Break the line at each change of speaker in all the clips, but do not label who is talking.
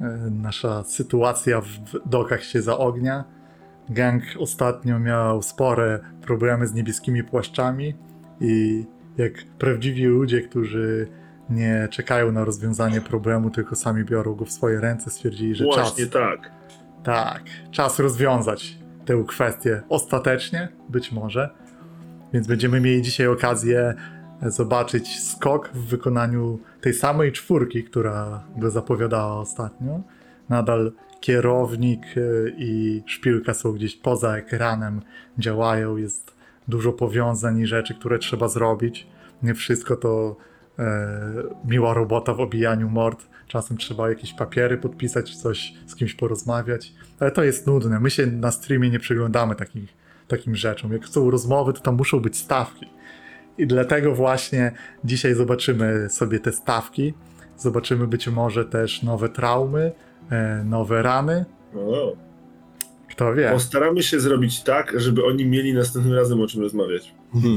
nasza sytuacja w dokach się zaognia. Gang ostatnio miał spore problemy z niebieskimi płaszczami i jak prawdziwi ludzie, którzy nie czekają na rozwiązanie problemu, tylko sami biorą go w swoje ręce, stwierdzili, że
Właśnie
czas.
tak.
Tak, czas rozwiązać tę kwestię ostatecznie, być może. Więc będziemy mieli dzisiaj okazję zobaczyć skok w wykonaniu tej samej czwórki, która go zapowiadała ostatnio. Nadal kierownik i szpilka są gdzieś poza ekranem, działają, jest dużo powiązań i rzeczy, które trzeba zrobić. Nie wszystko to miła robota w obijaniu mord. Czasem trzeba jakieś papiery podpisać, coś z kimś porozmawiać, ale to jest nudne. My się na streamie nie przyglądamy takim rzeczom. Jak są rozmowy, to tam muszą być stawki. I dlatego właśnie dzisiaj zobaczymy sobie te stawki. Zobaczymy być może też nowe traumy, nowe rany.
O.
Kto wie.
Postaramy się zrobić tak, żeby oni mieli następnym razem o czym rozmawiać.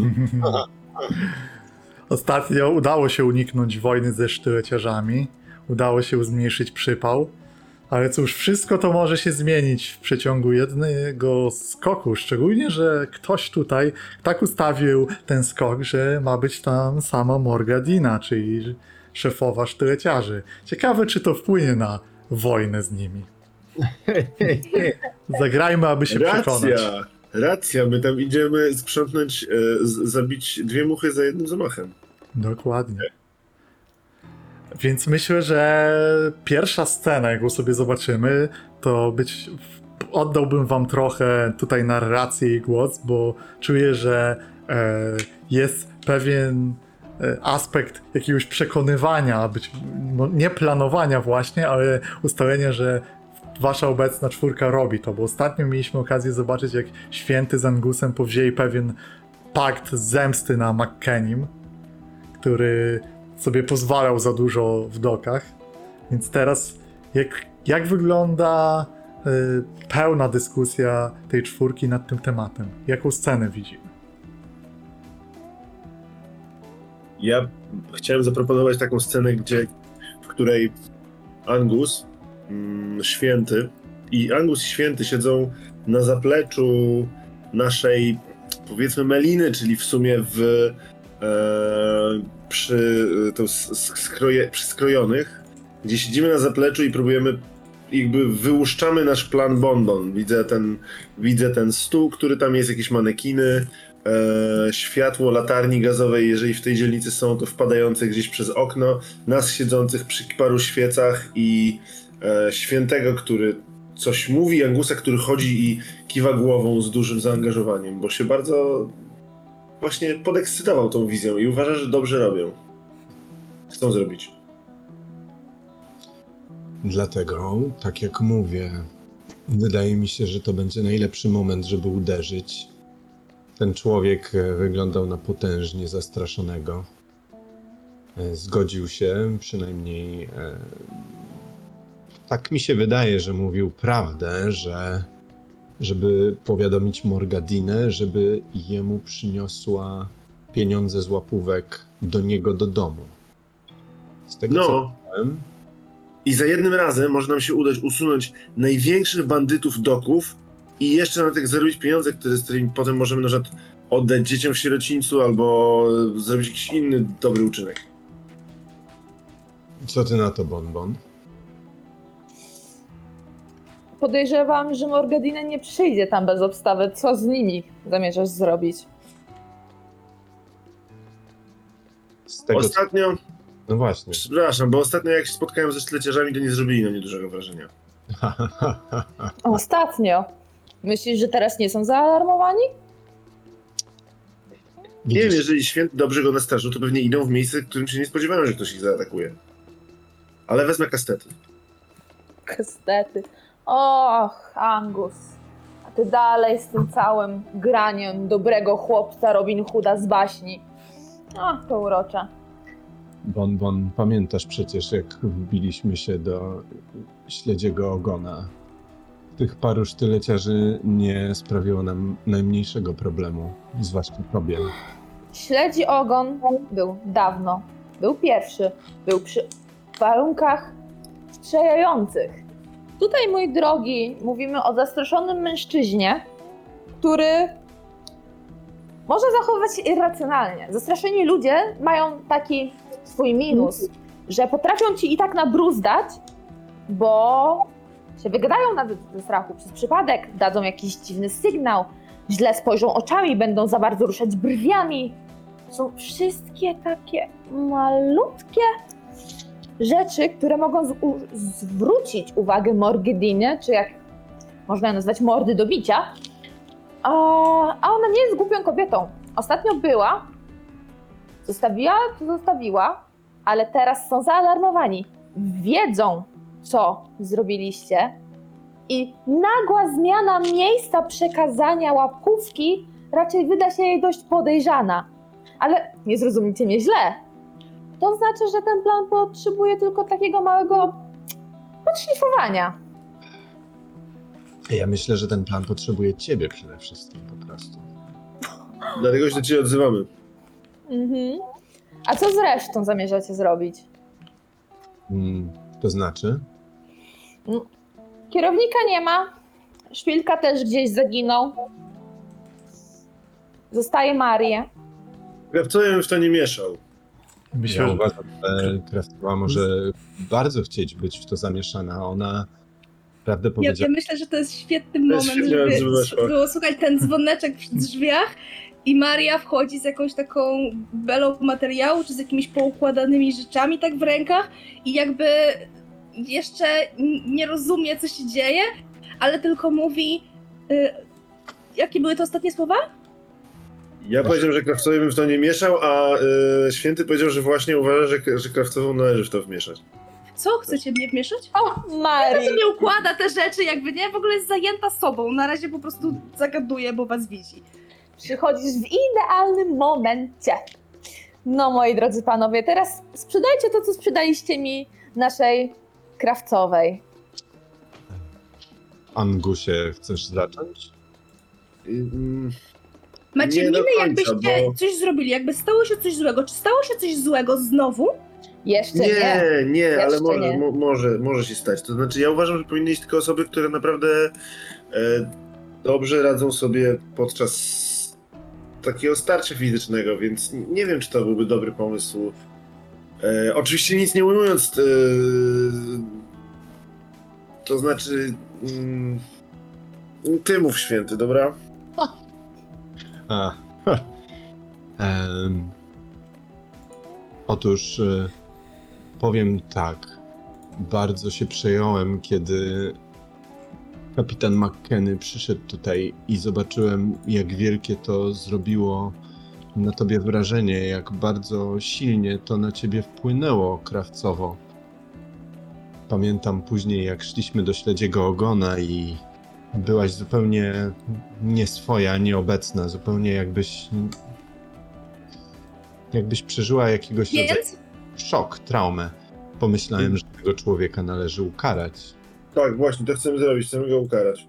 Ostatnio udało się uniknąć wojny ze sztyleciarzami. Udało się zmniejszyć przypał. Ale cóż, wszystko to może się zmienić w przeciągu jednego skoku. Szczególnie, że ktoś tutaj tak ustawił ten skok, że ma być tam sama Morgadina, czyli szefowa sztyleciarzy. Ciekawe, czy to wpłynie na wojnę z nimi. Zagrajmy, aby się przekonać.
Racja, my tam idziemy sprzątnąć, zabić dwie muchy za jednym zamachem.
Dokładnie. Więc myślę, że pierwsza scena, jaką sobie zobaczymy, to oddałbym wam trochę tutaj narrację i głos, bo czuję, że jest pewien aspekt jakiegoś przekonywania, nie planowania właśnie, ale ustalenia, że wasza obecna czwórka robi to, bo ostatnio mieliśmy okazję zobaczyć, jak Święty z Angusem powzięli pewien pakt zemsty na McKennim, który sobie pozwalał za dużo w dokach. Więc teraz jak wygląda pełna dyskusja tej czwórki nad tym tematem? Jaką scenę widzimy?
Ja chciałem zaproponować taką scenę, w której Angus, Święty i Święty siedzą na zapleczu naszej, powiedzmy, meliny, czyli w sumie przy skrojonych, gdzie siedzimy na zapleczu i próbujemy, jakby wyłuszczamy nasz plan bonbon. Widzę ten stół, który tam jest, jakieś manekiny, światło latarni gazowej, jeżeli w tej dzielnicy są, to wpadające gdzieś przez okno, nas siedzących przy paru świecach i Świętego, który coś mówi, Angusa, który chodzi i kiwa głową z dużym zaangażowaniem, bo się bardzo właśnie podekscytował tą wizją i uważa, że dobrze robią. Chcą zrobić.
Dlatego, tak jak mówię, wydaje mi się, że to będzie najlepszy moment, żeby uderzyć. Ten człowiek wyglądał na potężnie zastraszonego. Zgodził się, przynajmniej tak mi się wydaje, że mówił prawdę, żeby powiadomić Morgadinę, żeby jemu przyniosła pieniądze z łapówek do niego do domu. Z tego co wiem,
i za jednym razem może nam się udać usunąć największych bandytów doków i jeszcze na tych zarobić pieniądze, z którymi potem możemy na przykład oddać dzieciom w sierocińcu albo zrobić jakiś inny dobry uczynek.
Co ty na to, Bonbon?
Podejrzewam, że Morgadina nie przyjdzie tam bez obstawy. Co z nimi zamierzasz zrobić?
Z tego,
Ostatnio,
No właśnie.
przepraszam, bo ostatnio jak się spotkałem ze sztyleciarzami, to nie zrobili na mnie dużego wrażenia.
Ostatnio. Myślisz, że teraz nie są zaalarmowani?
Nie wiem, jeżeli Święty dobrze go nastraszył, to pewnie idą w miejsce, w którym się nie spodziewają, że ktoś ich zaatakuje. Ale wezmę kastety.
Kastety. Och, Angus. A ty dalej z tym całym graniem dobrego chłopca Robin Hooda z baśni. O, to urocze.
Bonbon, pamiętasz przecież, jak wbiliśmy się do śledziego ogona. Tych paru sztyleciarzy nie sprawiło nam najmniejszego problemu, zwłaszcza tobie.
Śledzi ogon był dawno. Był pierwszy. Był przy warunkach sprzyjających. Tutaj, mój drogi, mówimy o zastraszonym mężczyźnie, który może zachowywać się irracjonalnie. Zastraszeni ludzie mają taki swój minus, że potrafią ci i tak nabruzdać, bo się wygadają nawet ze strachu przez przypadek, dadzą jakiś dziwny sygnał, źle spojrzą oczami, będą za bardzo ruszać brwiami. Są wszystkie takie malutkie rzeczy, które mogą zwrócić uwagę Morgedinie, czy jak można ją nazwać, mordy do bicia. A ona nie jest głupią kobietą. Ostatnio była, zostawiła, ale teraz są zaalarmowani. Wiedzą, co zrobiliście i nagła zmiana miejsca przekazania łapówki raczej wyda się jej dość podejrzana. Ale nie zrozumijcie mnie źle. To znaczy, że ten plan potrzebuje tylko takiego małego podszlifowania.
Ja myślę, że ten plan potrzebuje ciebie przede wszystkim po prostu.
Dlatego się do ciebie odzywamy.
Mhm. A co z resztą zamierzacie zrobić?
To znaczy?
Kierownika nie ma, Szpilka też gdzieś zaginął. Zostaje Marię.
Krawcowy bym w to nie mieszał.
Myślę,
Ja
że
uważam, że Kraftowa może bardzo chcieć być w to zamieszana. Ona prawdę
Ja
powiedziała.
myślę, że to jest świetny
To jest
moment,
świetny
żeby
moment, żeby
było słuchać ten dzwoneczek przy drzwiach i Maria wchodzi z jakąś taką belą materiału, czy z jakimiś poukładanymi rzeczami tak w rękach i jakby jeszcze nie rozumie, co się dzieje, ale tylko mówi... jakie były te ostatnie słowa?
Ja powiedziałem, że Krawcowy bym w to nie mieszał, a Święty powiedział, że właśnie uważa, że Krawcową należy w to wmieszać.
Co? Chcecie mnie wmieszać?
O, Marii!
Nie układa te rzeczy, jakby nie, w ogóle jest zajęta sobą. Na razie po prostu zagaduje, bo was widzi.
Przychodzisz w idealnym momencie. No, moi drodzy panowie, teraz sprzedajcie to, co sprzedaliście mi naszej krawcowej.
Angusie, chcesz zacząć?
Macie
Nie do
miny,
końca,
jakbyście
bo-
coś zrobili, jakby stało się coś złego. Czy stało się coś złego znowu?
Jeszcze nie.
Nie, ale
Jeszcze nie.
może się stać. To znaczy, ja uważam, że powinny iść tylko osoby, które naprawdę dobrze radzą sobie podczas takiego starcia fizycznego, więc nie wiem, czy to byłby dobry pomysł. Oczywiście nic nie ujmując, to znaczy ty mów, Święty, dobra?
Otóż powiem tak. Bardzo się przejąłem, kiedy kapitan McKenny przyszedł tutaj i zobaczyłem, jak wielkie to zrobiło na tobie wrażenie, jak bardzo silnie to na ciebie wpłynęło krawcowo. Pamiętam później, jak szliśmy do śledziego ogona i byłaś zupełnie nieswoja, nieobecna, zupełnie jakbyś przeżyła jakiegoś rodzaju
Więc
szok, traumę. Pomyślałem, że tego człowieka należy ukarać.
Tak, właśnie, to chcemy zrobić, chcemy go ukarać.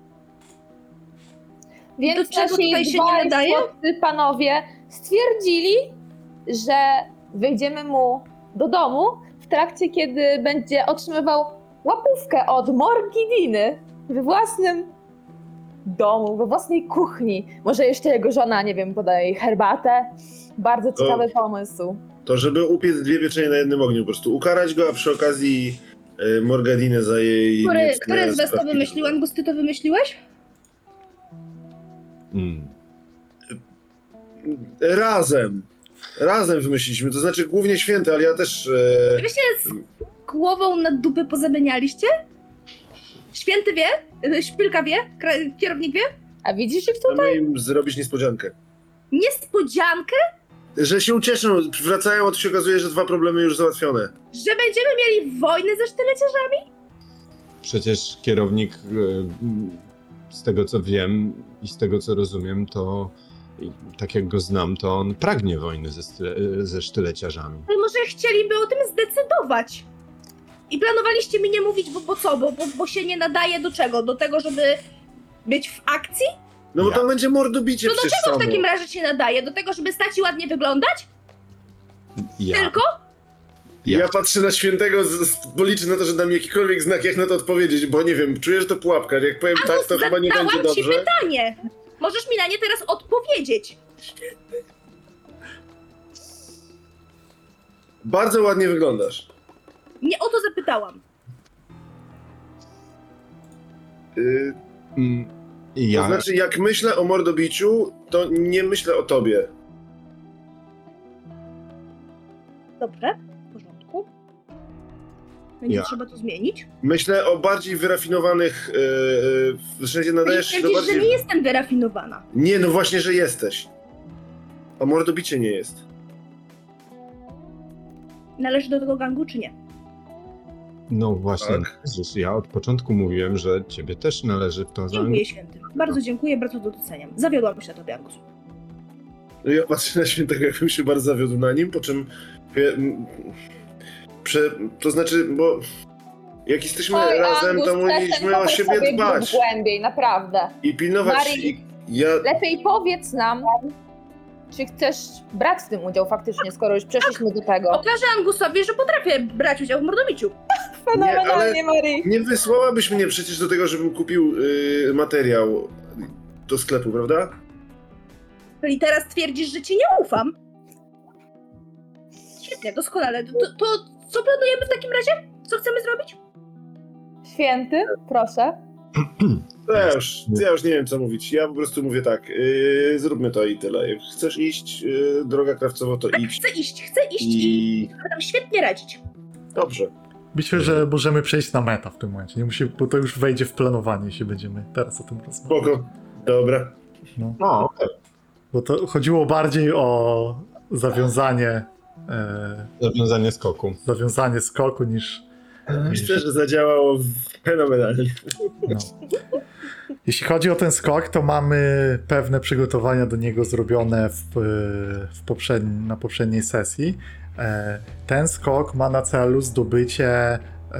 Więc
do czego
nasi
tutaj się
dwaj
nie nadaje?
słodcy panowie stwierdzili, że wejdziemy mu do domu w trakcie, kiedy będzie otrzymywał łapówkę od Morgidiny we własnym domu, we własnej kuchni. Może jeszcze jego żona, nie wiem, podaje jej herbatę. Bardzo ciekawy pomysł.
To żeby upiec dwie pieczenie na jednym ogniu, po prostu ukarać go, a przy okazji Morgadinę za jej...
który z was to wymyślił? Angus, ty to wymyśliłeś?
Razem wymyśliliśmy, to znaczy głównie Święty, ale ja też...
Wy się z głową na dupy pozamienialiście? Święty wie? Szpilka wie? Kierownik wie?
A widzisz ich tu?
Chcemy im zrobić niespodziankę.
Niespodziankę?
Że się ucieszą, wracają, a tu się okazuje, że 2 problemy już załatwione.
Że będziemy mieli wojnę ze sztyleciarzami?
Przecież kierownik, z tego co wiem i z tego co rozumiem, to tak jak go znam, to on pragnie wojny ze sztyleciarzami.
Ale może chcieliby o tym zdecydować. I planowaliście mi nie mówić, bo co? Bo się nie nadaje do czego? Do tego, żeby być w akcji?
No bo
Ja.
tam będzie mordobicie
To do
przecież
czego w
samo.
takim razie się nadaje? Do tego, żeby stać i ładnie wyglądać?
Ja,
Tylko?
Ja patrzę na świętego, bo liczę na to, że da mi jakikolwiek znak, jak na to odpowiedzieć, bo nie wiem, czuję, że to pułapka. Jak powiem tak, to chyba nie będzie
Zadałam ci
dobrze.
pytanie. Możesz mi na nie teraz odpowiedzieć.
Bardzo ładnie wyglądasz.
Nie o to zapytałam.
To
Ja,
znaczy, jak myślę o mordobiciu, to nie myślę o tobie.
Dobrze, w porządku. Będzie
Ja.
trzeba to zmienić.
Myślę o bardziej wyrafinowanych... w sensie nadajesz się do
Twierdzisz, że
bardziej...
nie jestem wyrafinowana.
Nie, no właśnie, że jesteś. A mordobicie nie jest.
Należy do tego gangu, czy nie?
no właśnie,
Tak.
Jezus, ja od początku mówiłem, że ciebie też należy w to
Dziękuję, święty. Bardzo dziękuję, bardzo to doceniam. Zawiodłam się na tobie, Angus.
No ja patrzę na świętego, jakbym się bardzo zawiódł na nim, po czym... to znaczy, bo... Jak jesteśmy
Oj,
razem,
Angus,
to
przestań
powinniśmy o
kopać
siebie
sobie
dbać.
głębiej, naprawdę.
I pilnować...
Marii.
Ja...
Lepiej powiedz nam, czy chcesz brać w tym udział faktycznie, skoro już przeszliśmy do tego.
Pokażę Angusowi, że potrafię brać udział w mordobiciu.
Fenomenalnie, Marii.
Nie wysłałabyś mnie przecież do tego, żebym kupił materiał do sklepu, prawda?
Czyli teraz twierdzisz, że ci nie ufam? Świetnie, doskonale. To co planujemy w takim razie? Co chcemy zrobić?
Święty, proszę.
Ja już nie wiem, co mówić. Ja po prostu mówię tak, zróbmy to i tyle. Jak chcesz iść, droga krawcowo, to
Tak,
idź.
chcę iść i
I...
będę świetnie radzić.
Dobrze.
Myślę, że możemy przejść na meta w tym momencie. Nie musi, bo to już wejdzie w planowanie, jeśli będziemy teraz o tym rozmawiać.
Spoko. Dobra.
No.
No, okej.
Bo to chodziło bardziej o zawiązanie
Zawiązanie skoku.
skoku
Myślę, że zadziałało fenomenalnie.
no. Jeśli chodzi o ten skok, to mamy pewne przygotowania do niego zrobione na poprzedniej sesji. Ten skok ma na celu zdobycie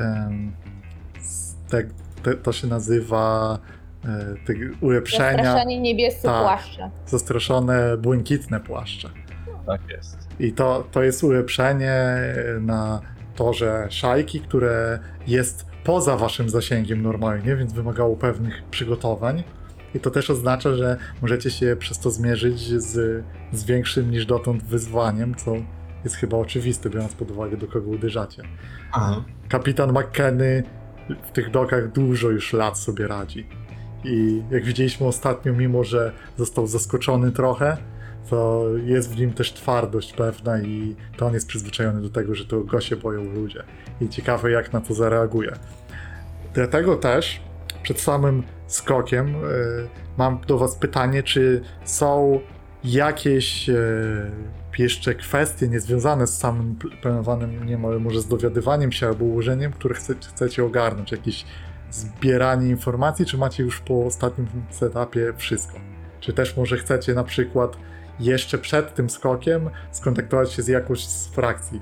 to się nazywa ulepszenia,
Zastraszeni niebiescy
Tak.
płaszcze.
zastraszone błękitne płaszcze.
Tak jest.
I to jest ulepszenie na torze szajki, które jest poza waszym zasięgiem normalnie, więc wymagało pewnych przygotowań. I to też oznacza, że możecie się przez to zmierzyć z większym niż dotąd wyzwaniem, co jest chyba oczywiste, biorąc pod uwagę, do kogo uderzacie.
Aha.
Kapitan McKenny w tych dokach dużo już lat sobie radzi. I jak widzieliśmy ostatnio, mimo że został zaskoczony trochę, to jest w nim też twardość pewna i to on jest przyzwyczajony do tego, że to go się boją ludzie. I ciekawe, jak na to zareaguje. Dlatego też przed samym skokiem mam do was pytanie, czy są jakieś jeszcze kwestie niezwiązane z samym planowanym, nie wiem, może z dowiadywaniem się albo ułożeniem, które chcecie ogarnąć, jakieś zbieranie informacji, czy macie już po ostatnim setupie wszystko? Czy też może chcecie na przykład jeszcze przed tym skokiem skontaktować się z jakąś z frakcji?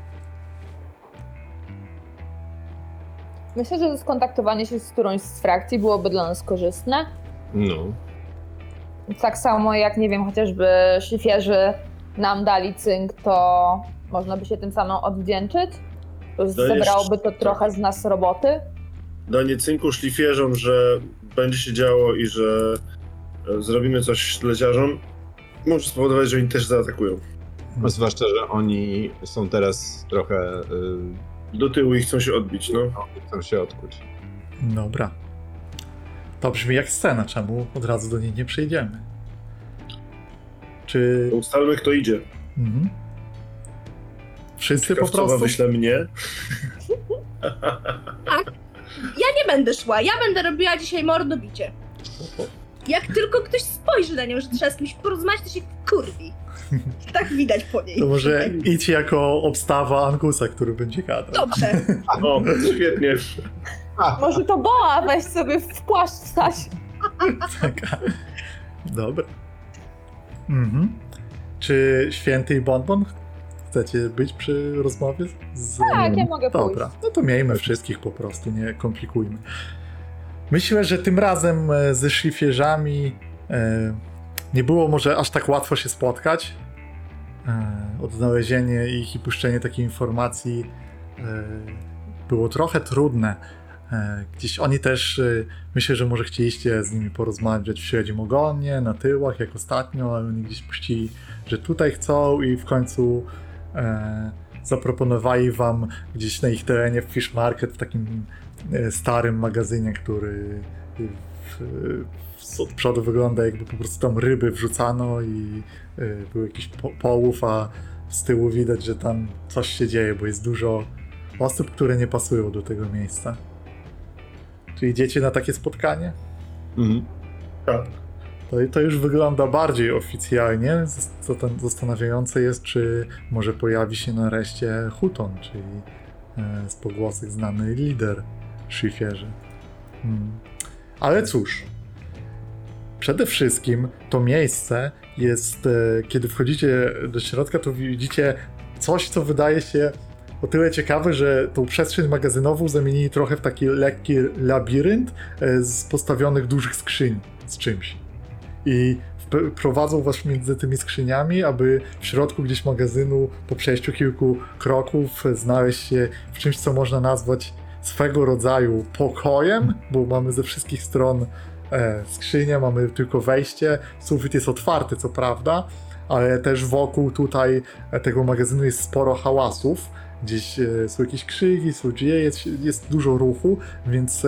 Myślę, że skontaktowanie się z którąś z frakcji byłoby dla nas korzystne.
No.
Tak samo jak, nie wiem, chociażby szlifierzy nam dali cynk, to można by się tym samym odwdzięczyć. Zebrałoby to trochę z nas roboty.
Danie cynku szlifierzom, że będzie się działo i że zrobimy coś śledziarzom, może spowodować, że oni też zaatakują.
Zwłaszcza, że oni są teraz trochę...
Do tyłu i chcą się odbić, no.
chcą się odkuć.
Dobra. To brzmi jak scena, czemu od razu do niej nie przejdziemy? Czy...
To ustalmy, kto idzie.
Mhm. Wszyscy po
Krawcowa
prostu?
wyśle mnie.
Ja nie będę szła, ja będę robiła dzisiaj mordobicie. Jak tylko ktoś spojrzy na nią, że trzeba z kimś porozmawiać, to się kurwi. Tak widać po niej.
To może idź jako obstawa Angusa, który będzie gadał.
Dobrze.
O, świetnie.
Może to boa weź sobie w płaszcz wstać.
Taka. Dobra. Mhm. Czy Święty i Bonbon chcecie być przy rozmowie z...
Tak, ja mogę pójść.
Dobra, no to miejmy wszystkich po prostu, nie komplikujmy. Myślę, że tym razem ze szlifierzami nie było może aż tak łatwo się spotkać. odnalezienie ich i puszczenie takiej informacji było trochę trudne. Gdzieś oni też, myślę, że może chcieliście z nimi porozmawiać w średnim ogonie, na tyłach, jak ostatnio, ale oni gdzieś puścili, że tutaj chcą i w końcu zaproponowali wam gdzieś na ich terenie w Fish Market, w takim starym magazynie, który od przodu wygląda, jakby po prostu tam ryby wrzucano i był jakiś połów, a z tyłu widać, że tam coś się dzieje, bo jest dużo osób, które nie pasują do tego miejsca. Czy idziecie na takie spotkanie?
Mhm.
Tak.
To już wygląda bardziej oficjalnie. Co tam zastanawiające jest, czy może pojawi się nareszcie Hutton, czyli z pogłosek znany lider szlifierzy. Ale cóż, przede wszystkim to miejsce jest, kiedy wchodzicie do środka, to widzicie coś, co wydaje się o tyle ciekawe, że tą przestrzeń magazynową zamienili trochę w taki lekki labirynt z postawionych dużych skrzyń z czymś. I prowadzą was między tymi skrzyniami, aby w środku gdzieś magazynu po przejściu kilku kroków znaleźć się w czymś, co można nazwać swego rodzaju pokojem, bo mamy ze wszystkich stron skrzynię, mamy tylko wejście, sufit jest otwarty, co prawda, ale też wokół tutaj tego magazynu jest sporo hałasów. Gdzieś są jakieś krzyki, są dzieje, jest dużo ruchu, więc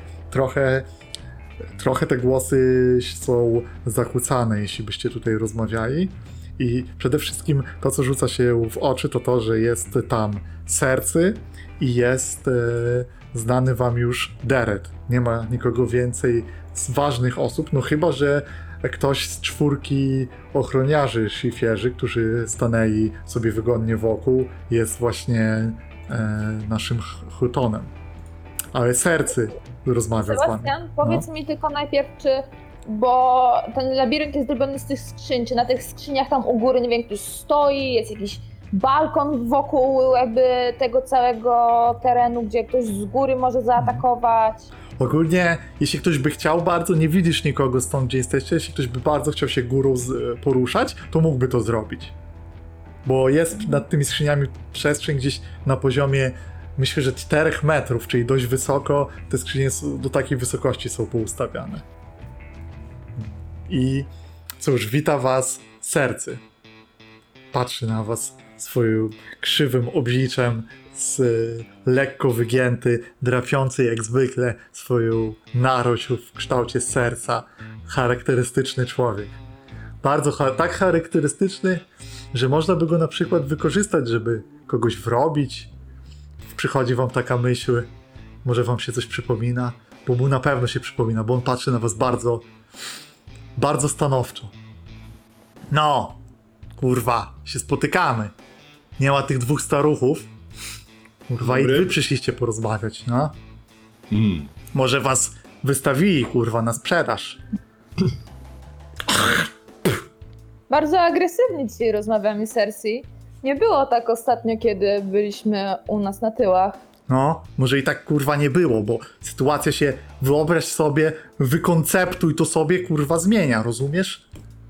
trochę te głosy są zakłócane, jeśli byście tutaj rozmawiali. I przede wszystkim to, co rzuca się w oczy, to to, że jest tam Sercy i jest znany wam już Deret. Nie ma nikogo więcej z ważnych osób, no chyba, że ktoś z czwórki ochroniarzy szlifierzy, którzy stanęli sobie wygodnie wokół, jest właśnie naszym Huttonem. Ale Sercy rozmawia z wami.
Sebastian, powiedz mi tylko najpierw, bo ten labirynt jest zrobiony z tych skrzyń, czy na tych skrzyniach tam u góry, nie wiem, ktoś stoi, jest jakiś balkon wokół jakby tego całego terenu, gdzie ktoś z góry może zaatakować.
Ogólnie, jeśli ktoś by chciał bardzo, nie widzisz nikogo stąd, gdzie jesteście, jeśli ktoś by bardzo chciał się górą poruszać, to mógłby to zrobić. Bo jest nad tymi skrzyniami przestrzeń gdzieś na poziomie, myślę, że 4 metrów, czyli dość wysoko, te skrzynie do takiej wysokości są poustawiane. I cóż, wita was Sercy. Patrzy na was swoim krzywym obliczem, lekko wygięty, drapiący jak zwykle swoją narość w kształcie serca. Charakterystyczny człowiek. Bardzo tak charakterystyczny, że można by go na przykład wykorzystać, żeby kogoś wrobić. Przychodzi wam taka myśl, może wam się coś przypomina, bo mu na pewno się przypomina, bo on patrzy na was bardzo, bardzo stanowczo. No, kurwa, się spotykamy. Nie ma tych 2 staruchów. Kurwa, i wy przyszliście porozmawiać, no. Może was wystawili, kurwa, na sprzedaż.
Bardzo agresywnie dzisiaj rozmawiamy, Cersei. Nie było tak ostatnio, kiedy byliśmy u nas na tyłach.
No, może i tak, kurwa, nie było, bo sytuacja się, wyobraź sobie, wykonceptuj to sobie, kurwa, zmienia, rozumiesz?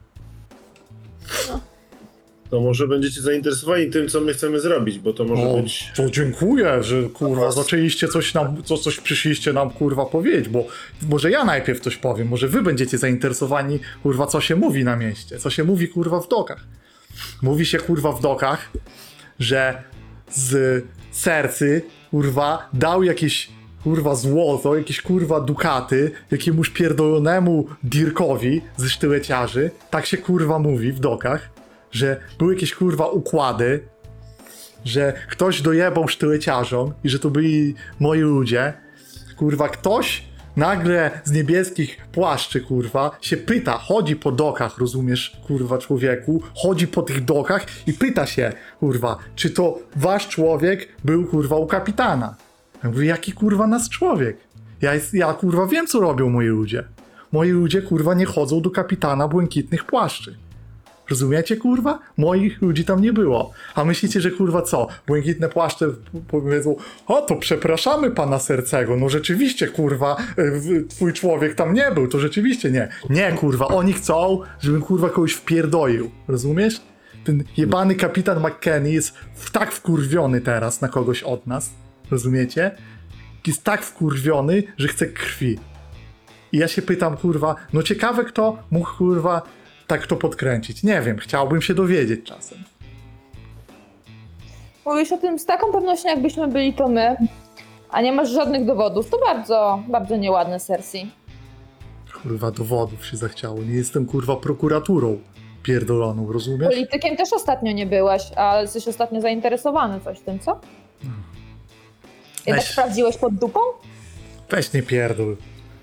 To może będziecie zainteresowani tym, co my chcemy zrobić, bo to może być...
To dziękuję, że kurwa zaczęliście coś przyszliście nam kurwa powiedzieć, bo może ja najpierw coś powiem, może wy będziecie zainteresowani kurwa co się mówi na mieście, co się mówi kurwa w dokach. Mówi się kurwa w dokach, że z Sercy kurwa dał jakieś kurwa złoto, jakieś kurwa dukaty jakiemuś pierdolonemu Dirkowi ze sztyleciarzy, tak się kurwa mówi w dokach, że były jakieś kurwa układy, że ktoś dojebał sztyleciarzom i że to byli moi ludzie. Kurwa, ktoś nagle z niebieskich płaszczy, kurwa, się pyta, chodzi po dokach, rozumiesz, kurwa, człowieku, chodzi po tych dokach i pyta się, kurwa, czy to wasz człowiek był, kurwa, u kapitana. Ja mówię, jaki, kurwa, nasz człowiek? Ja kurwa, wiem, co robią moi ludzie. Moi ludzie, kurwa, nie chodzą do kapitana błękitnych płaszczy. Rozumiecie, kurwa? Moich ludzi tam nie było. A myślicie, że kurwa co? Błękitne płaszcze powiedzą, o to przepraszamy pana Sercego. No rzeczywiście, kurwa, twój człowiek tam nie był, to rzeczywiście nie. Nie, kurwa, oni chcą, żebym kurwa kogoś wpierdolił. Rozumiesz? Ten jebany kapitan McKenny jest tak wkurwiony teraz na kogoś od nas, rozumiecie? Jest tak wkurwiony, że chce krwi. I ja się pytam, kurwa, no ciekawe kto mógł, kurwa, tak to podkręcić. Nie wiem, chciałbym się dowiedzieć czasem.
Mówisz o tym z taką pewnością, jakbyśmy byli to my, a nie masz żadnych dowodów. To bardzo, bardzo nieładne, Cersei.
Kurwa, dowodów się zachciało. Nie jestem, kurwa, prokuraturą pierdoloną, rozumiesz?
Politykiem też ostatnio nie byłeś, a jesteś ostatnio zainteresowany coś tym, co? Jednak
Weź.
sprawdziłeś pod dupą?
Weź nie pierdol.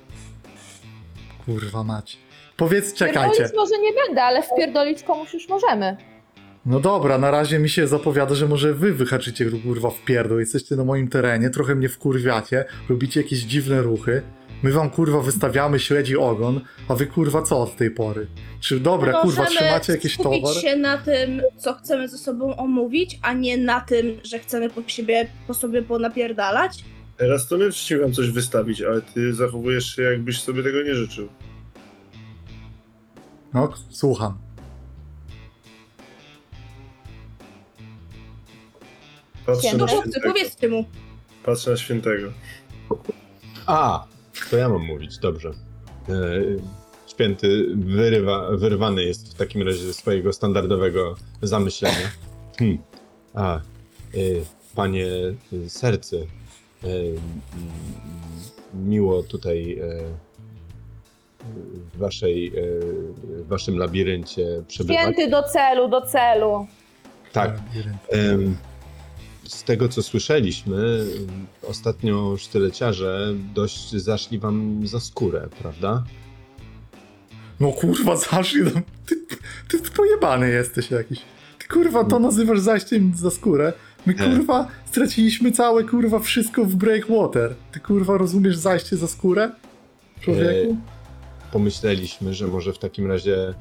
Kurwa mać. Powiedz, czekajcie.
Wpierdolić może nie będę, ale wpierdolić komuś już możemy.
No dobra, na razie mi się zapowiada, że może wy wyhaczycie, kurwa, w pierdol. Jesteście na moim terenie, trochę mnie wkurwiacie, robicie jakieś dziwne ruchy. My wam, kurwa, wystawiamy śledzi ogon, a wy, kurwa, co od tej pory? Czy dobra, kurwa,
Możemy
trzymacie jakiś
skupić
towar?
się na tym, co chcemy ze sobą omówić, a nie na tym, że chcemy po sobie ponapierdalać.
Teraz to my przyszliśmy wam coś wystawić, ale ty zachowujesz się, jakbyś sobie tego nie życzył.
No, słucham.
Patrzę
Święty?
na
No chłopcy,
świętego.
powiedzcie mu.
Patrzę na świętego.
A, to ja mam mówić, dobrze. Święty wyrwany jest w takim razie ze swojego standardowego zamyślenia. Panie sercy, miło tutaj w waszym labiryncie przebywać.
Święty do celu, do celu.
Tak. Z tego, co słyszeliśmy, ostatnio sztyleciarze dość zaszli wam za skórę, prawda?
No kurwa, zaszli tam. Ty pojebany jesteś jakiś. Ty kurwa to nazywasz zajściem za skórę. My kurwa straciliśmy całe kurwa wszystko w Breakwater. Ty kurwa rozumiesz zajście za skórę? Człowieku?
Pomyśleliśmy, że może w takim razie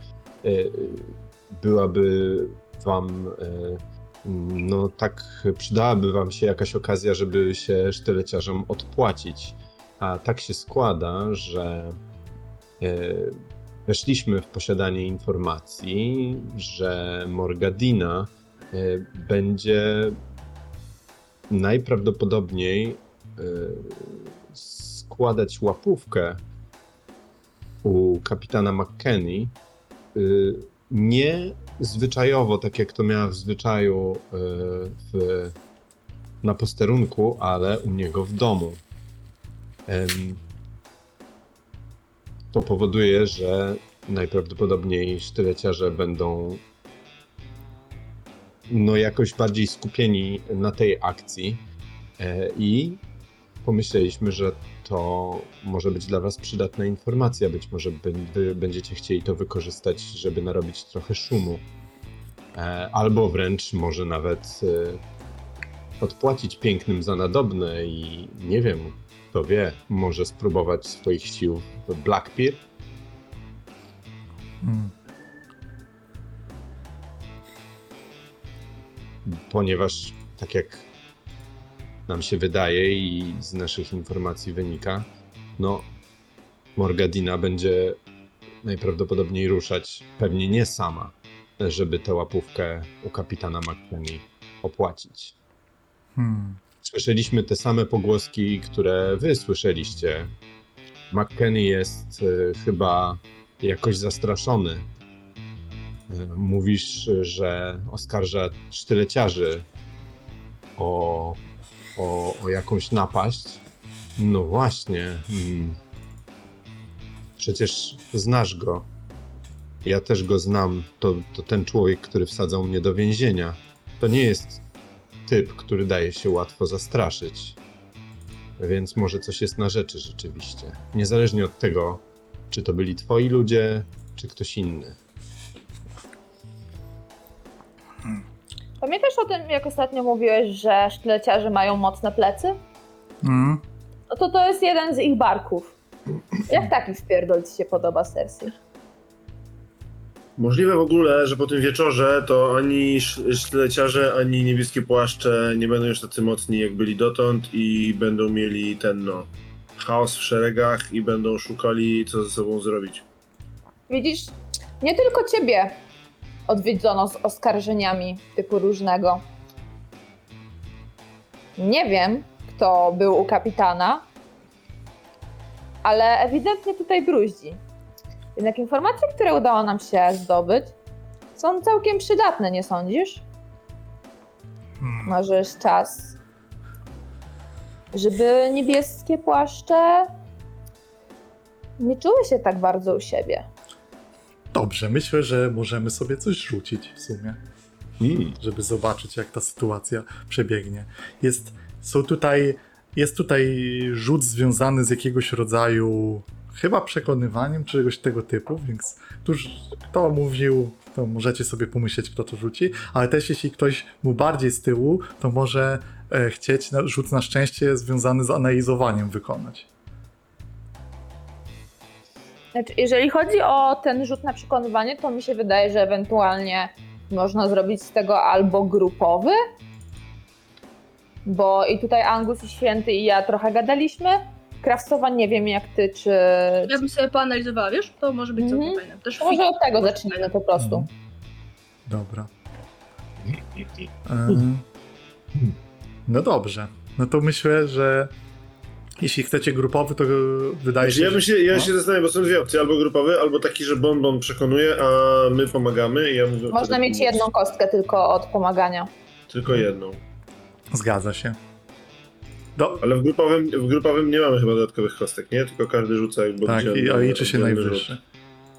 byłaby wam, no tak, przydałaby wam się jakaś okazja, żeby się sztyleciarzom odpłacić. A tak się składa, że weszliśmy w posiadanie informacji, że Morgadina będzie najprawdopodobniej składać łapówkę u kapitana McKenny, nie zwyczajowo, tak jak to miała w zwyczaju na posterunku, ale u niego w domu. To powoduje, że najprawdopodobniej sztyleciarze będą no jakoś bardziej skupieni na tej akcji i pomyśleliśmy, że to może być dla was przydatna informacja. Być może wy będziecie chcieli to wykorzystać, żeby narobić trochę szumu. Albo wręcz może nawet odpłacić pięknym za nadobne i nie wiem, kto wie, może spróbować swoich sił w Blackpear. Ponieważ, tak jak nam się wydaje i z naszych informacji wynika, no Morgadina będzie najprawdopodobniej ruszać, pewnie nie sama, żeby tę łapówkę u kapitana McKenny opłacić. Słyszeliśmy te same pogłoski, które wy słyszeliście. McKenny jest chyba jakoś zastraszony. Mówisz, że oskarża sztyleciarzy o jakąś napaść. No właśnie. Przecież znasz go. Ja też go znam. To ten człowiek, który wsadzał mnie do więzienia. To nie jest typ, który daje się łatwo zastraszyć. Więc może coś jest na rzeczy rzeczywiście. Niezależnie od tego, czy to byli twoi ludzie, czy ktoś inny.
Pamiętasz o tym, jak ostatnio mówiłeś, że sztyleciarze mają mocne plecy? No to jest jeden z ich barków. Jak taki wpierdol ci się podoba, Cersei?
Możliwe w ogóle, że po tym wieczorze to ani sztyleciarze, ani niebieskie płaszcze nie będą już tacy mocni, jak byli dotąd i będą mieli ten, chaos w szeregach i będą szukali, co ze sobą zrobić.
Widzisz, nie tylko ciebie odwiedzono z oskarżeniami typu różnego. Nie wiem, kto był u kapitana, ale ewidentnie tutaj bruździ. Jednak informacje, które udało nam się zdobyć, są całkiem przydatne, nie sądzisz? Może jest czas, żeby niebieskie płaszcze nie czuły się tak bardzo u siebie.
Dobrze, myślę, że możemy sobie coś rzucić w sumie, żeby zobaczyć, jak ta sytuacja przebiegnie. Jest tutaj rzut związany z jakiegoś rodzaju chyba przekonywaniem, czy czegoś tego typu, więc tuż kto mówił, to możecie sobie pomyśleć, kto to rzuci, ale też jeśli ktoś mu bardziej z tyłu, to może chcieć rzut na szczęście związany z analizowaniem wykonać.
Znaczy, jeżeli chodzi o ten rzut na przekonywanie, to mi się wydaje, że ewentualnie można zrobić z tego albo grupowy, bo i tutaj Angus i Święty i ja trochę gadaliśmy. Krawcowa nie wiem jak ty, czy...
Ja bym sobie poanalizowała, wiesz? To może być całkiem fajne. Też
To może od tego
może
zacznijmy po prostu.
Dobra. No dobrze. No to myślę, że jeśli chcecie grupowy, to wydaje się,
Ja się zastanawiam, bo są dwie opcje. Albo grupowy, albo taki, że Bonbon przekonuje, a my pomagamy. I ja mówię,
Można
wtedy
mieć
pomóc.
jedną kostkę tylko od pomagania.
Tylko jedną.
Zgadza się.
Ale w grupowym nie mamy chyba dodatkowych kostek, nie? Tylko każdy rzuca jakby
Tak,
oddzielny-
a liczy się
oddzielny
najwyższy.
rzut.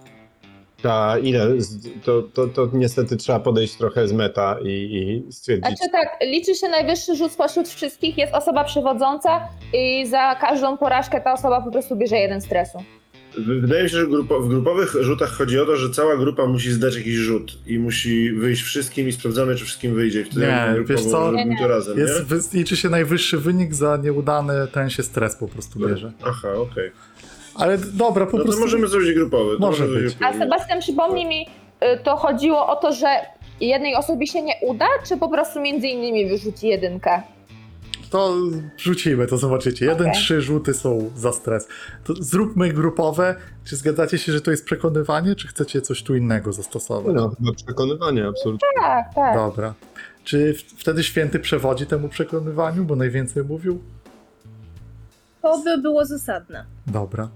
To niestety trzeba podejść trochę z meta i stwierdzić.
Znaczy tak, liczy się najwyższy rzut spośród wszystkich, jest osoba przewodząca i za każdą porażkę ta osoba po prostu bierze 1 stresu.
Wydaje mi się, że w grupowych rzutach chodzi o to, że cała grupa musi zdać jakiś rzut i musi wyjść wszystkim i sprawdzamy, czy wszystkim wyjdzie. I wtedy
Nie,
jak
wiesz co?
robimy
Nie.
to razem, nie?
Liczy się najwyższy wynik, za nieudany ten się stres po prostu bierze.
Aha, okej.
Ale dobra, po
No to
prostu...
możemy zrobić grupowy. to
Może
możemy
być.
zrobić
A
grupowy.
Sebastian, przypomnij mi, to chodziło o to, że jednej osobie się nie uda, czy po prostu między innymi wyrzuci 1?
To rzucimy, to zobaczycie.
Okej.
1-3 rzuty są za stres. To zróbmy grupowe. Czy zgadzacie się, że to jest przekonywanie, czy chcecie coś tu innego zastosować?
No, chyba przekonywanie, absolutnie.
Tak, tak.
Dobra. Czy wtedy Święty przewodzi temu przekonywaniu, bo najwięcej mówił?
To by było zasadne.
Dobra.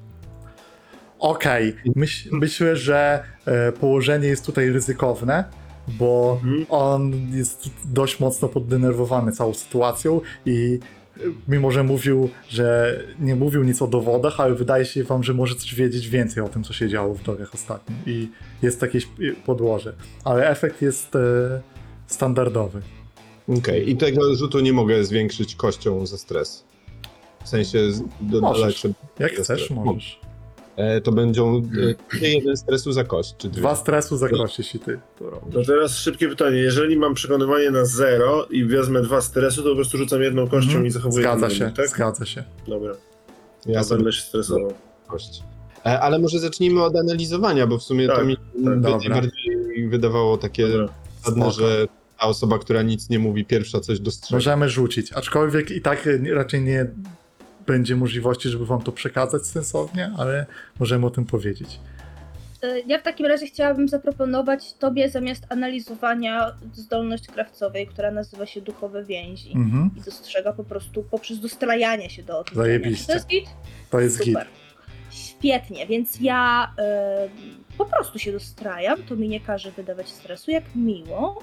Okej. Myślę, że położenie jest tutaj ryzykowne, bo on jest dość mocno poddenerwowany całą sytuacją i mimo, że mówił, że nie mówił nic o dowodach, ale wydaje się wam, że może coś wiedzieć więcej o tym, co się działo w drogach ostatnio i jest jakieś podłoże. Ale efekt jest standardowy.
Okej, i tego rzutu nie mogę zwiększyć kością za stres. W sensie dodać
Możesz.
sobie
Jak
za
chcesz,
stres.
możesz.
To będzie 1 stresu za kość, czy 2?
2 stresu za kość, jeśli ty to robisz.
No teraz szybkie pytanie. Jeżeli mam przekonywanie na 0 i wezmę 2 stresu, to po prostu rzucam jedną kością i zachowuję
Zgadza
ten
się,
wynik, tak?
zgadza się.
Dobra.
Ja
Ja
sobie
będę się stresował.
kość. Ale może zacznijmy od analizowania, bo w sumie
Tak,
to mi
dobra.
najbardziej wydawało takie
Dobra.
zasadne,
Spoko.
że ta osoba, która nic nie mówi, pierwsza coś dostrzega.
Możemy rzucić, aczkolwiek i tak raczej nie będzie możliwości, żeby wam to przekazać sensownie, ale możemy o tym powiedzieć.
Ja w takim razie chciałabym zaproponować tobie zamiast analizowania zdolność krawcowej, która nazywa się duchowe więzi
Mhm.
i dostrzega po prostu poprzez dostrajanie się do otoczenia.
Zajebiście.
Czy to jest git?
To jest git.
Super. Świetnie, więc ja po prostu się dostrajam, to mi nie każe wydawać stresu, jak miło.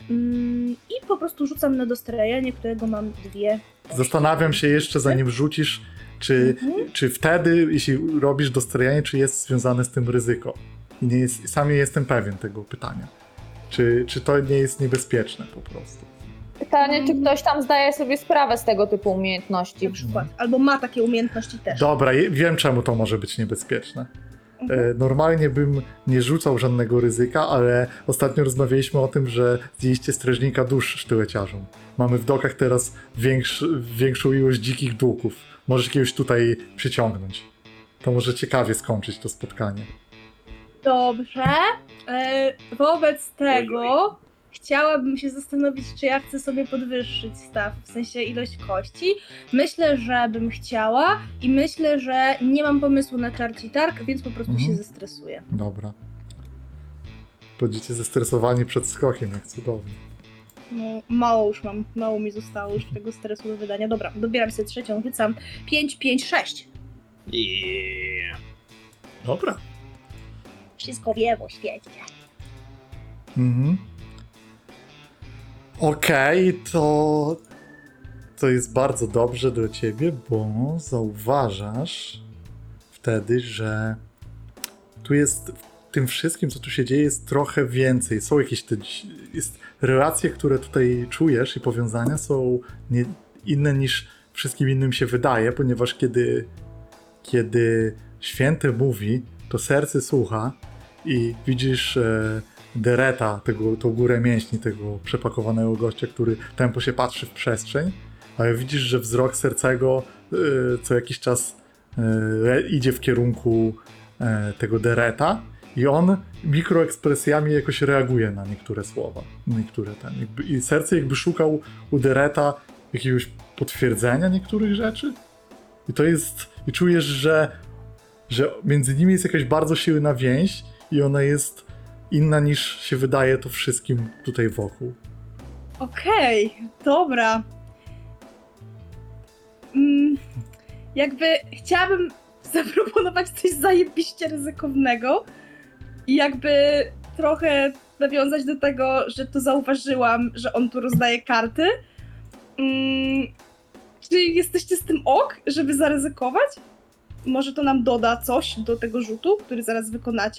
I po prostu rzucam na dostrajanie, którego mam 2.
Zastanawiam się jeszcze, zanim rzucisz, czy wtedy, jeśli robisz dostrajanie, czy jest związane z tym ryzyko. I sam nie jestem pewien tego pytania. Czy to nie jest niebezpieczne po prostu.
Pytanie, czy ktoś tam zdaje sobie sprawę z tego typu umiejętności.
Na przykład. Albo ma takie umiejętności też.
Dobra, wiem czemu to może być niebezpieczne. Normalnie bym nie rzucał żadnego ryzyka, ale ostatnio rozmawialiśmy o tym, że zjeździcie strażnika dusz sztyleciarzom. Mamy w dokach teraz większą ilość dzikich duchów. Możesz jakiegoś tutaj przyciągnąć. To może ciekawie skończyć to spotkanie.
Dobrze. Wobec tego chciałabym się zastanowić, czy ja chcę sobie podwyższyć staw, w sensie ilość kości. Myślę, że bym chciała i myślę, że nie mam pomysłu na czarci targ, więc po prostu się zestresuję.
Dobra. Będziecie zestresowani przed skokiem, jak cudownie.
No, mało mi zostało już tego stresu do wydania. Dobra, dobieram sobie trzecią, rzucam 5, 5, 6.
Dobra.
Wszystko w jego świecie.
Mhm. Okej, to jest bardzo dobrze dla ciebie, bo zauważasz wtedy, że tu jest w tym wszystkim, co tu się dzieje, jest trochę więcej. Są jakieś relacje, które tutaj czujesz i powiązania są inne niż wszystkim innym się wydaje, ponieważ kiedy święty mówi, to serce słucha i widzisz Dereta, tą górę mięśni, tego przepakowanego gościa, który tempo się patrzy w przestrzeń, ale widzisz, że wzrok sercego co jakiś czas idzie w kierunku tego Dereta i on mikroekspresjami jakoś reaguje na niektóre słowa, i serce jakby szukał u Dereta jakiegoś potwierdzenia niektórych rzeczy i czujesz, że między nimi jest jakaś bardzo silna więź i ona jest inna niż się wydaje to wszystkim tutaj wokół.
Okej, dobra. Jakby chciałabym zaproponować coś zajebiście ryzykownego i jakby trochę nawiązać do tego, że to zauważyłam, że on tu rozdaje karty. Czy jesteście z tym ok, żeby zaryzykować? Może to nam doda coś do tego rzutu, który zaraz wykonacie?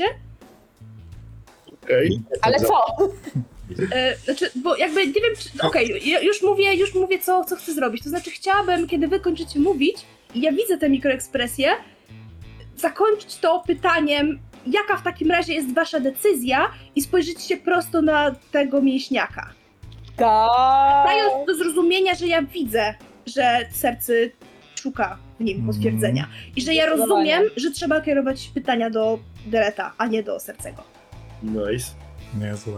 Okej.
Ale co?
Znaczy, bo jakby nie wiem, czy... Okej, już mówię, co chcę zrobić. To znaczy, chciałabym, kiedy wy kończycie mówić i ja widzę tę mikroekspresję, zakończyć to pytaniem, jaka w takim razie jest wasza decyzja i spojrzeć się prosto na tego mięśniaka.
Tak.
Dając do zrozumienia, że ja widzę, że serce szuka w nim potwierdzenia. I że ja rozumiem, że trzeba kierować pytania do Dereta, a nie do Sercego.
Nice.
Niezłe.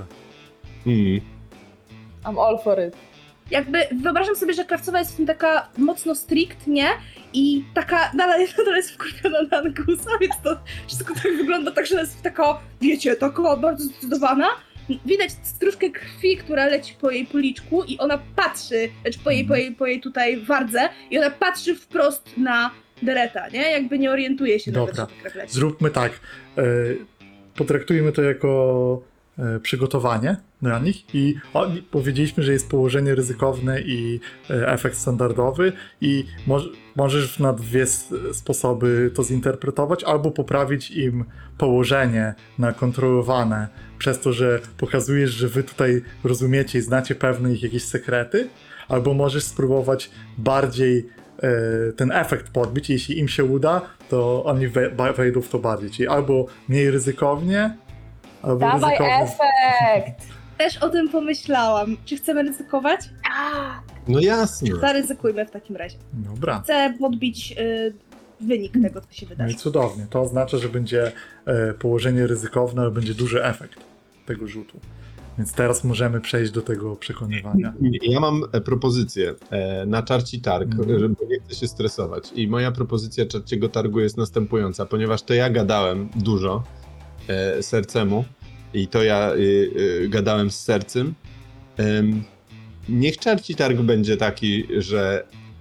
I'm all for it.
Jakby wyobrażam sobie, że Krawcowa jest w tym taka mocno strict, nie? I taka nadal jest wkurwiona na Angusa, więc to wszystko tak wygląda tak, że jest taka, wiecie, taka bardzo zdecydowana. Widać stróżkę krwi, która leci po jej policzku i ona patrzy, znaczy po jej tutaj wardze i ona patrzy wprost na Dereta, nie? Jakby nie orientuje się nawet,
Dobra,
że ta krew leci.
zróbmy tak. Potraktujmy to jako przygotowanie dla nich i powiedzieliśmy, że jest położenie ryzykowne i efekt standardowy i możesz na dwie sposoby to zinterpretować, albo poprawić im położenie na kontrolowane przez to, że pokazujesz, że wy tutaj rozumiecie i znacie pewne ich jakieś sekrety, albo możesz spróbować bardziej ten efekt podbić i jeśli im się uda, to oni wejdą w to bardziej, czyli albo mniej ryzykownie, albo
Dawaj
ryzykownie.
efekt!
Też o tym pomyślałam. Czy chcemy ryzykować?
No jasne.
Zaryzykujmy w takim razie.
Dobra.
Chcę podbić wynik tego, co się
No i
wydarzy.
cudownie. To oznacza, że będzie położenie ryzykowne, ale będzie duży efekt tego rzutu. Więc teraz możemy przejść do tego przekonywania.
Ja mam propozycję na czarci targ, bo nie chcę się stresować. I moja propozycja czarciego targu jest następująca, ponieważ to ja gadałem dużo sercemu i to ja gadałem z sercem. Niech czarci targ będzie taki, że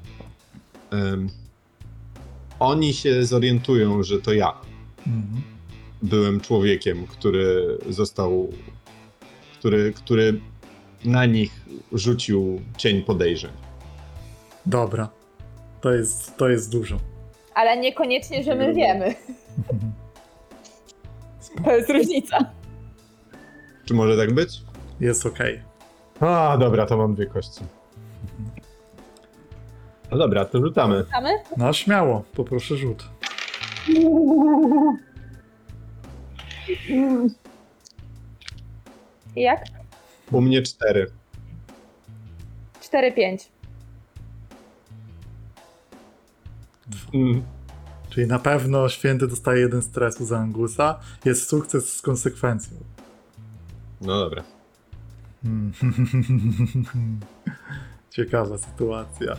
oni się zorientują, że to ja byłem człowiekiem, który został, który na nich rzucił cień podejrzeń.
Dobra. To jest dużo.
Ale niekoniecznie, że my wiemy. To jest różnica.
Czy może tak być?
Jest okej.
A, dobra, to mam 2 kości. No dobra, to rzucamy.
Mamy?
No śmiało, poproszę rzut.
Jak?
U mnie 4.
4-5.
Czyli na pewno święty dostaje 1 stresu za Angusa. Jest sukces z konsekwencją.
No dobra.
Ciekawa sytuacja.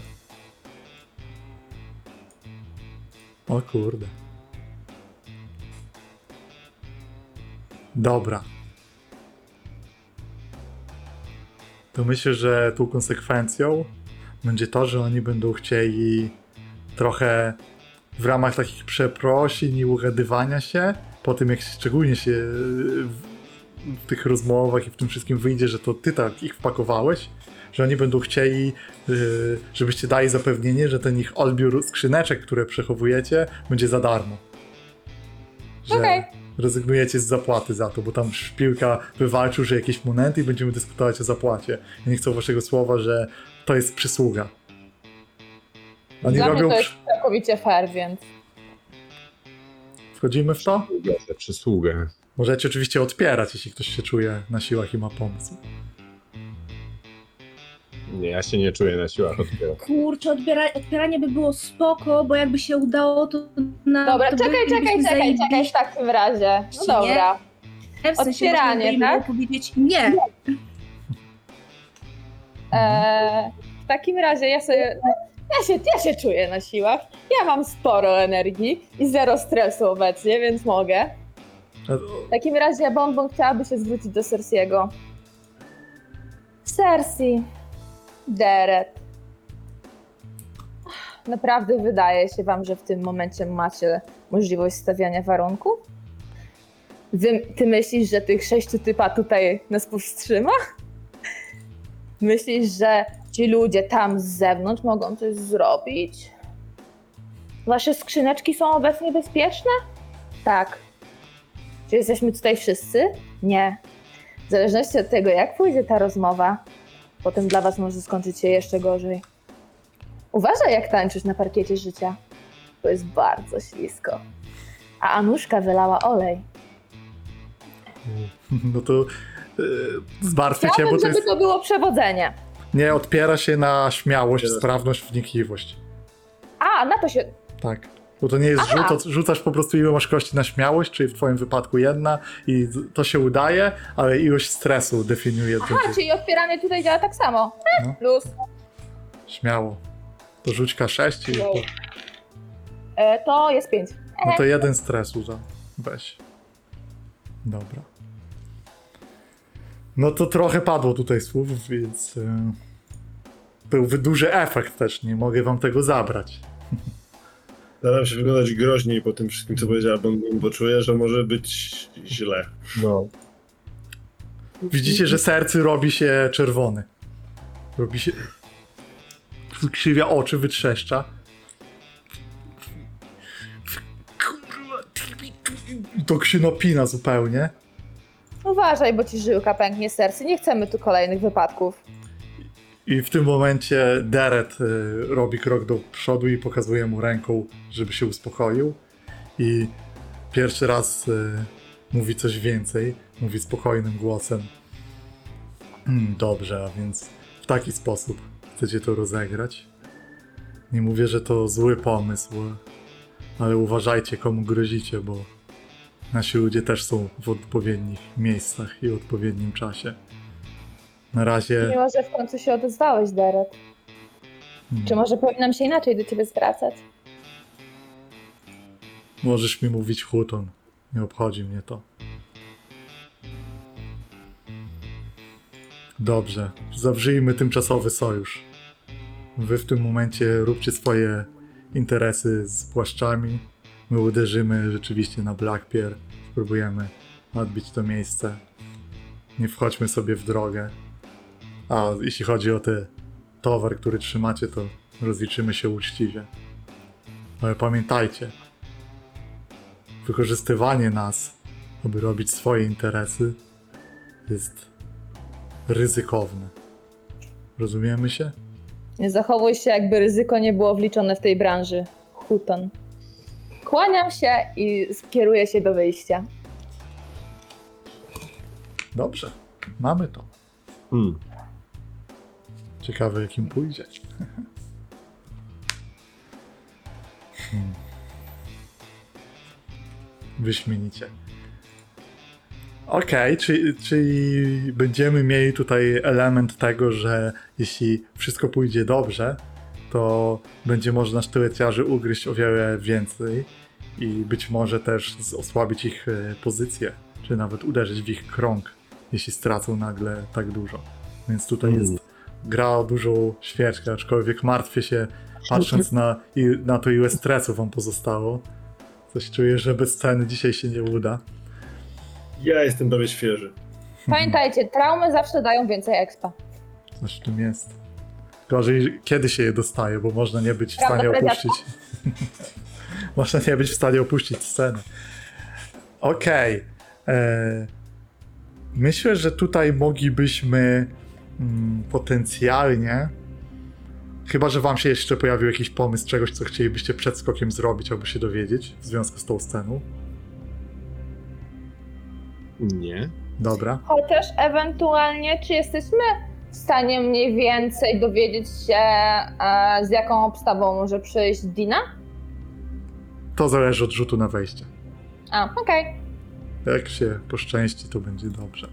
O kurde. Dobra. to myślę, że tą konsekwencją będzie to, że oni będą chcieli trochę w ramach takich przeprosin i ugadywania się, po tym jak szczególnie się w tych rozmowach i w tym wszystkim wyjdzie, że to ty tak ich wpakowałeś, że oni będą chcieli, żebyście dali zapewnienie, że ten ich odbiór skrzyneczek, które przechowujecie, będzie za darmo. Że
Okej.
rezygnujecie z zapłaty za to, bo tam szpilka wywalczył, że jakieś monety i będziemy dyskutować o zapłacie. Ja nie chcę waszego słowa, że to jest przysługa. Oni
Dla mnie
robią...
to jest całkowicie fair, więc...
Wchodzimy w to?
Za przysługę.
Możecie oczywiście odpierać, jeśli ktoś się czuje na siłach i ma pomysł.
Nie, ja się nie czuję na siłach odpierać.
Kurczę, odpieranie by było spoko, bo jakby się udało, to
Dobra,
to
czekaj
bylibyśmy
w takim razie. No
Czy nie?
dobra.
W sensie
Odpieranie,
można by
tak?
było powiedzieć nie.
W takim razie ja się czuję na siłach. Ja mam sporo energii i zero stresu obecnie, więc mogę. W takim razie Bonbon chciałaby się zwrócić do Cersiego. Cersei, Deret. Naprawdę wydaje się wam, że w tym momencie macie możliwość stawiania warunków? Ty myślisz, że tych 6 typa tutaj nas powstrzyma? Myślisz, że ci ludzie tam z zewnątrz mogą coś zrobić? Wasze skrzyneczki są obecnie bezpieczne? Tak. Czy jesteśmy tutaj wszyscy? Nie. W zależności od tego, jak pójdzie ta rozmowa, potem dla was może skończyć się jeszcze gorzej. Uważaj, jak tańczysz na parkiecie życia. To jest bardzo ślisko. A Anuszka wylała olej.
No to zmartwię cię,
Chciałabym,
bo to
żeby
jest...
to było przewodzenie.
Nie, odpiera się na śmiałość,
Teraz.
sprawność, wnikliwość.
A, na to się...
Tak. Bo to nie jest
Aha.
rzut, to rzucasz po prostu ile masz kości na śmiałość, czyli w twoim wypadku jedna i to się udaje, ale ilość stresu definiuje
Aha,
drugie.
czyli odpieranie tutaj działa tak samo.
No.
Luz.
Śmiało. To rzuć K6 i
Wow. To jest 5.
no to jeden stresu za. Weź. Dobra. No to trochę padło tutaj słów, więc był duży efekt też, nie mogę wam tego zabrać.
Staram się wyglądać groźniej po tym wszystkim, co powiedziała Bonbon, bo czuję, że może być źle.
No.
Widzicie, że serce robi się czerwony. Robi się... Wykrzywia oczy, wytrzeszcza. Kurwa, to się napina zupełnie.
Uważaj, bo ci żyłka pęknie serce. Nie chcemy tu kolejnych wypadków.
I w tym momencie Deret robi krok do przodu i pokazuje mu ręką, żeby się uspokoił. I pierwszy raz mówi coś więcej. Mówi spokojnym głosem. Dobrze, a więc w taki sposób chcecie to rozegrać. Nie mówię, że to zły pomysł, ale uważajcie, komu grozicie, bo nasi ludzie też są w odpowiednich miejscach i w odpowiednim czasie. Na razie...
Mimo, że w końcu się odezwałeś, Deret. Czy może powinnam się inaczej do ciebie zwracać?
Możesz mi mówić Hutton. Nie obchodzi mnie to. Dobrze. Zawrzyjmy tymczasowy sojusz. Wy w tym momencie róbcie swoje interesy z płaszczami. My uderzymy rzeczywiście na Blackpier. Spróbujemy odbić to miejsce. Nie wchodźmy sobie w drogę. A jeśli chodzi o ten towar, który trzymacie, to rozliczymy się uczciwie. Ale pamiętajcie, wykorzystywanie nas, aby robić swoje interesy, jest ryzykowne. Rozumiemy się?
Nie zachowuj się, jakby ryzyko nie było wliczone w tej branży. Hutton. Kłaniam się i skieruję się do wyjścia.
Dobrze, mamy to. Ciekawe, jakim pójdzie. Wyśmienicie. Okej, czyli będziemy mieli tutaj element tego, że jeśli wszystko pójdzie dobrze, to będzie można sztyleciarzy ugryźć o wiele więcej i być może też osłabić ich pozycję, czy nawet uderzyć w ich krąg, jeśli stracą nagle tak dużo. Więc tutaj jest gra o dużą świeczkę, aczkolwiek martwię się, patrząc na to, ile stresu wam pozostało. Coś czuję, że bez sceny dzisiaj się nie uda.
Ja jestem prawie świeży.
Pamiętajcie, traumy zawsze dają więcej expa.
Coś w tym jest. Gorzej, kiedy się je dostaje, bo można nie być w
Prawda,
stanie
Fredzia?
opuścić. Można nie być w stanie opuścić sceny. Okej. Myślę, że tutaj moglibyśmy potencjalnie, chyba że wam się jeszcze pojawił jakiś pomysł czegoś, co chcielibyście przed skokiem zrobić albo się dowiedzieć w związku z tą sceną.
Nie.
Dobra.
Chociaż ewentualnie, czy jesteśmy w stanie mniej więcej dowiedzieć się, z jaką obstawą może przyjść Dina?
To zależy od rzutu na wejście.
A, okej.
Jak się poszczęści, to będzie dobrze.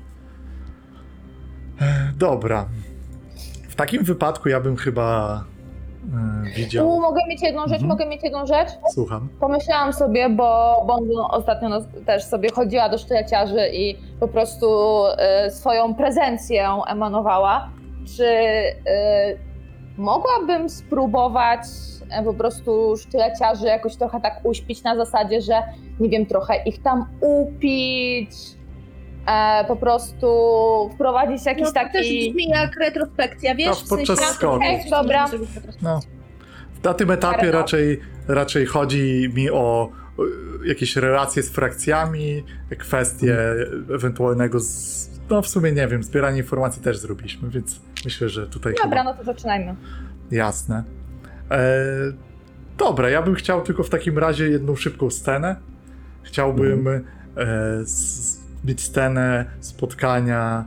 Dobra. W takim wypadku ja bym chyba widział...
Mogę mieć jedną rzecz?
Słucham.
Pomyślałam sobie, bo Bondu ostatnio też sobie chodziła do sztyleciarzy i po prostu swoją prezencję emanowała. Czy mogłabym spróbować po prostu sztyleciarzy jakoś trochę tak uśpić na zasadzie, że nie wiem, trochę ich tam upić, po prostu wprowadzić jakiś
No to też
taki...
brzmi jak retrospekcja, wiesz?
To podczas skoku.
Okej, dobra.
No. Na tym etapie raczej chodzi mi o jakieś relacje z frakcjami, kwestie ewentualnego, no w sumie nie wiem, zbieranie informacji też zrobiliśmy, więc myślę, że tutaj
Dobra,
chyba
no to zaczynajmy.
jasne. Dobra, ja bym chciał tylko w takim razie jedną szybką scenę. Chciałbym mieć scenę spotkania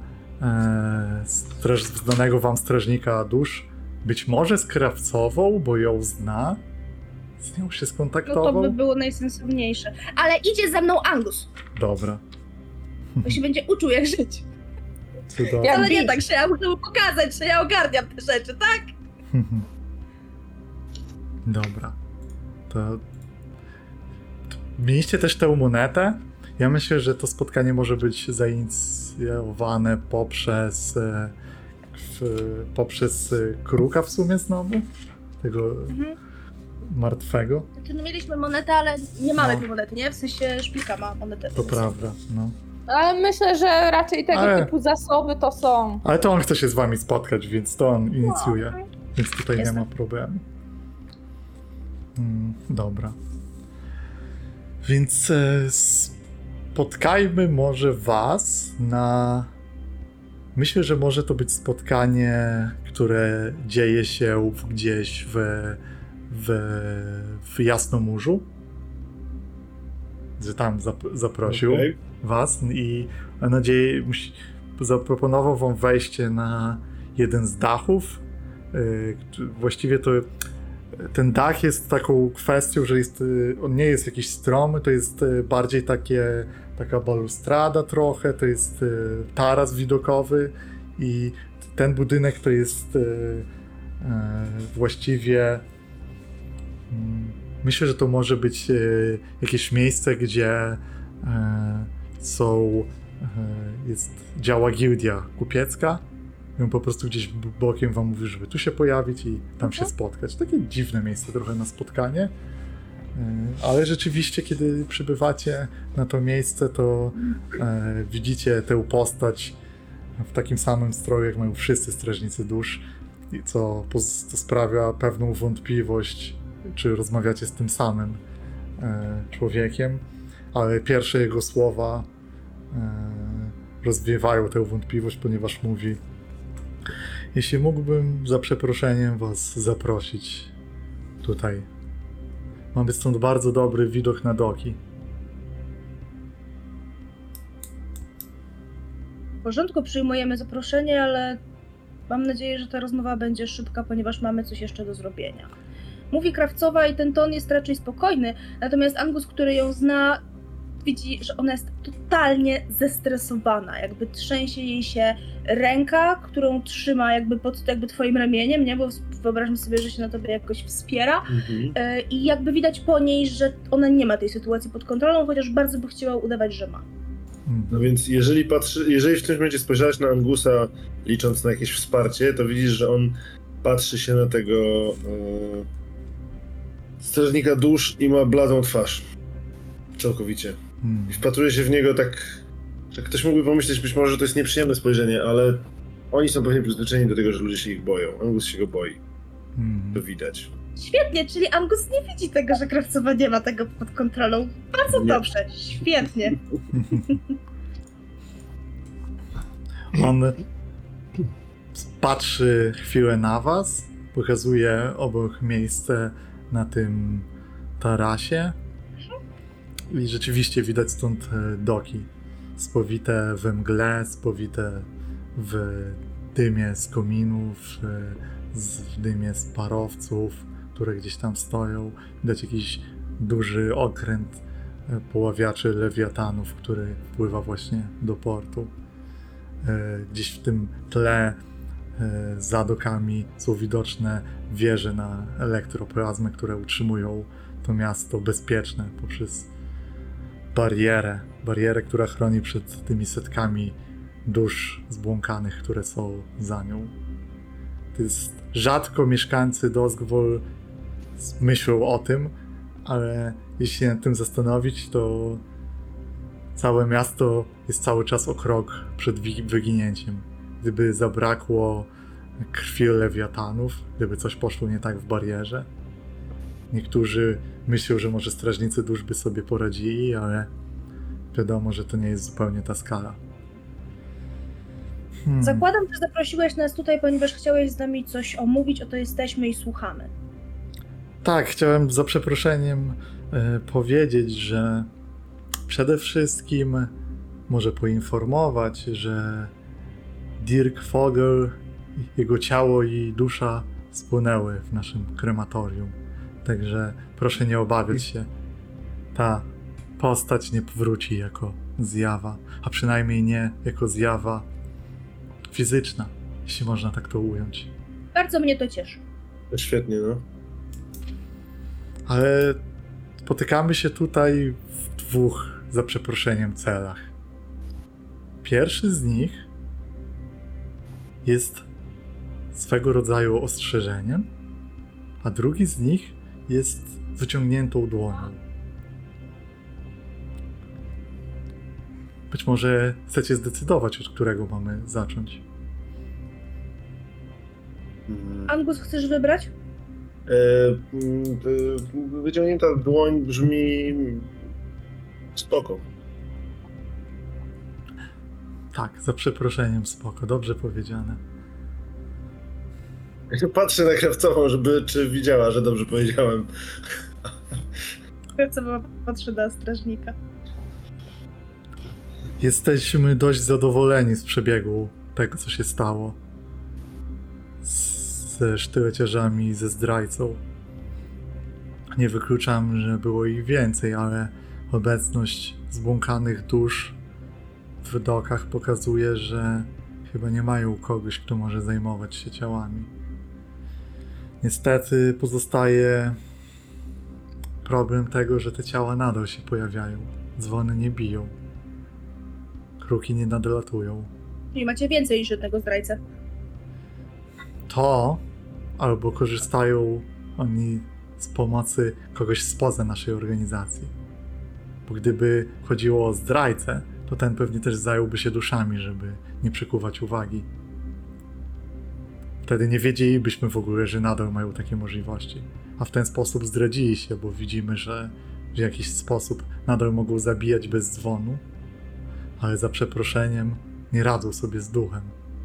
znanego wam strażnika dusz. Być może z Krawcową, bo ją zna. Z nią się
No
skontaktował.
to by było najsensowniejsze. Ale idzie za mną Angus,
Dobra.
bo się będzie uczył jak żyć.
Cudownie.
Ale nie tak, że ja muszę mu pokazać, że ja ogarniam te rzeczy, tak?
Dobra. To mieliście też tę monetę. Ja myślę, że to spotkanie może być zainicjowane poprzez Kruka w sumie znowu. Tego martwego.
Znaczy, no mieliśmy monetę, ale nie mamy
No.
tej monety, nie? W sensie szpilka ma monetę.
To prawda, no.
Ale myślę, że raczej tego
Ale-
typu zasoby to są...
Ale to on chce się z wami spotkać, więc to on inicjuje. Więc tutaj
Jasne.
nie ma problemu. Dobra. Więc spotkajmy może was na... Myślę, że może to być spotkanie, które dzieje się gdzieś w Jasnomurzu. Że tam zaprosił
Okej.
was i mam nadzieję, zaproponował wam wejście na jeden z dachów. Właściwie to ten dach jest taką kwestią, że on nie jest jakiś stromy, to jest bardziej taka balustrada trochę, to jest taras widokowy i ten budynek to jest właściwie myślę, że to może być jakieś miejsce, gdzie działa gildia kupiecka. I on po prostu gdzieś bokiem wam mówi, żeby tu się pojawić i tam się spotkać. Takie dziwne miejsce trochę na spotkanie. Ale rzeczywiście, kiedy przybywacie na to miejsce, to widzicie tę postać w takim samym stroju, jak mają wszyscy strażnicy dusz, co sprawia pewną wątpliwość, czy rozmawiacie z tym samym człowiekiem, ale pierwsze jego słowa rozwiewają tę wątpliwość, ponieważ mówi: jeśli mógłbym za przeproszeniem was zaprosić tutaj. Mamy stąd bardzo dobry widok na doki.
W porządku, przyjmujemy zaproszenie, ale mam nadzieję, że ta rozmowa będzie szybka, ponieważ mamy coś jeszcze do zrobienia. Mówi Krawcowa i ten ton jest raczej spokojny, natomiast Angus, który ją zna, widzi, że ona jest totalnie zestresowana, jakby trzęsie jej się ręka, którą trzyma jakby pod twoim ramieniem, nie? Bo wyobraźmy sobie, że się na tobie jakoś wspiera. I jakby widać po niej, że ona nie ma tej sytuacji pod kontrolą, chociaż bardzo by chciała udawać, że ma.
No więc jeżeli w tym momencie spojrzałeś na Angusa, licząc na jakieś wsparcie, to widzisz, że on patrzy się na tego strażnika dusz i ma bladą twarz. Całkowicie. I wpatruje się w niego tak, że ktoś mógłby pomyśleć być może, że to jest nieprzyjemne spojrzenie, ale oni są pewnie przyzwyczajeni do tego, że ludzie się ich boją. Angus się go boi. To widać.
Świetnie, czyli Angus nie widzi tego, że Krawcowa nie ma tego pod kontrolą. Bardzo
Nie.
dobrze, świetnie.
On patrzy chwilę na was, pokazuje obok miejsce na tym tarasie i rzeczywiście widać stąd doki. Spowite we mgle, spowite w dymie z kominów, w dymie z parowców, które gdzieś tam stoją. Widać jakiś duży okręt poławiaczy lewiatanów, który pływa właśnie do portu. Gdzieś w tym tle za dokami są widoczne wieże na elektroplazmę, które utrzymują to miasto bezpieczne poprzez barierę, która chroni przed tymi setkami dusz zbłąkanych, które są za nią. To jest rzadko mieszkańcy Dozgwol myślą o tym, ale jeśli się nad tym zastanowić, to całe miasto jest cały czas o krok przed wyginięciem. Gdyby zabrakło krwi lewiatanów, gdyby coś poszło nie tak w barierze. Niektórzy myślą, że może strażnicy dusz by sobie poradzili, ale wiadomo, że to nie jest zupełnie ta skala.
Zakładam, że zaprosiłeś nas tutaj, ponieważ chciałeś z nami coś omówić, oto jesteśmy i słuchamy.
Tak, chciałem za przeproszeniem powiedzieć, że przede wszystkim może poinformować, że Dirk Fogel, jego ciało i dusza spłynęły w naszym krematorium. Także proszę nie obawiać się. Ta postać nie powróci jako zjawa, a przynajmniej nie jako zjawa fizyczna, jeśli można tak to ująć.
Bardzo mnie to cieszy.
To świetnie, no.
Ale spotykamy się tutaj w dwóch, za przeproszeniem, celach. Pierwszy z nich jest swego rodzaju ostrzeżeniem, a drugi z nich jest wyciągniętą dłonią. Być może chcecie zdecydować, od którego mamy zacząć.
Angus, chcesz wybrać?
Wyciągnięta dłoń brzmi spoko.
Tak, za przeproszeniem, spoko, dobrze powiedziane.
Patrzę na Krawcową, czy widziała, że dobrze powiedziałem.
Krawcowa patrzy na strażnika.
Jesteśmy dość zadowoleni z przebiegu tego, co się stało. Ze sztyleciarzami, ze zdrajcą. Nie wykluczam, że było ich więcej, ale obecność zbłąkanych dusz w dokach pokazuje, że chyba nie mają kogoś, kto może zajmować się ciałami. Niestety pozostaje problem tego, że te ciała nadal się pojawiają. Dzwony nie biją. Kruki nie nadlatują.
Czyli macie więcej niż jednego zdrajcę.
To albo korzystają oni z pomocy kogoś spoza naszej organizacji. Bo gdyby chodziło o zdrajcę, to ten pewnie też zająłby się duszami, żeby nie przykuwać uwagi. Wtedy nie wiedzielibyśmy w ogóle, że nadal mają takie możliwości. A w ten sposób zdradzili się, bo widzimy, że w jakiś sposób nadal mogą zabijać bez dzwonu, ale za przeproszeniem nie radzą sobie z duchem.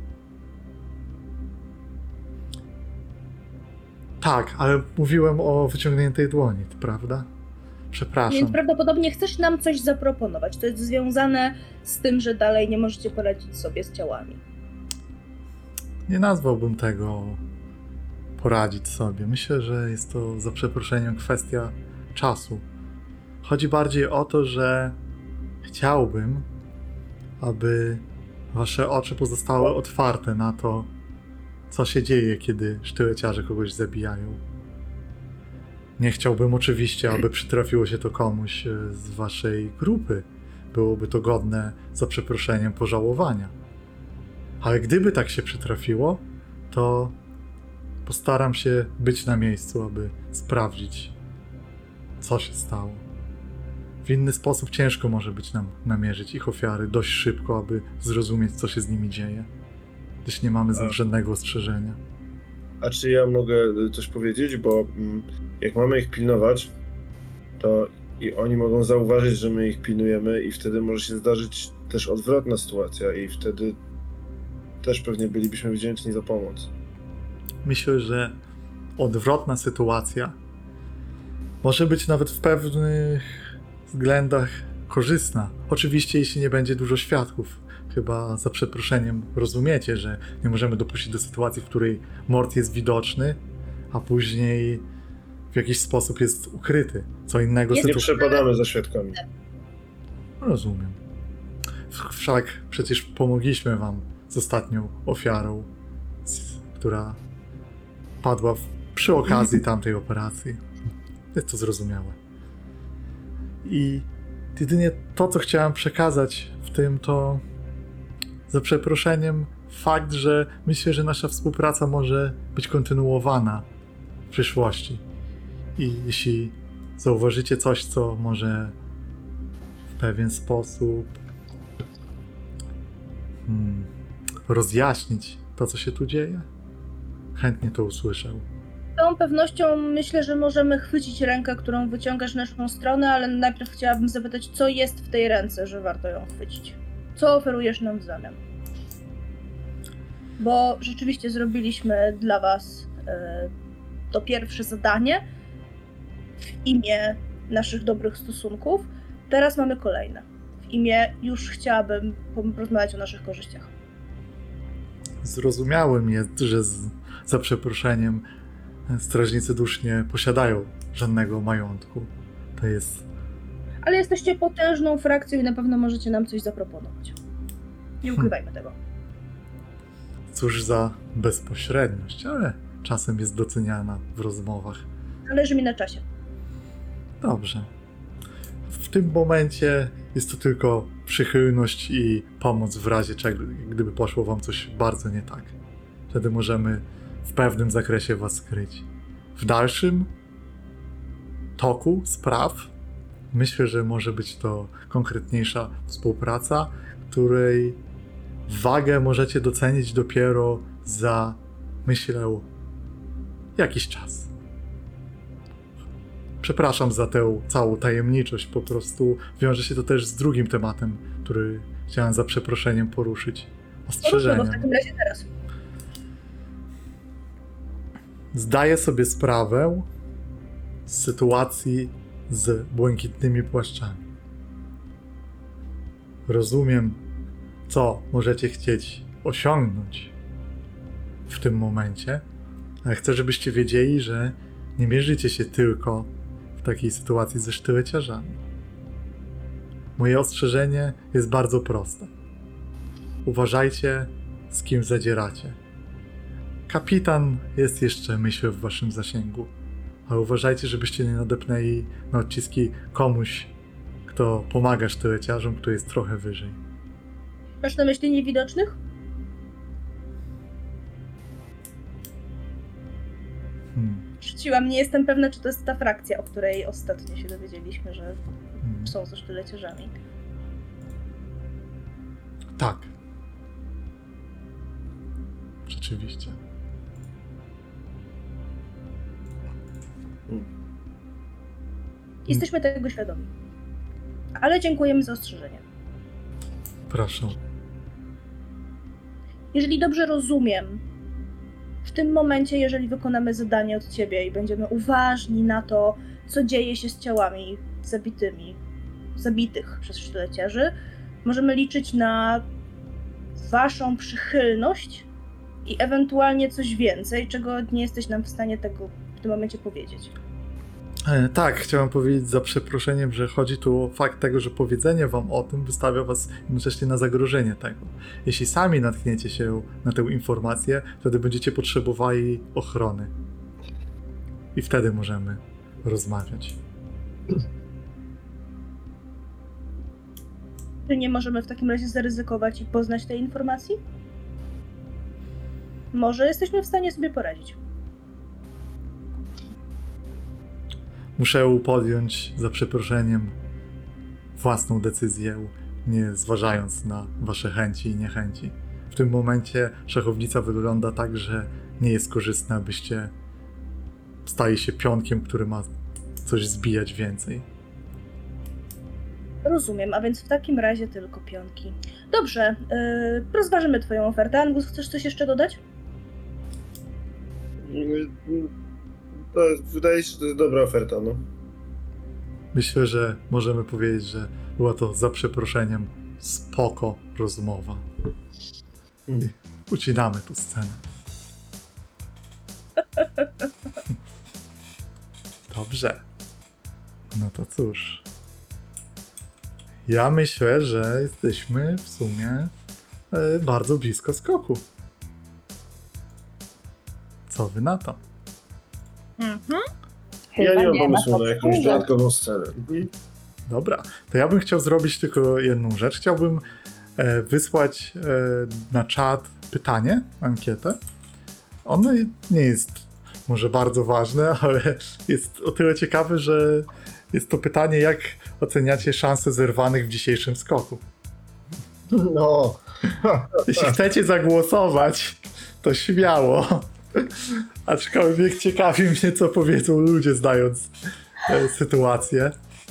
Tak, ale mówiłem o wyciągniętej dłoni, to prawda? Przepraszam.
Więc prawdopodobnie chcesz nam coś zaproponować. To jest związane z tym, że dalej nie możecie poradzić sobie z ciałami.
Nie nazwałbym tego poradzić sobie. Myślę, że jest to za przeproszeniem kwestia czasu. Chodzi bardziej o to, że chciałbym, aby wasze oczy pozostały otwarte na to, co się dzieje, kiedy sztyleciarze kogoś zabijają. Nie chciałbym oczywiście, aby przytrafiło się to komuś z waszej grupy, byłoby to godne, za przeproszeniem, pożałowania. Ale gdyby tak się przytrafiło, to postaram się być na miejscu, aby sprawdzić, co się stało. W inny sposób ciężko może być nam namierzyć ich ofiary dość szybko, aby zrozumieć, co się z nimi dzieje, gdyż nie mamy żadnego ostrzeżenia.
A czy ja mogę coś powiedzieć? Bo jak mamy ich pilnować, to i oni mogą zauważyć, że my ich pilnujemy i wtedy może się zdarzyć też odwrotna sytuacja i wtedy też pewnie bylibyśmy wdzięczni za pomoc.
Myślę, że odwrotna sytuacja może być nawet w pewnych względach korzystna. Oczywiście, jeśli nie będzie dużo świadków. Chyba za przeproszeniem rozumiecie, że nie możemy dopuścić do sytuacji, w której mord jest widoczny, a później w jakiś sposób jest ukryty. Co innego
Jest
Nie przepadamy za świadkami.
Rozumiem. Wszak przecież pomogliśmy wam z ostatnią ofiarą, która padła przy okazji tamtej operacji. Jest to zrozumiałe. I jedynie to, co chciałem przekazać w tym, to za przeproszeniem fakt, że myślę, że nasza współpraca może być kontynuowana w przyszłości. I jeśli zauważycie coś, co może w pewien sposób rozjaśnić to, co się tu dzieje, chętnie to usłyszę.
Z całą pewnością myślę, że możemy chwycić rękę, którą wyciągasz w naszą stronę, ale najpierw chciałabym zapytać, co jest w tej ręce, że warto ją chwycić. Co oferujesz nam w zamian? Bo rzeczywiście zrobiliśmy dla was to pierwsze zadanie w imię naszych dobrych stosunków. Teraz mamy kolejne. W imię już chciałabym porozmawiać o naszych korzyściach.
Zrozumiałym jest, że za przeproszeniem strażnicy dusz nie posiadają żadnego majątku. To jest...
Ale jesteście potężną frakcją i na pewno możecie nam coś zaproponować. Nie ukrywajmy tego.
Cóż za bezpośredniość, ale czasem jest doceniana w rozmowach.
Zależy mi na czasie.
Dobrze. W tym momencie jest to tylko przychylność i pomoc w razie czego, gdyby poszło wam coś bardzo nie tak. Wtedy możemy w pewnym zakresie was skryć. W dalszym toku spraw myślę, że może być to konkretniejsza współpraca, której wagę możecie docenić dopiero za, myślę, jakiś czas. Przepraszam za tę całą tajemniczość, po prostu wiąże się to też z drugim tematem, który chciałem za przeproszeniem poruszyć.
Poruszymy
Ostrzeżeniem.
w takim razie teraz.
Zdaję sobie sprawę z sytuacji z błękitnymi płaszczami. Rozumiem, co możecie chcieć osiągnąć w tym momencie, ale chcę, żebyście wiedzieli, że nie mierzycie się tylko w takiej sytuacji ze sztyleciarzami. Moje ostrzeżenie jest bardzo proste. Uważajcie, z kim zadzieracie. Kapitan jest jeszcze, myślę, w waszym zasięgu, ale uważajcie, żebyście nie nadepnęli na odciski komuś, kto pomaga sztyleciarzom, kto jest trochę wyżej.
Masz na myśli niewidocznych? Rzuciłam, nie jestem pewna, czy to jest ta frakcja, o której ostatnio się dowiedzieliśmy, że są ze sztyleciarzami.
Tak. Rzeczywiście.
Jesteśmy tego świadomi. Ale dziękujemy za ostrzeżenie.
Proszę.
Jeżeli dobrze rozumiem, w tym momencie, jeżeli wykonamy zadanie od ciebie i będziemy uważni na to, co dzieje się z ciałami zabitych przez sztyleciarzy, możemy liczyć na waszą przychylność i ewentualnie coś więcej, czego nie jesteś nam w stanie tego w tym momencie powiedzieć.
Tak, chciałem powiedzieć za przeproszeniem, że chodzi tu o fakt tego, że powiedzenie wam o tym wystawia was jednocześnie na zagrożenie tego. Jeśli sami natkniecie się na tę informację, wtedy będziecie potrzebowali ochrony. I wtedy możemy rozmawiać.
Czy nie możemy w takim razie zaryzykować i poznać tej informacji? Może jesteśmy w stanie sobie poradzić.
Muszę podjąć, za przeproszeniem, własną decyzję, nie zważając na wasze chęci i niechęci. W tym momencie szachownica wygląda tak, że nie jest korzystna, byście stali się pionkiem, który ma coś zbijać więcej.
Rozumiem, a więc w takim razie tylko pionki. Dobrze, rozważymy twoją ofertę. Angus, chcesz coś jeszcze dodać?
Wydaje się, że to jest dobra oferta, no.
Myślę, że możemy powiedzieć, że była to, za przeproszeniem, spoko rozmowa. I ucinamy tu scenę. Dobrze. No to cóż. Ja myślę, że jesteśmy w sumie bardzo blisko skoku. Co wy na to?
Ja nie mam
ma
pomysłu na jakąś
wpływu.
dodatkową scenę.
Dobra, to ja bym chciał zrobić tylko jedną rzecz. Chciałbym wysłać na czat pytanie, ankietę. Ono nie jest może bardzo ważne, ale jest o tyle ciekawe, że jest to pytanie, jak oceniacie szanse zerwanych w dzisiejszym skoku.
No,
Jeśli chcecie zagłosować, to śmiało. Aczkolwiek ciekawi mnie, co powiedzą ludzie, znając sytuację.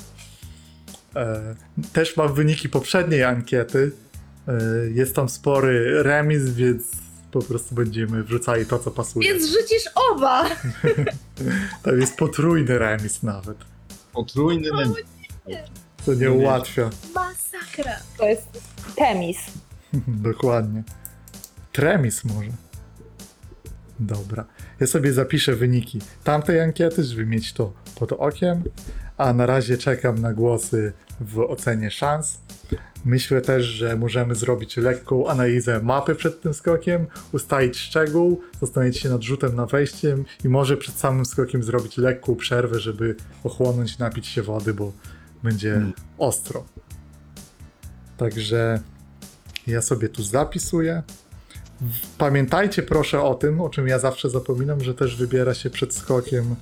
Też mam wyniki poprzedniej ankiety. Jest tam spory remis, więc po prostu będziemy wrzucali to, co pasuje.
Więc rzucisz oba!
Tam jest potrójny remis nawet,
potrójny
co nie ułatwia.
Masakra!
To jest Temis.
Dokładnie. Tremis może. Dobra. Ja sobie zapiszę wyniki tamtej ankiety, żeby mieć to pod okiem, a na razie czekam na głosy w ocenie szans. Myślę też, że możemy zrobić lekką analizę mapy przed tym skokiem, ustalić szczegół, zastanowić się nad rzutem na wejściem i może przed samym skokiem zrobić lekką przerwę, żeby ochłonąć, napić się wody, bo będzie ostro. Także ja sobie tu zapisuję. Pamiętajcie proszę o tym, o czym ja zawsze zapominam, że też wybiera się przed skokiem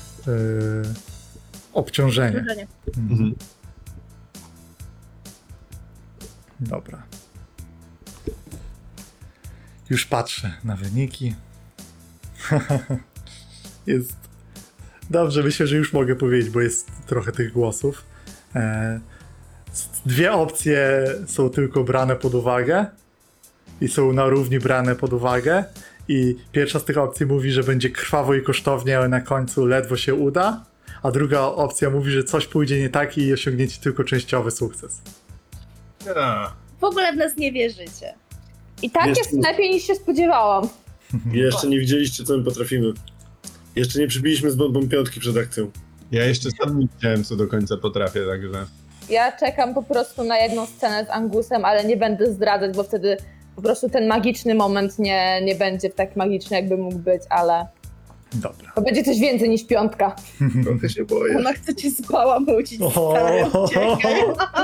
obciążenie.
Wrażenie.
Mhm. Dobra. Już patrzę na wyniki. Jest. Dobrze, myślę, że już mogę powiedzieć, bo jest trochę tych głosów. Dwie opcje są tylko brane pod uwagę i są na równi brane pod uwagę. I pierwsza z tych opcji mówi, że będzie krwawo i kosztownie, ale na końcu ledwo się uda. A druga opcja mówi, że coś pójdzie nie tak i osiągniecie tylko częściowy sukces.
W ogóle w nas nie wierzycie.
I tak
Wiesz,
jest lepiej niż się spodziewałam.
Jeszcze nie widzieliście, co my potrafimy. Jeszcze nie przybiliśmy z bombą piątki przed akcją.
Ja jeszcze sam nie wiedziałem, co do końca potrafię, także...
Ja czekam po prostu na jedną scenę z Angusem, ale nie będę zdradzać, bo wtedy po prostu ten magiczny moment nie będzie tak magiczny, jakby mógł być, ale
Dobra.
to będzie coś więcej niż piątka.
Trochę się boję.
Ona chce cię zbałamucić,
O.
stary, uciekaj.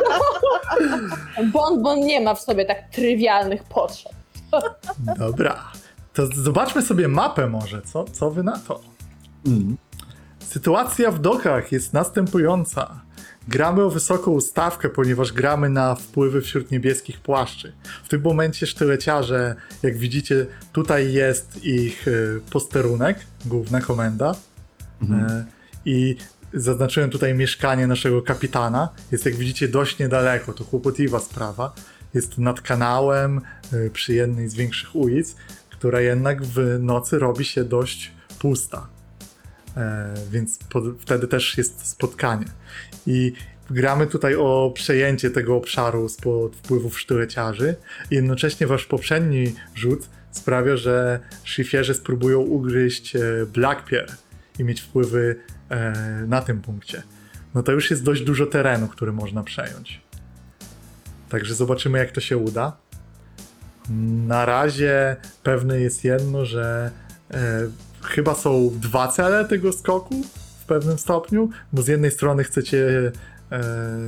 Bon nie ma w sobie tak trywialnych potrzeb.
Dobra. To zobaczmy sobie mapę może, co wy na to? Sytuacja w dokach jest następująca. Gramy o wysoką stawkę, ponieważ gramy na wpływy wśród niebieskich płaszczy. W tym momencie sztyleciarze, jak widzicie, tutaj jest ich posterunek, główna komenda. I zaznaczyłem tutaj mieszkanie naszego kapitana. Jest, jak widzicie, dość niedaleko, to kłopotliwa sprawa. Jest nad kanałem, przy jednej z większych ulic, która jednak w nocy robi się dość pusta. Więc wtedy też jest spotkanie. I gramy tutaj o przejęcie tego obszaru spod wpływów sztyleciarzy. Jednocześnie wasz poprzedni rzut sprawia, że szlifierzy spróbują ugryźć Blackpierre i mieć wpływy na tym punkcie. No to już jest dość dużo terenu, który można przejąć. Także zobaczymy, jak to się uda. Na razie pewne jest jedno, że chyba są dwa cele tego skoku w pewnym stopniu, bo z jednej strony chcecie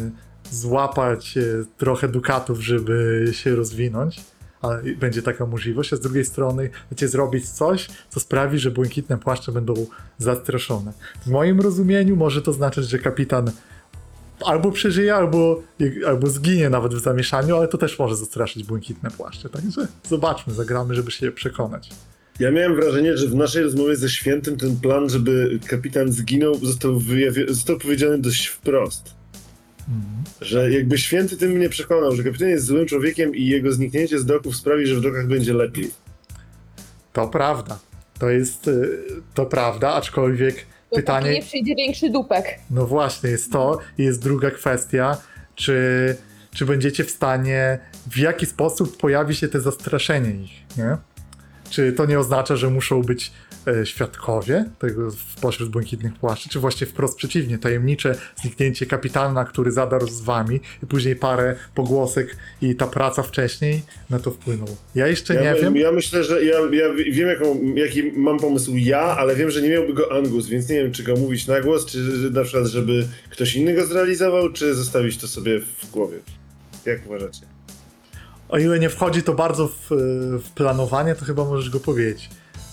złapać trochę dukatów, żeby się rozwinąć, ale będzie taka możliwość, a z drugiej strony chcecie zrobić coś, co sprawi, że błękitne płaszcze będą zastraszone. W moim rozumieniu może to znaczyć, że kapitan albo przeżyje, albo zginie nawet w zamieszaniu, ale to też może zastraszyć błękitne płaszcze. Także zobaczmy, zagramy, żeby się przekonać.
Ja miałem wrażenie, że w naszej rozmowie ze Świętym ten plan, żeby kapitan zginął, został powiedziany dość wprost. Że jakby Święty tym mnie przekonał, że kapitan jest złym człowiekiem i jego zniknięcie z doków sprawi, że w dokach będzie lepiej.
To prawda. To prawda, aczkolwiek
Dopóki
pytanie...
nie przyjdzie większy dupek.
No właśnie, jest to. I jest druga kwestia, czy będziecie w stanie, w jaki sposób pojawi się te zastraszenie ich, nie? Czy to nie oznacza, że muszą być świadkowie tego pośród błękitnych płaszczy, czy właśnie wprost przeciwnie, tajemnicze zniknięcie kapitana, który zadarł z wami i później parę pogłosek i ta praca wcześniej na to wpłynął. Ja jeszcze nie wiem.
Ja myślę, że ja wiem jaki mam pomysł ale wiem, że nie miałby go Angus, więc nie wiem, czy go mówić na głos, czy na przykład, żeby ktoś inny go zrealizował, czy zostawić to sobie w głowie. Jak uważacie?
O ile nie wchodzi to bardzo w planowanie, to chyba możesz go powiedzieć.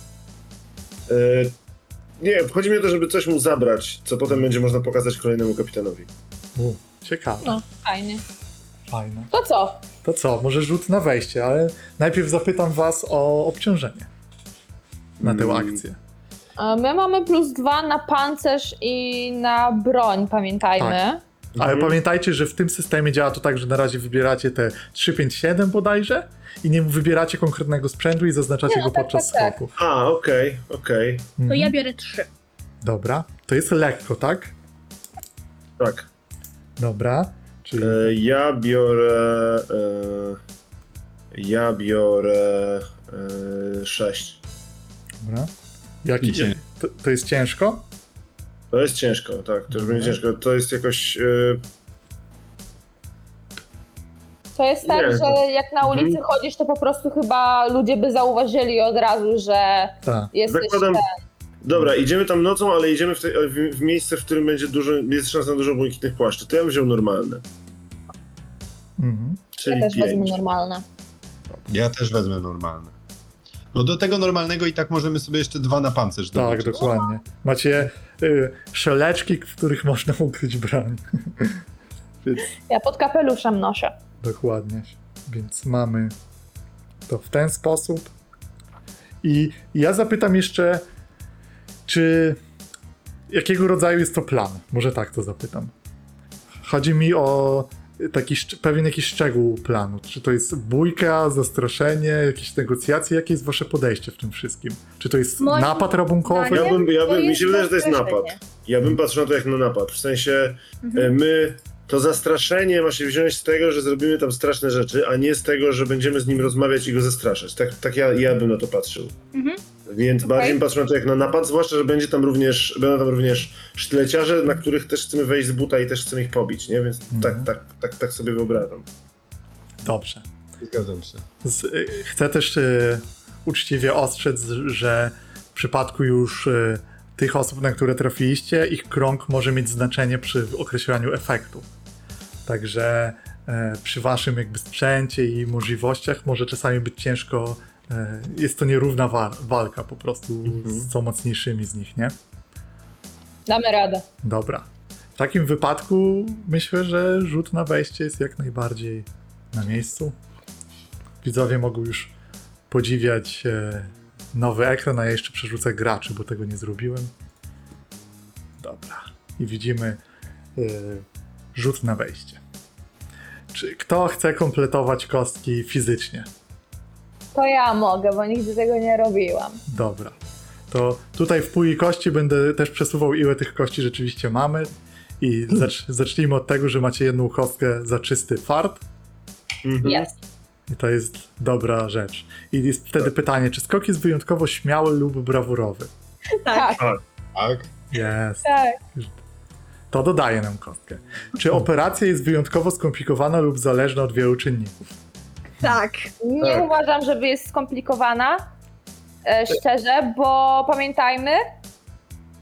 Nie, chodzi mi o to, żeby coś mu zabrać, co potem będzie można pokazać kolejnemu kapitanowi.
Ciekawe.
No, fajnie.
Fajne.
To co?
To co, może rzut na wejście, ale najpierw zapytam was o obciążenie na tę akcję.
My mamy +2 na pancerz i na broń, pamiętajmy.
Tak. Ale pamiętajcie, że w tym systemie działa to tak, że na razie wybieracie te 3, 5, 7 bodajże i nie wybieracie konkretnego sprzętu i zaznaczacie go podczas
tak.
skoku.
Okej.
To ja biorę 3.
Dobra, to jest lekko, tak?
Tak.
Dobra, czyli
Ja biorę 6.
dobra. Jaki,
Idzie.
to jest ciężko?
To jest ciężko, tak, to już będzie ciężko. To jest jakoś...
To jest tak,
Nie.
że jak na ulicy chodzisz, to po prostu chyba ludzie by zauważyli od razu, że
Tak.
jesteś
Zakładam... Dobra, idziemy tam nocą, ale idziemy w miejsce, w którym będzie jest szansa na dużo błękitnych płaszczy. To ja bym wziął normalne.
Mhm.
Czyli
Ja też wezmę
5.
normalne.
Ja też wezmę normalne. No do tego normalnego i tak możemy sobie jeszcze 2 na pancerz
Tak,
dołożyć.
dokładnie. Macie szeleczki, w których można ukryć broń. Więc
Ja pod kapeluszem noszę.
dokładnie. Więc mamy to w ten sposób. I ja zapytam jeszcze, czy jakiego rodzaju jest to plan? Może tak to zapytam. Chodzi mi o taki pewien jakiś szczegół planu. Czy to jest bójka, zastraszenie, jakieś negocjacje? Jakie jest wasze podejście w tym wszystkim? Czy to jest
Moim
napad rabunkowy?
zdaniem-
Mi się wydaje, że to jest
zastraszenie.
napad. Ja bym patrzył na to jak na napad. W sensie to zastraszenie ma się wziąć z tego, że zrobimy tam straszne rzeczy, a nie z tego, że będziemy z nim rozmawiać i go zastraszać. Tak ja bym na to patrzył. Więc bardziej bym patrzył na to jak na napad, zwłaszcza, że będą tam również sztyleciarze, na których też chcemy wejść z buta i też chcemy ich pobić, nie? Więc tak sobie wyobrażam.
Dobrze.
Zgadzam się.
Chcę też uczciwie ostrzec, że w przypadku już tych osób, na które trafiliście, ich krąg może mieć znaczenie przy określaniu efektu. Także przy waszym jakby sprzęcie i możliwościach może czasami być ciężko, jest to nierówna walka po prostu z co mocniejszymi z nich, nie?
Damy radę.
Dobra. W takim wypadku myślę, że rzut na wejście jest jak najbardziej na miejscu. Widzowie mogą już podziwiać nowy ekran, a ja jeszcze przerzucę graczy, bo tego nie zrobiłem. Dobra. I widzimy rzut na wejście. Czy kto chce kompletować kostki fizycznie?
To ja mogę, bo nigdy tego nie robiłam.
Dobra. To tutaj w puli kości będę też przesuwał, ile tych kości rzeczywiście mamy. I zacznijmy od tego, że macie jedną kostkę za czysty fart.
Jest.
I to jest dobra rzecz. I jest wtedy pytanie, czy skok jest wyjątkowo śmiały lub brawurowy?
Tak.
Tak?
Jest.
Tak.
To dodaje nam kostkę. Czy operacja jest wyjątkowo skomplikowana lub zależna od wielu czynników?
Tak.
Nie
Tak.
uważam, żeby jest skomplikowana, szczerze, bo pamiętajmy,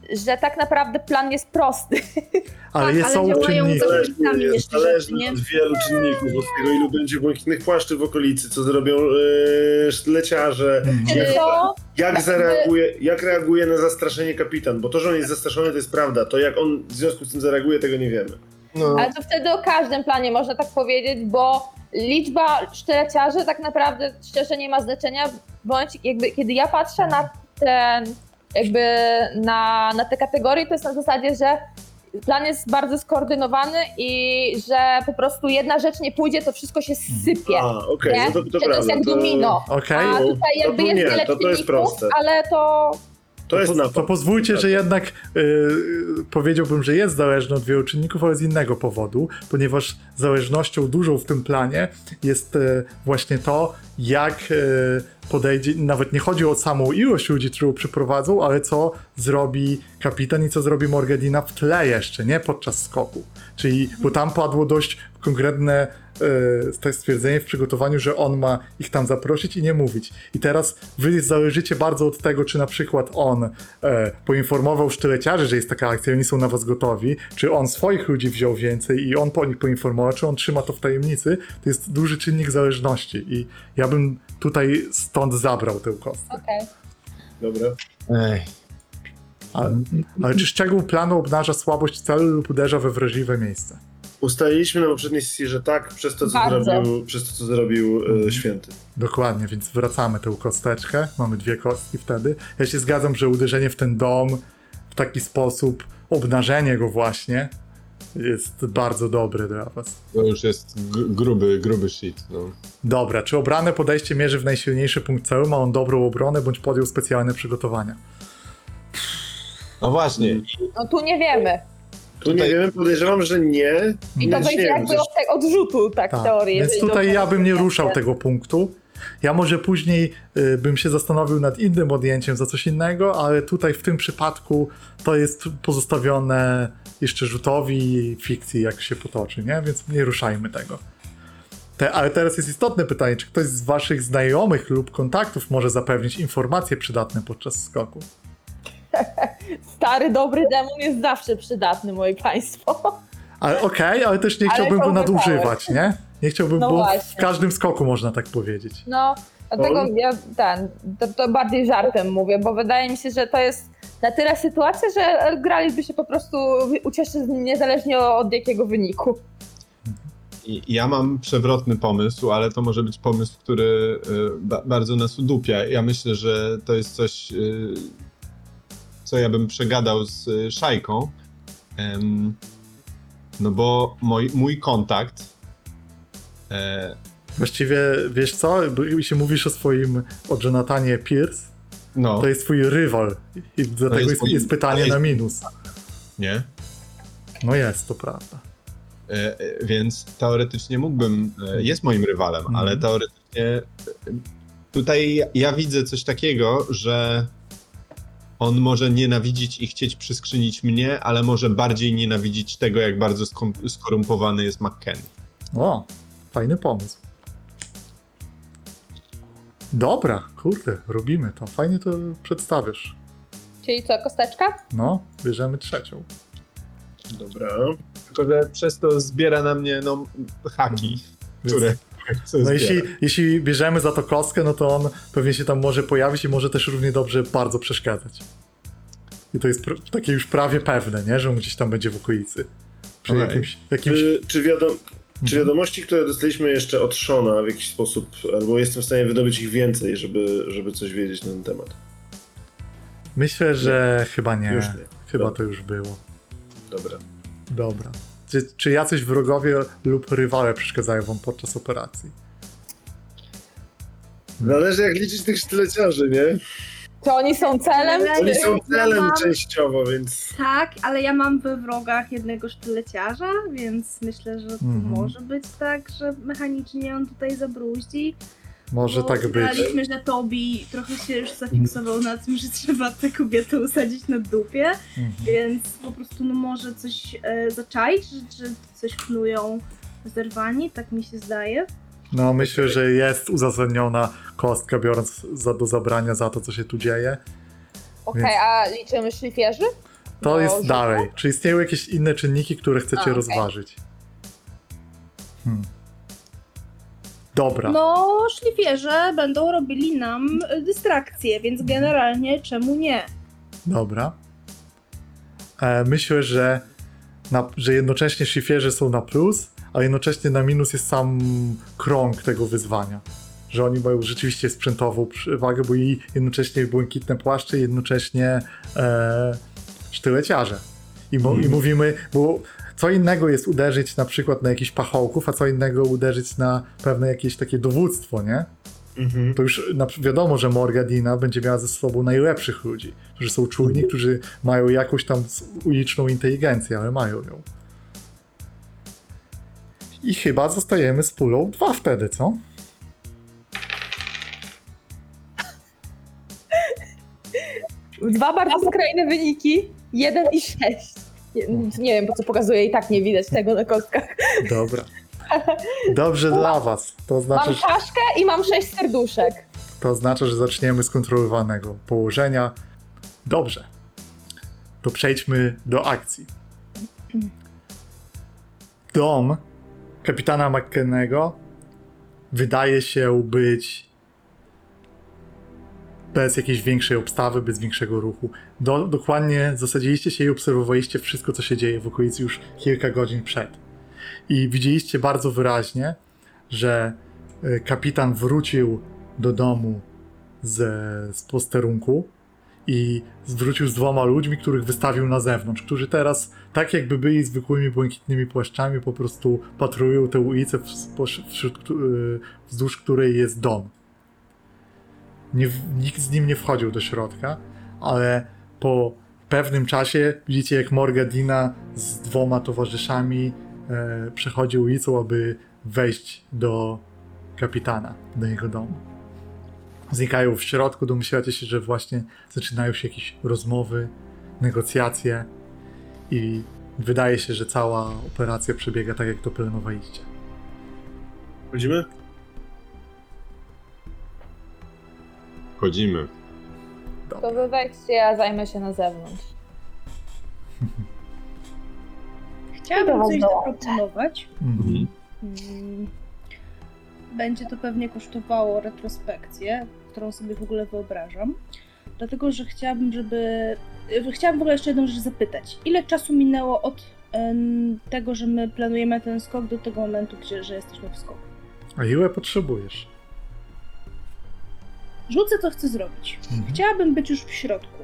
że tak naprawdę plan jest prosty.
Ale
Tak,
jest
ale
są
działają
czynniki.
Sami
Jest
jeszcze
zależny
rzeczy, nie?
od wielu czynników, od tego ilu będzie błękitnych płaszczy w okolicy, co zrobią szleciarze,
Mhm.
To
jak reaguje na zastraszenie kapitan, bo to, że on jest zastraszony, to jest prawda, to jak on w związku z tym zareaguje, tego nie wiemy.
No,
Ale to wtedy o każdym planie można tak powiedzieć, bo liczba sztyleciarzy tak naprawdę szczerze nie ma znaczenia, bądź jakby kiedy ja patrzę na ten, jakby na te kategorie, to jest na zasadzie, że plan jest bardzo skoordynowany i że po prostu jedna rzecz nie pójdzie, to wszystko się sypie.
Okej,
Nie?
no to
Że to jest
prawda.
jak domino.
Okej,
A tutaj jakby
to
jest
nie,
wiele
to jest
czynników,
proste.
ale to
To jest
to
napad.
pozwólcie, że jednak powiedziałbym, że jest zależny od wielu czynników, ale z innego powodu, ponieważ zależnością dużą w tym planie jest właśnie to, jak podejdzie, nawet nie chodzi o samą ilość ludzi, którą przyprowadzą, ale co zrobi kapitan i co zrobi Morgadina w tle jeszcze, nie podczas skoku. Czyli, bo tam padło dość konkretne to stwierdzenie w przygotowaniu, że on ma ich tam zaprosić i nie mówić. I teraz wy zależycie bardzo od tego, czy na przykład on poinformował sztyleciarzy, że jest taka akcja, oni są na was gotowi, czy on swoich ludzi wziął więcej i on po nich poinformował, czy on trzyma to w tajemnicy. To jest duży czynnik zależności i ja bym tutaj stąd zabrał tę kostkę.
okej.
Dobra.
ej,
Ale czy szczegół planu obnaża słabość celu lub uderza we wrażliwe miejsce?
Ustaliliśmy na poprzedniej sesji, że tak, przez to,
Bardzo.
co zrobił Święty.
Dokładnie, więc wracamy tę kosteczkę. Mamy 2 kostki wtedy. Ja się zgadzam, że uderzenie w ten dom w taki sposób, obnażenie go właśnie, jest bardzo dobre dla was.
to już jest gruby shit, no.
Dobra, czy obrane podejście mierzy w najsilniejszy punkt celu? Ma on dobrą obronę, bądź podjął specjalne przygotowania?
No właśnie,
No tu nie wiemy.
Tu
Tutaj-
nie wiemy, podejrzewam, że nie.
I to
Więc
będzie
nie wiem,
jakby
coś-
od tego odrzutu, tak w teorii.
Więc
jeżeli
tutaj
dobrze
ja bym nie
rozumiem.
ruszał tego punktu. Ja może później bym się zastanowił nad innym odjęciem za coś innego, ale tutaj w tym przypadku to jest pozostawione jeszcze rzutowi fikcji, jak się potoczy, nie? Więc nie ruszajmy tego. Ale teraz jest istotne pytanie, czy ktoś z waszych znajomych lub kontaktów może zapewnić informacje przydatne podczas skoku?
Stary, dobry demon jest zawsze przydatny, moi państwo.
Ale okej, ale też nie
Ale
chciałbym go
to
nadużywać, nie? Nie chciałbym,
No
bo w
właśnie.
każdym skoku można tak powiedzieć.
No, dlatego ja to bardziej żartem mówię, bo wydaje mi się, że to jest na tyle sytuacja, że graliby się po prostu ucieszyć z nim niezależnie od jakiego wyniku.
ja mam przewrotny pomysł, ale to może być pomysł, który bardzo nas udupia. Ja myślę, że to jest coś, co ja bym przegadał z Szajką. No bo mój kontakt
Właściwie, wiesz co, jeśli mówisz o Jonathanie Pierce,
no,
to jest twój rywal i dlatego
jest
jest,
mój-
jest pytanie
ale
na
jest-
minus.
nie?
No jest, to prawda.
Więc teoretycznie mógłbym, jest moim rywalem, ale teoretycznie tutaj ja widzę coś takiego, że on może nienawidzić i chcieć przyskrzynić mnie, ale może bardziej nienawidzić tego, jak bardzo skorumpowany jest McKenny.
O, fajny pomysł. Dobra, kurde, robimy to. Fajnie to przedstawiasz.
Czyli co, kosteczka?
No, bierzemy 3.
Dobra.
Tylko, że przez to zbiera na mnie haki, które chcę
No
zbierać.
jeśli bierzemy za to kostkę, no to on pewnie się tam może pojawić i może też równie dobrze bardzo przeszkadzać. I to jest takie już prawie pewne, nie? Że on gdzieś tam będzie w okolicy. Przy
Okej.
jakimś...
Czy wiadomości, które dostaliśmy jeszcze od Shona w jakiś sposób, albo jestem w stanie wydobyć ich więcej, żeby coś wiedzieć na ten temat?
Myślę, że chyba nie.
Już nie.
Chyba
Dobra.
to już było.
Dobra.
Dobra. Czy jacyś wrogowie lub rywale przeszkadzają wam podczas operacji?
Zależy jak liczyć tych sztyleciarzy, nie?
Czy oni są celem?
Oni
Czy...
są celem
mam-
częściowo, więc...
Tak, ale ja mam we wrogach jednego sztyleciarza, więc myślę, że to może być tak, że mechanicznie on tutaj zabruździ.
Może
Bo
tak być.
Graliśmy, że Tobi trochę się już zafiksował na tym, że trzeba tę kobietę usadzić na dupie, więc po prostu może coś zaczaić, że coś knują zerwani, tak mi się zdaje.
No myślę, że jest uzasadniona kostka, biorąc do zabrania za to, co się tu dzieje.
Okej, a liczymy szlifierzy?
To jest
Może.
dalej. Czy istnieją jakieś inne czynniki, które chcecie
okej.
rozważyć? Dobra.
No, szlifierze będą robili nam dystrakcje, więc generalnie czemu nie?
Dobra. Myślę, że jednocześnie szlifierzy są na plus, a jednocześnie na minus jest sam krąg tego wyzwania. Że oni mają rzeczywiście sprzętową przewagę, bo i jednocześnie błękitne płaszcze, i jednocześnie sztyleciarze. I mówimy, bo co innego jest uderzyć na przykład na jakichś pachołków, a co innego uderzyć na pewne jakieś takie dowództwo, nie? To już wiadomo, że Morgadina będzie miała ze sobą najlepszych ludzi, którzy są czujni, którzy mają jakąś tam uliczną inteligencję, ale mają ją. I chyba zostajemy z pulą 2 wtedy, co?
Dwa bardzo skrajne wyniki. 1 i 6. Nie wiem, po co pokazuję, i tak nie widać tego na kostkach.
Dobra. Dobrze dla was. To znaczy,
Mam czaszkę i mam 6 serduszek.
że zaczniemy z kontrolowanego położenia. Dobrze. To przejdźmy do akcji. Dom kapitana McKennego wydaje się być bez jakiejś większej obstawy, bez większego ruchu. Dokładnie zasadziliście się i obserwowaliście wszystko, co się dzieje w okolicy już kilka godzin przed. I widzieliście bardzo wyraźnie, że kapitan wrócił do domu z posterunku i wrócił z 2 ludźmi, których wystawił na zewnątrz, którzy teraz, tak jakby byli zwykłymi błękitnymi płaszczami, po prostu patrują tę ulicę, wzdłuż której jest dom. Nikt z nim nie wchodził do środka, ale po pewnym czasie widzicie, jak Morgadina z 2 towarzyszami przechodzi ulicą, aby wejść do kapitana, do jego domu. Znikają w środku, domyślacie się, że właśnie zaczynają się jakieś rozmowy, negocjacje i wydaje się, że cała operacja przebiega tak, jak to planowaliście.
Chodzimy?
Wchodzimy.
To wy wejdźcie, ja zajmę się na zewnątrz.
Chciałabym coś
Dołączę.
zaproponować.
Mhm.
Będzie to pewnie kosztowało retrospekcję, którą sobie w ogóle wyobrażam. Dlatego, że chciałabym w ogóle jeszcze jedną rzecz zapytać. Ile czasu minęło od tego, że my planujemy ten skok, do tego momentu, że jesteśmy w skoku?
A ile potrzebujesz?
Rzucę, co chcę zrobić. Chciałabym być już w środku.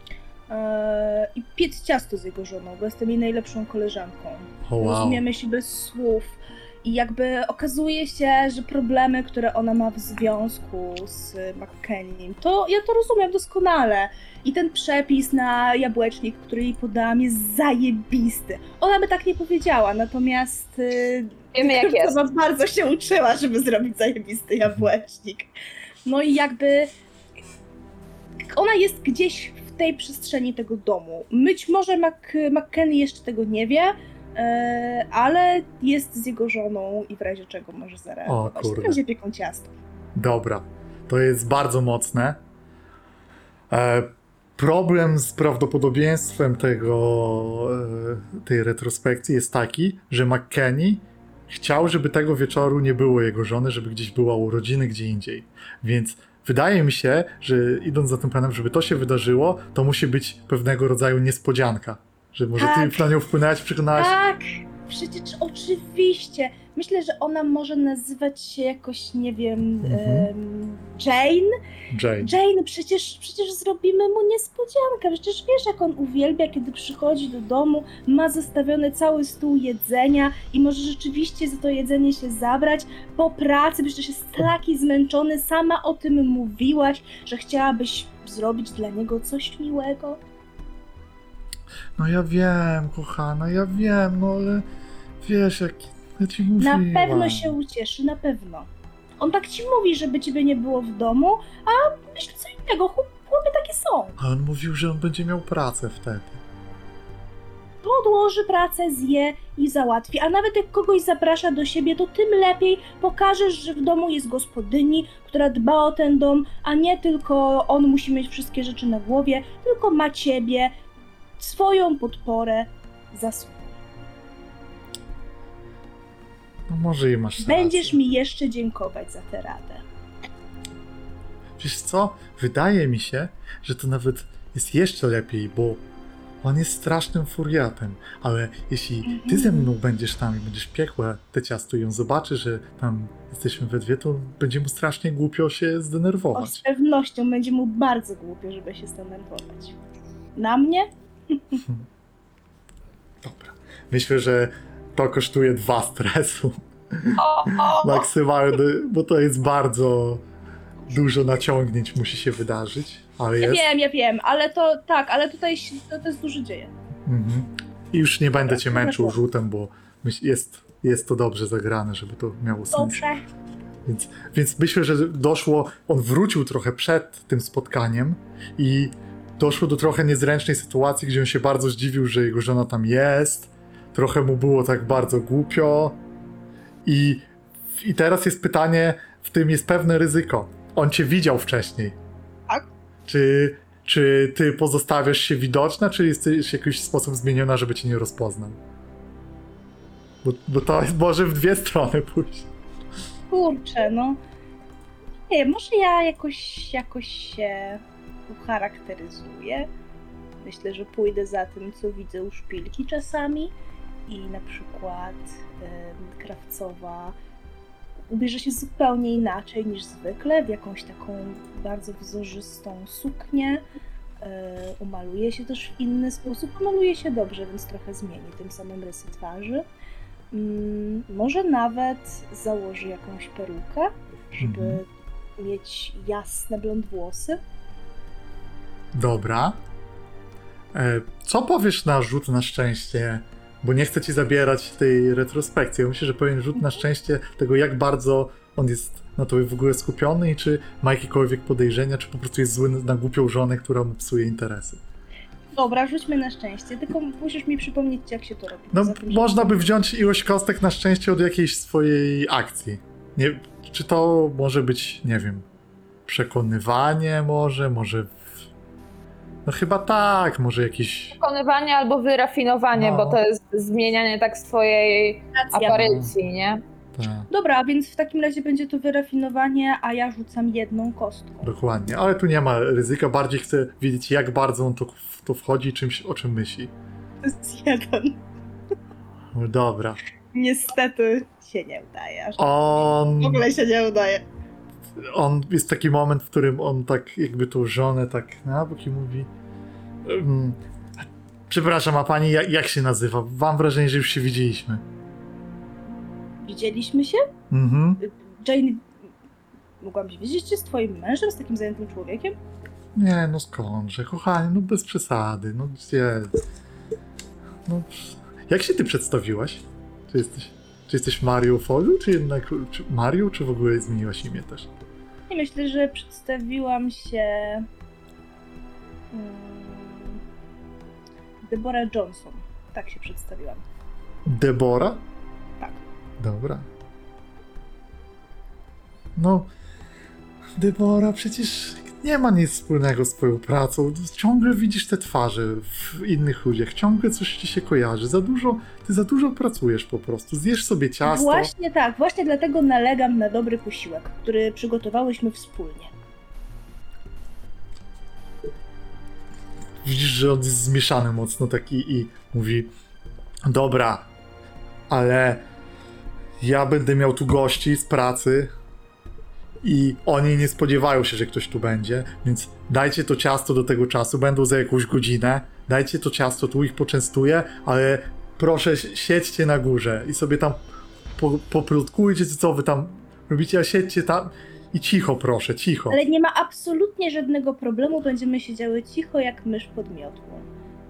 I piec ciasto z jego żoną, bo jestem jej najlepszą koleżanką.
O, wow.
Rozumiemy się bez słów. I jakby okazuje się, że problemy, które ona ma w związku z McKennym, to ja to rozumiem doskonale. I ten przepis na jabłecznik, który jej podałam, jest zajebisty. Ona by tak nie powiedziała, natomiast
Wiemy, jak jest.
sama bardzo się uczyła, żeby zrobić zajebisty jabłecznik. No i jakby ona jest gdzieś w tej przestrzeni tego domu. Być może McKenny jeszcze tego nie wie, ale jest z jego żoną i w razie czego może zareagować.
O kurde.
To będzie pieką ciasto.
Dobra, to jest bardzo mocne. Problem z prawdopodobieństwem tej retrospekcji jest taki, że McKenny chciał, żeby tego wieczoru nie było jego żony, żeby gdzieś była urodziny gdzie indziej. Więc wydaje mi się, że idąc za tym planem, żeby to się wydarzyło, to musi być pewnego rodzaju niespodzianka. Że może
Tak.
ty na nią wpłynęłaś, przekonałaś...
Tak, przecież oczywiście. Myślę, że ona może nazywać się jakoś, nie wiem, Jane. Jane, przecież zrobimy mu niespodziankę. Przecież wiesz, jak on uwielbia, kiedy przychodzi do domu, ma zastawiony cały stół jedzenia i może rzeczywiście za to jedzenie się zabrać po pracy, przecież jest taki zmęczony. Sama o tym mówiłaś, że chciałabyś zrobić dla niego coś miłego.
No ja wiem, kochana, ja wiem, no ale wiesz, jak ja ci mówiłam.
Na pewno się ucieszy, na pewno. On tak ci mówi, żeby ciebie nie było w domu, a myśl co innego, chłopy takie są.
A on mówił, że on będzie miał pracę wtedy.
Odłoży pracę, zje i załatwi, a nawet jak kogoś zaprasza do siebie, to tym lepiej pokażesz, że w domu jest gospodyni, która dba o ten dom, a nie tylko on musi mieć wszystkie rzeczy na głowie, tylko ma ciebie swoją podporę zasługuje.
No może i masz
Będziesz
rację.
mi jeszcze dziękować za tę radę.
Wiesz co? Wydaje mi się, że to nawet jest jeszcze lepiej, bo on jest strasznym furiatem, ale jeśli ty ze mną będziesz tam i będziesz piekła te ciasto i on zobaczy, że tam jesteśmy we dwie, to będzie mu strasznie głupio się
O, z
zdenerwować.
pewnością będzie mu bardzo głupio, żeby się zdenerwować. Na mnie?
Dobra. Myślę, że to kosztuje 2 stresu.
O,
Maksymalny, bo to jest bardzo dużo naciągnięć musi się wydarzyć, ale jest.
Ja wiem, ale to tak, ale tutaj to jest dużo dzieje.
Mhm. I już nie będę cię
Dobra,
męczył
dobra.
rzutem, bo jest to dobrze zagrane, żeby to miało sens.
Dobrze.
Więc myślę, że on wrócił trochę przed tym spotkaniem i doszło do trochę niezręcznej sytuacji, gdzie on się bardzo zdziwił, że jego żona tam jest. Trochę mu było tak bardzo głupio. I teraz jest pytanie, w tym jest pewne ryzyko. On cię widział wcześniej.
Tak.
Czy ty pozostawiasz się widoczna, czy jesteś w jakiś sposób zmieniona, żeby cię nie rozpoznał? Bo to może w dwie strony pójść.
Kurczę, no. Nie, może ja jakoś się ucharakteryzuję. Myślę, że pójdę za tym, co widzę u szpilki czasami i na przykład Krawcowa ubierze się zupełnie inaczej niż zwykle, w jakąś taką bardzo wzorzystą suknię. Umaluje się też w inny sposób. Maluje się dobrze, więc trochę zmieni tym samym rysy twarzy. Może nawet założy jakąś perukę, żeby mieć jasne blond włosy.
Dobra. Co powiesz na rzut na szczęście? Bo nie chcę ci zabierać tej retrospekcji. Ja myślę, że powiem rzut na szczęście tego, jak bardzo on jest na tobie w ogóle skupiony i czy ma jakiekolwiek podejrzenia, czy po prostu jest zły na głupią żonę, która mu psuje interesy.
Dobra, rzućmy na szczęście, tylko musisz mi przypomnieć, jak się to robi.
No,
Poza tym, że-
można by wziąć ilość kostek na szczęście od jakiejś swojej akcji. Nie, czy to może być, nie wiem, przekonywanie może no chyba tak, może jakiś...
Przekonywanie albo wyrafinowanie,
No.
bo to jest zmienianie tak swojej
Racja.
aparycji, nie?
Tak,
Dobra, więc w takim razie będzie to wyrafinowanie, a ja rzucam jedną kostką.
dokładnie, ale tu nie ma ryzyka, bardziej chcę wiedzieć, jak bardzo on to wchodzi, o czym myśli.
To jest jeden.
No dobra.
Niestety się nie udaje. W
On
się nie udaje.
jest taki moment, w którym on tak jakby tą żonę tak na bok i mówi przepraszam, a pani jak się nazywa? Mam wrażenie, że już się widzieliśmy.
Widzieliśmy się?
Mhm.
Jane, mogłam się widzieć się z twoim mężem, z takim zajętym człowiekiem?
Nie, no skądże, kochanie, no bez przesady, no gdzie? No, jak się ty przedstawiłaś? Czy jesteś Marią Folu, czy jednak Marią, czy w ogóle zmieniłaś imię też?
I myślę, że przedstawiłam się... Deborah Johnson. Tak się przedstawiłam.
Debora?
Tak.
Dobra. No, Debora przecież nie ma nic wspólnego z twoją pracą. Ciągle widzisz te twarze w innych ludziach. Ciągle coś ci się kojarzy. Ty za dużo pracujesz po prostu. Zjesz sobie ciasto.
Właśnie tak, właśnie dlatego nalegam na dobry posiłek, który przygotowałyśmy wspólnie.
Widzisz, że on jest zmieszany mocno taki i mówi dobra, ale ja będę miał tu gości z pracy i oni nie spodziewają się, że ktoś tu będzie, więc dajcie to ciasto do tego czasu, będą za jakąś godzinę, dajcie to ciasto, tu ich poczęstuję, ale proszę siedźcie na górze i sobie tam poplotkujcie, co wy tam robicie, a siedźcie tam i cicho proszę, cicho.
Ale nie ma absolutnie żadnego problemu, będziemy siedziały cicho jak mysz pod miotłą.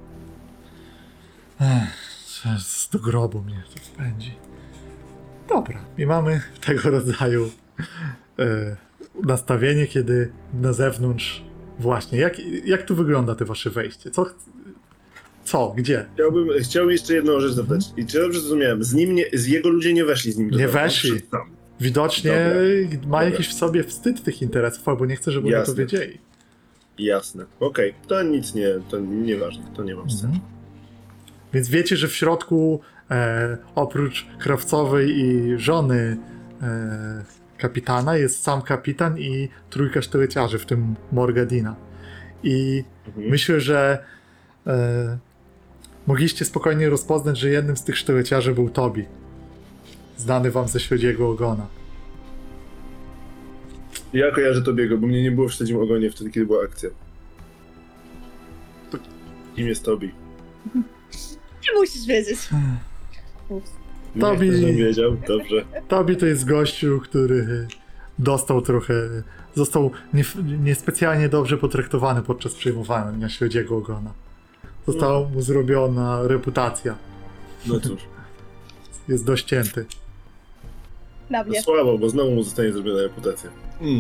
Do grobu mnie to wpędzi. Dobra, i mamy tego rodzaju nastawienie, kiedy na zewnątrz właśnie, jak tu wygląda to wasze wejście? Gdzie?
Chciałbym jeszcze jedną rzecz zapytać. I czy dobrze zrozumiałem? Z jego ludzie nie weszli z nim do
Nie
domu, on
weszli.
wszedł tam.
Widocznie
Dobra,
ma
dobra.
jakiś w sobie wstyd tych interesów, albo nie chce, żeby oni to
Jasne.
wiedzieli.
Jasne. Okej, to nic nie, to nieważne, to nie mam sceny.
Więc wiecie, że w środku oprócz krawcowej i żony kapitana jest sam kapitan i trójka sztyleciarzy, w tym Morgadina. I myślę, że mogliście spokojnie rozpoznać, że jednym z tych sztyleciarzy był Tobi. Znany wam ze Śledziego Ogona.
Ja kojarzę Tobiego, bo mnie nie było w Śledzim Ogonie wtedy, kiedy była akcja. Kim jest Tobi?
Nie musisz wiedzieć.
Ups.
Tobi-
Nie, żebym wiedział, dobrze.
Tobi to jest gościu, który dostał trochę... Został niespecjalnie dobrze potraktowany podczas przejmowania Śledziego Ogona. Została mu zrobiona reputacja.
No cóż,
Jest dość cięty.
Na
to
mnie.
słabo, bo znowu mu zostanie zrobiona reputacja.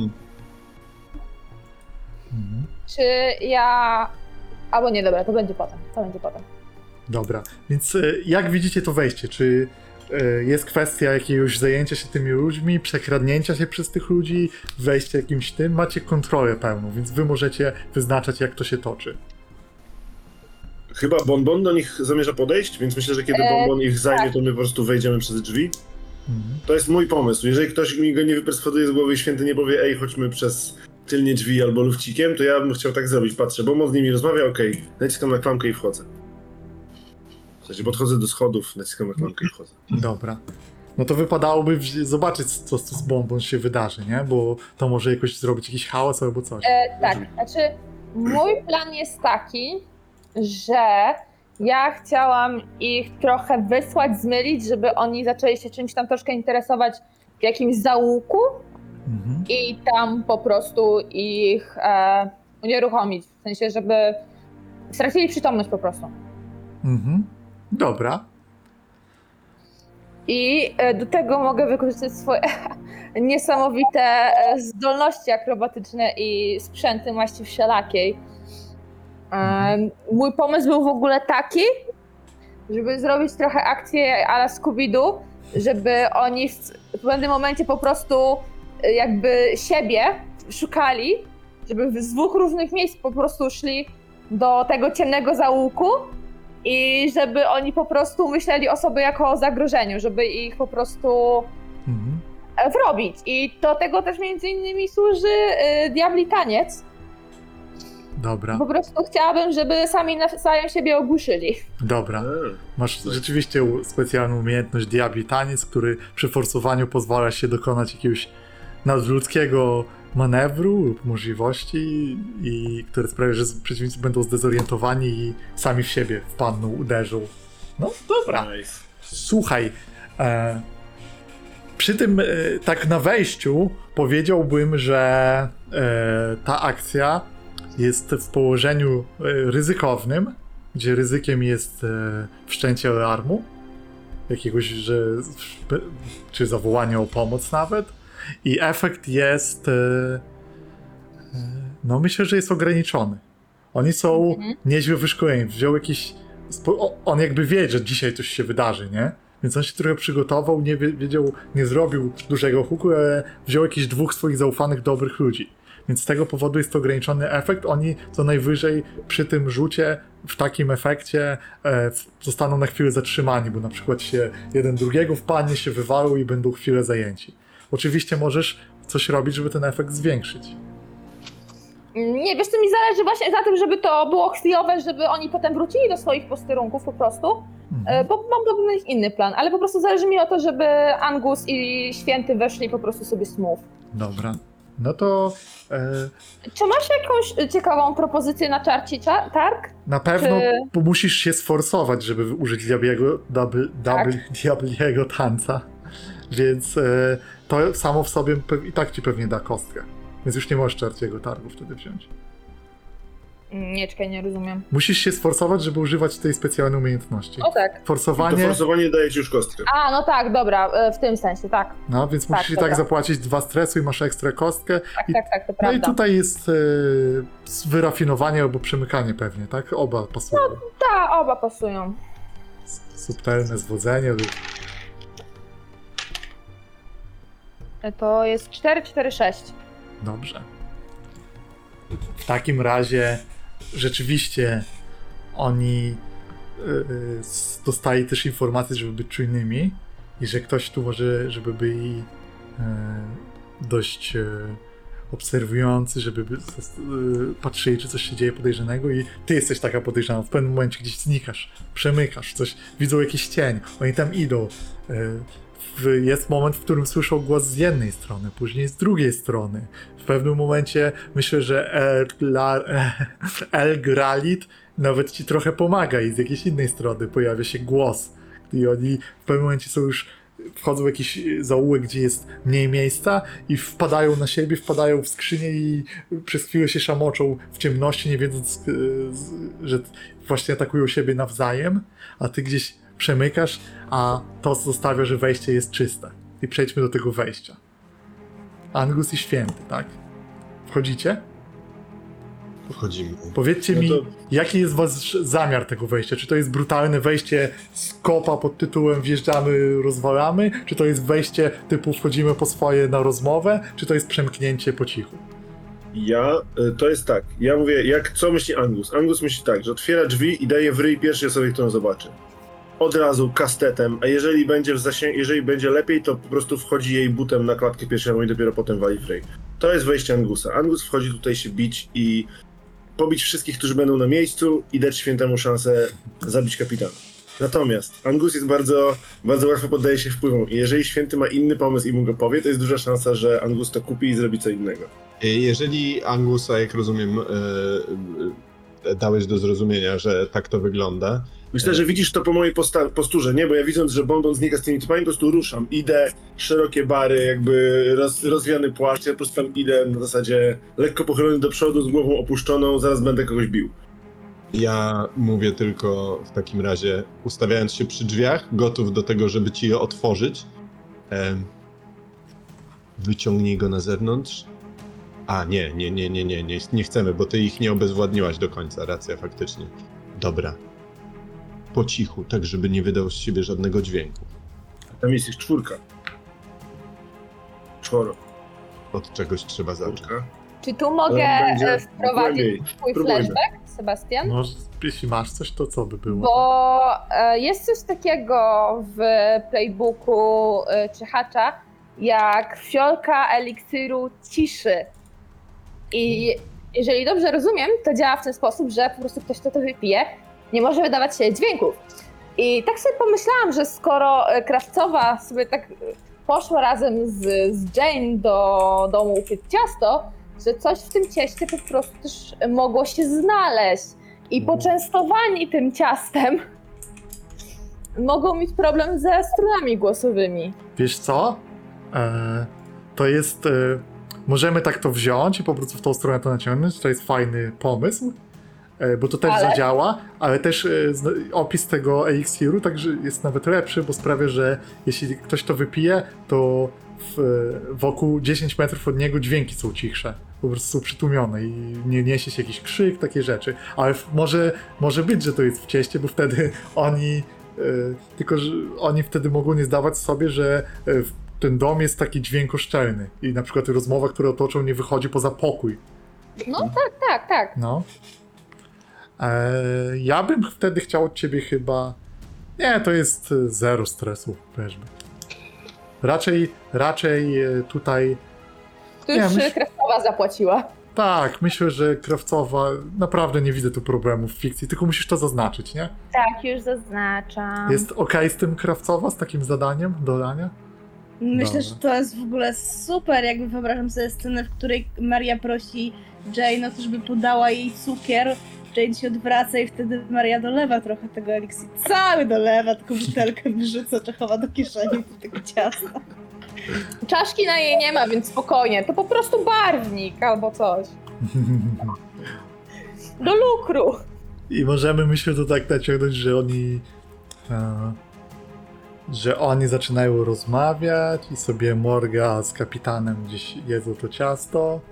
Czy ja... Albo nie, dobra, to będzie potem. To będzie potem.
Dobra, więc jak widzicie to wejście? Czy jest kwestia jakiegoś zajęcia się tymi ludźmi, przekradnięcia się przez tych ludzi, wejścia jakimś tym? Macie kontrolę pełną, więc wy możecie wyznaczać, jak to się toczy.
Chyba Bonbon do nich zamierza podejść, więc myślę, że kiedy Bonbon ich zajmie, to my po prostu wejdziemy przez drzwi. To jest mój pomysł. Jeżeli ktoś mi go nie wyperswaduje z głowy i święty nie powie, ej, chodźmy przez tylnie drzwi albo lufcikiem, to ja bym chciał tak zrobić. Patrzę, Bonbon z nimi rozmawia, okej, naciskam na klamkę i wchodzę. W sensie podchodzę do schodów, naciskam na klamkę i wchodzę.
Dobra. No to wypadałoby zobaczyć, co z bombą się wydarzy, nie? Bo to może jakoś zrobić jakiś chaos albo coś.
Tak, znaczy mój plan jest taki, że ja chciałam ich trochę wysłać, zmylić, żeby oni zaczęli się czymś tam troszkę interesować w jakimś zaułku i tam po prostu ich unieruchomić. W sensie, żeby stracili przytomność po prostu.
Dobra.
I do tego mogę wykorzystać swoje niesamowite zdolności akrobatyczne i sprzęty maści wszelakiej. Mój pomysł był w ogóle taki, żeby zrobić trochę akcję a la Scooby-Doo, żeby oni w pewnym momencie po prostu jakby siebie szukali, żeby z dwóch różnych miejsc po prostu szli do tego ciemnego zaułku i żeby oni po prostu myśleli o sobie jako o zagrożeniu, żeby ich po prostu wrobić. I do tego też między innymi służy Diabli Taniec.
Dobra.
Po prostu chciałabym, żeby sami nawzajem siebie ogłuszyli.
Dobra. Masz rzeczywiście specjalną umiejętność Diabli Taniec, który przy forsowaniu pozwala się dokonać jakiegoś nadludzkiego manewru lub możliwości, i które sprawia, że przeciwnicy będą zdezorientowani i sami w siebie wpadną, uderzą. No dobra.
Nice.
Słuchaj, przy tym tak na wejściu powiedziałbym, że ta akcja jest w położeniu ryzykownym, gdzie ryzykiem jest wszczęcie alarmu, jakiegoś, czy zawołanie o pomoc nawet, i efekt jest, no myślę, że jest ograniczony. Oni są nieźle wyszkoleni, wziął jakiś, on jakby wie, że dzisiaj coś się wydarzy, nie? Więc on się trochę przygotował, nie wiedział, nie zrobił dużego huku, ale wziął jakichś dwóch swoich zaufanych, dobrych ludzi. Więc z tego powodu jest to ograniczony efekt. Oni co najwyżej przy tym rzucie, w takim efekcie zostaną na chwilę zatrzymani, bo na przykład się jeden drugiego wpadnie, się wywalą i będą chwilę zajęci. Oczywiście możesz coś robić, żeby ten efekt zwiększyć.
Nie, wiesz co, mi zależy właśnie na tym, żeby to było chwilowe, żeby oni potem wrócili do swoich posterunków po prostu, bo mam do nich inny plan, ale po prostu zależy mi o to, żeby Angus i Święty weszli po prostu sobie smooth.
Dobra. No to
Czy masz jakąś ciekawą propozycję na czarci targ?
na pewno musisz się sforsować, żeby użyć diabliego tanca. Więc to samo w sobie i tak ci pewnie da kostkę. Więc już nie możesz czarciego targu wtedy wziąć.
Nie, czekaj, nie rozumiem.
Musisz się sforsować, żeby używać tej specjalnej umiejętności.
O tak.
To
Forsowanie.
forsowanie daje ci już kostkę.
A, no tak, dobra, w tym sensie, tak.
No, więc
Tak,
musisz i
dobra.
tak zapłacić 2 stresu i masz ekstra kostkę.
Tak,
I,
tak, to
no
prawda.
i tutaj jest wyrafinowanie albo przemykanie pewnie, tak? Oba pasują.
Tak, oba pasują.
Subtelne zwodzenie lub...
To jest 4, 4, 6.
Dobrze. W takim razie rzeczywiście oni dostali też informację, żeby być czujnymi i że ktoś tu może, żeby byli dość obserwujący, żeby patrzyli, czy coś się dzieje podejrzanego i ty jesteś taka podejrzana. W pewnym momencie gdzieś znikasz, przemykasz, coś, widzą jakiś cień, oni tam idą. Jest moment, w którym słyszą głos z jednej strony, później z drugiej strony. W pewnym momencie myślę, że El Gralit nawet ci trochę pomaga i z jakiejś innej strony pojawia się głos. I oni w pewnym momencie są już, wchodzą w jakiś zaułek, gdzie jest mniej miejsca i wpadają na siebie, wpadają w skrzynię i przez chwilę się szamoczą w ciemności, nie wiedząc, że właśnie atakują siebie nawzajem, a ty gdzieś przemykasz, a to zostawia, że wejście jest czyste. I przejdźmy do tego wejścia. Angus i Święty, tak? Wchodzicie?
Wchodzimy.
Powiedzcie
No
mi,
to-
jaki jest wasz zamiar tego wejścia? Czy to jest brutalne wejście z kopa pod tytułem wjeżdżamy, rozwalamy? Czy to jest wejście typu wchodzimy po swoje na rozmowę? Czy to jest przemknięcie po cichu?
To jest tak, ja mówię, co myśli Angus? Angus myśli tak, że otwiera drzwi i daje w ryj pierwszej osobie, którą zobaczy. Od razu kastetem, a jeżeli będzie jeżeli będzie lepiej, to po prostu wchodzi jej butem na klatkę piersiową i dopiero potem wali w ryj. To jest wejście Angusa. Angus wchodzi tutaj się bić i pobić wszystkich, którzy będą na miejscu i dać Świętemu szansę zabić kapitana. Natomiast Angus jest bardzo, bardzo łatwo poddaje się wpływom i jeżeli Święty ma inny pomysł i mu go powie, to jest duża szansa, że Angus to kupi i zrobi co innego.
Jeżeli Angusa, jak rozumiem, dałeś do zrozumienia, że tak to wygląda,
Myślę, że widzisz to po mojej posturze, nie? Bo ja widząc, że Bonbon znika z tymi typami, po prostu ruszam. Idę, szerokie bary, jakby rozwiany płaszcz, ja po prostu tam idę na zasadzie lekko pochylony do przodu, z głową opuszczoną, zaraz będę kogoś bił.
ja mówię tylko w takim razie, ustawiając się przy drzwiach, gotów do tego, żeby ci je otworzyć, wyciągnij go na zewnątrz. A, nie chcemy, bo ty ich nie obezwładniłaś do końca, racja, faktycznie. Dobra. Po cichu, tak żeby nie wydał z siebie żadnego dźwięku.
Tam jest ich 4. 4.
Od czegoś trzeba zacząć.
Czy tu mogę
będzie
wprowadzić
głębiej.
twój
Spróbujmy.
flashback, Sebastian?
No, jeśli masz coś, to co by było?
Bo jest coś takiego w playbooku Cichacza, jak fiolka eliksiru ciszy. I jeżeli dobrze rozumiem, to działa w ten sposób, że po prostu ktoś, kto to wypije, nie może wydawać się dźwięków. I tak sobie pomyślałam, że skoro Krawcowa sobie tak poszła razem z Jane do domu upiec ciasto, że coś w tym cieście po prostu też mogło się znaleźć. I poczęstowani tym ciastem mogą mieć problem ze strunami głosowymi.
Wiesz co? To jest... możemy tak to wziąć i po prostu w tą stronę to naciągnąć. To jest fajny pomysł, bo to też
Ale-
zadziała, ale też opis tego eliksiru także jest nawet lepszy, bo sprawia, że jeśli ktoś to wypije, to wokół 10 metrów od niego dźwięki są cichsze. Po prostu są przytłumione i nie niesie się jakiś krzyk, takie rzeczy. Ale może być, że to jest w cieście, bo wtedy oni... tylko, że oni wtedy mogą nie zdawać sobie, że ten dom jest taki dźwiękoszczelny i na przykład rozmowa, która otoczą, nie wychodzi poza pokój.
No tak.
No. Ja bym wtedy chciał od ciebie chyba... Nie, to jest zero stresu, weźmy. Raczej tutaj...
Tu
Nie,
już
myśl-
Krawcowa zapłaciła.
Tak, myślę, że Krawcowa... Naprawdę nie widzę tu problemu w fikcji, tylko musisz to zaznaczyć, nie?
Tak, już zaznaczam.
Jest okej z tym Krawcowa, z takim zadaniem dodania?
Myślę,
Dobra.
że to jest w ogóle super, jakby wyobrażam sobie scenę, w której Maria prosi Jane o to, żeby podała jej cukier. Jane się odwraca i wtedy Maria dolewa trochę tego eliksiru. Cały dolewa, tylko butelkę wyrzuca, czy chowa do kieszeni tego ciasta.
Czaszki na jej nie ma, więc spokojnie. To po prostu barwnik albo coś. Do lukru.
I możemy, myślę, to tak naciągnąć, że oni zaczynają rozmawiać i sobie Morga z kapitanem gdzieś jedzą to ciasto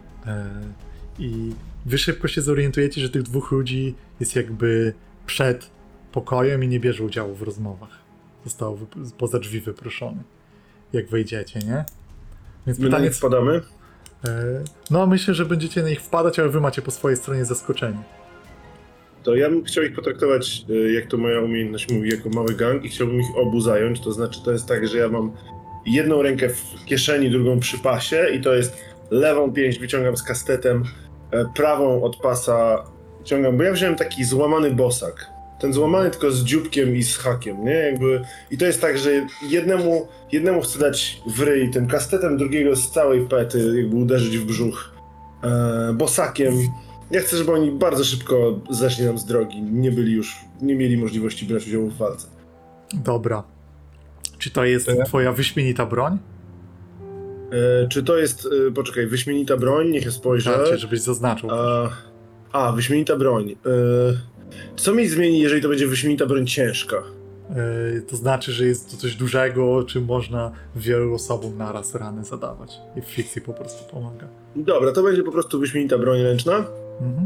i wy szybko się zorientujecie, że tych dwóch ludzi jest jakby przed pokojem i nie bierze udziału w rozmowach. Zostało poza drzwi wyproszony. Jak wejdziecie, nie? Więc
My na
pytanie,
nich wpadamy?
No, myślę, że będziecie na nich wpadać, ale wy macie po swojej stronie zaskoczeni.
To ja bym chciał ich potraktować, jak to moja umiejętność mówi, jako mały gang i chciałbym ich obu zająć. To znaczy, to jest tak, że ja mam jedną rękę w kieszeni, drugą przy pasie i to jest lewą pięść wyciągam z kastetem, prawą od pasa ciągam, bo ja wziąłem taki złamany bosak. Ten złamany tylko z dzióbkiem i z hakiem, nie? Jakby, i to jest tak, że jednemu chcę dać w ryj tym kastetem, drugiego z całej pety jakby uderzyć w brzuch bosakiem. Ja chcę, żeby oni bardzo szybko zeszli nam z drogi. Nie mieli możliwości brać udziału w walce.
Dobra. Czy to jest twoja wyśmienita broń?
Czy to jest, poczekaj, wyśmienita broń? Niech ja spojrzę.
Znaczy, żebyś zaznaczył.
Wyśmienita broń. Co mi zmieni, jeżeli to będzie wyśmienita broń ciężka?
To znaczy, że jest to coś dużego, czym można wielu osobom naraz rany zadawać. I w fikcji po prostu pomaga.
Dobra, to będzie po prostu wyśmienita broń ręczna.
Mhm.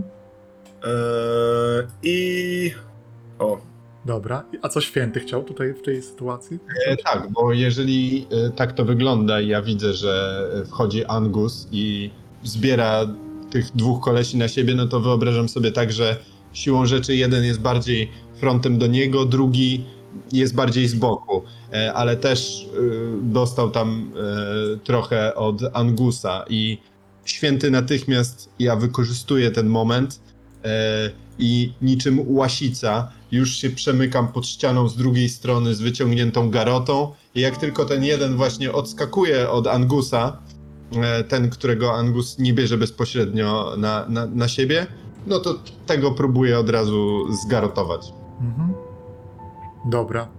O.
Dobra. A co święty chciał tutaj w tej sytuacji?
Tak, bo jeżeli tak to wygląda i ja widzę, że wchodzi Angus i zbiera tych dwóch kolesi na siebie, no to wyobrażam sobie tak, że siłą rzeczy jeden jest bardziej frontem do niego, drugi jest bardziej z boku, ale też dostał tam trochę od Angusa i święty natychmiast, ja wykorzystuję ten moment i niczym łasica już się przemykam pod ścianą z drugiej strony z wyciągniętą garotą i jak tylko ten jeden właśnie odskakuje od Angusa, ten, którego Angus nie bierze bezpośrednio na siebie, no to tego próbuję od razu zgarotować.
Mhm. Dobra.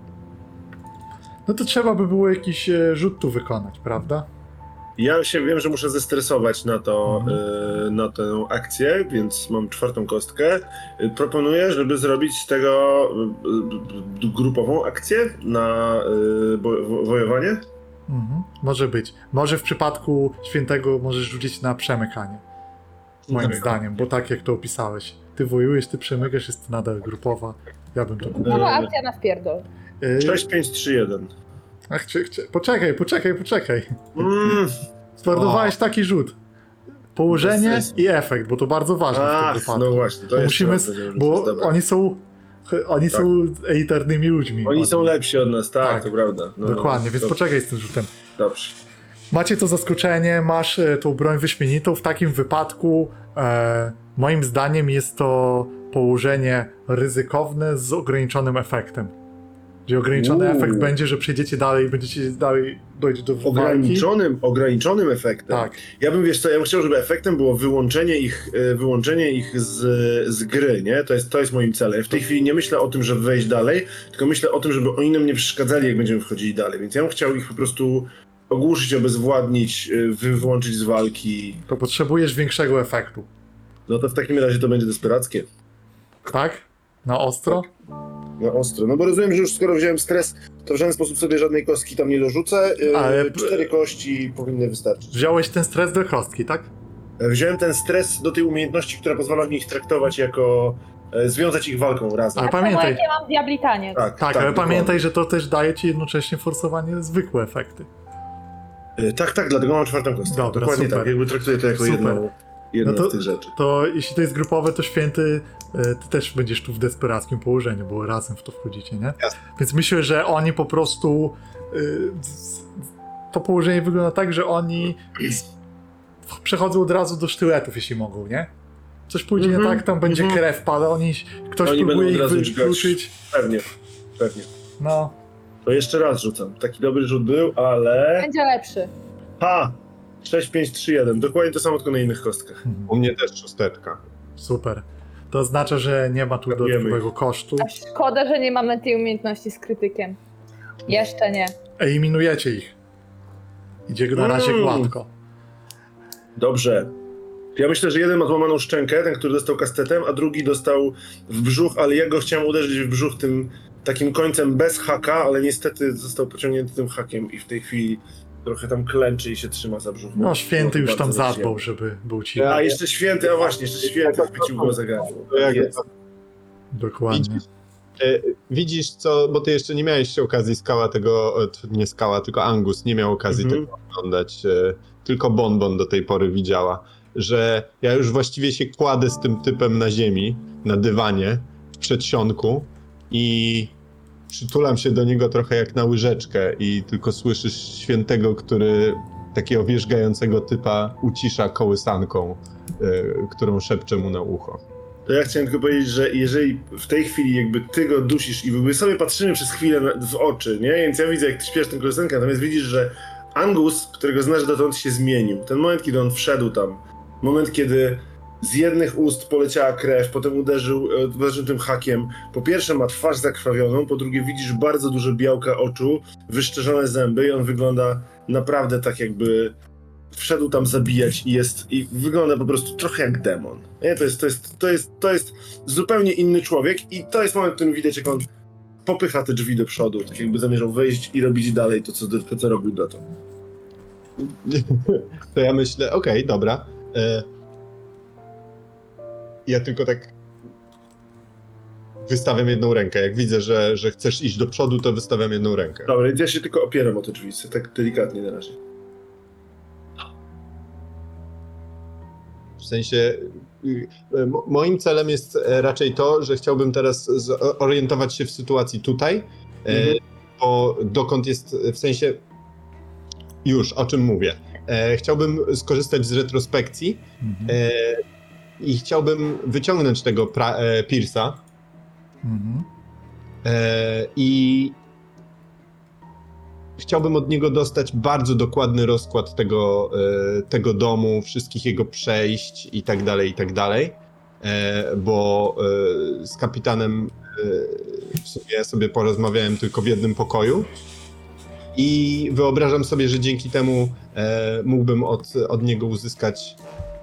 No to trzeba by było jakiś rzut tu wykonać, prawda?
Ja się wiem, że muszę zestresować na tę akcję, więc mam 4. kostkę. Proponuję, żeby zrobić z tego grupową akcję na wojowanie.
Mhm. Może być. Może w przypadku świętego możesz rzucić na przemykanie. Moim
Dobra.
zdaniem, bo tak jak to opisałeś. Ty wojujesz, ty przemykasz, jest to nadal grupowa. Ja bym to kupił.
Nowa akcja na wpierdol.
6, 5, 3, 1.
Ach, poczekaj.
Mm.
Spardowałeś taki rzut. Położenie
Bez sensu.
i efekt, bo to bardzo ważne w tym wypadku.
No właśnie, to
Bo
jest
musimy, bo oni są elitarnymi ludźmi.
Oni są lepsi od nas, tak, to prawda. No,
Dokładnie, więc
dobrze.
poczekaj z tym rzutem.
Dobrze.
Macie to zaskoczenie, masz tą broń wyśmienitą. W takim wypadku moim zdaniem jest to położenie ryzykowne z ograniczonym efektem. Gdzie ograniczony efekt będzie, że przejdziecie dalej i będziecie dalej dojść do walki.
Ograniczonym efektem.
Tak.
Ja bym, wiesz co, ja bym chciał, żeby efektem było wyłączenie ich z gry, nie? To jest moim celem. Ja w tej chwili nie myślę o tym, żeby wejść dalej, tylko myślę o tym, żeby oni nam nie przeszkadzali, jak będziemy wchodzili dalej. Więc ja bym chciał ich po prostu ogłuszyć, obezwładnić, wyłączyć z walki.
To potrzebujesz większego efektu.
No to w takim razie to będzie desperackie.
Tak? Na ostro?
Na ostro. No bo rozumiem, że już skoro wziąłem stres, to w żaden sposób sobie żadnej kostki tam nie dorzucę.
Ale-
4 kości powinny wystarczyć.
Wziąłeś ten stres do kostki, tak?
Wziąłem ten stres do tej umiejętności, która pozwala mi ich traktować jako... związać ich walką razem.
Ale
Tak samo
pamiętaj.
jak ja mam diablitaniec.
Tak, ale
dokładnie.
pamiętaj, że to też daje ci jednocześnie forsowanie zwykłe efekty.
Tak, dlatego mam 4. kostkę.
Dobra,
Dokładnie
super.
tak, jakby traktuję to jako
Super.
jedną
No to-
z tych rzeczy.
To jeśli to jest grupowe, to święty, ty też będziesz tu w desperackim położeniu, bo razem w to wchodzicie, nie?
Jasne.
Więc myślę, że oni po prostu... to położenie wygląda tak, że oni przechodzą od razu do sztyletów, jeśli mogą, nie? Coś pójdzie nie tak, tam będzie krew pada, ktoś
Oni
próbuje
będą
ich
od razu dźgać.
wykluczyć.
Pewnie.
No,
To jeszcze raz rzucam. Taki dobry rzut był, ale...
Będzie lepszy.
6, 5, 3, 1. Dokładnie to samo, tylko na innych kostkach.
U mnie też 6.
super. To oznacza, że nie ma tu
Zabijemy
dodatkowego kosztu.
A szkoda, że nie mamy tej umiejętności z krytykiem. Jeszcze nie.
Eliminujecie ich. Idzie na razie gładko.
Dobrze. Ja myślę, że jeden ma złamaną szczękę, ten, który dostał kastetem, a drugi dostał w brzuch, ale ja go chciałem uderzyć w brzuch tym takim końcem bez haka, ale niestety został pociągnięty tym hakiem i w tej chwili trochę tam klęczy i się trzyma za brzuch.
No, święty już tam
Bardzo
zadbał,
nieprzyjemnie.
żeby był ci.
A jeszcze święty, a właśnie, jeszcze święty chwycił go za gardło.
To jak
Jest.
Dokładnie.
Widzisz co, bo ty jeszcze nie miałeś okazji nie Skała, tylko Angus nie miał okazji tego oglądać, tylko Bonbon do tej pory widziała, że ja już właściwie się kładę z tym typem na ziemi, na dywanie, w przedsionku i przytulam się do niego trochę jak na łyżeczkę i tylko słyszysz świętego, który takiego wierzgającego typa ucisza kołysanką, którą szepcze mu na ucho.
To ja chciałem tylko powiedzieć, że jeżeli w tej chwili jakby ty go dusisz i my sobie patrzymy przez chwilę w oczy, nie? Więc ja widzę, jak ty śpiewasz tę kolesenkę, natomiast widzisz, że Angus, którego znasz dotąd, się zmienił. Ten moment, kiedy on wszedł tam, moment, kiedy z jednych ust poleciała krew, potem uderzył tym hakiem. Po pierwsze ma twarz zakrwawioną, po drugie widzisz bardzo dużo białka oczu, wyszczerzone zęby i on wygląda naprawdę tak, jakby wszedł tam zabijać i wygląda po prostu trochę jak demon. Nie? To jest zupełnie inny człowiek i to jest moment, w którym widać, jak on popycha te drzwi do przodu, tak jakby zamierzał wejść i robić dalej to, co robił dotąd.
To ja myślę, okej, dobra. Ja tylko tak wystawiam jedną rękę. Jak widzę, że chcesz iść do przodu, to wystawiam jedną rękę.
Dobra, więc ja się tylko opieram o te drzwi, tak delikatnie na razie.
W sensie, moim celem jest raczej to, że chciałbym teraz zorientować się w sytuacji tutaj, bo dokąd jest, w sensie, już o czym mówię. Chciałbym skorzystać z retrospekcji i chciałbym wyciągnąć tego Pierce'a i chciałbym od niego dostać bardzo dokładny rozkład tego domu, wszystkich jego przejść i tak dalej, bo z kapitanem w sumie sobie porozmawiałem tylko w jednym pokoju i wyobrażam sobie, że dzięki temu mógłbym od niego uzyskać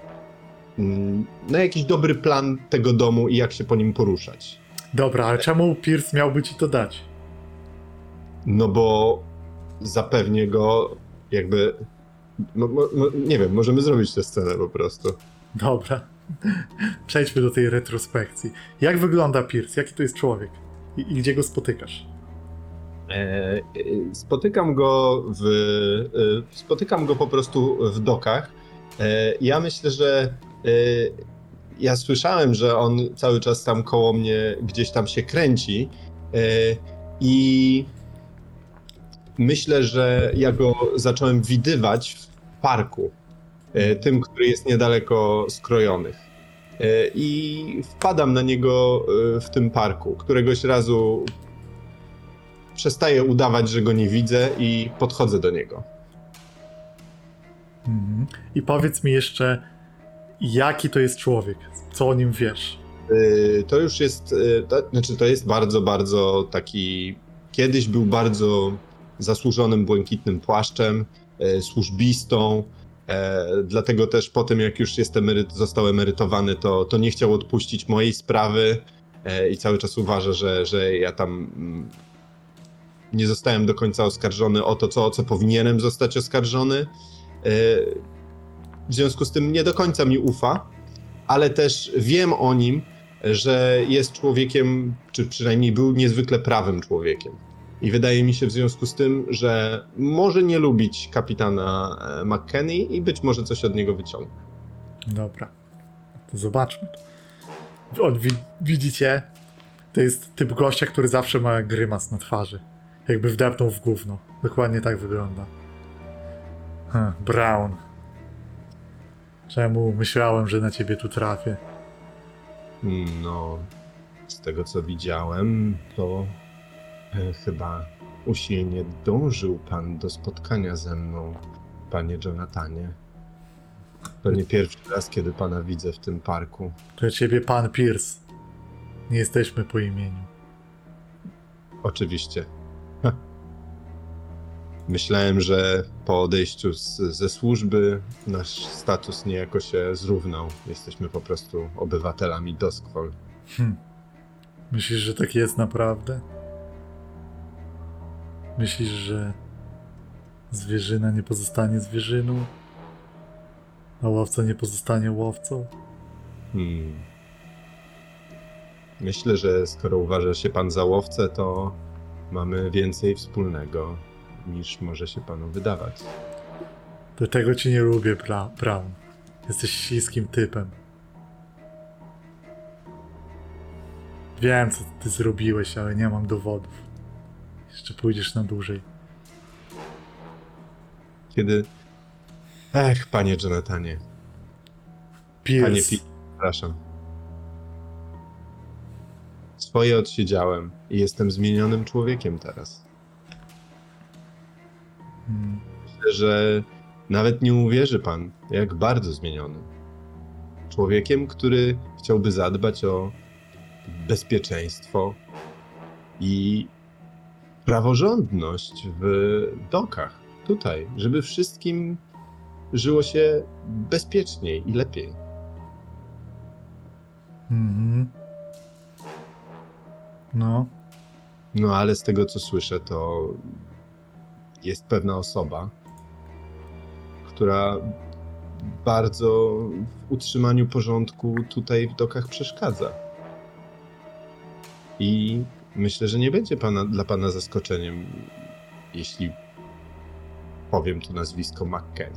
jakiś dobry plan tego domu i jak się po nim poruszać.
Dobra, ale czemu Pierce miałby ci to dać?
No bo zapewnię go jakby... nie wiem, możemy zrobić tę scenę po prostu.
Dobra. Przejdźmy do tej retrospekcji. Jak wygląda Pierce? Jaki to jest człowiek? I gdzie go spotykasz?
Spotykam go po prostu w dokach. Ja myślę, że ja słyszałem, że on cały czas tam koło mnie gdzieś tam się kręci i myślę, że ja go zacząłem widywać w parku, tym, który jest niedaleko Skrojonych. I wpadam na niego w tym parku. Któregoś razu przestaję udawać, że go nie widzę i podchodzę do niego.
I powiedz mi jeszcze, jaki to jest człowiek? Co o nim wiesz?
To już jest, to jest bardzo, bardzo taki... Kiedyś był bardzo zasłużonym błękitnym płaszczem, służbistą, dlatego też po tym, jak już został emerytowany, to nie chciał odpuścić mojej sprawy i cały czas uważa, że ja tam nie zostałem do końca oskarżony o to, o co powinienem zostać oskarżony. W związku z tym nie do końca mi ufa, ale też wiem o nim, że jest człowiekiem, czy przynajmniej był niezwykle prawym człowiekiem. I wydaje mi się w związku z tym, że może nie lubić kapitana McKenny i być może coś od niego wyciągnie.
Dobra, to zobaczmy. Widzicie? To jest typ gościa, który zawsze ma grymas na twarzy. Jakby wdepnął w gówno. Dokładnie tak wygląda. Brown. Czemu myślałem, że na ciebie tu trafię?
No, z tego co widziałem, to chyba usilnie dążył pan do spotkania ze mną, panie Jonathanie. To nie pierwszy raz, kiedy pana widzę w tym parku.
To ciebie pan Pierce. Nie jesteśmy po imieniu.
Oczywiście. Myślałem, że po odejściu ze służby nasz status niejako się zrównał. Jesteśmy po prostu obywatelami Duskwall.
Myślisz, że tak jest naprawdę? Myślisz, że zwierzyna nie pozostanie zwierzyną? A łowca nie pozostanie łowcą?
Myślę, że skoro uważa się pan za łowcę, to mamy więcej wspólnego niż może się panu wydawać.
Do tego ci nie lubię, Brown. Jesteś śliskim typem. Wiem, co ty zrobiłeś, ale nie mam dowodów. Jeszcze pójdziesz na dłużej.
Kiedy... Ech, panie Jonathanie. Panie
Pierce.
przepraszam. Swoje odsiedziałem i jestem zmienionym człowiekiem teraz. Myślę, że nawet nie uwierzy pan, jak bardzo zmienionym. Człowiekiem, który chciałby zadbać o bezpieczeństwo i praworządność w dokach. Tutaj, żeby wszystkim żyło się bezpieczniej i lepiej.
Mhm. No.
No ale z tego, co słyszę, to jest pewna osoba, która bardzo w utrzymaniu porządku tutaj w dokach przeszkadza. I myślę, że nie będzie dla pana zaskoczeniem, jeśli powiem tu nazwisko McKenna.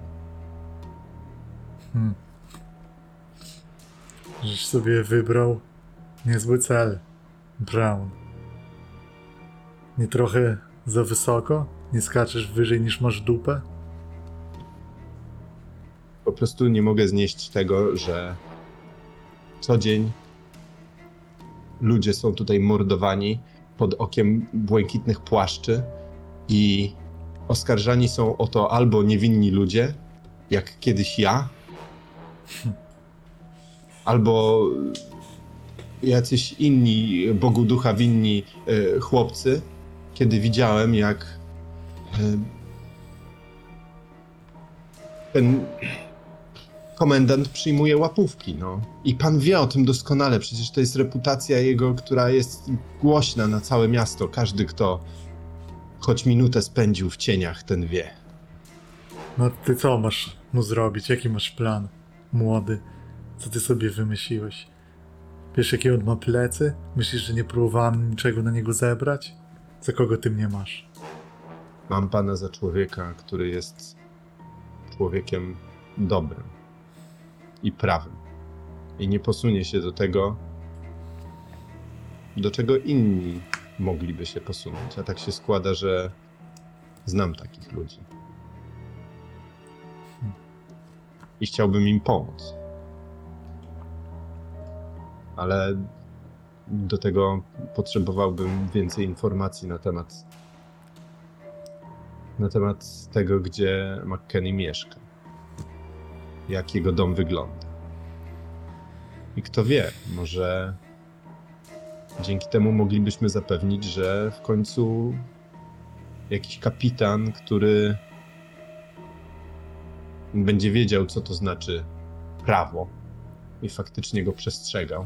Żeś sobie wybrał niezły cel, Brown. Nie trochę za wysoko? Nie skaczesz wyżej niż masz dupę?
Po prostu nie mogę znieść tego, że co dzień ludzie są tutaj mordowani pod okiem błękitnych płaszczy i oskarżani są o to albo niewinni ludzie, jak kiedyś ja, albo jacyś inni Bogu ducha winni chłopcy, kiedy widziałem, jak ten komendant przyjmuje łapówki, no. I pan wie o tym doskonale, przecież to jest reputacja jego, która jest głośna na całe miasto. Każdy, kto choć minutę spędził w cieniach, ten wie.
No ty co masz mu zrobić? Jaki masz plan, młody? Co ty sobie wymyśliłeś? Wiesz, jakie on ma plecy? Myślisz, że nie próbowałem niczego na niego zebrać? Za kogo ty mnie masz?
Mam pana za człowieka, który jest człowiekiem dobrym i prawym. I nie posunie się do tego, do czego inni mogliby się posunąć. A tak się składa, że znam takich ludzi. I chciałbym im pomóc. Ale do tego potrzebowałbym więcej informacji na temat tego, gdzie McKenny mieszka. Jak jego dom wygląda. I kto wie, może dzięki temu moglibyśmy zapewnić, że w końcu jakiś kapitan, który będzie wiedział, co to znaczy prawo i faktycznie go przestrzegał,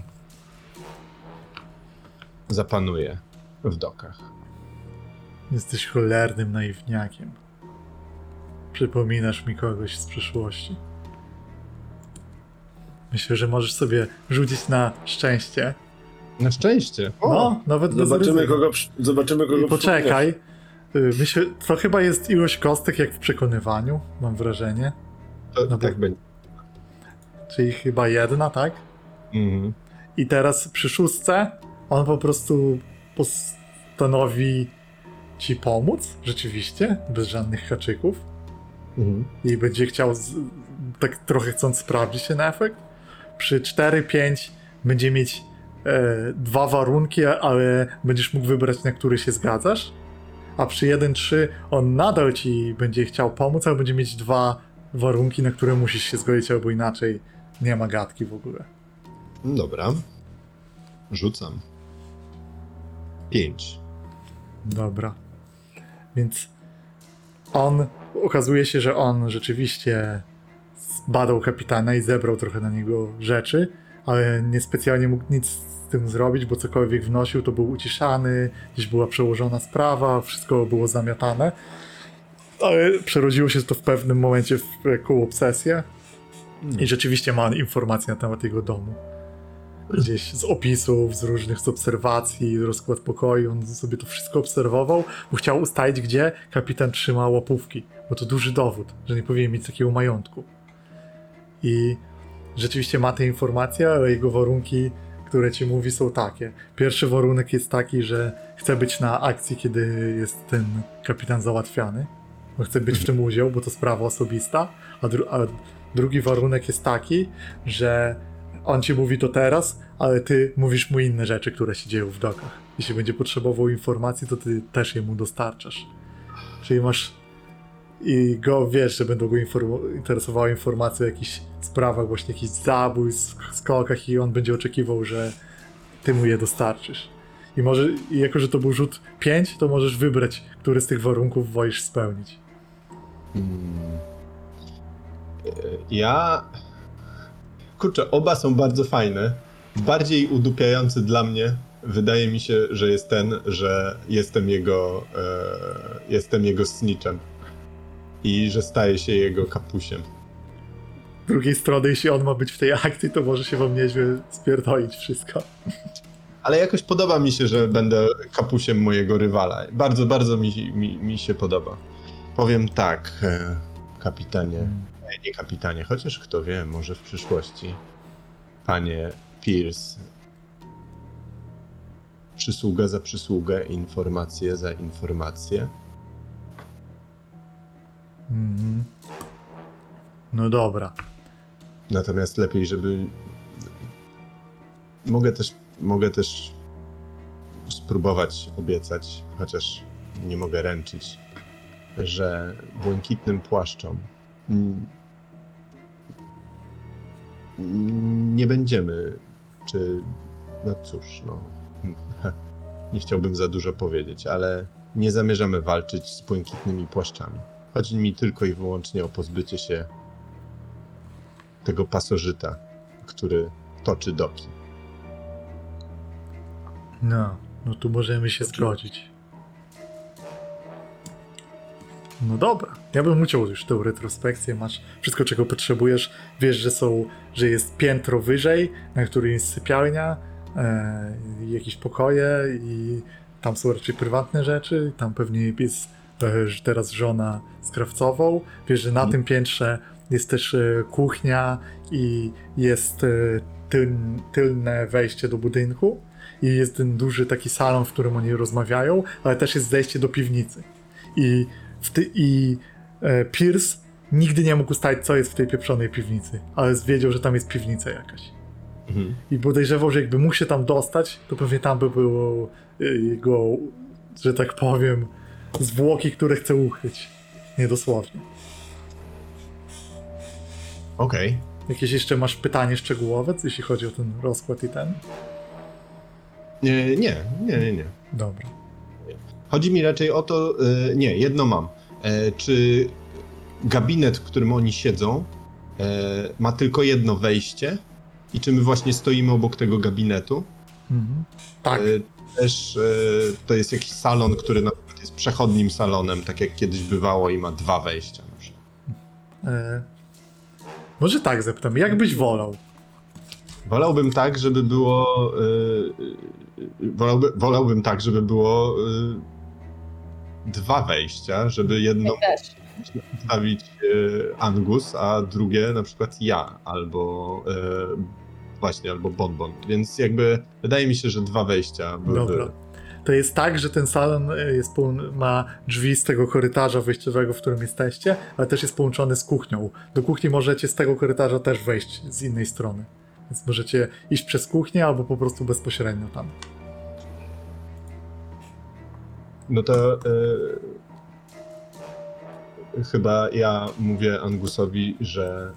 zapanuje w dokach.
Jesteś cholernym naiwniakiem. Przypominasz mi kogoś z przeszłości. Myślę, że możesz sobie rzucić na szczęście.
Na szczęście.
No, nawet bez
Zobaczymy
ryzyka.
kogo
I poczekaj. Myślę, to chyba jest ilość kostek jak w przekonywaniu, mam wrażenie.
To,
No
tak
bo-
będzie.
Czyli chyba jedna, tak?
Mhm.
I teraz przy szóstce on po prostu postanowi ci pomóc, rzeczywiście, bez żadnych haczyków.
Mhm.
I będzie chciał, tak trochę chcąc sprawdzić ten efekt. Przy 4-5 będzie mieć dwa warunki, ale będziesz mógł wybrać, na który się zgadzasz. A przy 1-3 on nadal ci będzie chciał pomóc, ale będzie mieć dwa warunki, na które musisz się zgodzić, albo inaczej nie ma gadki w ogóle.
Dobra. Rzucam. 5.
Dobra. Więc okazuje się, że on rzeczywiście zbadał kapitana i zebrał trochę na niego rzeczy, ale niespecjalnie mógł nic z tym zrobić, bo cokolwiek wnosił, to był uciszany, gdzieś była przełożona sprawa, wszystko było zamiatane. Ale przerodziło się to w pewnym momencie w jakąś obsesję i rzeczywiście ma informacje na temat jego domu. gdzieś z opisów, z różnych z obserwacji, rozkład pokoju, on sobie to wszystko obserwował, bo chciał ustalić, gdzie kapitan trzyma łapówki, bo to duży dowód, że nie powinien mieć takiego majątku. I rzeczywiście ma te informacje, ale jego warunki, które ci mówi, są takie. Pierwszy warunek jest taki, że chce być na akcji, kiedy jest ten kapitan załatwiany, bo chce być w tym udział, bo to sprawa osobista, a drugi warunek jest taki, że on ci mówi to teraz, ale ty mówisz mu inne rzeczy, które się dzieją w dokach. Jeśli będzie potrzebował informacji, to ty też jemu dostarczasz. Czyli masz... I go wiesz, że będą go interesowały informacje o jakichś sprawach, właśnie jakichś zabójstw, skokach i on będzie oczekiwał, że ty mu je dostarczysz. I jako, że to był rzut 5, to możesz wybrać, który z tych warunków wolisz spełnić.
Kurczę, oba są bardzo fajne. Bardziej udupiający dla mnie wydaje mi się, że jest ten, że jestem jego snitchem. I że staje się jego kapusiem.
Z drugiej strony, jeśli on ma być w tej akcji, to może się wam nieźle spierdolić wszystko.
Ale jakoś podoba mi się, że będę kapusiem mojego rywala. Bardzo, bardzo mi się podoba. Powiem tak, kapitanie, nie kapitanie, chociaż kto wie, może w przyszłości. Panie Pierce, przysługa za przysługę, informacje za informacje.
Mhm. No dobra.
Natomiast lepiej, żeby... Mogę też spróbować obiecać, chociaż nie mogę ręczyć, że błękitnym płaszczom nie będziemy, no cóż, nie chciałbym za dużo powiedzieć, ale nie zamierzamy walczyć z błękitnymi płaszczami. Chodzi mi tylko i wyłącznie o pozbycie się tego pasożyta, który toczy doki.
No tu możemy się zgodzić. No dobra, ja bym uciął już tę retrospekcję, masz wszystko, czego potrzebujesz, wiesz, że jest piętro wyżej, na którym jest sypialnia, jakieś pokoje i tam są raczej prywatne rzeczy, tam pewnie jest teraz żona z krawcową, wiesz, że na tym piętrze jest też kuchnia i jest tylne wejście do budynku i jest ten duży taki salon, w którym oni rozmawiają, ale też jest zejście do piwnicy. I Pierce nigdy nie mógł ustalić, co jest w tej pieprzonej piwnicy, ale wiedział, że tam jest piwnica jakaś.
Mhm.
I podejrzewał, że jakby mógł się tam dostać, to pewnie tam by było jego, że tak powiem, zwłoki, które chce ukryć. Niedosłownie.
Okej.
Jakieś jeszcze masz pytanie szczegółowe, jeśli chodzi o ten rozkład i ten?
Nie.
Dobra.
Chodzi mi raczej o to, jedno mam. Czy gabinet, w którym oni siedzą, ma tylko jedno wejście? I czy my właśnie stoimy obok tego gabinetu?
Mhm. Tak.
Też to jest jakiś salon, który na przykład jest przechodnim salonem, tak jak kiedyś bywało i ma 2 wejścia na przykład.
Może tak zapytam, jak byś wolał?
Wolałbym tak, żeby było... wolałbym tak, żeby było 2 wejścia, żeby jedno
Ja też.
stawić Angus, a drugie na przykład ja, albo albo Bonbon. Więc jakby wydaje mi się, że 2 wejścia byłyby...
Dobra. To jest tak, że ten salon ma drzwi z tego korytarza wyjściowego, w którym jesteście, ale też jest połączony z kuchnią. Do kuchni możecie z tego korytarza też wejść z innej strony. Więc możecie iść przez kuchnię albo po prostu bezpośrednio tam.
No to chyba ja mówię Angusowi, że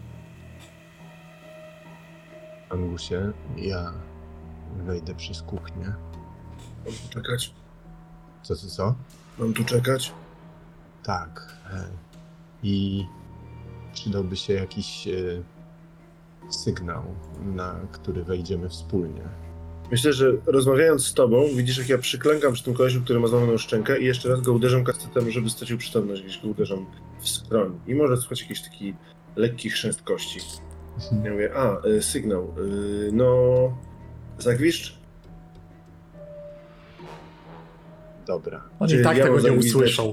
Angusie, ja wejdę przez kuchnię.
Mam tu czekać?
Co?
Mam tu czekać?
Tak. I przydałby się jakiś sygnał, na który wejdziemy wspólnie.
Myślę, że rozmawiając z tobą, widzisz, jak ja przyklękam przy tym kolesiu, który ma złamaną szczękę i jeszcze raz go uderzam kastetem, żeby stracił przytomność, gdzieś go uderzam w skroń. I może słuchać jakiś taki lekki chrzęst kości. Ja mówię, sygnał. No, zagwiszcz?
Dobra.
On
Czy
i tak
ja
tego
mam
nie
zagwizdać?
usłyszał.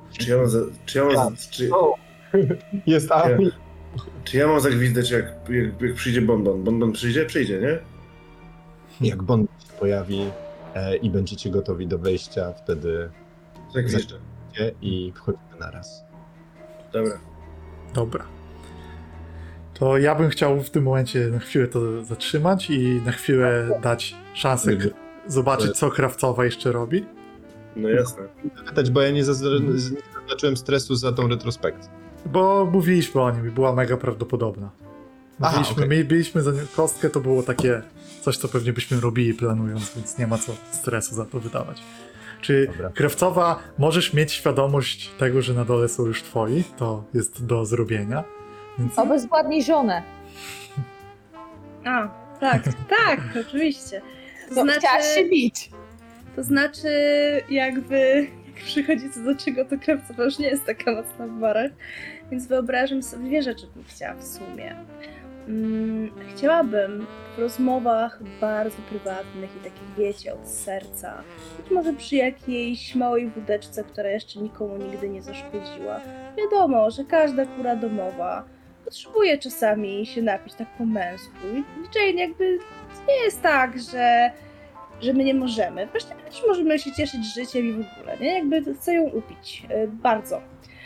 Jest Ami.
Czy ja mam zagwizdać, jak przyjdzie Bonbon? Bonbon przyjdzie? Przyjdzie, nie?
Jak Bond się pojawi i będziecie gotowi do wejścia, wtedy
Zagwiżdżę.
idzie i wchodzimy naraz.
Dobra.
Dobra. To ja bym chciał w tym momencie na chwilę to zatrzymać i na chwilę dać szansę zobaczyć, co Krawcowa jeszcze robi.
No jasne.
Pytać, bo ja nie zaznaczyłem stresu za tą retrospekcję.
Bo mówiliśmy o nim i była mega prawdopodobna.
Aha,
Mieliśmy za nią kostkę, to było takie coś, co pewnie byśmy robili planując, więc nie ma co stresu za to wydawać. Czy
Dobra.
Krawcowa, możesz mieć świadomość tego, że na dole są już twoi? To jest do zrobienia. Więc
Obezwładnij żonę.
A, tak, tak, oczywiście.
No, chciałaś się bić.
To znaczy, jakby, jak przychodzi co do czego, to Krawcowa już nie jest taka mocna w barach, więc wyobrażam sobie dwie rzeczy, bym chciała w sumie. Chciałabym w rozmowach bardzo prywatnych i takich, wiecie, od serca, być może przy jakiejś małej wódeczce, która jeszcze nikomu nigdy nie zaszkodziła. Wiadomo, że każda kura domowa potrzebuje czasami się napić tak po męsku. I Jane, jakby nie jest tak, że my nie możemy. Właśnie my też możemy się cieszyć życiem i w ogóle, nie? Jakby chcę ją upić. Bardzo.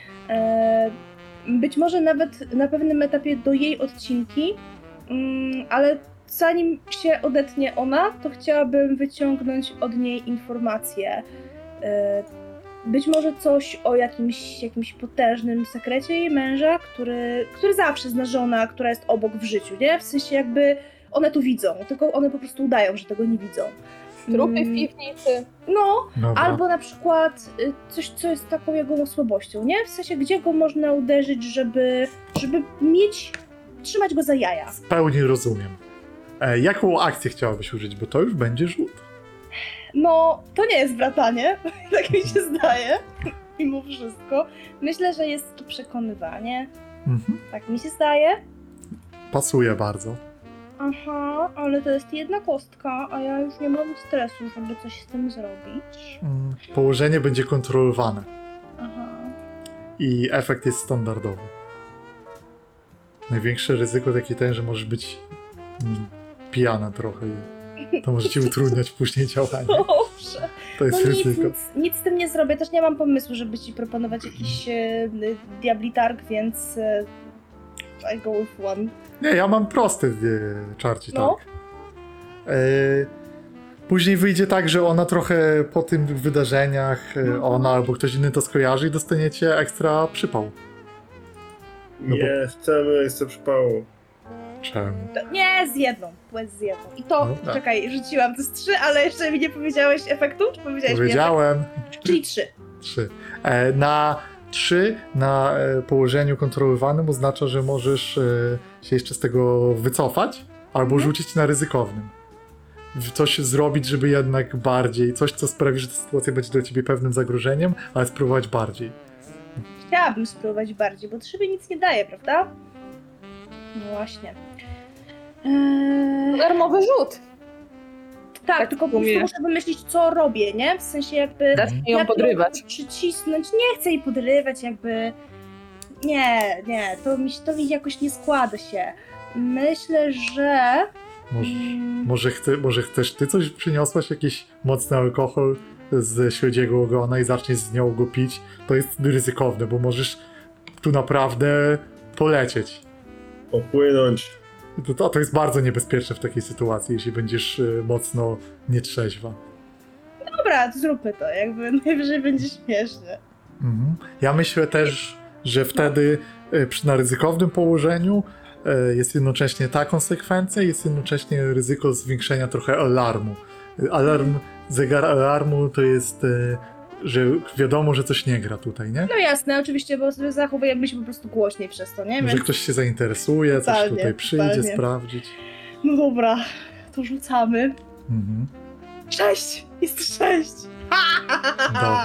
Być może nawet na pewnym etapie do jej odcinki, ale zanim się odetnie ona, to chciałabym wyciągnąć od niej informacje. Być może coś o jakimś potężnym sekrecie jej męża, który zawsze zna żona, która jest obok w życiu, nie? W sensie jakby one to widzą, tylko one po prostu udają, że tego nie widzą.
Trupy w piwnicy.
No,
dobra.
albo na przykład coś, co jest taką jego słabością, nie? W sensie, gdzie go można uderzyć, żeby trzymać go za jaja.
W pełni rozumiem. Jaką akcję chciałabyś użyć? Bo to już będzie rzut.
No, to nie jest bratanie, tak mi się zdaje, mimo wszystko. Myślę, że jest to przekonywanie,
Mhm.
tak mi się zdaje.
Pasuje bardzo.
Aha, ale to jest jedna kostka, a ja już nie mam stresu, żeby coś z tym zrobić.
Położenie będzie kontrolowane
Aha.
i efekt jest standardowy. Największe ryzyko takie ten, że możesz być pijana trochę i to może ci utrudniać później działanie.
Dobrze.
To jest
No
ryzyko.
nic z tym nie zrobię. Też nie mam pomysłu, żeby ci proponować jakiś diabli targ, więc I go with one.
Nie, ja mam prosty czarci,
No.
tak. Później wyjdzie tak, że ona trochę po tych wydarzeniach, ona albo ktoś inny to skojarzy i dostaniecie ekstra przypał. No bo-
Nie, chcę przypału.
Czemu?
Nie, z jedną. Płeć z jedną. I to,
No tak.
czekaj, rzuciłam, to jest 3, ale jeszcze mi nie powiedziałeś efektu? Czy powiedziałeś mi
Powiedziałem.
efekt? Czyli 3.
3. Na 3 na położeniu kontrolowanym oznacza, że możesz się jeszcze z tego wycofać albo rzucić na ryzykownym. Coś zrobić, żeby jednak bardziej, coś co sprawi, że ta sytuacja będzie dla ciebie pewnym zagrożeniem, ale spróbować bardziej.
Chciałabym spróbować bardziej, bo 3 mi nic nie daje, prawda? No właśnie.
Darmowy rzut.
Tak, tylko po prostu
umie.
muszę wymyślić, co robię, nie? W sensie jakby...
Zacznij ją
jak
podrywać.
Przycisnąć, nie chcę jej podrywać, jakby... Nie, to mi jakoś nie składa się. Myślę, że...
Może chcesz ty coś przyniosłaś, jakiś mocny alkohol z śledziego ogona i zaczniesz z nią go pić? To jest ryzykowne, bo możesz tu naprawdę polecieć.
Popłynąć.
To jest bardzo niebezpieczne w takiej sytuacji, jeśli będziesz mocno nietrzeźwa.
Dobra, to zróbmy to, jakby najwyżej będzie śmiesznie.
Mhm. Ja myślę też, że wtedy na ryzykownym położeniu jest jednocześnie ta konsekwencja, jest jednocześnie ryzyko zwiększenia trochę alarmu. Zegar alarmu to jest, że wiadomo, że coś nie gra tutaj, nie?
No jasne, oczywiście, bo sobie zachowujemy się po prostu głośniej przez to, nie?
Że ktoś się zainteresuje, coś
Totalnie,
tutaj przyjdzie
totalnie.
sprawdzić.
No dobra, to rzucamy.
Mhm.
6! Jest 6!
Dobra.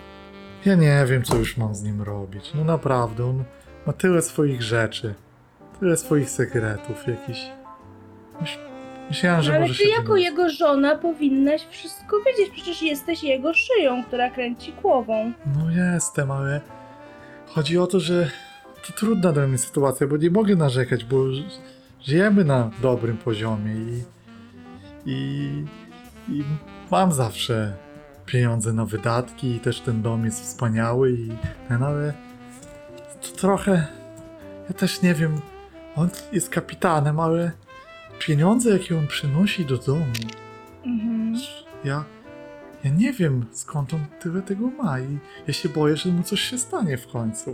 Ja nie wiem, co już mam z nim robić. No naprawdę, on ma tyle swoich rzeczy. tyle swoich sekretów jakichś. Myślałem, że
Ale
może
ty
się
jako
wymienić.
jego żona powinnaś wszystko wiedzieć. Przecież jesteś jego szyją, która kręci głową.
No jestem, ale chodzi o to, że to trudna dla mnie sytuacja, bo nie mogę narzekać, bo żyjemy na dobrym poziomie i mam zawsze pieniądze na wydatki i też ten dom jest wspaniały i ten, ale to trochę, ja też nie wiem, on jest kapitanem, ale pieniądze, jakie on przynosi do domu,
Mhm.
ja nie wiem, skąd on tyle tego ma i ja się boję, że mu coś się stanie w końcu.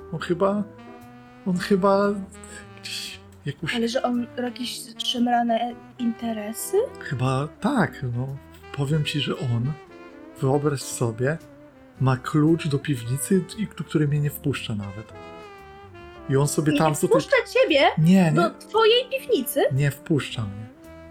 On chyba gdzieś jakąś...
Ale że on jakieś szemrane interesy?
Chyba tak, no. Powiem ci, że on, wyobraź sobie, ma klucz do piwnicy, do której mnie nie wpuszcza nawet. I on sobie
I
tam...
nie wpuszcza ciebie
Nie,
do twojej piwnicy?
nie wpuszcza mnie.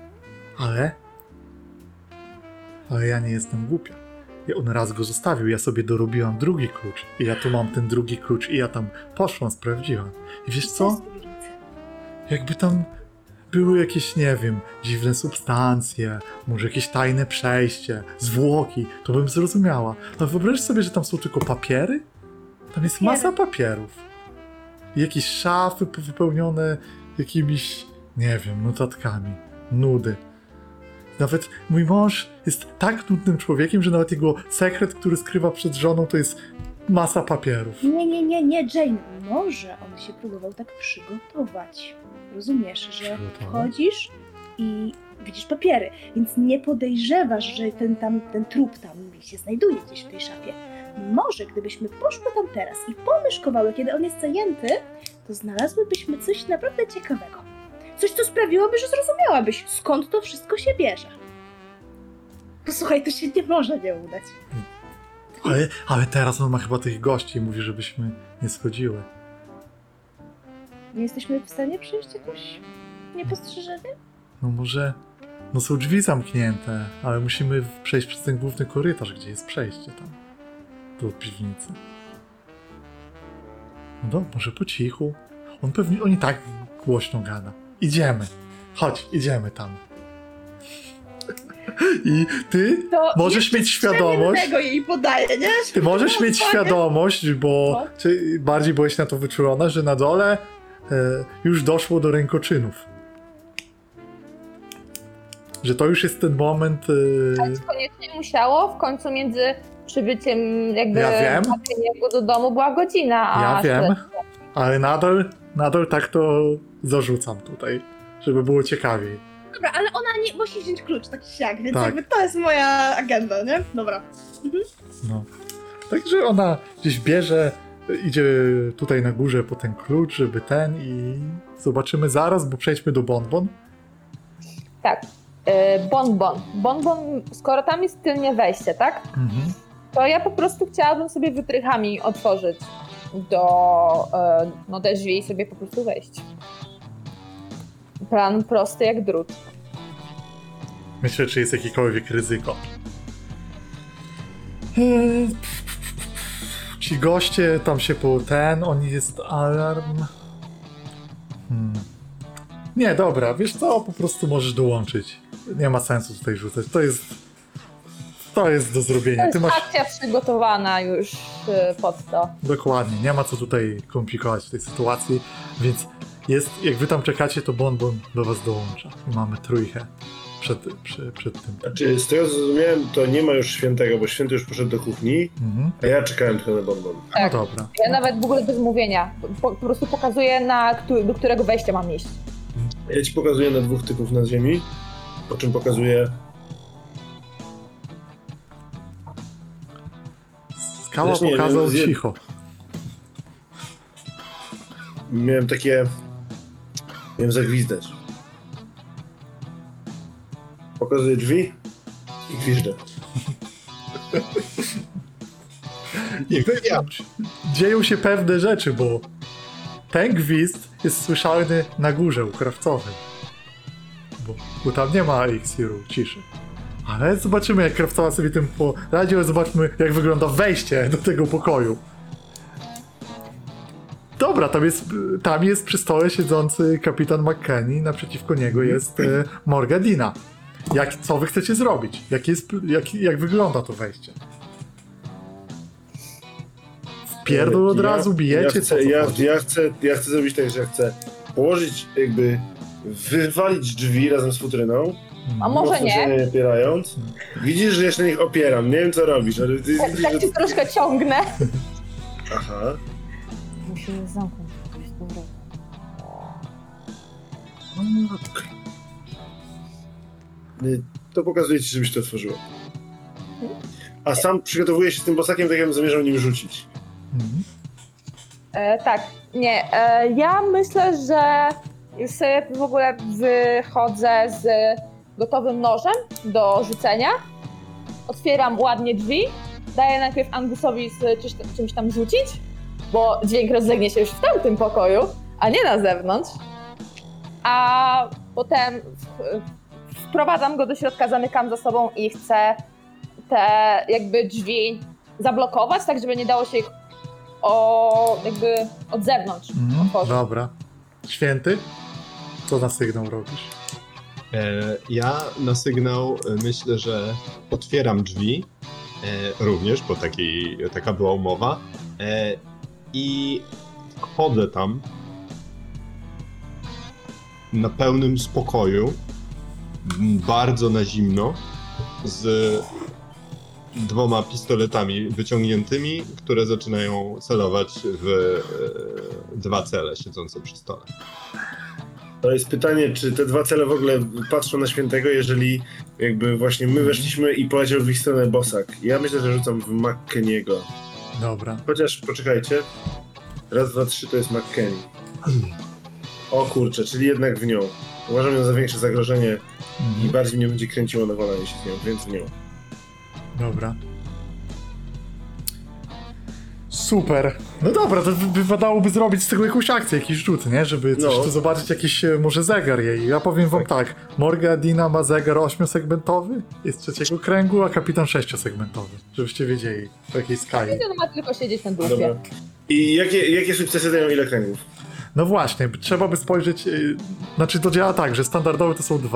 Ale ja nie jestem głupia. I on raz go zostawił, ja sobie dorobiłam drugi klucz. I ja tu mam ten drugi klucz i ja tam poszłam, sprawdziłam. I wiesz co?
jest piwnicy.
Jakby tam były jakieś, nie wiem, dziwne substancje, może jakieś tajne przejście, zwłoki, to bym zrozumiała. Ale wyobraź sobie, że tam są tylko papiery? Tam jest
Papiery.
masa papierów. I jakieś szafy wypełnione jakimiś, nie wiem, notatkami. Nudy. Nawet mój mąż jest tak nudnym człowiekiem, że nawet jego sekret, który skrywa przed żoną, to jest masa papierów.
Nie, Jane. Może on się próbował tak przygotować. Rozumiesz, że
Przygotował?
wchodzisz i widzisz papiery, więc nie podejrzewasz, że ten trup tam się znajduje gdzieś w tej szafie. Może gdybyśmy poszły tam teraz i pomyszkowały, kiedy on jest zajęty, to znalazłybyśmy coś naprawdę ciekawego. Coś, co sprawiłoby, że zrozumiałabyś, skąd to wszystko się bierze. Posłuchaj, to się nie może nie udać.
Ale teraz on ma chyba tych gości i mówi, żebyśmy nie schodziły.
Nie jesteśmy w stanie przejść jakoś niepostrzeżenie?
No może... No są drzwi zamknięte, ale musimy przejść przez ten główny korytarz, gdzie jest przejście tam. Do piwnicy. No może po cichu. On i tak głośno gada. Idziemy. Chodź, idziemy tam. I ty
To
możesz
jeszcze
mieć świadomość...
tego jej podaje, nie?
Ty możesz mieć
Uwagę.
świadomość, bo
No.
czy bardziej byłeś na to wyczulona, że na dole już doszło do rękoczynów. Że to już jest ten moment...
Koniecznie musiało, w końcu między przybyciem jakby
Ja wiem.
jego do domu była godzina, a
Ja wiem,
śledztwo.
ale nadal tak to zarzucam tutaj, żeby było ciekawiej.
Dobra, ale ona nie musi wziąć klucz, tak czy siak, więc
Tak.
jakby to jest moja agenda, nie? Dobra.
No. Także ona gdzieś bierze, idzie tutaj na górze po ten klucz, żeby i zobaczymy zaraz, bo przejdźmy do Bonbon.
Tak. Bonbon. Bonbon, skoro tam jest tylnie wejście, tak?
Mhm.
To ja po prostu chciałabym sobie wytrychami otworzyć do te drzwi i sobie po prostu wejść. Plan prosty jak drut.
Myślę, czy jest jakiekolwiek ryzyko. Ci goście tam się oni jest alarm. Nie, dobra, wiesz co, po prostu możesz dołączyć. Nie ma sensu tutaj rzucać. To jest do
To
zrobienia.
jest
Ty masz
akcja przygotowana już pod to.
dokładnie, nie ma co tutaj komplikować w tej sytuacji, więc jak wy tam czekacie, to Bonbon do was dołącza. I mamy trójkę przed tym.
Znaczy, z tego co zrozumiałem, to nie ma już świętego, bo święty już poszedł do kuchni,
Mhm.
a ja czekałem tylko na bonbon.
Tak.
No dobra.
Ja nawet w ogóle bez mówienia. Po prostu pokazuję, do którego wejścia mam iść.
Ja ci pokazuję na 2 typów na ziemi, po czym pokazuję...
Skała
Też nie,
pokazał
zje-
cicho.
Miałem takie... Miałem zagwizdać. Pokazuję drzwi i gwiżdżę.
I dzieją się pewne rzeczy, bo ten gwizd jest słyszalny na górze u krawcowej. Bo tam nie ma eliksiru ciszy. Ale zobaczymy, jak krawcowa sobie tym poradzi, ale zobaczmy, jak wygląda wejście do tego pokoju. dobra, tam jest przy stole siedzący kapitan McKenny, naprzeciwko niego jest Morgadina. Co wy chcecie zrobić? Jak wygląda to wejście? Wpierdol od razu, bijecie?
Ja chcę zrobić tak, że ja chcę położyć jakby, wywalić drzwi razem z futryną,
A może
mocno się
nie?
nie opierając. Widzisz, że ja się na nich opieram, nie wiem co robisz, ale ty widzisz,
Tak
że...
cię troszkę ciągnę.
Aha.
Musimy zamknąć jakoś dobrze.
To pokazuję ci, żebyś to otworzyło. A sam przygotowuję się z tym bosakiem, tak jakbym zamierzał nim rzucić.
Mhm.
Tak, nie. Ja myślę, że już sobie w ogóle wychodzę z gotowym nożem do rzucenia. Otwieram ładnie drzwi. Daję najpierw Angusowi z czymś tam rzucić, bo dźwięk rozlegnie się już w tamtym pokoju, a nie na zewnątrz. A potem wprowadzam go do środka, zamykam za sobą i chcę te jakby drzwi zablokować, tak żeby nie dało się ich jakby od zewnątrz otworzyć.
Dobra. Święty? Co na sygnał robisz?
Ja na sygnał myślę, że otwieram drzwi, również, bo taka była umowa, i wchodzę tam na pełnym spokoju, bardzo na zimno, z 2 pistoletami wyciągniętymi, które zaczynają celować w 2 cele siedzące przy stole.
To jest pytanie, czy te 2 cele w ogóle patrzą na świętego, jeżeli jakby właśnie my weszliśmy i poleciał w ich stronę bosak. Ja myślę, że rzucam w McKenniego.
Dobra.
Chociaż, poczekajcie. 1, 2, 3 to jest McKenny. O kurczę, czyli jednak w nią. Uważam ją za większe zagrożenie i bardziej mnie będzie kręciło na walanie się z nią, więc w nią.
Dobra. Super. No dobra, to wypadałoby zrobić z tego jakąś akcję, jakiś rzut, nie? Żeby coś tu zobaczyć, jakiś może zegar jej. Ja powiem wam tak, Morgadina ma zegar 8-segmentowy, jest 3 kręgu, a kapitan 6-segmentowy. Żebyście wiedzieli, w jakiej skali.
On ma tylko siedzieć na dupie.
Dobra. I jakie sukcesy dają ile kręgów?
No właśnie, trzeba by spojrzeć, znaczy to działa tak, że standardowe to są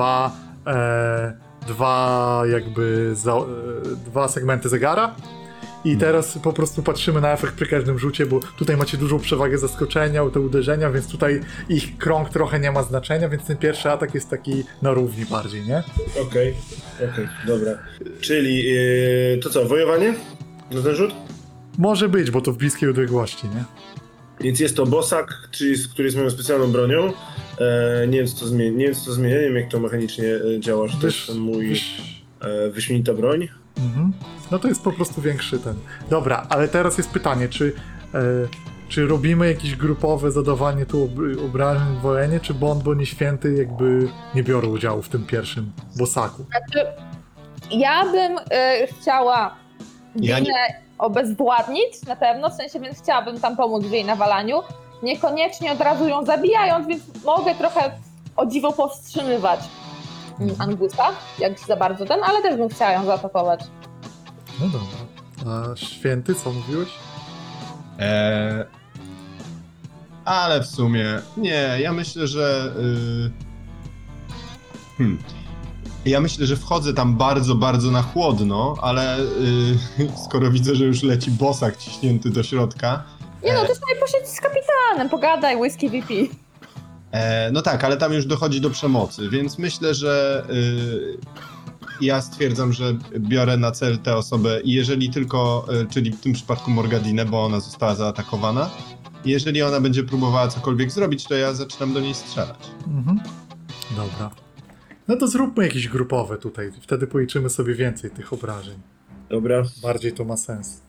dwa segmenty zegara i teraz po prostu patrzymy na efekt przy każdym rzucie, bo tutaj macie dużą przewagę zaskoczenia, te uderzenia, więc tutaj ich krąg trochę nie ma znaczenia, więc ten pierwszy atak jest taki na równi bardziej, nie?
Okej, dobra. Czyli to co, wojowanie na ten rzut?
Może być, bo to w bliskiej odległości, nie?
Więc jest to bosak, który jest moją specjalną bronią. Nie wiem, co to zmienia, nie wiem, jak to mechanicznie działa, że to jest ten mój wyśmienita broń.
Mhm. No to jest po prostu większy ten. Dobra, ale teraz jest pytanie, czy robimy jakieś grupowe zadawanie tu obrażeń w Wołenie, czy Bonbon i Święty jakby nie biorą udziału w tym pierwszym bosaku?
Znaczy, ja bym chciała Dinę obezwładnić na pewno, w sensie, więc chciałabym tam pomóc w jej nawalaniu. Niekoniecznie od razu ją zabijając, więc mogę trochę o dziwo powstrzymywać Angusa, jak za bardzo ale też bym chciała ją zaatakować.
No dobra. A Święty, co mówiłeś?
Ale w sumie nie, ja myślę, że ja myślę, że wchodzę tam bardzo, bardzo na chłodno, ale skoro widzę, że już leci bosak ciśnięty do środka.
Nie no, ty sobie posiedź z kapitanem, pogadaj, whisky VP.
No tak, ale tam już dochodzi do przemocy, więc myślę, że ja stwierdzam, że biorę na cel tę osobę i jeżeli tylko, czyli w tym przypadku Morgadinę, bo ona została zaatakowana, jeżeli ona będzie próbowała cokolwiek zrobić, to ja zaczynam do niej strzelać.
Mhm. Dobra. No to zróbmy jakieś grupowe tutaj, wtedy policzymy sobie więcej tych obrażeń.
Dobra.
Bardziej to ma sens.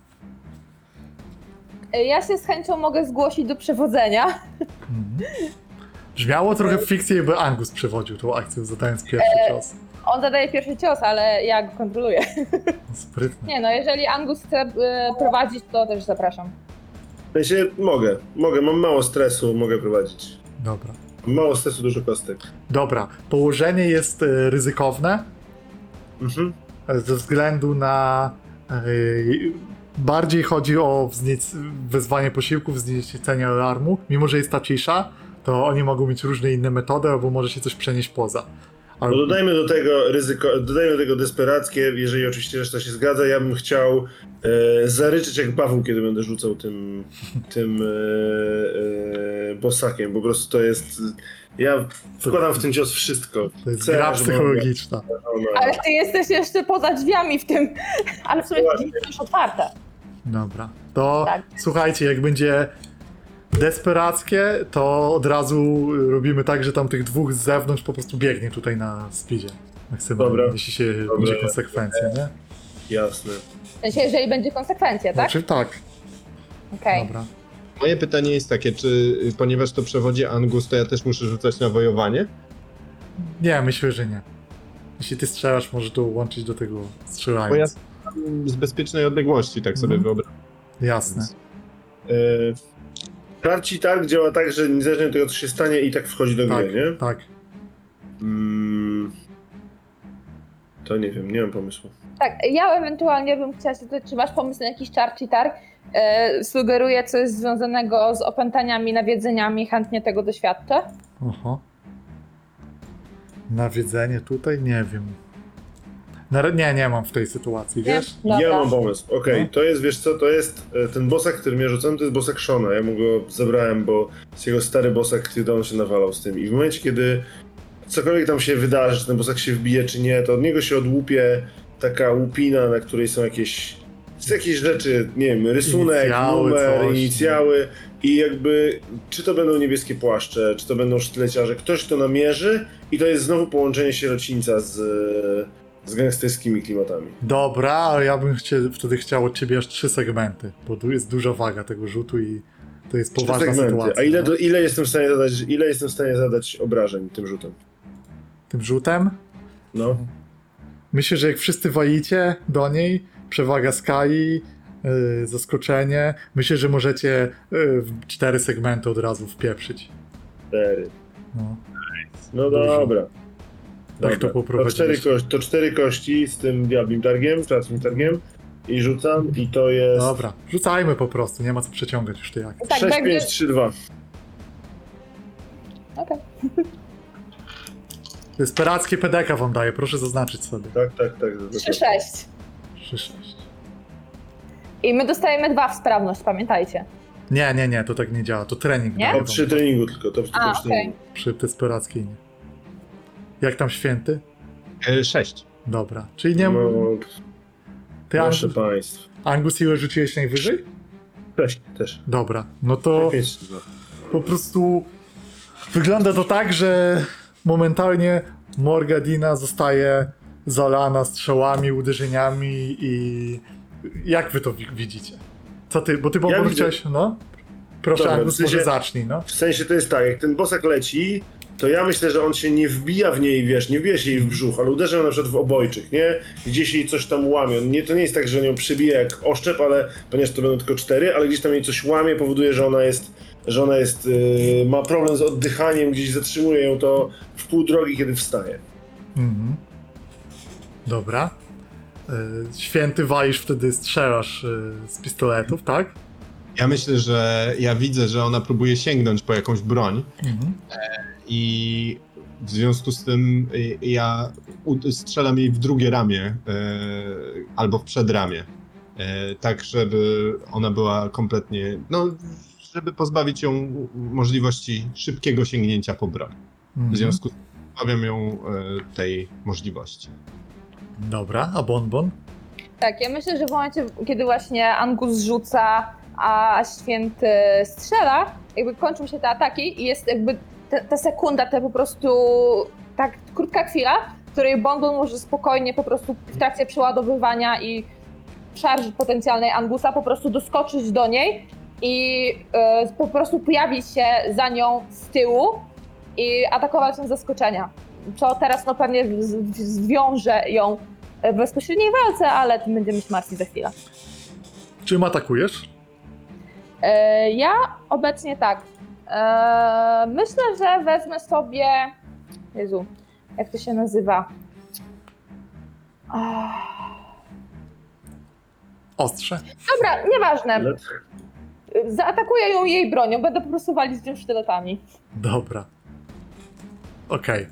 Ja się z chęcią mogę zgłosić do przewodzenia.
Mhm. Brzmiało trochę w fikcji, jakby Angus przewodził tą akcję, zadając pierwszy cios.
On zadaje pierwszy cios, ale ja go kontroluję.
Sprytnie.
Nie no, jeżeli Angus chce prowadzić, to też zapraszam.
W sensie mogę, mam mało stresu, mogę prowadzić.
Dobra.
Mało stresu, dużo kostek.
Dobra, położenie jest ryzykowne
Mhm.
ze względu na bardziej chodzi o wezwanie posiłków, wzniecenie alarmu. Mimo że jest ta cisza, to oni mogą mieć różne inne metody, albo może się coś przenieść poza.
No dodajmy do tego ryzyko, dodajmy do tego desperackie, jeżeli oczywiście reszta się zgadza. Ja bym chciał zaryczeć jak Paweł, kiedy będę rzucał tym bossakiem. Po prostu to jest... Ja wkładam w ten cios wszystko.
To jest
Chcę,
gra
żeby
psychologiczna.
Ale ty jesteś jeszcze poza drzwiami w tym. Ale w sumie drzwi są już otwarte.
Dobra. To
Tak.
słuchajcie, jak będzie desperackie, to od razu robimy tak, że tam tych dwóch z zewnątrz po prostu biegnie tutaj na speedzie. Maksymalnie,
Dobra.
jeśli się
Dobra,
będzie
ja-
konsekwencja, nie?
Jasne.
W sensie, jeżeli będzie konsekwencja, tak?
Znaczy tak,
Okej.
dobra.
Moje pytanie jest takie, czy ponieważ to przewodzi Angus, to ja też muszę rzucać na wojowanie?
Nie, myślę, że nie. Jeśli ty strzelasz, możesz dołączyć do tego
Bo
strzelając.
ja z bezpiecznej odległości, tak sobie wyobrażam.
Jasne.
Karci targ działa tak, że niezależnie od tego, co się stanie, i tak wchodzi do
Tak,
gry, nie?
tak.
To nie wiem, nie mam pomysłu.
Tak, ja ewentualnie bym chciała się zapytać, czy masz pomysł na jakiś czar czy targ? Sugeruję coś związanego z opętaniami, nawiedzeniami, chętnie tego doświadczę.
Oho. Nawiedzenie tutaj? Nie wiem. Nie mam w tej sytuacji, wiesz?
Dobra.
Ja mam pomysł. Okej,
No.
to jest, wiesz co, to jest ten bossak, który mnie rzucam, to jest bossak Shona. Ja mu go zabrałem, bo jest jego stary bossak, kiedy on się nawalał z tym. I w momencie, kiedy cokolwiek tam się wydarzy, czy ten bossak się wbije, czy nie, to od niego się odłupie taka łupina, na której są jakieś rzeczy, nie wiem, rysunek,
Inicjały,
numer,
coś.
inicjały i jakby, czy to będą niebieskie płaszcze, czy to będą sztyleciarze, ktoś to namierzy i to jest znowu połączenie sierocińca z gangsterskimi klimatami.
Dobra, ale ja bym wtedy chciał od ciebie aż 3 segmenty, bo tu jest duża waga tego rzutu i to jest
Trzy
poważna
segmenty.
sytuacja.
A ile,
no?
ile jestem w stanie zadać obrażeń tym rzutem?
Tym rzutem?
No.
Myślę, że jak wszyscy walicie do niej, przewaga skali, zaskoczenie, myślę, że możecie w 4 segmenty od razu wpieprzyć.
4.
No.
No
Dużo.
dobra.
Tak to poprowadziłeś.
To 4 kości z tym diablim targiem, czarnym targiem i rzucam i to jest
Dobra, rzucajmy po prostu, nie ma co przeciągać już tej akcji.
Tak,
6,
będzie...
5, 3, 2.
Okej.
Desperackie PDK wam daję, proszę zaznaczyć sobie.
Tak.
3-6.
3-6.
I my dostajemy 2 w sprawność, pamiętajcie.
Nie, to tak nie działa, to trening.
Nie?
daje
To
wam.
przy treningu tylko, to tylko
A,
przy
okej.
treningu.
Przy desperackiej nie. Jak tam święty?
6.
Dobra, czyli nie...
No,
Ty
proszę
Angus,
państwa.
Angus ile rzuciłeś najwyżej?
6 też.
Dobra, no to
5, 3, 2.
po prostu wygląda to tak, że momentalnie Morgadina zostaje zalana strzałami, uderzeniami i jak wy to widzicie? Co ty, bo ty
Ja
Bombor
widzę.
chciałeś, no? Proszę
Dobra,
Angus,
w sensie-
może zacznij, no.
W sensie to jest tak, jak ten bosak leci, to ja myślę, że on się nie wbija w niej, wiesz, nie wbija się jej w brzuch, ale uderza ją na przykład w obojczyk, nie? Gdzieś jej coś tam łamie. To nie jest tak, że on ją przybije jak oszczep, ale ponieważ to będą tylko 4, ale gdzieś tam jej coś łamie, powoduje, że ona jest, ma problem z oddychaniem, gdzieś zatrzymuje ją to w pół drogi, kiedy wstaje.
Mhm. Dobra. Święty walisz wtedy, strzelasz z pistoletów, tak?
Ja myślę, że ja widzę, że ona próbuje sięgnąć po jakąś broń
Mhm.
i w związku z tym ja strzelam jej w drugie ramię albo w przedramię. Tak, żeby ona była kompletnie, no, żeby pozbawić ją możliwości szybkiego sięgnięcia po broń. W
Mhm.
związku z tym pozbawiam ją tej możliwości.
Dobra, a Bonbon?
Tak, ja myślę, że w momencie, kiedy właśnie Angus rzuca, a Święty strzela, jakby kończą się te ataki i jest jakby ta sekunda, to po prostu tak krótka chwila, w której Bonbon może spokojnie po prostu w trakcie przeładowywania i szarży potencjalnej Angusa po prostu doskoczyć do niej i po prostu pojawić się za nią z tyłu i atakować ją z zaskoczenia. Co teraz no pewnie zwiąże ją w bezpośredniej walce, ale tym będziemy się martwić za chwilę.
Czym atakujesz?
Ja obecnie tak. Myślę, że wezmę sobie. Jezu, jak to się nazywa?
Ostrze?
Dobra, nieważne.
Ale...
Zaatakuję ją jej bronią, będę po prostu walić z nią sztyletami.
Dobra. Okej.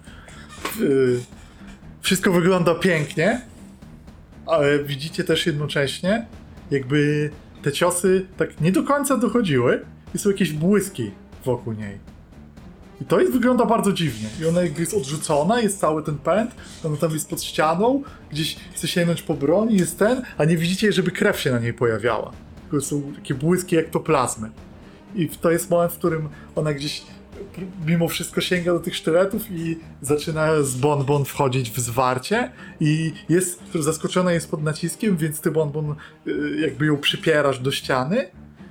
Wszystko wygląda pięknie, ale widzicie też jednocześnie, jakby te ciosy tak nie do końca dochodziły i są jakieś błyski wokół niej. I to wygląda bardzo dziwnie. I ona jakby jest odrzucona, jest cały ten pęd, ona tam jest pod ścianą, gdzieś chce sięgnąć po broń, jest ten, a nie widzicie, żeby krew się na niej pojawiała. Tylko są takie błyski jak to plazmy. I to jest moment, w którym ona gdzieś mimo wszystko sięga do tych sztyletów i zaczyna z Bonbon wchodzić w zwarcie i jest zaskoczona, jest pod naciskiem, więc ty Bonbon jakby ją przypierasz do ściany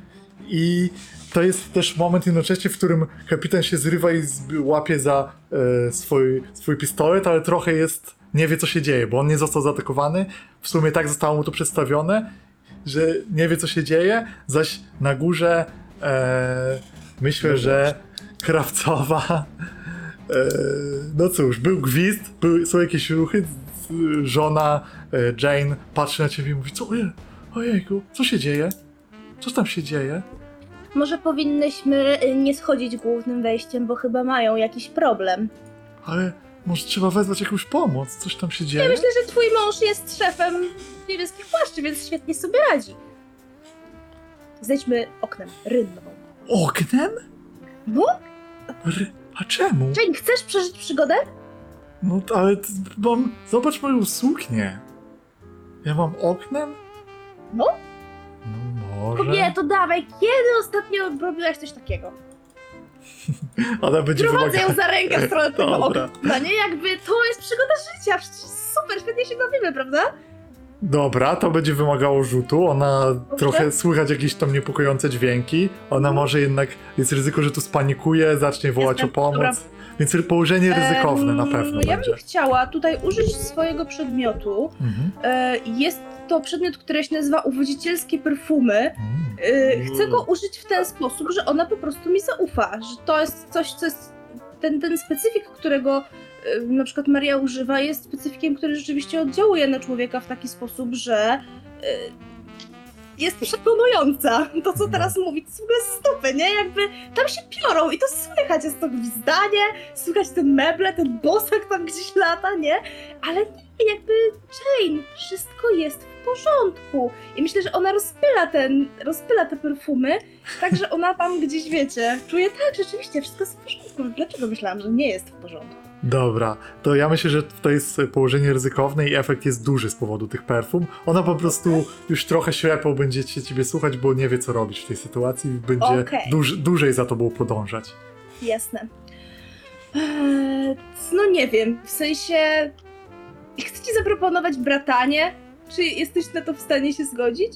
i to jest też moment jednocześnie, w którym kapitan się zrywa i łapie za swój pistolet, ale trochę nie wie co się dzieje, bo on nie został zaatakowany, w sumie tak zostało mu to przedstawione, że nie wie co się dzieje, zaś na górze myślę, że Krawcowa. No cóż, był gwizd, są jakieś ruchy. Żona Jane patrzy na ciebie i mówi: ojejku, co się dzieje? Co tam się dzieje?
Może powinnyśmy nie schodzić głównym wejściem, bo chyba mają jakiś problem.
Ale może trzeba wezwać jakąś pomoc? Coś tam się dzieje?
Ja myślę, że twój mąż jest szefem niebieskich płaszczy, więc świetnie sobie radzi. Zejdźmy oknem, rynną.
Oknem?
No?
A czemu?
Jane, chcesz przeżyć przygodę?
No ale zobacz moją suknię. Ja mam oknem?
No?
No może.
Kobieto, dawaj, kiedy ostatnio robiłaś coś takiego?
Ona będzie
Prowadzę ją
wymagała.
za rękę w stronę tego
Dobra.
okna, nie? Jakby to jest przygoda życia, przecież super, świetnie się bawimy, prawda?
Dobra, to będzie wymagało rzutu. Ona trochę słychać jakieś tam niepokojące dźwięki. Ona może jednak, jest ryzyko, że tu spanikuje, zacznie wołać
Jasne,
o pomoc.
dobra.
Więc położenie ryzykowne na pewno
Ja
będzie.
bym chciała tutaj użyć swojego przedmiotu.
Mhm.
Jest to przedmiot, który się nazywa uwodzicielskie perfumy. Chcę go użyć w ten sposób, że ona po prostu mi zaufa, że to jest coś, co jest ten specyfik, którego na przykład Maria używa, jest specyfikiem, który rzeczywiście oddziałuje na człowieka w taki sposób, że jest przekonująca. To, co teraz mówi, to w ogóle z stopy, nie? Jakby tam się piorą i to słychać, jest to gwizdanie, słychać te meble, ten bosak tam gdzieś lata, nie? Ale nie, jakby Jane, wszystko jest w porządku. I myślę, że ona rozpyla te perfumy, tak, że ona tam gdzieś, wiecie, czuje, tak, rzeczywiście, wszystko jest w porządku. Dlaczego myślałam, że nie jest w porządku?
Dobra, to ja myślę, że to jest położenie ryzykowne i efekt jest duży z powodu tych perfum. Ona po prostu już trochę ślepo będzie ciebie słuchać, bo nie wie co robić w tej sytuacji i będzie
Okej.
dłużej za tobą podążać.
Jasne. No nie wiem, w sensie... Chcę ci zaproponować bratanie? Czy jesteś na to w stanie się zgodzić?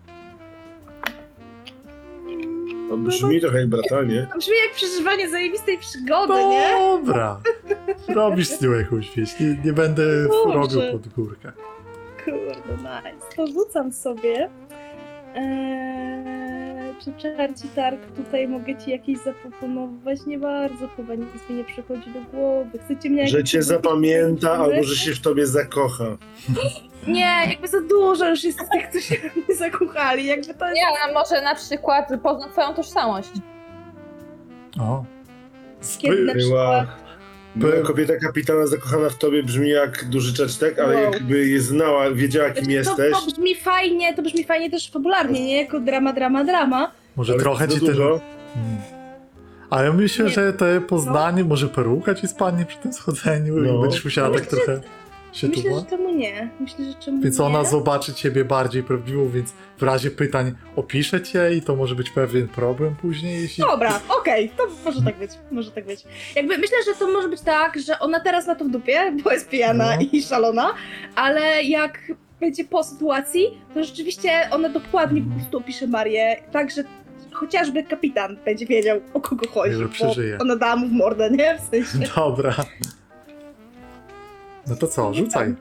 To brzmi trochę jak bratanie.
To brzmi jak przeżywanie zajebistej przygody, nie?
Dobra, robisz z nią jakąś wieś, nie będę
Boże.
robił pod górkę.
Kurde, nice. To rzucam sobie. Czy Czarci Targ tutaj mogę ci jakieś zaproponować? Nie bardzo, chyba nic mi nie przychodzi do głowy. Chcecie mnie
Że
jakieś
cię zapamięta
zaproponować?
albo że się w tobie zakocha.
Nie, jakby za dużo już jest tych, co się we mnie zakochali. Jakby to jest...
Nie, a może na przykład poznać twoją tożsamość.
O.
Kiedy na przykład...
Była kobieta kapitana zakochana w tobie, brzmi jak duży czecztek, ale
Wow.
jakby je znała, wiedziała kim jesteś.
To brzmi fajnie też fabularnie, nie? Jako drama.
Może
ale
trochę
za
ci ten...
dużo.
Ale ja myślę,
Nie.
że te poznanie, może peruka ci spadnie przy tym schodzeniu i
No.
będziesz musiała tak
Myślę, że-
trochę się
Myślę,
tłumaczyć.
że czemu nie? Myślę, że czemu
Więc
nie?
ona zobaczy ciebie bardziej prawdziwą, więc w razie pytań opisze cię i to może być pewien problem później, jeśli...
Dobra, okej, to może tak być. Jakby myślę, że to może być tak, że ona teraz na to w dupie, bo jest pijana
No.
i szalona, ale jak będzie po sytuacji, to rzeczywiście ona dokładnie po prostu opisze Marię, tak, że chociażby kapitan będzie wiedział, o kogo chodzi,
Że
bo
przeżyje.
ona dała mu w mordę, nie? W sensie...
Dobra. No to co, rzucaj.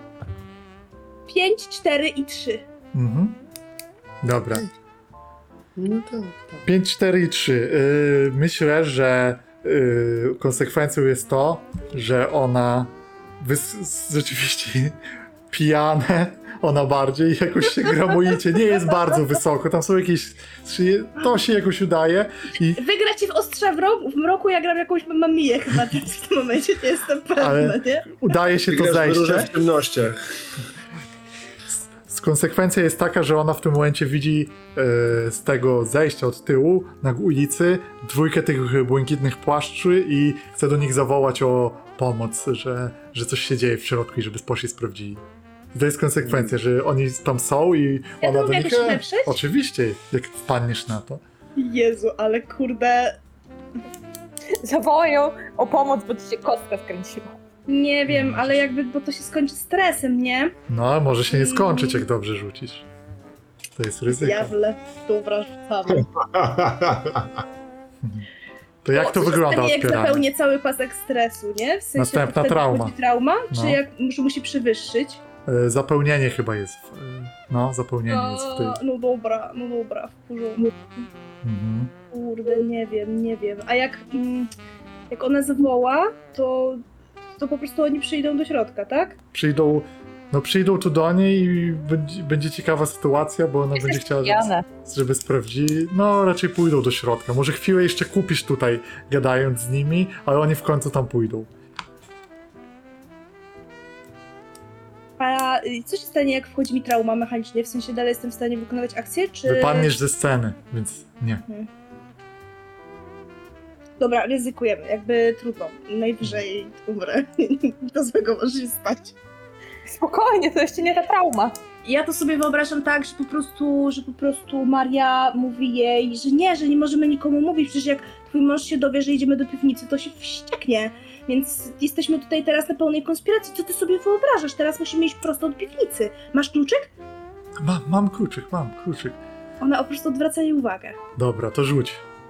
5, 4 i 3.
Mhm. Dobra.
No tak, tak.
5, 4 i 3. Myślę, że konsekwencją jest to, że ona rzeczywiście pijane, ona bardziej, jakoś się gramuicie, nie jest bardzo wysoko, tam są jakieś, to się jakoś udaje i
Wy gracie w Ostrza w mroku, ja gram jakąś mamiję chyba teraz w tym momencie, nie jestem pewna,
Ale-
nie?
udaje się to
Wygrasz róże
zejście.
w ciemnościach.
Konsekwencja jest taka, że ona w tym momencie widzi z tego zejścia od tyłu na ulicy dwójkę tych błękitnych płaszczy i chce do nich zawołać o pomoc, że coś się dzieje w środku i żeby poszli sprawdzili. I to jest konsekwencja, że oni tam są i
Ja
ona
to
do
mogę
nich...
jakoś weprzeć?
Oczywiście, jak wpadniesz na to.
Jezu, ale kurde,
Zawołają o pomoc, bo ci się kostka skręciła.
nie wiem, ale jakby, bo to się skończy stresem, nie?
No, może się nie skończyć, jak dobrze rzucisz. To jest ryzyko.
Diable, dobra, rzucamy.
To jak to
Co się
wygląda
stanie, jak
odpieranie?
zapełnię cały pasek stresu, nie? W sensie
Następna
wtedy
trauma.
wchodzi trauma?
No.
Czy jak musi przewyższyć?
Zapełnienie chyba jest no, zapełnienie jest w tej...
No dobra, w porządku.
Mhm.
Kurde, nie wiem. A jak ona zawoła, to po prostu oni przyjdą do środka, tak?
Przyjdą tu do niej i będzie ciekawa sytuacja, bo ona będzie chciała,
Pijane.
żeby sprawdzili. No, raczej pójdą do środka. Może chwilę jeszcze kupisz tutaj, gadając z nimi, ale oni w końcu tam pójdą.
A co się stanie, jak wchodzi mi trauma mechanicznie? W sensie dalej jestem w stanie wykonywać akcję, czy...
Wypadniesz ze sceny, więc nie.
Dobra, ryzykujemy, jakby trudno. Najwyżej umrę. To złego może się stać.
Spokojnie, to jeszcze nie ta trauma.
Ja to sobie wyobrażam tak, że po prostu Maria mówi jej, że nie możemy nikomu mówić, przecież jak twój mąż się dowie, że idziemy do piwnicy, to się wścieknie. Więc jesteśmy tutaj teraz na pełnej konspiracji. Co ty sobie wyobrażasz? Teraz musimy iść prosto do piwnicy. Masz kluczyk?
Mam kluczyk.
Ona po prostu odwraca jej uwagę.
Dobra, to rzuć.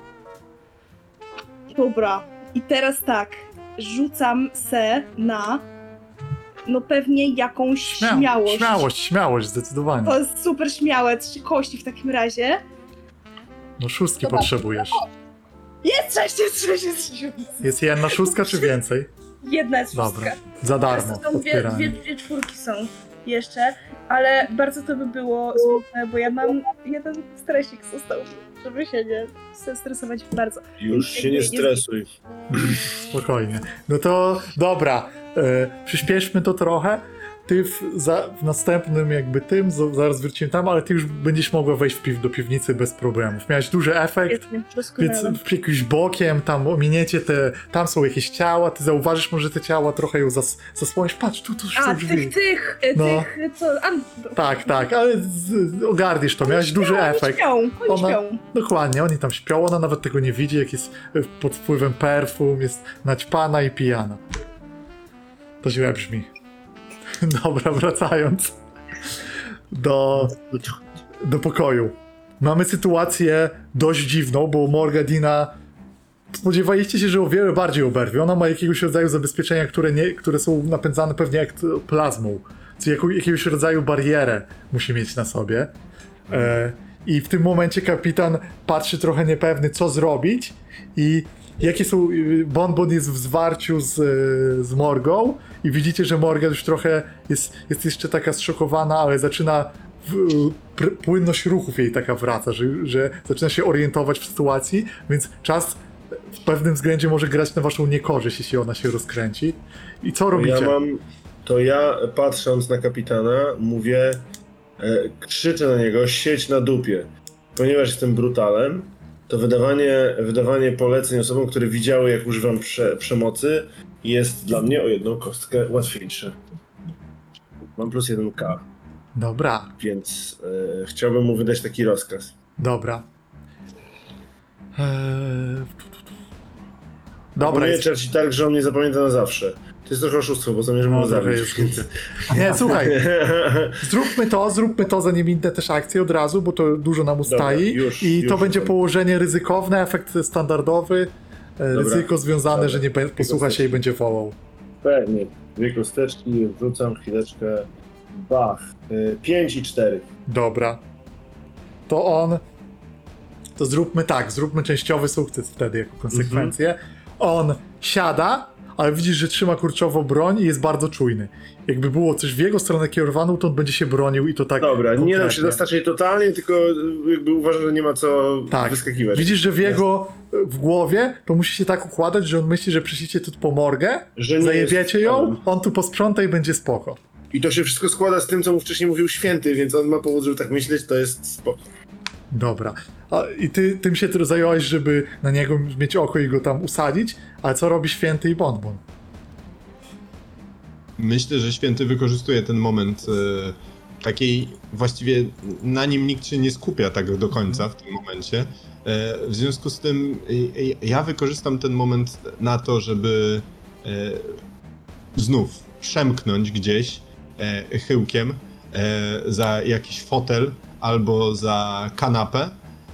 Dobra. I teraz tak. Rzucam se na no pewnie jakąś
Śmiałość, zdecydowanie.
To jest super śmiałe. 3 kości w takim razie.
No szóstki
Zobacz.
potrzebujesz.
Jest 6.
Jest jedna szóstka czy więcej?
Jedna jest
Dobra,
szóstka.
za
Teraz
darmo
to są dwie
odpieranie.
czwórki są jeszcze, ale bardzo to by było smutne, bo ja mam jeden stresik został, żeby się nie stresować bardzo.
Już się nie stresuj.
Spokojnie. No to dobra, przyspieszmy to trochę. Ty w następnym jakby tym, zaraz wrócimy tam, ale ty już będziesz mogła wejść do piwnicy bez problemów. Miałeś duży efekt,
Świetnie, doskonale.
więc jakimś bokiem tam ominiecie tam są jakieś ciała, ty zauważysz może te ciała, trochę ją zasłonisz. Patrz, tu już są
A,
drzwi.
tych,
No.
co...
Tak, ale ogarniesz to, miałeś duży efekt.
Oni
Ona-
śpią.
Dokładnie, oni tam śpią, ona nawet tego nie widzi, jak jest pod wpływem perfum, jest naćpana i pijana. To źle brzmi. Dobra, wracając do pokoju. Mamy sytuację dość dziwną, bo Morgadina spodziewaliście się, że o wiele bardziej oberwie. Ona ma jakiegoś rodzaju zabezpieczenia, które są napędzane pewnie ektoplazmą. Czyli jakiegoś rodzaju barierę musi mieć na sobie. I w tym momencie kapitan patrzy trochę niepewny, co zrobić i jakie są... Bonbon jest w zwarciu z Morgą i widzicie, że Morga już trochę jest jeszcze taka zszokowana, ale zaczyna płynność ruchów jej taka wraca, że zaczyna się orientować w sytuacji, więc czas w pewnym względzie może grać na waszą niekorzyść, jeśli ona się rozkręci. I co robicie?
Ja patrząc na kapitana mówię, krzyczę na niego, siedź na dupie. Ponieważ jestem brutalem, to wydawanie poleceń osobom, które widziały, jak używam przemocy, jest dla mnie o 1 kostkę łatwiejsze. Mam plus 1K,
Dobra,
więc chciałbym mu wydać taki rozkaz.
dobra.
Dobra,
Dobra,
nie czerci tak, że on mnie zapamięta na zawsze. To jest trochę oszustwo, bo zamierzam
No,
go
trochę
zabić.
jest Nie, słuchaj, zróbmy to, zanim inne też akcje od razu, bo to dużo nam ustali.
Dobra,
I to
już
będzie
to.
położenie ryzykowne, efekt standardowy, ryzyko związane,
Dobra.
że nie posłucha się i będzie wołał.
Pewnie. 2 kosteczki, wrzucam chwileczkę. Bach. 5 i 4.
Dobra. To zróbmy częściowy sukces wtedy jako konsekwencję. On siada, ale widzisz, że trzyma kurczowo broń i jest bardzo czujny. Jakby było coś w jego stronę kierowaną, to on będzie się bronił i to tak
Dobra, nie dam się
konkretnie.
zastraszyć totalnie, tylko jakby uważam, że nie ma co
Tak.
wyskakiwać.
Widzisz, że w jego w głowie to musi się tak układać, że on myśli, że przyjdziecie tu po morgę,
Że nie
zajebiecie
jest
ją,
problem.
on tu posprząta i będzie spoko.
I to się wszystko składa z tym, co mu wcześniej mówił Święty, więc on ma powód, żeby tak myśleć, to jest spoko.
Dobra. I ty tym się ty zająłeś, żeby na niego mieć oko i go tam usadzić, ale co robi Święty i Bonbon?
Myślę, że Święty wykorzystuje ten moment takiej, właściwie na nim nikt się nie skupia tak do końca w tym momencie. W związku z tym ja wykorzystam ten moment na to, żeby znów przemknąć gdzieś chyłkiem za jakiś fotel albo za kanapę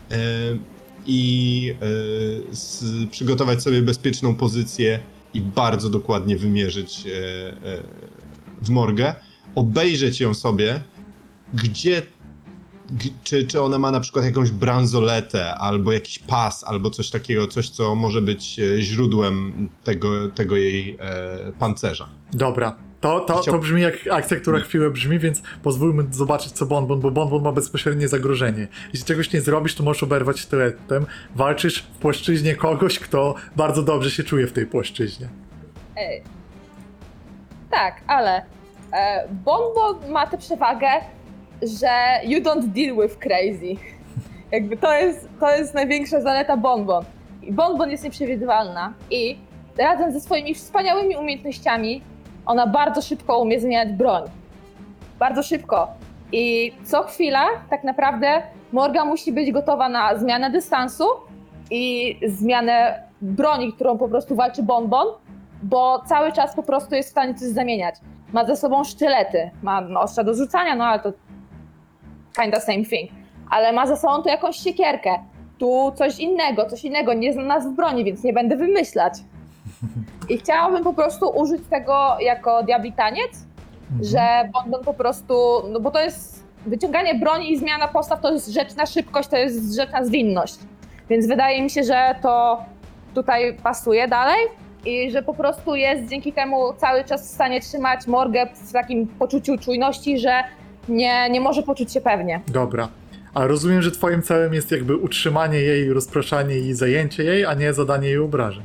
i przygotować sobie bezpieczną pozycję i bardzo dokładnie wymierzyć w morgę, obejrzeć ją sobie, gdzie, czy ona ma na przykład jakąś bransoletę, albo jakiś pas, albo coś takiego, coś co może być źródłem tego jej pancerza.
Dobra. To brzmi jak akcja, która chwilę brzmi, więc pozwólmy zobaczyć co Bonbon, bo Bonbon ma bezpośrednie zagrożenie. Jeśli czegoś nie zrobisz, to możesz oberwać sztyletem. Walczysz w płaszczyźnie kogoś, kto bardzo dobrze się czuje w tej płaszczyźnie.
Tak, ale Bonbon ma tę przewagę, że you don't deal with crazy. Jakby to jest największa zaleta Bonbon. I Bonbon jest nieprzewidywalna i razem ze swoimi wspaniałymi umiejętnościami ona bardzo szybko umie zmieniać broń. Bardzo szybko. I co chwila tak naprawdę Morga musi być gotowa na zmianę dystansu i zmianę broni, którą po prostu walczy Bonbon, bo cały czas po prostu jest w stanie coś zamieniać. Ma ze sobą sztylety, ma ostrza do rzucania, no ale to kinda same thing. Ale ma ze sobą tu jakąś siekierkę, tu coś innego, nie znam nazw broni, więc nie będę wymyślać. I chciałabym po prostu użyć tego jako diabli taniec, że Bonbon po prostu, no bo to jest wyciąganie broni i zmiana postaw, to jest rzecz na szybkość, to jest rzecz na zwinność. Więc wydaje mi się, że to tutaj pasuje dalej i że po prostu jest dzięki temu cały czas w stanie trzymać Morgę w takim poczuciu czujności, że nie może poczuć się pewnie.
Dobra. Ale rozumiem, że twoim celem jest jakby utrzymanie jej, rozpraszanie i zajęcie jej, a nie zadanie jej obrażeń.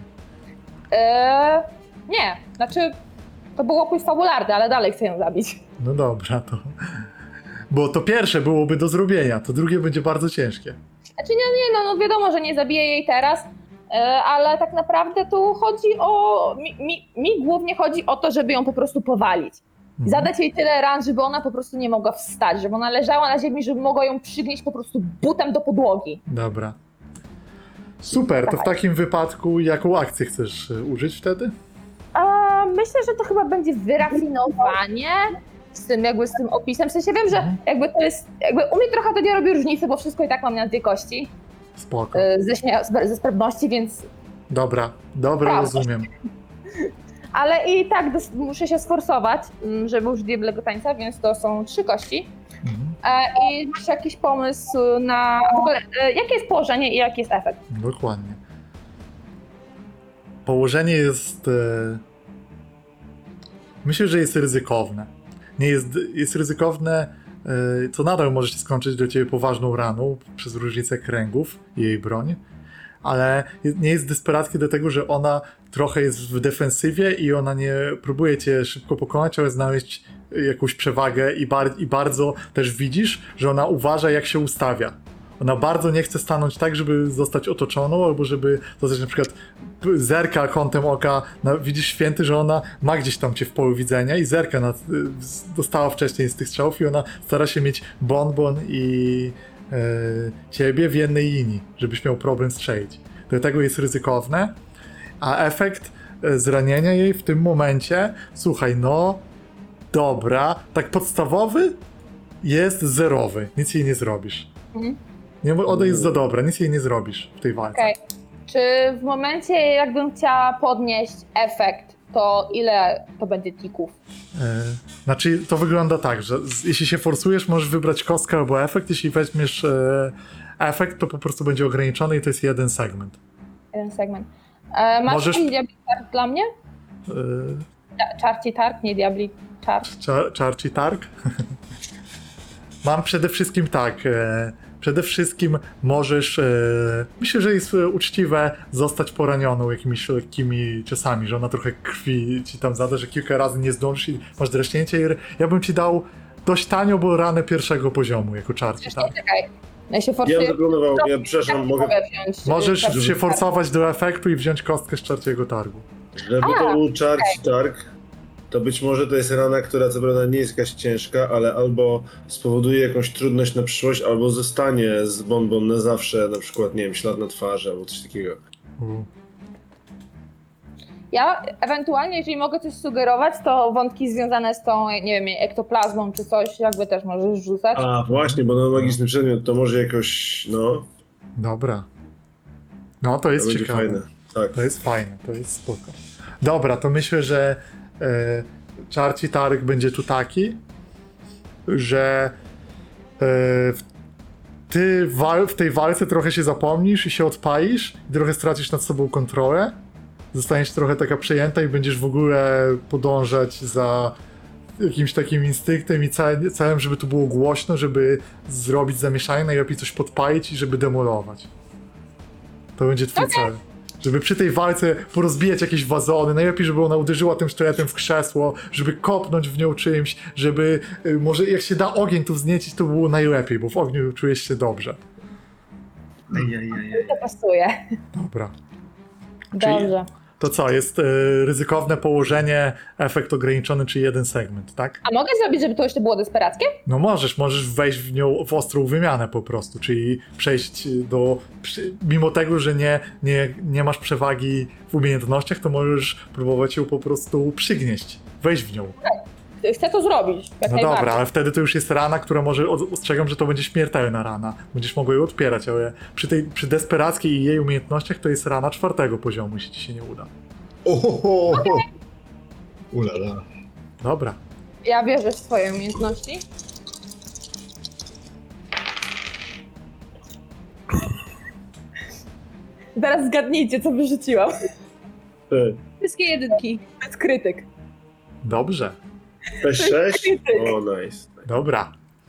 Nie, znaczy to było pójść fabularne, ale dalej chcę ją zabić.
No dobra, to... Bo to pierwsze byłoby do zrobienia, to drugie będzie bardzo ciężkie.
Znaczy no wiadomo, że nie zabiję jej teraz, ale tak naprawdę tu chodzi o... Mi głównie chodzi o to, żeby ją po prostu powalić. Zadać jej tyle ran, żeby ona po prostu nie mogła wstać, żeby ona leżała na ziemi, żeby mogła ją przygnieść po prostu butem do podłogi.
Dobra. Super, to w takim wypadku jaką akcję chcesz użyć wtedy?
Myślę, że to chyba będzie wyrafinowanie z tym opisem. W sensie wiem, że jakby to jest, jakby u mnie trochę to nie robi różnicy, bo wszystko i tak mam na 2 kości
Spoko.
ze sprawności, więc...
Dobra, rozumiem.
Ale i tak muszę się sforsować, żeby użyć diablego tańca, więc to są 3 kości. I masz jakiś pomysł na... W ogóle, jakie jest położenie i jaki jest efekt?
Dokładnie. Położenie jest... Myślę, że jest ryzykowne. Jest ryzykowne, co nadal może się skończyć dla ciebie poważną raną przez różnicę kręgów i jej broń, ale nie jest desperackie dlatego, że ona trochę jest w defensywie i ona nie próbuje cię szybko pokonać, ale znaleźć jakąś przewagę i bardzo też widzisz, że ona uważa, jak się ustawia. Ona bardzo nie chce stanąć tak, żeby zostać otoczoną, albo żeby zostać na przykład zerka kątem oka, widzisz Święty, że ona ma gdzieś tam cię w polu widzenia i zerka dostała wcześniej z tych strzałów i ona stara się mieć Bonbon i ciebie w jednej linii, żebyś miał problem strzelić. Dlatego jest ryzykowne, a efekt zranienia jej w tym momencie, słuchaj, no dobra, tak podstawowy jest zerowy, nic jej nie zrobisz. Nie, ona jest za dobra, nic jej nie zrobisz w tej walce.
Okej. Czy w momencie, jakbym chciała podnieść efekt, to ile to będzie tików?
Znaczy, to wygląda tak, że jeśli się forsujesz, możesz wybrać kostkę albo efekt. Jeśli weźmiesz efekt, to po prostu będzie ograniczony i to jest jeden segment.
Jeden segment. Masz
Możesz-
jakiś diabli kart dla mnie? Czarci targ, nie diabli czar.
Czarci targ? Mam przede wszystkim tak. Przede wszystkim możesz. Myślę, że jest uczciwe zostać poranioną jakimiś lekkimi ciosami, że ona trochę krwi ci tam zada, że kilka razy nie zdążysz i masz draśnięcie. Ja bym ci dał dość tanio, bo ranę pierwszego poziomu jako czarci targ.
Czekaj. Ja się
Ja
forsuję.
bym zaplanował, przepraszam, mogę,
wziąć.
Możesz
czarci
się
targ.
forsować do efektu i wziąć kostkę z czarciego targu.
żeby to był czarci targ, to być może to jest rana, która co prawda nie jest jakaś ciężka, ale albo spowoduje jakąś trudność na przyszłość, albo zostanie z bonbon na zawsze, na przykład, nie wiem, ślad na twarzy albo coś takiego.
Ja ewentualnie, jeżeli mogę coś sugerować, to wątki związane z tą, nie wiem, ektoplazmą czy coś, jakby też możesz rzucać.
A właśnie, bo na magiczny przedmiot to może jakoś, no,
Dobra. No to
to
jest
będzie
ciekawe.
fajne. Tak.
To jest fajne, to jest spoko. Dobra, to myślę, że czarci targ będzie tu taki, że ty w tej walce trochę się zapomnisz i się odpalisz i trochę stracisz nad sobą kontrolę. Zostaniesz trochę taka przejęta i będziesz w ogóle podążać za jakimś takim instynktem i celem, żeby tu było głośno, żeby zrobić zamieszanie, najlepiej coś podpalić i żeby demolować. To będzie twój cel. Żeby przy tej walce porozbijać jakieś wazony, najlepiej, żeby ona uderzyła tym sztyletem w krzesło, żeby kopnąć w nią czymś, żeby może jak się da ogień tu wzniecić, to było najlepiej, bo w ogniu czujesz się dobrze.
To pasuje.
Dobra.
Dobrze.
To co, jest ryzykowne położenie, efekt ograniczony, czy jeden segment, tak?
A mogę zrobić, żeby to jeszcze było desperackie?
No możesz wejść w nią w ostrą wymianę po prostu, czyli przejść mimo tego, że nie masz przewagi w umiejętnościach, to możesz próbować ją po prostu przygnieść, wejść w nią.
Chcę to zrobić, jak
No
najbardziej.
dobra, ale wtedy to już jest rana, która może, ostrzegam, że to będzie śmiertelna rana. Będziesz mogła ją odpierać, ale przy desperackiej i jej umiejętnościach to jest rana 4. poziomu, jeśli ci się nie uda.
Ohoho! Ulala.
Dobra.
Ja wierzę w swoje umiejętności. Teraz zgadnijcie, co wyrzuciłam.
Wszystkie jedynki.
To jest krytyk.
Dobrze.
P6? O, nice.
Dobra.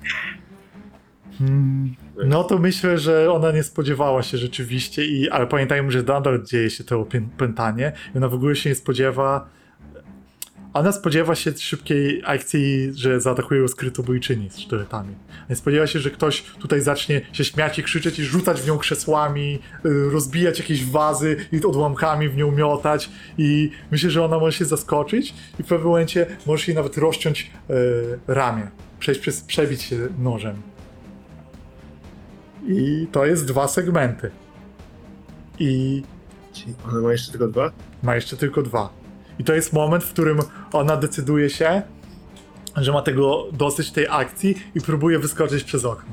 No to myślę, że ona nie spodziewała się rzeczywiście, ale pamiętajmy, że nadal dzieje się to opętanie i ona w ogóle się nie spodziewa. Ona spodziewa się szybkiej akcji, że zaatakują skrytobójczyni z sztyletami. Nie spodziewa się, że ktoś tutaj zacznie się śmiać i krzyczeć i rzucać w nią krzesłami, rozbijać jakieś wazy i odłamkami w nią miotać i myślę, że ona może się zaskoczyć i w pewnym momencie możesz jej nawet rozciąć ramię, przebić się nożem. I to jest 2 segmenty. I
Ona ma jeszcze tylko 2?
ma jeszcze tylko 2. I to jest moment, w którym ona decyduje się, że ma tego dosyć tej akcji i próbuje wyskoczyć przez okno.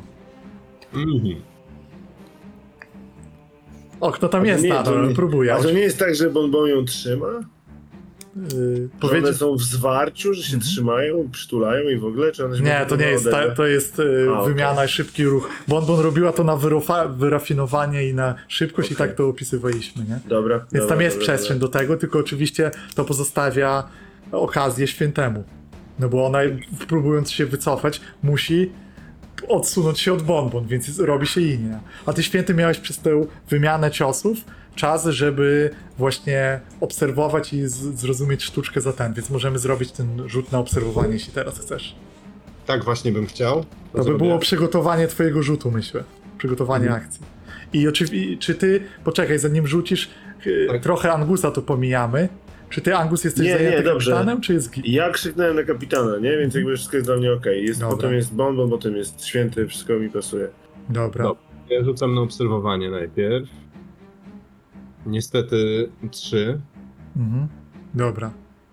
Okno tam jest nadal, ale próbuje.
A to nie jest tak, że bonbon ją trzyma? Że one są w zwarciu, że się trzymają, przytulają i w ogóle? Czy one się
Nie, to nie jest, to jest wymiana, szybki ruch. Bonbon robiła to na wyrafinowanie i na szybkość i tak to opisywaliśmy, nie?
Dobra.
Więc tam jest przestrzeń do tego, tylko oczywiście to pozostawia okazję świętemu. No bo ona, próbując się wycofać, musi odsunąć się od bonbon, więc robi się inna. A ty, święty, miałeś przez tę wymianę ciosów czas, żeby właśnie obserwować i zrozumieć sztuczkę za ten, więc możemy zrobić ten rzut na obserwowanie, jeśli teraz chcesz.
Tak właśnie bym chciał.
To by było przygotowanie twojego rzutu, myślę. Przygotowanie akcji. I oczywiście, czy ty, poczekaj, zanim rzucisz,
Tak.
trochę Angusa to pomijamy. Czy ty, Angus, jesteś
Nie,
zajęty
dobrze.
kapitanem, czy jest...
Ja krzyknąłem na kapitana, nie? Więc jakby wszystko jest dla mnie okej.
Dobra.
Potem jest bonbon, potem jest święty, wszystko mi pasuje.
Dobra.
Dobra. Ja rzucam na obserwowanie najpierw. Niestety 3.
Mhm. Dobra.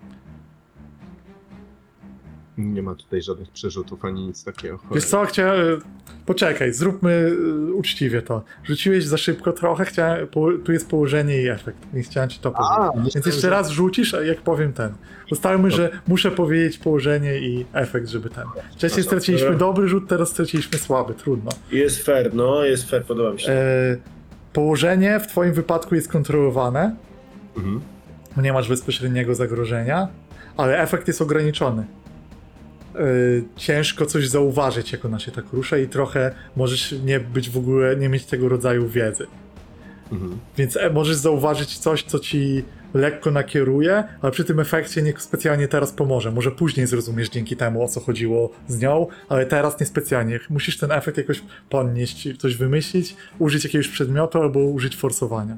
Nie ma tutaj żadnych przerzutów ani nic takiego.
Wiesz co, poczekaj, zróbmy uczciwie to. Rzuciłeś za szybko trochę, tu jest położenie i efekt, więc chciałem ci to powiedzieć. Więc jeszcze raz rzucisz, a jak powiem ten. Ustalmy, że muszę powiedzieć położenie i efekt, żeby ten. Wcześniej straciliśmy dobry rzut, teraz straciliśmy słaby, trudno.
Jest fair, no, jest fair, podoba mi się.
Położenie w twoim wypadku jest kontrolowane.
Mhm.
nie masz bezpośredniego zagrożenia, ale efekt jest ograniczony. Ciężko coś zauważyć, jak ona się tak rusza i trochę możesz nie być w ogóle, nie mieć tego rodzaju wiedzy. Więc możesz zauważyć coś, co ci lekko nakieruje, ale przy tym efekcie nie specjalnie teraz pomoże. Może później zrozumiesz dzięki temu, o co chodziło z nią, ale teraz niespecjalnie. Musisz ten efekt jakoś podnieść, coś wymyślić, użyć jakiegoś przedmiotu albo użyć forsowania.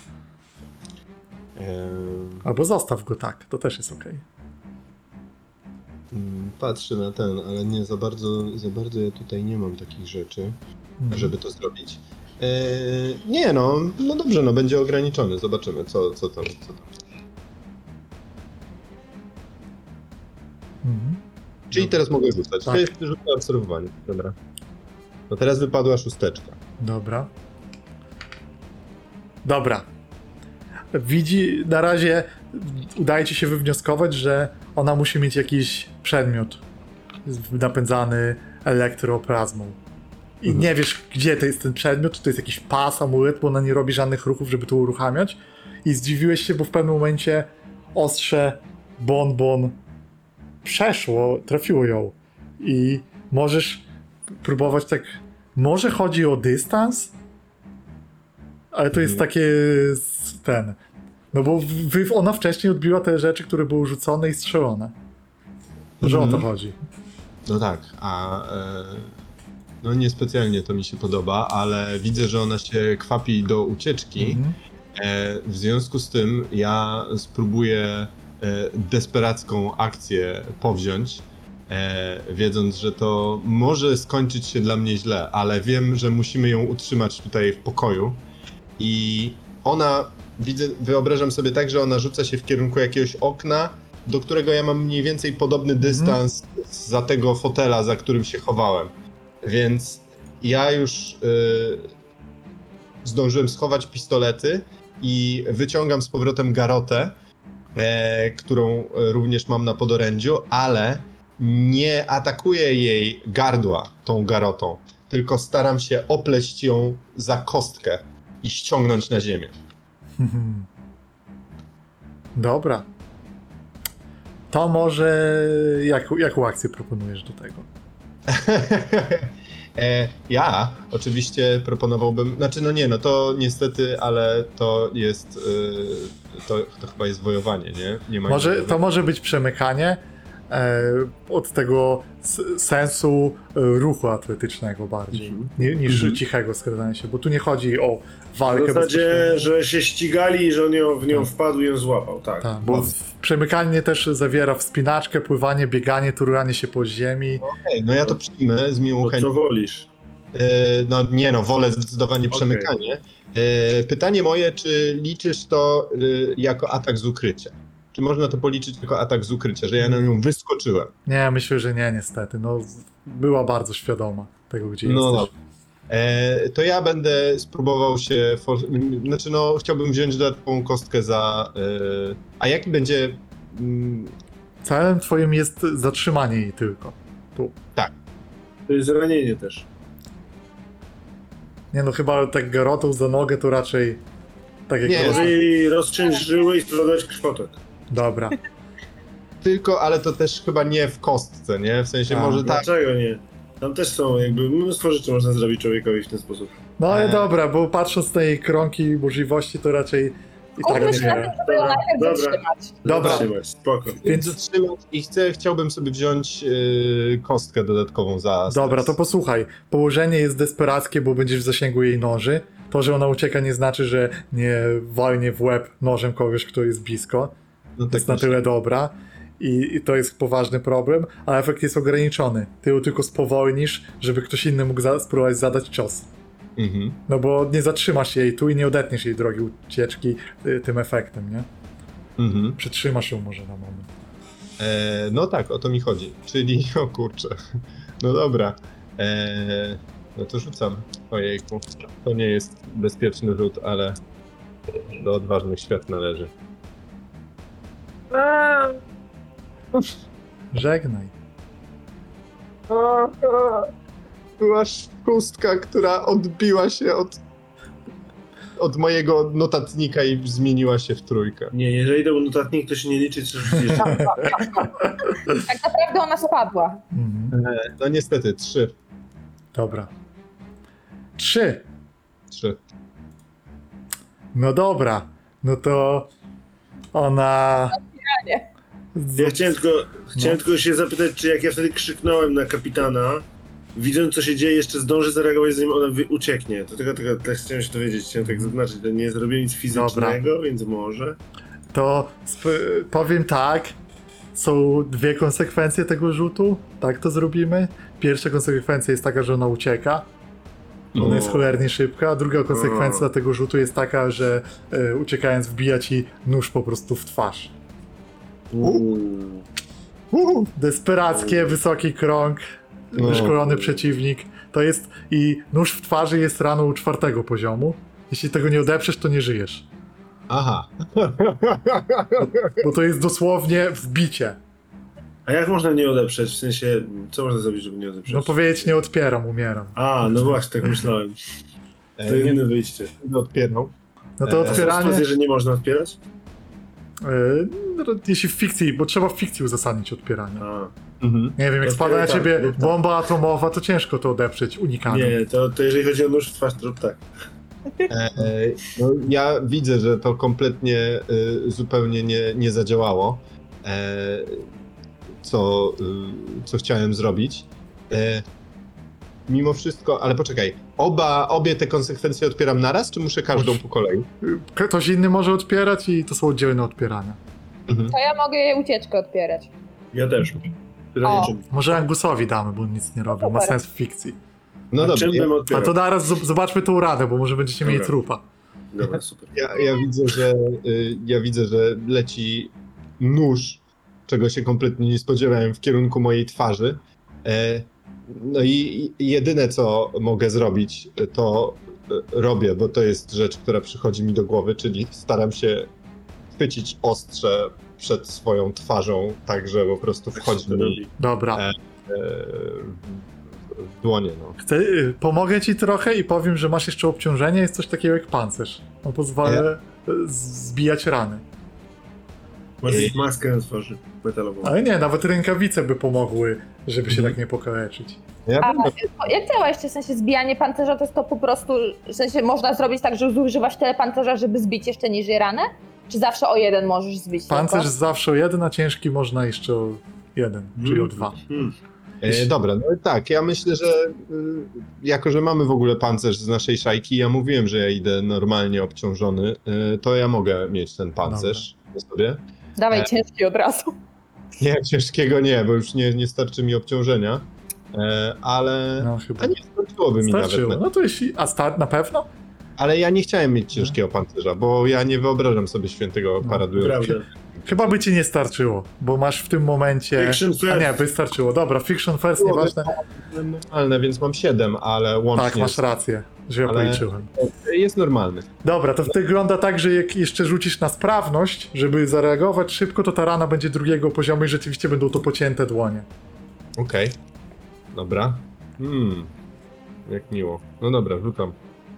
Albo zostaw go tak, to też jest okej.
Patrzę na ten, ale nie za bardzo ja tutaj nie mam takich rzeczy, żeby to zrobić. Nie no dobrze, no będzie ograniczony, zobaczymy co tam. Czyli teraz mogę rzucać.
Tak.
To jest rzut na obserwowanie, dobra. No teraz wypadła 6.
Dobra. Widzi, na razie udaje ci się wywnioskować, że ona musi mieć jakiś przedmiot napędzany elektroplazmą. I nie wiesz, gdzie to jest ten przedmiot, czy to jest jakiś pas, amulet, bo ona nie robi żadnych ruchów, żeby to uruchamiać. I zdziwiłeś się, bo w pewnym momencie ostrze bonbon trafiło ją. I możesz próbować tak... Może chodzi o dystans? Ale to jest takie... No bo ona wcześniej odbiła te rzeczy, które były rzucone i strzelone. Może o to chodzi.
No tak, no niespecjalnie to mi się podoba, ale widzę, że ona się kwapi do ucieczki. W związku z tym ja spróbuję desperacką akcję powziąć, wiedząc, że to może skończyć się dla mnie źle, ale wiem, że musimy ją utrzymać tutaj w pokoju i ona, wyobrażam sobie tak, że ona rzuca się w kierunku jakiegoś okna, do którego ja mam mniej więcej podobny dystans za tego fotela, za którym się chowałem. Więc ja już zdążyłem schować pistolety i wyciągam z powrotem garotę, którą również mam na podorędziu, ale nie atakuję jej gardła tą garotą, tylko staram się opleść ją za kostkę i ściągnąć na ziemię.
Dobra. To może... Jaką akcję proponujesz do tego?
Ja oczywiście proponowałbym, to niestety, ale to jest, to chyba jest wojowanie, nie?
To może być przemykanie od tego sensu ruchu atletycznego bardziej, niż cichego skradania się, bo tu nie chodzi o walkę.
W zasadzie, że się ścigali i że on w nią wpadł i ją złapał, tak.
Tak, bo przemykanie też zawiera wspinaczkę, pływanie, bieganie, turlanie się po ziemi.
Okej, no ja to przyjmę z miłą
To
chęcią.
co wolisz?
Wolę zdecydowanie przemykanie. Pytanie moje, czy liczysz to jako atak z ukrycia? Czy można to policzyć jako atak z ukrycia, że ja na nią wyskoczyłem?
Nie, myślę, że nie, niestety. No, była bardzo świadoma tego, gdzie
No
jesteś.
to ja będę spróbował się... chciałbym wziąć dodatkową kostkę za... A jaki będzie...
Celem twoim jest zatrzymanie jej tylko. Tu.
To jest ranienie też.
Nie no, chyba tak garotą za nogę to raczej... Tak jak
Nie.
Może jej rozciąć żyły i spróbować krwotok.
Dobra.
Tylko, ale to też chyba nie w kostce, nie? W sensie
A,
może tak...
Dlaczego nie? Tam też są jakby mnóstwo rzeczy można zrobić człowiekowi w ten sposób.
No ale dobra, bo patrząc na jej krągi i możliwości, to raczej i tak
Skupmy się na
nie.
tym, żeby ją najpierw
Dobra.
zatrzymać.
Dobra.
Zatrzymać, spoko.
Więc zatrzymać i chciałbym sobie wziąć kostkę dodatkową za...
Dobra, to posłuchaj. Położenie jest desperackie, bo będziesz w zasięgu jej noży. To, że ona ucieka, nie znaczy, że nie walnie w łeb nożem kogoś, kto jest blisko.
No
To jest na tyle dobra. I to jest poważny problem, ale efekt jest ograniczony. Ty ją tylko spowolnisz, żeby ktoś inny mógł spróbować zadać cios.
Mhm.
No bo nie zatrzymasz jej tu i nie odetniesz jej drogi ucieczki tym efektem, nie?
Mhm.
Przytrzymasz ją może na moment.
No tak, o to mi chodzi. Czyli, o kurczę. No dobra. No to rzucam. Ojejku. To nie jest bezpieczny rzut, ale do odważnych świat należy.
Żegnaj.
Była szóstka, która odbiła się od od mojego notatnika i zmieniła się w trójkę.
Nie, jeżeli to był notatnik, to się nie liczy, co rzucisz.
Tak naprawdę ona spadła.
Mhm.
No niestety, 3.
Dobra. 3.
3.
No dobra. No to ona...
Nie.
Ja chciałem tylko się zapytać, czy jak ja wtedy krzyknąłem na kapitana, widząc co się dzieje, jeszcze zdąży zareagować, zanim ona ucieknie. To tylko tak chciałem się dowiedzieć, chciałem tak zaznaczyć, to nie zrobię nic fizycznego, więc może.
To powiem tak. Są dwie konsekwencje tego rzutu. Tak to zrobimy. Pierwsza konsekwencja jest taka, że ona ucieka. Ona jest cholernie szybka. A druga konsekwencja tego rzutu jest taka, że uciekając wbija ci nóż po prostu w twarz. Desperackie, wysoki krąg, wyszkolony przeciwnik. To jest i nóż w twarzy jest raną 4. poziomu. Jeśli tego nie odeprzesz, to nie żyjesz.
Aha.
Bo to jest dosłownie wbicie.
A jak można nie odeprzeć? W sensie, co można zrobić, żeby nie odeprzeć?
No powiedzieć nie odpieram, umieram.
A, no właśnie, tak myślałem. To jedyne wyjście.
Odpierną.
No to
A są
otwieranie...
sytuacje, że nie można odpierać?
No, jeśli w fikcji, bo trzeba w fikcji uzasadnić odpieranie.
A.
Mhm.
Nie wiem, jak spada na
tak,
ciebie
rób tak.
bomba atomowa, to ciężko to odeprzeć unikanem.
Nie, to jeżeli chodzi o nóż w twarz, to rób tak.
No, ja widzę, że to kompletnie zupełnie nie zadziałało, co chciałem zrobić. Mimo wszystko, ale poczekaj, obie te konsekwencje odpieram naraz, czy muszę każdą po kolei?
Ktoś inny może odpierać i to są oddzielne odpierania.
Mhm.
To ja mogę jej ucieczkę odpierać.
Ja też. Pytanie
O.
czym?
Może Angusowi damy, bo on nic nie robił. Ma
Super.
sens w fikcji.
No
A
dobrze,
czym bym odpierał?
A to naraz zobaczmy tą radę, bo może będziecie mieli
Dobra.
trupa.
Dobra, super.
ja widzę, że leci nóż, czego się kompletnie nie spodziewałem, w kierunku mojej twarzy. No i jedyne, co mogę zrobić, to robię, bo to jest rzecz, która przychodzi mi do głowy, czyli staram się chwycić ostrze przed swoją twarzą, tak że po prostu wchodzi
to
mi
robi.
Dobra.
w dłonie. No.
Pomogę ci trochę i powiem, że masz jeszcze obciążenie, jest coś takiego jak pancerz. On pozwala zbijać rany.
Masz maskę na twarzy metalową.
Ale nie, nawet rękawice by pomogły, żeby się tak nie pokaleczyć.
Ja
A
będę
jak działa jeszcze w sensie zbijanie pancerza, to jest to po prostu, w sensie można zrobić tak, że zużywasz tyle pancerza, żeby zbić jeszcze niżej ranę? Czy zawsze o 1 możesz zbić
Pancerz
tylko?
zawsze o 1, a ciężki można jeszcze o 1, czyli o 2.
Dobra, no tak, ja myślę, że jako, że mamy w ogóle pancerz z naszej szajki, ja mówiłem, że ja idę normalnie obciążony, to ja mogę mieć ten pancerz na sobie.
Dawaj ciężki od razu.
Nie, ciężkiego nie, bo już nie starczy mi obciążenia, ale...
No chyba.
A nie, starczyłoby mi
Starczyło.
nawet.
No to jeśli... A start na pewno?
Ale ja nie chciałem mieć ciężkiego pancerza, bo ja nie wyobrażam sobie świętego paradującego.
Prawda.
Chyba by ci nie starczyło, bo masz w tym momencie...
Fiction first.
A nie, by starczyło. Dobra, fiction first, nieważne.
Normalne, więc mam 7, ale łącznie
Tak, masz rację, że ja
Ale-
policzyłem.
jest normalny.
Dobra, to wygląda tak, że jak jeszcze rzucisz na sprawność, żeby zareagować szybko, to ta rana będzie 2. poziomu i rzeczywiście będą to pocięte dłonie.
Okej. Dobra. Jak miło. No dobra, rzucam.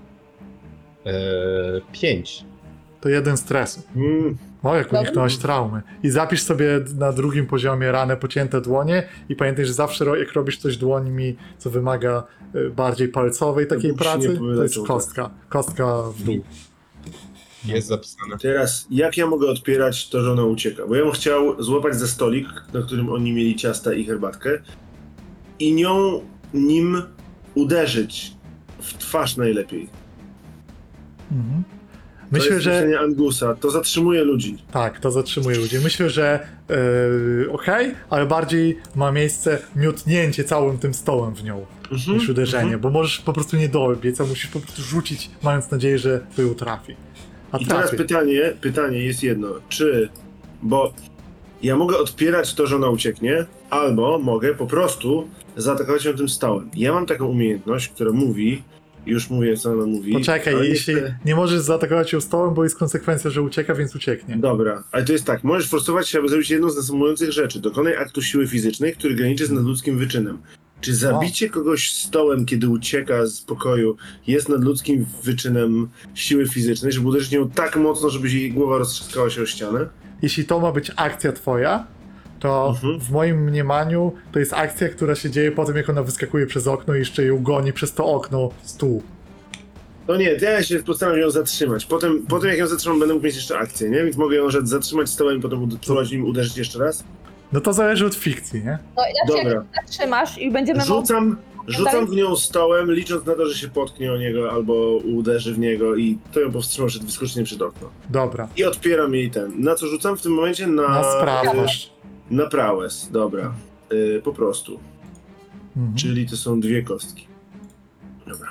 5.
To 1 stresu. O, jak
Dobra.
uniknąłeś traumy. I zapisz sobie na 2. poziomie ranę pocięte dłonie i pamiętaj, że zawsze jak robisz coś dłońmi, co wymaga bardziej palcowej takiej
Bóg się nie
pracy, to
poleczył,
jest
tak.
kostka. Kostka w dół.
Jest zapisane.
Teraz, jak ja mogę odpierać to, że ona ucieka? Bo ja bym chciał złapać za stolik, na którym oni mieli ciasta i herbatkę i nim uderzyć w twarz najlepiej.
Mhm.
To
Myślę,
jest
że
myślenie Angusa, to zatrzymuje ludzi.
tak, to zatrzymuje ludzi. Myślę, że okej, ale bardziej ma miejsce miotnięcie całym tym stołem w nią niż uderzenie, bo możesz po prostu nie dobiec, a musisz po prostu rzucić, mając nadzieję, że to ją trafi. A
I teraz
trafi.
pytanie jest jedno, bo ja mogę odpierać to, że ona ucieknie, albo mogę po prostu zaatakować ją tym stołem. Ja mam taką umiejętność, która mówi, już mówię, co ona mówi.
Poczekaj,
ale
jeśli nie możesz zaatakować ją stołem, bo jest konsekwencja, że ucieka, więc ucieknie.
Dobra, ale to jest tak, możesz forsować się, aby zrobić jedną z następujących rzeczy. Dokonaj aktu siły fizycznej, który graniczy z nadludzkim wyczynem. Czy zabicie kogoś stołem, kiedy ucieka z pokoju, jest nadludzkim wyczynem siły fizycznej, żeby uderzyć nią tak mocno, żeby jej głowa roztrzaskała się o ścianę?
Jeśli to ma być akcja twoja, to w moim mniemaniu to jest akcja, która się dzieje po tym, jak ona wyskakuje przez okno i jeszcze ją goni przez to okno stół.
No nie, to ja się postaram ją zatrzymać. Potem jak ją zatrzymam, będę mógł mieć jeszcze akcję, nie? Więc mogę ją zatrzymać stołem i potem próbować nim uderzyć jeszcze raz?
No to zależy od fikcji, nie?
No i jak
Dobra.
się zatrzymasz i będziemy
Rzucam w nią stołem, licząc na to, że się potknie o niego albo uderzy w niego i to ją powstrzyma przed wyskoczeniem przed okno.
Dobra.
I otwieram jej ten. Na co rzucam w tym momencie?
Na sprawność.
Na prowess, dobra. Po prostu.
Mhm.
Czyli to są 2 kostki. Dobra.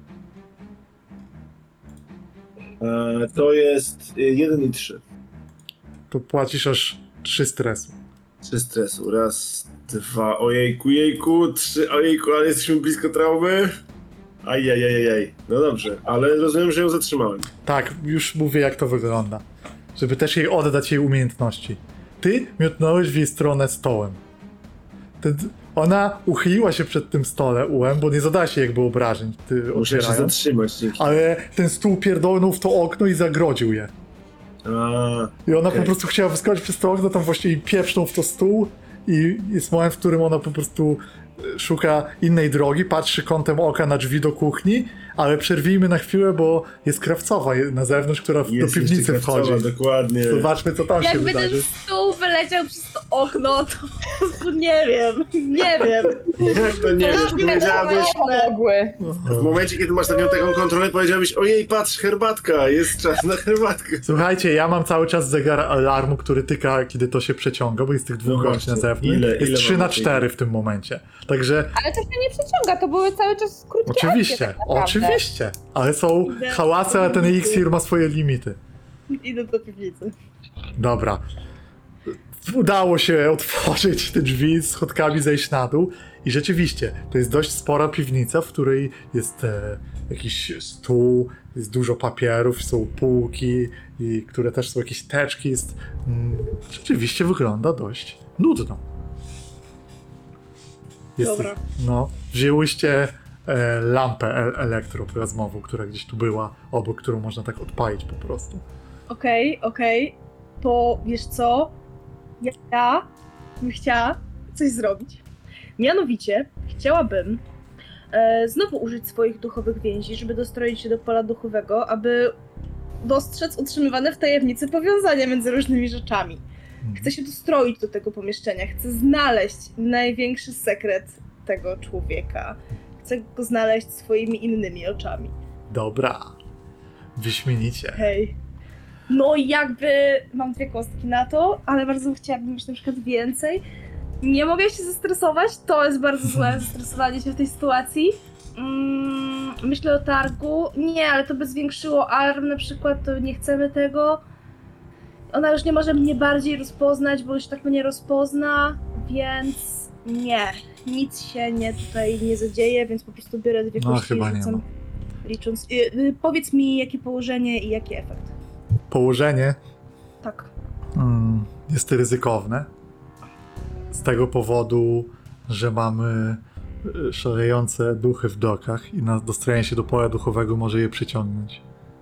To jest 1 i 3.
To płacisz aż 3 stresu.
3 stresu. Raz, 2, jejku, 3, ojejku, ale jesteśmy blisko traumy. Ajajajajaj. No dobrze, ale rozumiem, że ją zatrzymałem.
Tak, już mówię, jak to wygląda. Żeby też jej oddać jej umiejętności. Ty miotnąłeś w jej stronę stołem. Ona uchyliła się przed tym stołem, bo nie zadała się jakby obrażeń, ty
Muszę się
otwierając.
zatrzymać dzięki.
Ale ten stół pierdolnął w to okno i zagrodził je. I ona po prostu chciała wyskoczyć przez to okno, tam właśnie jej pieprznął w to stół i jest moment, w którym ona po prostu szuka innej drogi, patrzy kątem oka na drzwi do kuchni, ale przerwijmy na chwilę, bo jest krawcowa na zewnątrz, która do
Jest
piwnicy
jeszcze
wchodzi.
krawcowa, dokładnie.
Zobaczmy, co tam się
Jakby ten
wydarzy.
stół wyleciał przez to okno, to po prostu nie wiem.
Jak to nie wiesz, powiedziałabyś...
pomogły.
W momencie, kiedy masz na nią taką kontrolę, powiedziałabyś: ojej, patrz, herbatka, jest czas na herbatkę.
Słuchajcie, ja mam cały czas zegar alarmu, który tyka, kiedy to się przeciąga, bo jest tych 2
No
gości na
właśnie.
zewnątrz.
Ile
Jest 3 na
mamy
4 w tym momencie. Także
Ale to się nie przeciąga, to były cały czas krótkie akcje
oczywiście,
tak naprawdę.
oczywiście. Ale są hałasy, ale ten eliksir ma swoje limity.
Idę do piwnicy.
Dobra. Udało się otworzyć te drzwi, schodkami zejść na dół i rzeczywiście, to jest dość spora piwnica, w której jest jakiś stół, jest dużo papierów, są półki, i które też są jakieś teczki, jest... rzeczywiście wygląda dość nudno.
Dobra.
No, wzięłyście lampę elektroplazmową, która gdzieś tu była obok, którą można tak odpalić po prostu.
Okej. To wiesz co? Ja bym chciała coś zrobić. Mianowicie chciałabym znowu użyć swoich duchowych więzi, żeby dostroić się do pola duchowego, aby dostrzec utrzymywane w tajemnicy powiązania między różnymi rzeczami. Chcę się dostroić do tego pomieszczenia, chcę znaleźć największy sekret tego człowieka. Chcę go znaleźć swoimi innymi oczami.
Dobra. Wyśmienicie.
Hej. No i jakby mam 2 kostki na to, ale bardzo chciałabym mieć na przykład więcej. Nie mogę się zestresować, to jest bardzo złe zestresowanie się w tej sytuacji. Myślę o targu. Nie, ale to by zwiększyło alarm na przykład, to nie chcemy tego. Ona już nie może mnie bardziej rozpoznać, bo już tak mnie rozpozna, więc nie. Nic się tutaj nie zadzieje, więc po prostu biorę 2
No,
kości
chyba
i
nie
rzucam,
ma.
licząc. Powiedz mi, jakie położenie i jaki efekt.
Położenie
Tak.
jest ryzykowne. Z tego powodu, że mamy szalejące duchy w dokach i na dostrojenie się do pola duchowego może je przyciągnąć.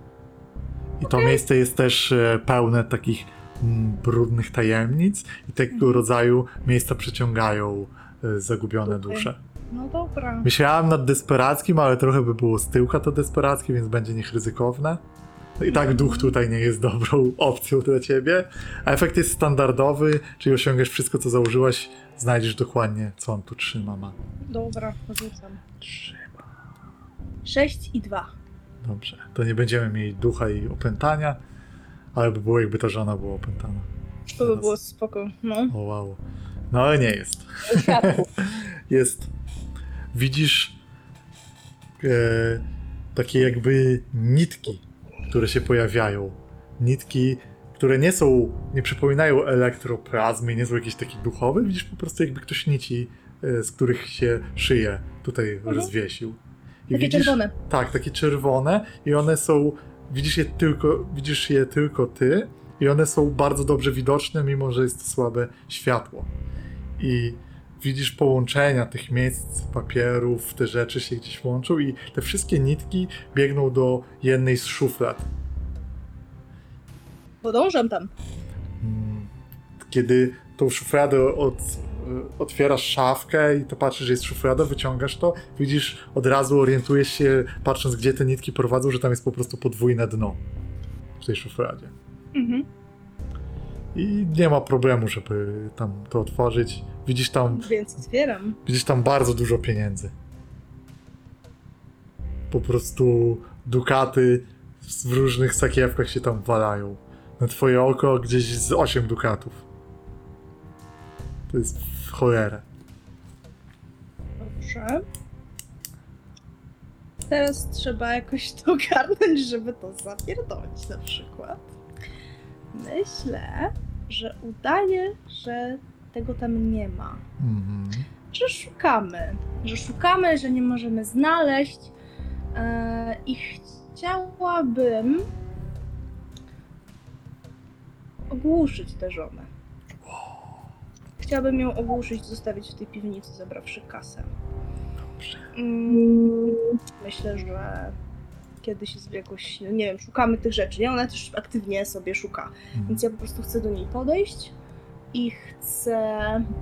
I to miejsce jest też pełne takich brudnych tajemnic i tego rodzaju miejsca przyciągają zagubione dusze.
No dobra.
Myślałem nad desperackim, ale trochę by było z tyłka to desperackie, więc będzie niech ryzykowne. No i tak duch tutaj nie jest dobrą opcją dla ciebie. A efekt jest standardowy, czyli osiągasz wszystko, co założyłaś, znajdziesz dokładnie, co on tu trzyma.
Dobra, rzucam.
Trzyma.
6 i 2.
Dobrze. To nie będziemy mieli ducha i opętania, ale by było, jakby ta żona była opętana.
To by
Teraz.
było spoko. No.
O wow. No ale nie jest.
Światło.
Jest. Widzisz takie jakby nitki, które się pojawiają. Nitki, które nie przypominają elektroplazmy, nie są jakieś takie duchowe. Widzisz po prostu, jakby ktoś nici, z których się szyję tutaj rozwiesił. I
Takie czerwone.
Tak, takie czerwone i one są, widzisz je tylko ty i one są bardzo dobrze widoczne, mimo że jest to słabe światło. I widzisz połączenia tych miejsc, papierów, te rzeczy się gdzieś łączą i te wszystkie nitki biegną do jednej z szuflad.
Podążam tam.
Kiedy tą szufladę otwierasz szafkę i to patrzysz, że jest szuflada, wyciągasz to, widzisz, od razu orientujesz się, patrząc gdzie te nitki prowadzą, że tam jest po prostu podwójne dno w tej szufladzie.
Mhm.
I nie ma problemu, żeby tam to otworzyć.
Więc otwieram.
Widzisz tam bardzo dużo pieniędzy. Po prostu dukaty w różnych sakiewkach się tam walają. Na twoje oko gdzieś z 8 dukatów. To jest w cholerę.
Dobrze. Teraz trzeba jakoś to ogarnąć, żeby to zapierdolić na przykład. Myślę, że udaje, że tego tam nie ma.
Mhm.
Że szukamy, że nie możemy znaleźć i chciałabym ogłuszyć tę żonę. Chciałabym ją ogłuszyć, zostawić w tej piwnicy, zabrawszy kasę. Myślę, że kiedyś jest jakoś, no nie wiem, szukamy tych rzeczy, nie? Ona też aktywnie sobie szuka. Więc ja po prostu chcę do niej podejść i chcę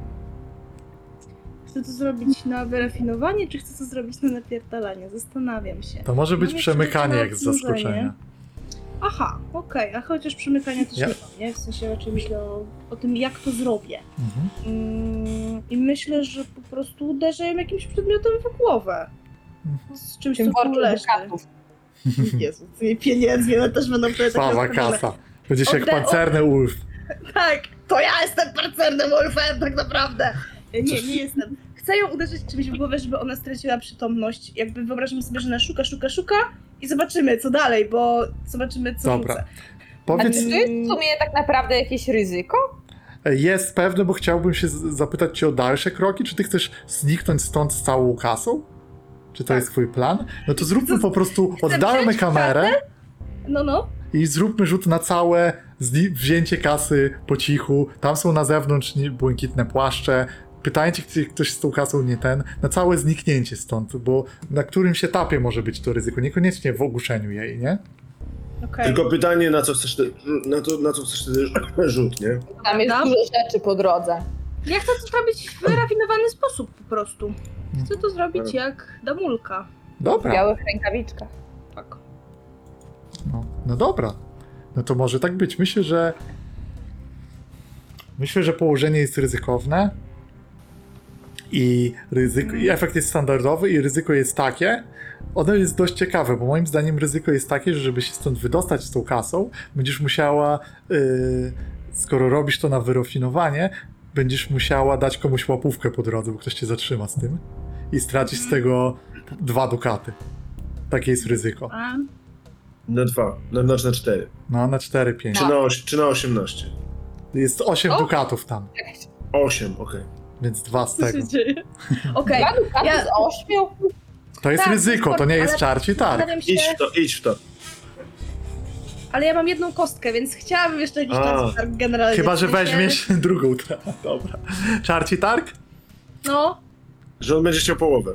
to zrobić na wyrafinowanie, czy chcę to zrobić na napierdalanie? Zastanawiam się.
To może być
Mam jeszcze
przemykanie
rzeczy na
jak z zaskoczenia.
obciążenie. Aha, okej, a chociaż przemykania też
Ja-
nie mam, nie? W sensie raczej myślę o tym, jak to zrobię.
Mhm.
I myślę, że po prostu uderzę ją jakimś przedmiotem w głowę.
Mhm.
Z czymś,
Tym
co tu
workiem
leży.
dukatów.
Jezu, z tymi pieniędzmi, one też będą wtedy
Cała
rozkładane.
kasa. Będziesz jak
Odda-
pancerny ulf.
Tak, to ja jestem pancernym wolfem, tak naprawdę. Nie jestem. Chcę ją uderzyć czymś w głowę, żeby ona straciła przytomność. Jakby wyobrażam sobie, że ona szuka i zobaczymy co dalej, bo zobaczymy co
Dobra.
rzucę.
A
Powiedz,
czy tu jest w sumie tak naprawdę jakieś ryzyko?
jest pewne, bo chciałbym się zapytać cię o dalsze kroki. Czy ty chcesz zniknąć stąd z całą kasą? Czy to
Tak.
jest twój plan? No to zróbmy po prostu,
chcę
oddalmy
wziąć
kamerę
No.
i zróbmy rzut na całe wzięcie kasy po cichu. Tam są na zewnątrz błękitne płaszcze. Pytajcie, czy ktoś z tą kasą nie na całe zniknięcie stąd, bo na którymś etapie może być to ryzyko, niekoniecznie w ogłuszeniu jej, nie?
Okej.
Tylko pytanie, na co chcesz na co chcesz wtedy rzut, nie?
Tam jest
Dobra.
dużo rzeczy po drodze.
Ja chcę to zrobić w wyrafinowany sposób po prostu. Chcę to zrobić jak damulka.
W
Dobra,
białych rękawiczkach.
Tak.
no dobra. No to może tak być. Myślę, że położenie jest ryzykowne i efekt jest standardowy i ryzyko jest takie. Ono jest dość ciekawe, bo moim zdaniem ryzyko jest takie, że żeby się stąd wydostać z tą kasą, będziesz musiała, skoro robisz to na wyrafinowanie, będziesz musiała dać komuś łapówkę po drodze, bo ktoś cię zatrzyma z tym i stracić z tego 2 dukaty. Takie jest ryzyko.
A,
Na 2, znaczy na 4.
No, na 4-5.
Czy na 18?
Jest 8
O!
dukatów tam,
8, okej.
więc 2 z
co
tego.
się dzieje? Okej,
Dwa dukaty
Ja-
z 8?
To jest
Tak,
ryzyko, to nie jest
ale
czarci targ.
zastanawiam się,
Idź w to.
ale ja mam jedną kostkę, więc chciałabym jeszcze jakiś
A.
czas tak generalnie.
Chyba, że
w sensie-
weźmiesz drugą. Dobra. Czarci targ?
No,
Że on będzie chciał połowę.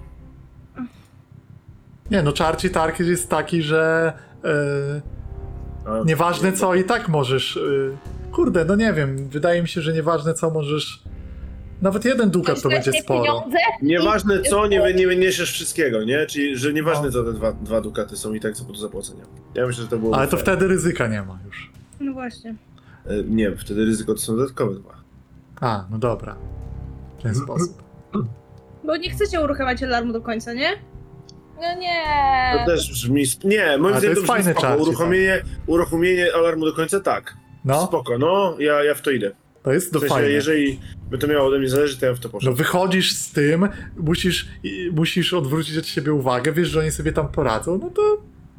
Nie, no czarci targ jest taki, że
A,
nieważne co i tak możesz. Kurde, no nie wiem, wydaje mi się, że nieważne co możesz. Nawet jeden dukat to będzie sporo.
Pieniądze?
Nieważne co, nie wyniesiesz wszystkiego, nie? Czyli, że nieważne co te dwa dukaty są i tak co do zapłacenia. Ja myślę, że to było
Ale to
fair.
wtedy ryzyka nie ma już.
no właśnie.
Nie, wtedy ryzyko to są dodatkowe 2.
A, no dobra. W ten sposób.
Bo nie chcecie uruchamiać alarmu do końca, nie?
No nie.
To też brzmi... Nie, moim
Ale to
zdaniem
jest
to brzmi
fajny
spoko.
czarci,
Uruchomienie alarmu do końca tak.
No,
Spoko, no, ja w to idę.
to jest
W sensie,
fajne.
jeżeli by to miało ode mnie zależeć, to ja w to
No
poszedł.
wychodzisz z tym, musisz odwrócić od siebie uwagę, wiesz, że oni sobie tam poradzą, no to...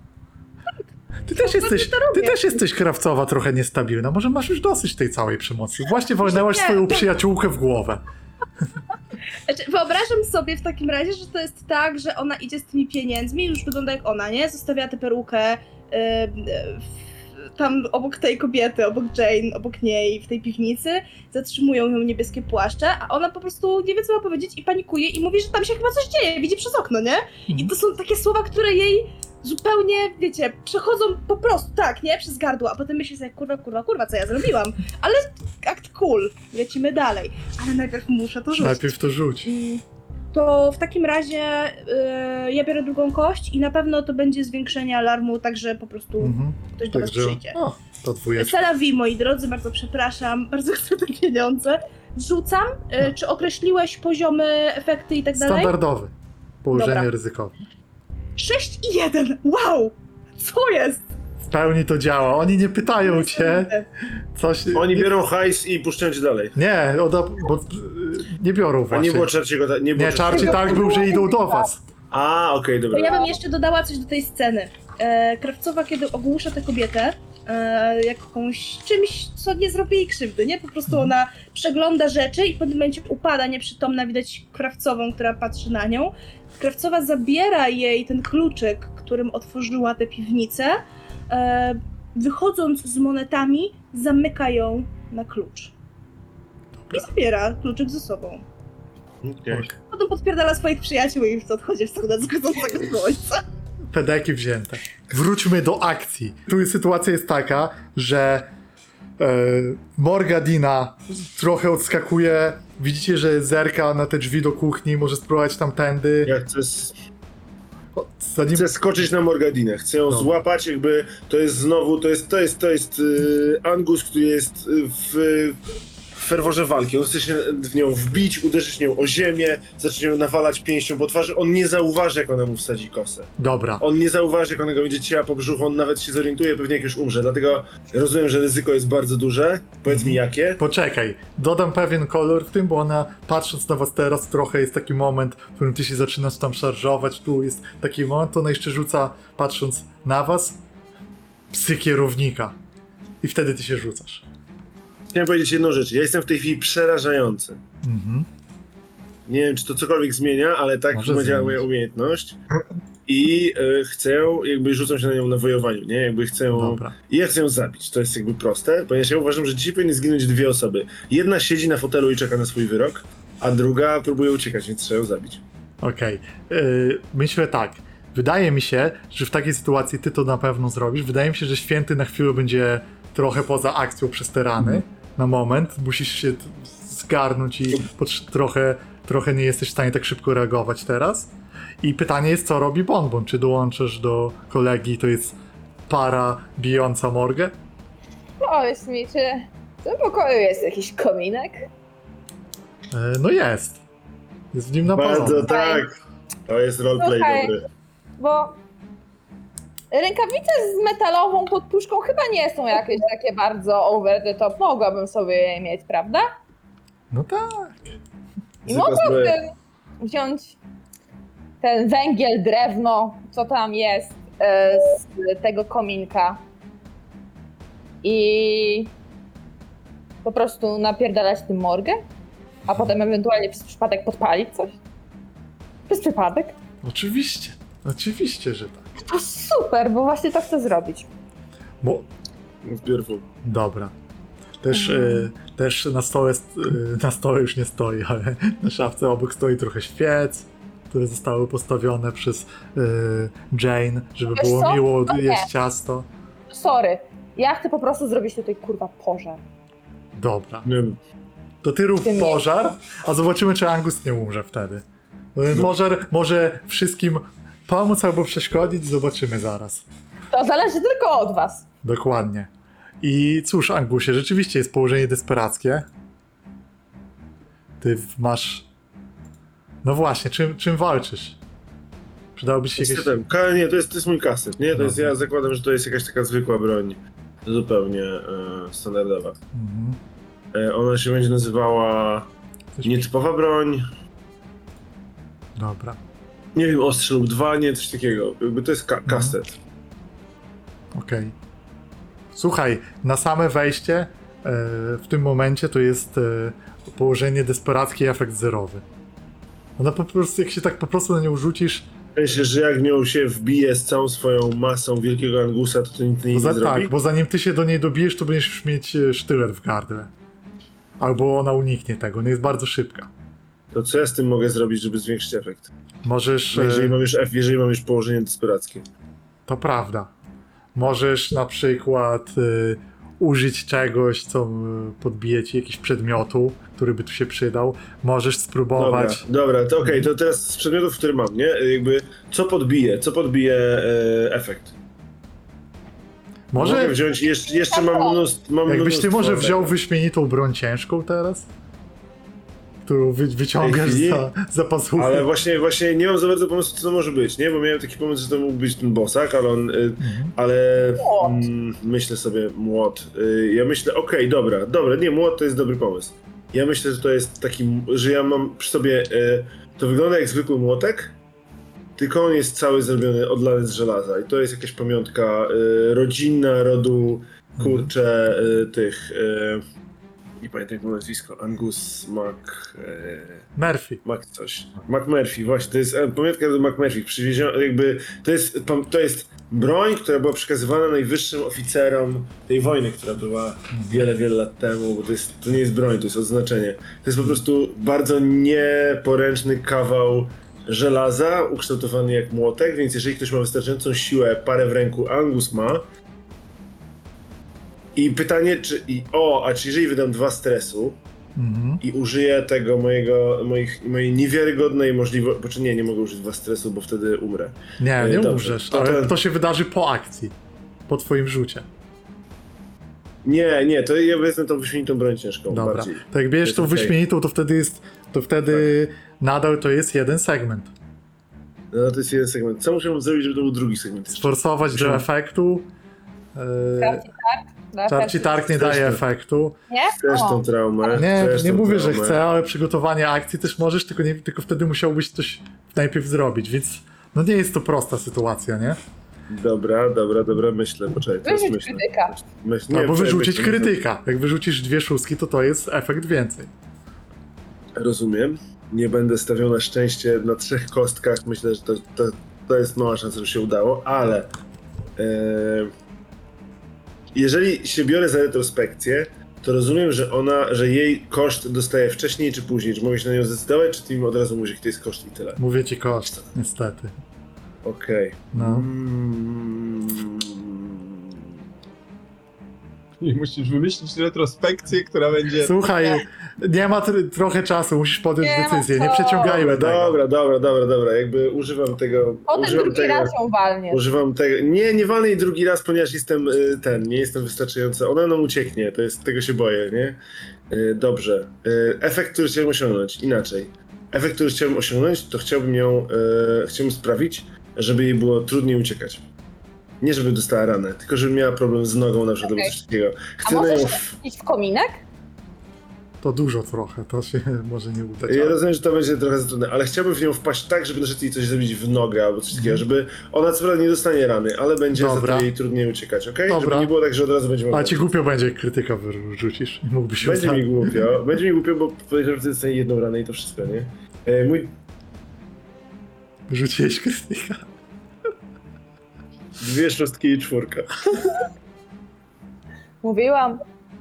Ty też jesteś krawcowa trochę niestabilna, może masz już dosyć tej całej przemocy. Właśnie walnęłaś
Nie.
swoją przyjaciółkę w głowę.
Znaczy, wyobrażam sobie w takim razie, że to jest tak, że ona idzie z tymi pieniędzmi, już wygląda jak ona, nie? Zostawia tę perukę tam obok tej kobiety, obok Jane, obok niej w tej piwnicy, zatrzymują ją niebieskie płaszcze, a ona po prostu nie wie, co ma powiedzieć i panikuje i mówi, że tam się chyba coś dzieje, widzi przez okno, nie? I to są takie słowa, które jej zupełnie, wiecie, przechodzą po prostu, tak, nie? Przez gardło, a potem myśli sobie, kurwa, co ja zrobiłam? Ale akt cool, lecimy dalej. Ale najpierw muszę to rzucić.
Najpierw to rzuć.
To w takim razie ja biorę drugą kość i na pewno to będzie zwiększenie alarmu, także po prostu ktoś do was przyjdzie.
O, to dwójeczka.
C'est la vie, moi drodzy, bardzo przepraszam, bardzo chcę te pieniądze. Rzucam. Czy określiłeś poziomy, efekty i tak dalej?
Standardowy. Położenie
Dobra.
ryzykowne.
6 i 1. Wow! Co jest?
W pełni to działa. Oni nie pytają cię coś...
Oni
nie,
biorą hajs i puszczają cię dalej.
Nie, bo nie biorą
A
właśnie.
nie było Czarciego, nie było
Nie, Czarci tak był, że idą do was.
A, okej,
To
dobra.
ja bym jeszcze dodała coś do tej sceny. Krawcowa, kiedy ogłusza tę kobietę jakąś czymś, co nie zrobi jej krzywdy, nie? Po prostu ona przegląda rzeczy i w pewnym momencie upada nieprzytomna, widać Krawcową, która patrzy na nią. Krawcowa zabiera jej ten kluczyk, którym otworzyła tę piwnicę. Wychodząc z monetami, zamyka ją na klucz. I zabiera kluczyk ze sobą.
Okej.
Potem podpierdala swoich przyjaciół i odchodzi w stronę zgodzącego słońca.
Pedeki wzięte. Wróćmy do akcji. Tu sytuacja jest taka, że Morgadina trochę odskakuje. Widzicie, że zerka na te drzwi do kuchni, może spróbować tamtędy.
Ja
Zanim...
chcę skoczyć na Morgadinę, chcę ją
No.
złapać, jakby to jest znowu, to jest Angus, który jest w ferworze walki. On chce się w nią wbić, uderzyć nią o ziemię, zacznie ją nawalać pięścią po twarzy. On nie zauważy, jak ona mu wsadzi kosę.
Dobra.
On nie zauważy, jak ona go będzie ciała po brzuchu, on nawet się zorientuje, pewnie jak już umrze. Dlatego rozumiem, że ryzyko jest bardzo duże. Powiedz mi jakie.
Poczekaj, dodam pewien kolor w tym, bo ona patrząc na was teraz trochę jest taki moment, w którym ty się zaczynasz tam szarżować, tu jest taki moment, to ona jeszcze rzuca, patrząc na was, psy kierownika. I wtedy ty się rzucasz.
Chciałem powiedzieć jedną rzecz. Ja jestem w tej chwili przerażający.
Mhm.
Nie wiem, czy to cokolwiek zmienia, ale tak
Może
działa
zmienić.
moja umiejętność. I chcę ją, jakby rzucam się na nią na wojowaniu, nie? Jakby chcę ją...
Dobra.
I ja chcę ją zabić. To jest jakby proste, ponieważ ja uważam, że dzisiaj powinny zginąć dwie osoby. Jedna siedzi na fotelu i czeka na swój wyrok, a druga próbuje uciekać, więc trzeba ją zabić.
Okej. Myślę tak. Wydaje mi się, że w takiej sytuacji ty to na pewno zrobisz. Wydaje mi się, że Święty na chwilę będzie trochę poza akcją przez te rany. Na moment. Musisz się zgarnąć i trochę nie jesteś w stanie tak szybko reagować teraz. I pytanie jest, co robi Bonbon? Czy dołączysz do kolegi, to jest para bijąca morgę?
Powiedz mi, czy w tym pokoju jest jakiś kominek?
No jest. Jest w nim napalony.
Bardzo tak. To jest roleplay
Słuchaj.
dobry.
Bo rękawice z metalową podpuszką chyba nie są jakieś takie bardzo over the top. Mogłabym sobie je mieć, prawda?
No tak.
I
Zwykła zbroja.
mogłabym wziąć ten węgiel, drewno, co tam jest z tego kominka i po prostu napierdalać tym morgę, a potem ewentualnie przez przypadek podpalić coś. Przez przypadek.
Oczywiście. Oczywiście, że tak.
To super, bo właśnie to chcę zrobić.
Bo
Wpierw.
dobra. Też na stole, na stole już nie stoi, ale na szafce obok stoi trochę świec, które zostały postawione przez Jane, żeby
Wiesz
było
co?
miło
No nie.
jeść ciasto.
Sorry, ja chcę po prostu zrobić tutaj kurwa pożar.
Dobra.
Nie wiem.
To ty rób
Ty nie.
pożar, a zobaczymy, czy Angus nie umrze wtedy. Bo ten pożar może wszystkim pomóc albo przeszkodzić, zobaczymy zaraz.
To zależy tylko od was.
Dokładnie. I cóż, Angusie, rzeczywiście jest położenie desperackie. Ty masz... No właśnie, czym walczysz? Przydałoby się jakieś...
Kastetem. Nie, to jest mój kaset, nie? To jest,
Dobra.
ja zakładam, że to jest jakaś taka zwykła broń. Zupełnie standardowa.
Mhm.
Ona się będzie nazywała
Coś-
nietypowa broń.
Dobra,
Nie wiem, ostrze lub dwa, nie, coś takiego. Jakby to jest kastet.
okej. Słuchaj, na same wejście w tym momencie to jest położenie desperackie i efekt zerowy. Ona po prostu, jak się tak po prostu na nią rzucisz,
Myślę, że jak nią się wbije z całą swoją masą wielkiego Angusa, to nic nie zrobi?
Tak, bo zanim ty się do niej dobijesz, to będziesz już mieć sztylet w gardle. Albo ona uniknie tego, ona jest bardzo szybka.
To co ja z tym mogę zrobić, żeby zwiększyć efekt?
Możesz...
No, jeżeli mam już położenie desperackie.
To prawda. Możesz na przykład użyć czegoś, co podbije ci jakiś przedmiotu, który by tu się przydał. Możesz spróbować...
Dobra, to okej, to teraz z przedmiotów, które mam, nie? Jakby, co podbije efekt?
Może...
Mogę wziąć, jeszcze mam mnóstwo...
Jakbyś ty może
tego.
wziął wyśmienitą broń ciężką teraz? Którą wyciągasz
chwili?
za pasówkę.
Ale właśnie nie mam za bardzo pomysłu, co to może być, nie? Bo miałem taki pomysł, że to mógł być ten bosak, ale on... Ale...
Młot.
myślę sobie, młot. Ja myślę, okej, dobra, nie, młot to jest dobry pomysł. Ja myślę, że to jest taki, że ja mam przy sobie... to wygląda jak zwykły młotek, tylko on jest cały zrobiony, odlany z żelaza. I to jest jakaś pamiątka rodzinna, rodu, kurczę, tych... nie pamiętam jak ma nazwisko. Angus
Murphy.
coś. McMurphy, właśnie, to jest pamiątka do McMurphy. Przywieziona, jakby, to jest broń, która była przekazywana najwyższym oficerom tej wojny, która była wiele, wiele lat temu, bo to nie jest broń, to jest odznaczenie. To jest po prostu bardzo nieporęczny kawał żelaza, ukształtowany jak młotek, więc jeżeli ktoś ma wystarczającą siłę, parę w ręku, Angus ma. I pytanie, czy jeżeli wydam 2 stresu i użyję tego mojej niewiarygodnej możliwości, bo czy nie mogę użyć 2 stresu, bo wtedy umrę.
Nie
Dobrze,
umrzesz, ale to się wydarzy po akcji. Po twoim rzucie.
Nie, to ja wezmę tą wyśmienitą broń ciężką.
Dobra,
Bardziej.
to jak bierzesz tą
okej.
wyśmienitą, to wtedy nadal to jest jeden segment.
No to jest jeden segment. Co muszę zrobić, żeby to był drugi segment? jeszcze?
Sforsować do efektu. Czarci Tark nie daje efektu.
Nie?
Też
O.
tą traumę.
Nie,
też
nie
tą
mówię, że
traumę.
chcę, ale przygotowanie akcji też możesz, tylko wtedy musiałbyś coś najpierw zrobić, więc no nie jest to prosta sytuacja, nie?
Dobra, myślę, poczekaj, teraz
Wyrzuć
myślę.
krytyka.
Albo wyrzucić
myślę.
krytyka. Jak wyrzucisz 2 szóstki, to jest efekt więcej.
Rozumiem. Nie będę stawiał na szczęście na 3 kostkach. Myślę, że to jest mała szansa, że się udało, ale jeżeli się biorę za retrospekcję, to rozumiem, że jej koszt dostaje wcześniej czy później. Czy mogę się na nią zdecydować, czy ty mi od razu mówisz, jaki to jest koszt i tyle?
Mówię ci koszt, niestety.
Okej.
No.
I musisz wymyślić retrospekcję, która będzie...
Słuchaj, nie ma trochę czasu, musisz podjąć
Nie ma
decyzję, nie
co.
przeciągajmy tego.
Dobra, jakby używam tego...
Potem drugi raz ją walniesz.
Używam tego. Nie walnę jej drugi raz, ponieważ nie jestem wystarczający. Ona nam ucieknie, tego się boję, nie? Dobrze. Efekt, który chciałem osiągnąć, inaczej. Efekt, który chciałem osiągnąć, to chciałbym sprawić, żeby jej było trudniej uciekać. Nie żeby dostała ranę, tylko żeby miała problem z nogą na przykład, albo coś takiego.
A możesz iść w kominek?
To dużo trochę, to się może nie udać.
Ja
ale-
rozumiem, że to będzie trochę za trudne, ale chciałbym w nią wpaść tak, żeby na przykład jej coś zrobić w nogę albo coś takiego, żeby ona co prawda nie dostanie rany, ale będzie za
Dobra.
to jej trudniej uciekać, okej?
Dobra.
Żeby nie było tak, że od razu będzie mogła.
A ci głupio będzie, jak krytyka wyrzucisz i mógłbyś się
Będzie mi głupio, bo powiedziałem, że dostanie 1 ranę i to wszystko, nie? Mój
Rzuciłeś krytyka.
2 szóstki i 4.
Mówiłam.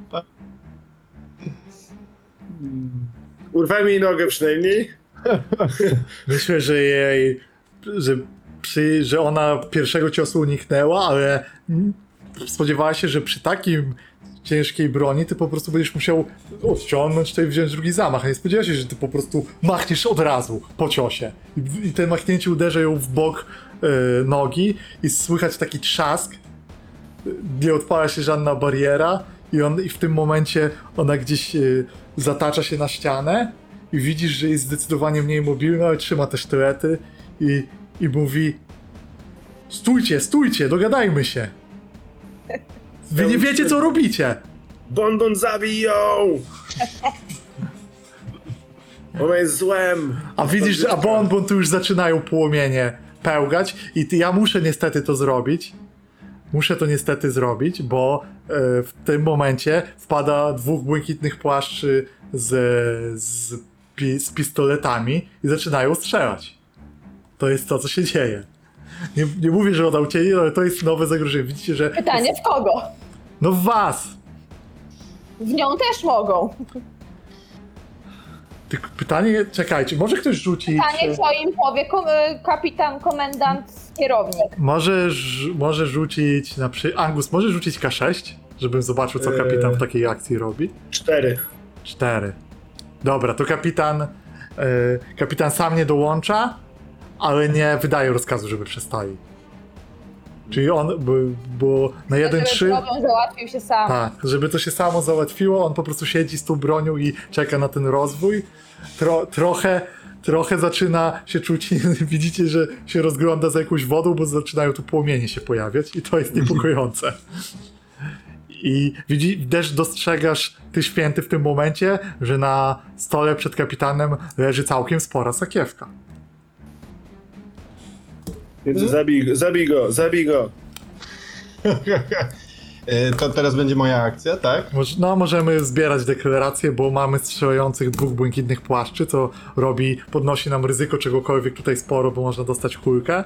Urwałem jej nogę przynajmniej.
Myślę, że ona pierwszego ciosu uniknęła, ale spodziewała się, że przy takim ciężkiej broni ty po prostu będziesz musiał odciągnąć to i wziąć drugi zamach, a nie spodziewa się, że ty po prostu machniesz od razu po ciosie. I ten machnięcie uderza ją w bok nogi i słychać taki trzask. Nie odpala się żadna bariera i w tym momencie ona gdzieś zatacza się na ścianę i widzisz, że jest zdecydowanie mniej mobilna, ale trzyma te sztylety i mówi: stójcie, dogadajmy się. Wy nie wiecie, co robicie.
Bonbon, zabij ją! Ona jest złem!
A widzisz, a Bonbon tu już zaczynają płomienie pełgać i ja muszę niestety to zrobić. Muszę to niestety zrobić, bo w tym momencie wpada 2 błękitnych płaszczy z pistoletami i zaczynają strzelać. To jest to, co się dzieje. Nie mówię, że oddał cień, ale to jest nowe zagrożenie. Widzicie, że...
Pytanie w kogo?
No w was!
W nią też mogą.
Tylko pytanie, czekajcie, może ktoś rzucić...
Pytanie, co im powie kapitan, komendant, kierownik.
Może rzucić na przykład... Angus, może rzucić K6? Żebym zobaczył, co kapitan w takiej akcji robi.
4.
4. Dobra, to kapitan sam nie dołącza, ale nie wydaje rozkazu, żeby przestali. Czyli on, bo na 1-3...
Żeby problem załatwił się sam.
Tak, żeby to się samo załatwiło, on po prostu siedzi z tą bronią i czeka na ten rozwój. Trochę zaczyna się czuć, widzicie, że się rozgląda za jakąś wodą, bo zaczynają tu płomienie się pojawiać i to jest niepokojące. I też dostrzegasz, ty święty, w tym momencie, że na stole przed kapitanem leży całkiem spora sakiewka.
Więc zabij go.
To teraz będzie moja akcja, tak?
No, możemy zbierać deklaracje, bo mamy strzelających 2 błękitnych płaszczy, co podnosi nam ryzyko czegokolwiek tutaj sporo, bo można dostać kulkę.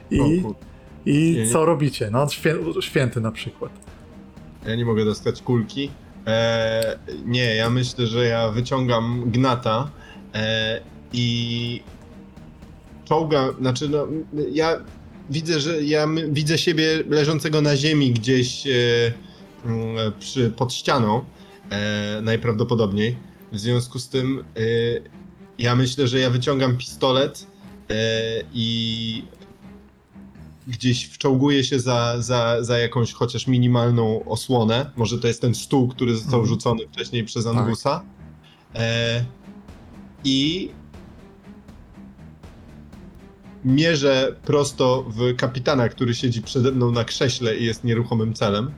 I co robicie? No, święty na przykład.
Ja nie mogę dostać kulki. Nie, ja myślę, że ja wyciągam gnata i czołgam, znaczy no, ja widzę, że widzę siebie leżącego na ziemi gdzieś pod ścianą, najprawdopodobniej. W związku z tym ja myślę, że ja wyciągam pistolet i gdzieś wczołguję się za jakąś chociaż minimalną osłonę. Może to jest ten stół, który został rzucony wcześniej przez Angusa. I mierzę prosto w kapitana, który siedzi przede mną na krześle i jest nieruchomym celem.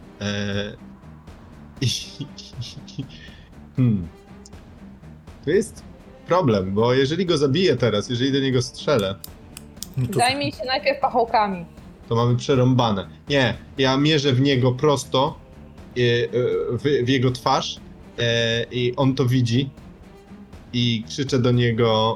To jest problem, bo jeżeli go zabiję teraz, jeżeli do niego strzelę,
No to
Zajmij się najpierw pachołkami.
to mamy przerąbane. Nie, ja mierzę w niego prosto, w jego twarz i on to widzi i krzyczę do niego: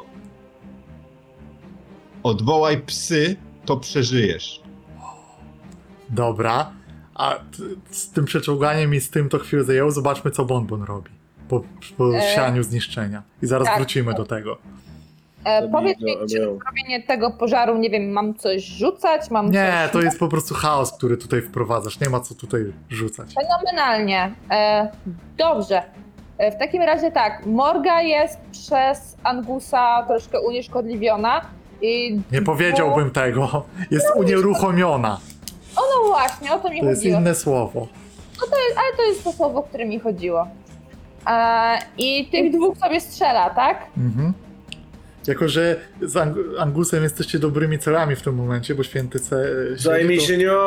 odwołaj psy, to przeżyjesz.
Dobra, a z tym przeczołganiem i z tym to chwilę zajęło. Zobaczmy, co Bonbon robi po sianiu zniszczenia. I zaraz
tak.
wrócimy do tego.
Powiedz mi, czy robienie tego pożaru, nie wiem, mam coś rzucać?
Nie, to jest po prostu chaos, który tutaj wprowadzasz. Nie ma co tutaj rzucać.
Fenomenalnie. Dobrze. W takim razie tak, Morga jest przez Angusa troszkę unieszkodliwiona i...
Nie powiedziałbym tego. Jest unieruchomiona.
No właśnie, o to mi
To jest
chodziło.
inne słowo.
Ale to jest to słowo, o które mi chodziło. I tych 2 sobie strzela, tak?
Mhm. Jako, że z Angusem jesteście dobrymi celami w tym momencie, bo święty
Zajmij się nią.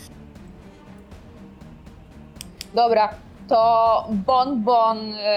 Dobra, to Bonbon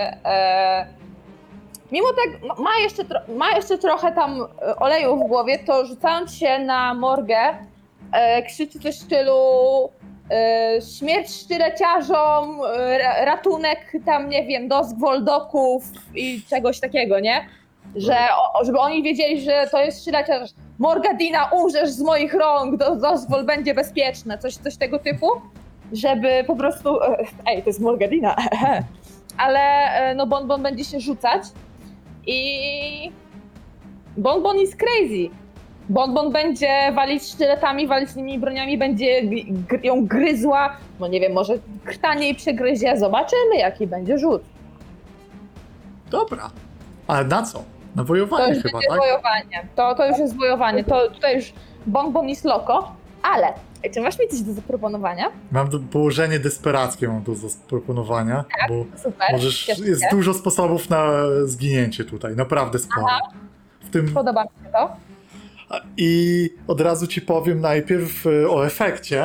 mimo tak ma jeszcze trochę tam oleju w głowie, to rzucając się na Morgę krzyczy coś w stylu śmierć sztyleciarzom, ratunek tam, nie wiem, do zwoldoków i czegoś takiego, nie? Żeby oni wiedzieli, że to jest sztyleciarz. Morgadina, umrzesz z moich rąk, dozwol będzie bezpieczne, coś tego typu, żeby po prostu, to jest Morgadina, ale no Bonbon będzie się rzucać i Bonbon is crazy. Bonbon będzie walić sztyletami, walić nimi broniami, będzie ją gryzła, no nie wiem, może krtanie jej przegryzie, zobaczymy jaki będzie rzut.
Dobra. Ale na co? Na
To
wojowanie
już
chyba,
będzie
tak?
wojowanie, to już jest wojowanie, to tutaj już Bonbon is loco, ale czy masz mi coś do zaproponowania?
Mam położenie desperackie mam do zaproponowania, bo
Super, cieszę
jest
się.
dużo sposobów na zginięcie tutaj, naprawdę sporo. W tym
Podoba mi się to.
I od razu ci powiem najpierw o efekcie.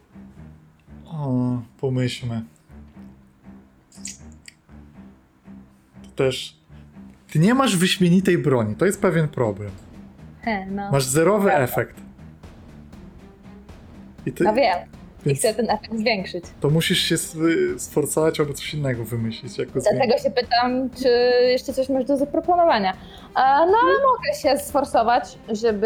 Pomyślmy. To też... Ty nie masz wyśmienitej broni, to jest pewien problem.
No.
Masz zerowy efekt. I ty...
No wiem. I
Więc
chcę ten efekt zwiększyć.
to musisz się sforcować albo coś innego wymyślić. Jako
Dlatego się pytam, czy jeszcze coś masz do zaproponowania. No ale mogę się sforsować, żeby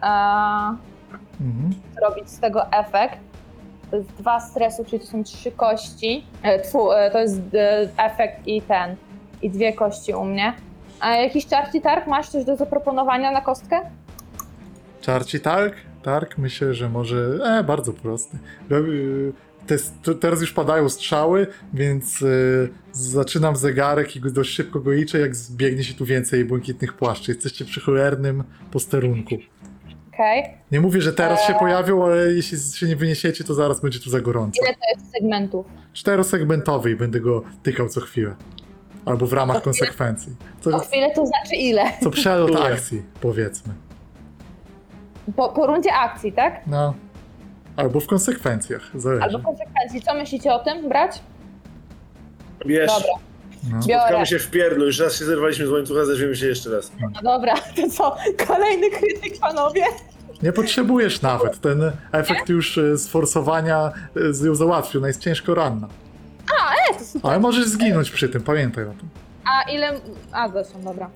Mhm.
zrobić z tego efekt. To jest 2 stresu, czyli to są 3 kości. To jest efekt i 2 kości u mnie. A jakiś czarci targ? Masz coś do zaproponowania na kostkę?
Czarci targ? Targ? Myślę, że może... bardzo prosty. Teraz już padają strzały, więc zaczynam zegarek i dość szybko go liczę, jak zbiegnie się tu więcej błękitnych płaszczy. Jesteście przy cholernym posterunku.
Okej.
Nie mówię, że teraz się pojawią, ale jeśli się nie wyniesiecie, to zaraz będzie tu za gorąco.
Ile to jest segmentów?
4-segmentowy i będę go tykał co chwilę. Albo w ramach konsekwencji.
Co chwilę to znaczy ile?
Co przelot akcji, powiedzmy.
Po rundzie akcji, tak?
No. Albo w konsekwencjach, zależy.
Albo konsekwencji. Co myślicie o tym brać?
Wiesz,
Dobra,
No.
biorę.
spotkamy się w pierdlu, już raz się zerwaliśmy z łańcucha, zerwiemy się jeszcze raz.
No dobra, to co? Kolejny krytyk, panowie?
Nie potrzebujesz nawet. Ten efekt już sforsowania ją załatwił. Ona jest ciężko ranna.
To super.
Ale możesz zginąć przy tym, pamiętaj o tym.
A ile... zresztą, dobra.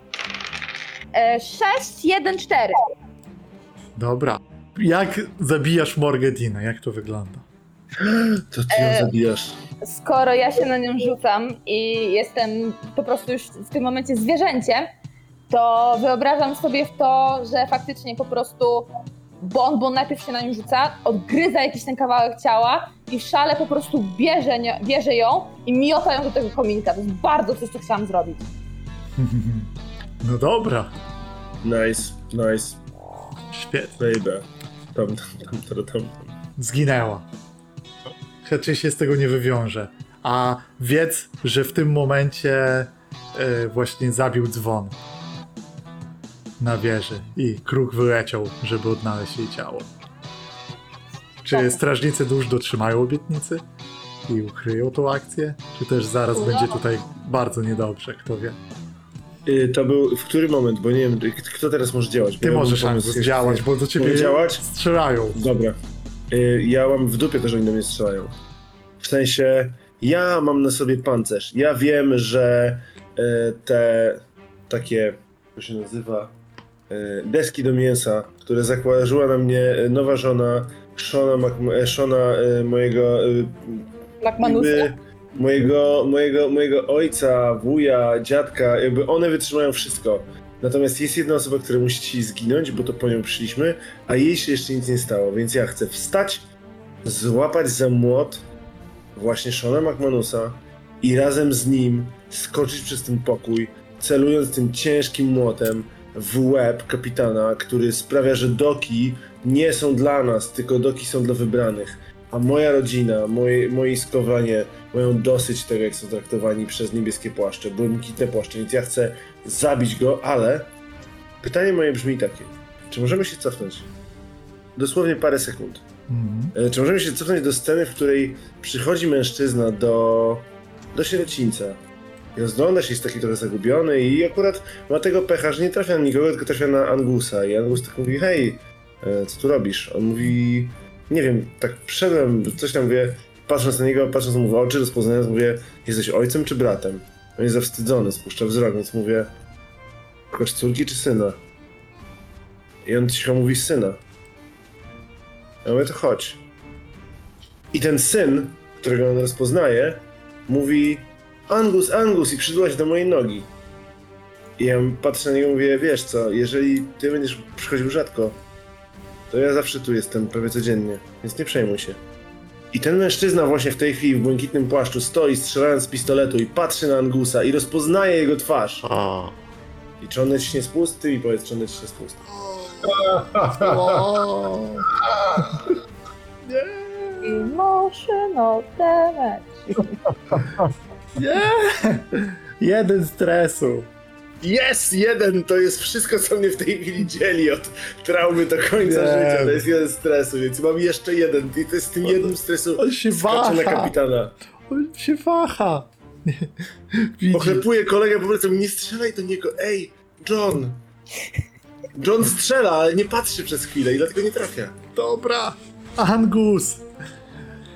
6, 1, 4.
Dobra. Jak zabijasz Morgadinę? Jak to wygląda?
To ty ją zabijasz.
Skoro ja się na nią rzucam i jestem po prostu już w tym momencie zwierzęciem, to wyobrażam sobie w to, że faktycznie po prostu Bonbon najpierw się na nią rzuca, odgryza jakiś ten kawałek ciała i w szale po prostu bierze ją i miota ją do tego kominka. To jest bardzo coś, co chciałam zrobić.
No dobra.
Nice.
Świetnie.
Baby. Tam.
Zginęła. Raczej się z tego nie wywiąże. A wiedz, że w tym momencie właśnie zabił dzwon na wieży i kruk wyleciał, żeby odnaleźć jej ciało. Czy strażnicy dusz dotrzymają obietnicy i ukryją tą akcję? Czy też zaraz będzie tutaj bardzo niedobrze, kto wie?
To był, w który moment, bo nie wiem, kto teraz może działać?
Ty
Bo ja
możesz,
mam pomysł,
Angus,
jak
działać, bo do ciebie
Mogę działać?
strzelają.
Dobra. Ja mam w dupie to, że oni do mnie strzelają. W sensie, ja mam na sobie pancerz. Ja wiem, że te takie, to się nazywa, deski do mięsa, które zakładała na mnie nowa żona Shona, mojego
McManusa?
jakby mojego ojca, wuja, dziadka, jakby one wytrzymają wszystko. Natomiast jest jedna osoba, która musi ci zginąć, bo to po nią przyszliśmy, a jej się jeszcze nic nie stało, więc ja chcę wstać, złapać za młot właśnie Shona McManusa i razem z nim skoczyć przez ten pokój, celując tym ciężkim młotem w łeb kapitana, który sprawia, że doki nie są dla nas, tylko doki są dla wybranych. A moja rodzina, moi skowanie mają dosyć tego, jak są traktowani przez niebieskie płaszcze, błękitne płaszcze, więc ja chcę zabić go, ale pytanie moje brzmi takie. Czy możemy się cofnąć? Dosłownie parę sekund. Czy możemy się cofnąć do sceny, w której przychodzi mężczyzna do sierocińca i rozgląda się, jest taki trochę zagubiony i akurat ma tego pecha, że nie trafia na nikogo, tylko trafia na Angusa i Angus tak mówi, hej, co tu robisz? On mówi, nie wiem, tak wszedłem, coś tam mówię, patrząc na niego, patrząc mu w oczy, rozpoznając, mówię, jesteś ojcem czy bratem? On jest zawstydzony, spuszcza wzrok, więc mówię, szukasz córki czy syna? I on cicho mówi, syna. Ja mówię, to chodź. I ten syn, którego on rozpoznaje, mówi, Angus, Angus, i przytułaś do mojej nogi. I ja patrzę na niego i mówię, wiesz co, jeżeli ty będziesz przychodził rzadko, to ja zawsze tu jestem, prawie codziennie, więc nie przejmuj się. I ten mężczyzna właśnie w tej chwili w błękitnym płaszczu stoi, strzelając z pistoletu i patrzy na Angusa i rozpoznaje jego twarz. I czy on naciśnie spust? Ty mi powiedz, czy on naciśnie spust.
Emotional damage.
Nie! Jeden stresu.
Jest jeden! To jest wszystko, co mnie w tej chwili dzieli od traumy do końca
Nie.
życia. To jest jeden stresu, więc mam jeszcze jeden. I to jest z tym jednym stresu
On się
skaczę na
waha.
kapitana.
On się waha. Widzi.
Poklepuję kolegę, po prostu nie strzelaj do niego. Ej, John! John strzela, ale nie patrzy przez chwilę i dlatego nie trafia.
Dobra. Angus.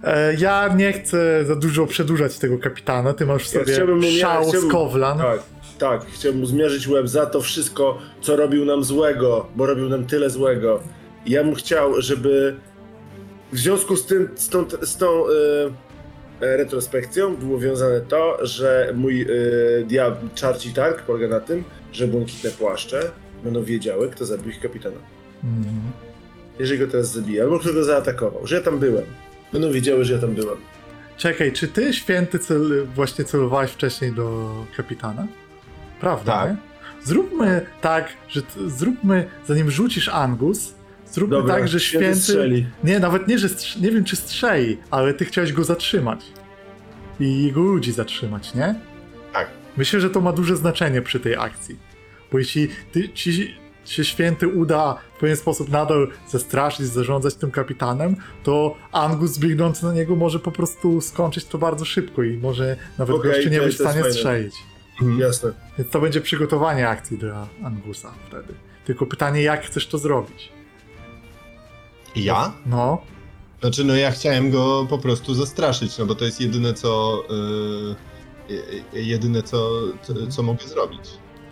Ja nie chcę za dużo przedłużać tego kapitana, ty masz w sobie szał z Kowlan.
Tak, chciałbym mu zmierzyć łeb za to wszystko, co robił nam złego, bo robił nam tyle złego. I ja bym chciał, żeby w związku z tym, z tą retrospekcją było wiązane to, że mój czarci targ polega na tym, że błękitne płaszcze będą wiedziały, kto zabił ich kapitana.
Mhm.
Jeżeli go teraz zabije, albo kto go zaatakował, że ja tam byłem. Będą wiedziały, że ja tam byłem.
Czekaj, czy ty, święty, właśnie celowałeś wcześniej do kapitana? Prawda,
Tak.
nie? Zróbmy tak, że zróbmy, zanim rzucisz Angus, zróbmy
Dobra,
tak, że święty...
strzeli.
Nie, nawet nie, że nie wiem, czy strzeli, ale ty chciałeś go zatrzymać. I jego ludzi zatrzymać, nie?
Tak.
Myślę, że to ma duże znaczenie przy tej akcji. Bo jeśli ci się święty uda w pewien sposób nadal zastraszyć, zarządzać tym kapitanem, to Angus biegnący na niego może po prostu skończyć to bardzo szybko i może nawet
Okej,
gościu nie
to
być w
jest
stanie
fajne.
strzelić.
Jasne.
Więc to będzie przygotowanie akcji dla Angusa wtedy. Tylko pytanie, jak chcesz to zrobić?
Ja?
No,
Znaczy, no ja chciałem go po prostu zastraszyć, no bo to jest jedyne, co mogę zrobić.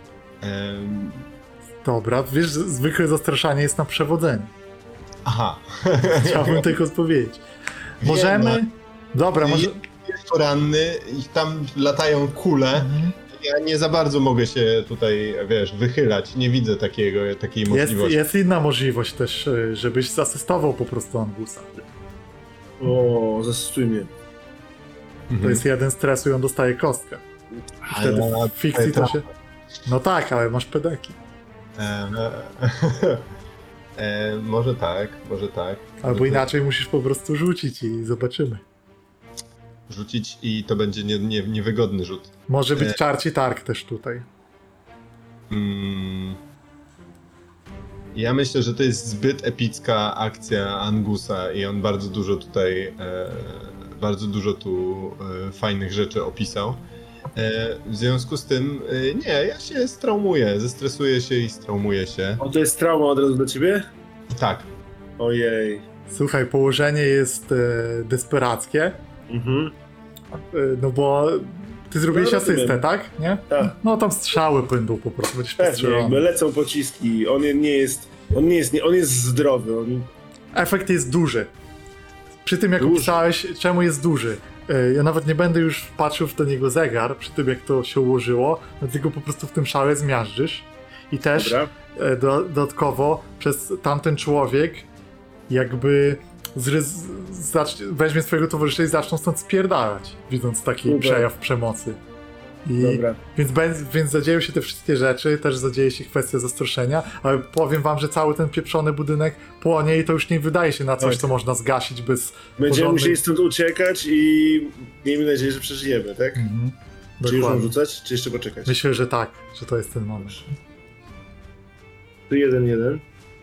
dobra, wiesz, zwykle zastraszanie jest na przewodzeniu.
Aha.
Chciałbym tylko powiedzieć. Możemy... Dobra, może...
Jest poranny i tam latają kule.
Mhm.
Ja nie za bardzo mogę się tutaj, wiesz, wychylać. Nie widzę takiej możliwości.
Jest inna możliwość też, żebyś zasystował po prostu Angusa.
O, zasystuj mnie.
To jest jeden stresu i on dostaje kostkę. Wtedy
Ale-
w fikcji to się... No tak, ale masz pedeki.
Może tak, może tak.
Albo
Może
inaczej musisz po prostu rzucić i zobaczymy.
rzucić i to będzie niewygodny rzut.
Może być czarci targ też tutaj.
Ja myślę, że to jest zbyt epicka akcja Angusa i on bardzo dużo tutaj, bardzo dużo tu fajnych rzeczy opisał. W związku z tym, nie, ja się straumuję, zestresuję się i straumuję się.
O, to jest trauma od razu dla ciebie?
Tak,
Ojej.
Słuchaj, położenie jest desperackie,
Mhm.
no bo ty zrobiłeś
No,
asystę,
rozumiem.
tak? Nie?
Tak.
No tam strzały będą po prostu, będziesz
Pewnie,
postrzelony.
jakby lecą pociski. On jest zdrowy.
Efekt jest duży. Przy tym jak
Duży.
opisałeś, czemu jest duży. Ja nawet nie będę już patrzył w ten jego zegar, przy tym jak to się ułożyło, no tylko po prostu w tym szale zmiażdżysz. I też
Dobra.
dodatkowo przez tamten człowiek jakby weźmie swojego towarzysza i zaczną stąd spierdalać, widząc taki
Super.
przejaw przemocy.
Dobra.
Więc zadzieją się te wszystkie rzeczy, też zadzieje się kwestia zastraszenia, ale powiem wam, że cały ten pieprzony budynek płonie i to już nie wydaje się na coś,
Tak.
co można zgasić bez
Będziemy
porządnej...
musieli stąd uciekać i miejmy nadzieję, że przeżyjemy, tak?
Mhm.
Czy już mam
Dokładnie.
rzucać, czy jeszcze poczekać?
Myślę, że tak, że to jest ten moment.
Tu 1-1.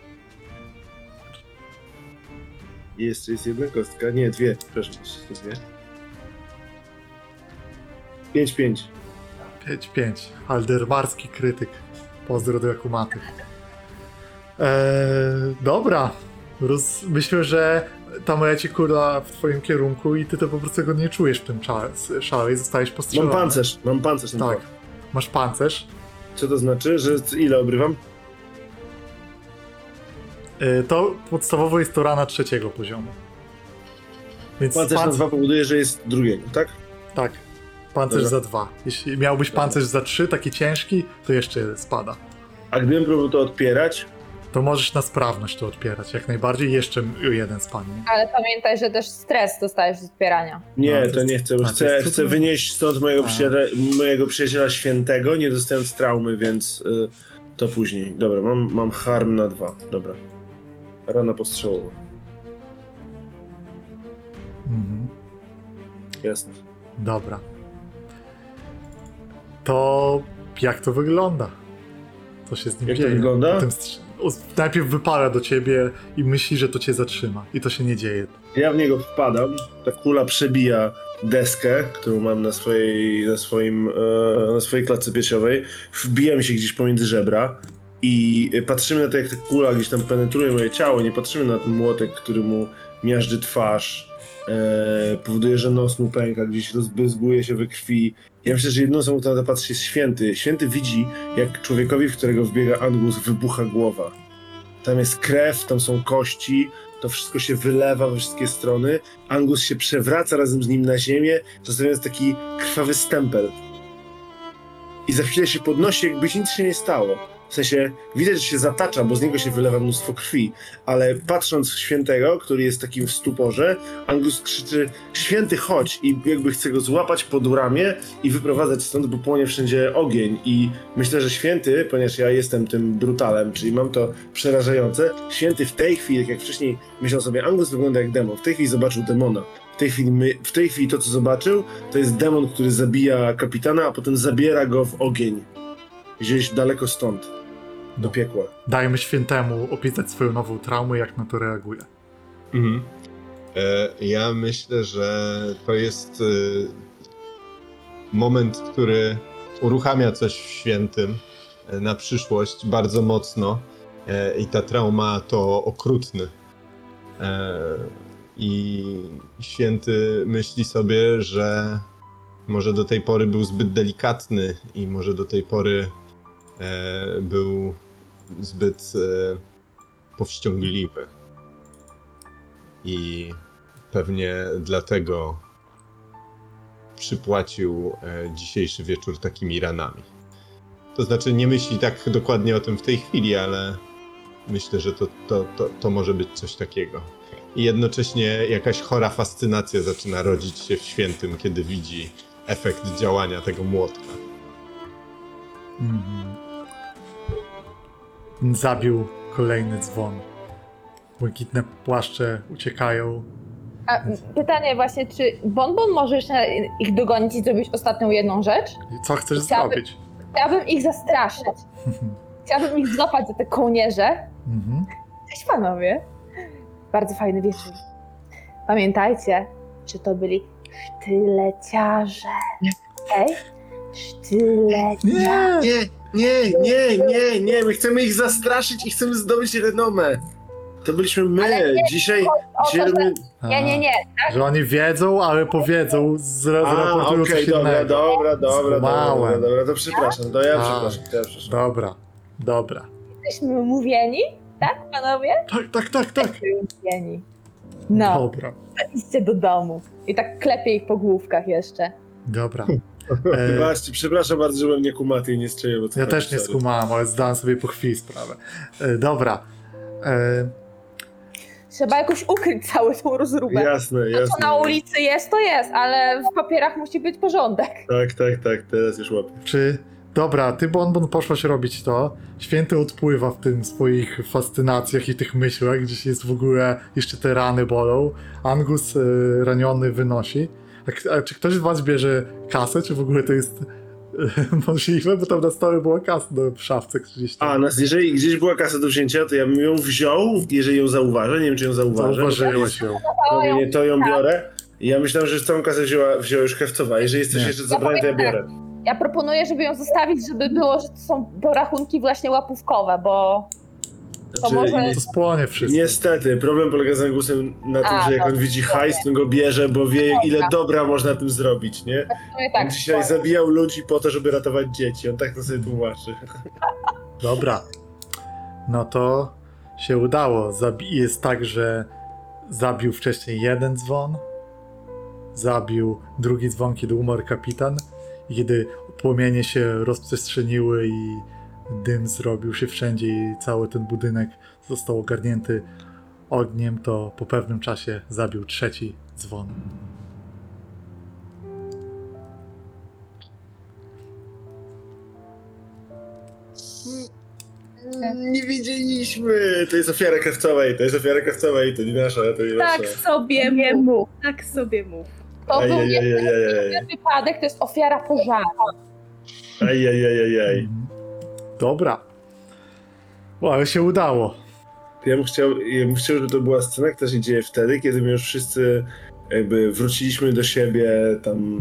Jest jedna kostka. Nie, dwie. Przepraszam, jeszcze dwie. 5-5.
5-5. Aldermarski krytyk. Pozdro do Jakumaty. Dobra. Myślę, że tam leci kula w twoim kierunku i ty to po prostu go nie czujesz w tym szale i zostajesz postrzelony.
Mam pancerz na
Tak.
dwa.
Masz pancerz.
Co to znaczy, że ile obrywam?
To podstawowo jest to rana 3. poziomu. Więc
Pancerz na 2 powoduje, że jest drugiego, tak?
Tak. Pancerz
Dobra.
za 2. Jeśli miałbyś pancerz za 3, taki ciężki, to jeszcze spada.
A gdybym próbował to odpierać,
To możesz na sprawność to odpierać, jak najbardziej. Jeszcze 1 spadnie.
Ale pamiętaj, że też stres dostajesz z odpierania.
nie,
No,
to nie chcę.
to jest
Chcę wynieść stąd mojego przyjaciela świętego, nie dostając traumy, więc to później. Dobra, mam harm na 2. Dobra. Rana postrzałowa.
Mhm.
Jasne.
Dobra. To jak to wygląda? Co się z nim
Jak to
dzieje?
wygląda?
Potem najpierw wypala do ciebie i myśli, że to cię zatrzyma. I to się nie dzieje.
Ja w niego wpadam, ta kula przebija deskę, którą mam na swojej klatce piersiowej, wbijam się gdzieś pomiędzy żebra i patrzymy na to, jak ta kula gdzieś tam penetruje moje ciało, nie patrzymy na ten młotek, który mu miażdży twarz, powoduje, że nos mu pęka, gdzieś rozbryzguje się we krwi. Ja myślę, że jedną osobą, która na to patrzy, jest Święty. Święty widzi, jak człowiekowi, w którego wbiega Angus, wybucha głowa. Tam jest krew, tam są kości, to wszystko się wylewa we wszystkie strony. Angus się przewraca razem z nim na ziemię, zostawiając taki krwawy stempel. I za chwilę się podnosi, jakby nic się nie stało. W sensie, widać, że się zatacza, bo z niego się wylewa mnóstwo krwi, ale patrząc w Świętego, który jest takim w stuporze, Angus krzyczy: Święty, chodź! I jakby chce go złapać pod ramię i wyprowadzać stąd, bo płonie wszędzie ogień. I myślę, że Święty, ponieważ ja jestem tym brutalem, czyli mam to przerażające, Święty w tej chwili, tak jak wcześniej myślał sobie, Angus wygląda jak demon, w tej chwili zobaczył demona. W tej chwili to, co zobaczył, to jest demon, który zabija kapitana, a potem zabiera go w ogień. Gdzieś daleko stąd. Do piekła.
Dajmy Świętemu opisać swoją nową traumę, jak na to reaguje.
Mhm. Ja myślę, że to jest moment, który uruchamia coś w Świętym na przyszłość bardzo mocno i ta trauma to okrutny. I Święty myśli sobie, że może do tej pory był zbyt delikatny i może do tej pory był zbyt powściągliwy. I pewnie dlatego przypłacił dzisiejszy wieczór takimi ranami. To znaczy nie myśli tak dokładnie o tym w tej chwili, ale myślę, że to może być coś takiego. I jednocześnie jakaś chora fascynacja zaczyna rodzić się w Świętym, kiedy widzi efekt działania tego młotka.
Zabił kolejny dzwon. Błękitne płaszcze uciekają.
A pytanie właśnie, czy Bonbon może jeszcze ich dogonić i zrobić ostatnią jedną rzecz?
Co chcesz
Chciałabym-
zrobić?
Chciałabym ich zastraszyć. Chciałabym ich złapać za te kołnierze.
Mhm.
Cześć panowie. Bardzo fajny wieczór. Pamiętajcie, że to byli sztyleciarze. Okej? Sztyleciarze.
Nie, my chcemy ich zastraszyć i chcemy zdobyć renomę. To byliśmy my.
Ale nie,
Dzisiaj
że-
my...
Nie.
Że oni wiedzą, ale powiedzą, zraportują
okej,
coś innego.
dobra, to przepraszam, to ja
Tak.
przepraszam.
Dobra.
Jesteśmy umówieni? Tak, panowie?
Tak.
Jesteśmy umówieni. No,
Dobra.
idźcie do domu. I tak klepię ich po główkach jeszcze.
Dobra.
Wybaczcie, przepraszam bardzo, że byłem niekumaty i nie strzeliłem.
Ja też nie skumałem, ale zdałem sobie po chwili sprawę. Dobra.
Trzeba jakoś ukryć całą tą rozróbę.
Jasne.
Co na ulicy jest, to jest, ale w papierach musi być porządek.
Tak, teraz już łapię.
Dobra, ty Bonbon poszłaś robić to. Święty odpływa w tym swoich fascynacjach i tych myślach, gdzieś jest w ogóle, jeszcze te rany bolą. Angus raniony wynosi. A czy ktoś z was bierze kasę, czy w ogóle to jest możliwe? Bo tam na stole była kasa w szafce gdzieś tam.
Jeżeli gdzieś była kasa do wzięcia, to ja bym ją wziął, jeżeli ją zauważę. Nie wiem, czy ją zauważę.
Zauważyłeś ją.
To ją biorę. Ja myślałem, że całą kasę wzięła już Krawcowa. Jeżeli jest coś
Nie.
jeszcze do zabrania, to ja biorę.
Ja proponuję, żeby ją zostawić, żeby było, że to są porachunki właśnie łapówkowe, bo to może...
To spłonie wszystko.
Niestety, problem polega z Angusem na tym, że jak on widzi hajs, to go bierze, bo wie, ile dobra można tym zrobić, nie?
tak,
On dzisiaj zabijał ludzi po to, żeby ratować dzieci. On tak to sobie tłumaczy.
Dobra. No to się udało. Jest tak, że zabił wcześniej jeden dzwon, zabił drugi dzwon, kiedy umarł kapitan i kiedy płomienie się rozprzestrzeniły i dym zrobił się wszędzie i cały ten budynek został ogarnięty ogniem, to po pewnym czasie zabił trzeci dzwon.
Nie wiedzieliśmy! To jest ofiara Krawcowej, to nie nasza, to nie nasza.
Tak sobie mów. Tak sobie mów.
To był
Ajajajajaj.
jeden wypadek, to jest ofiara pożaru.
Ajajajajaj.
Dobra. O, ale się udało.
Ja bym chciał, żeby to była scena, która się dzieje wtedy, kiedy my już wszyscy jakby wróciliśmy do siebie, tam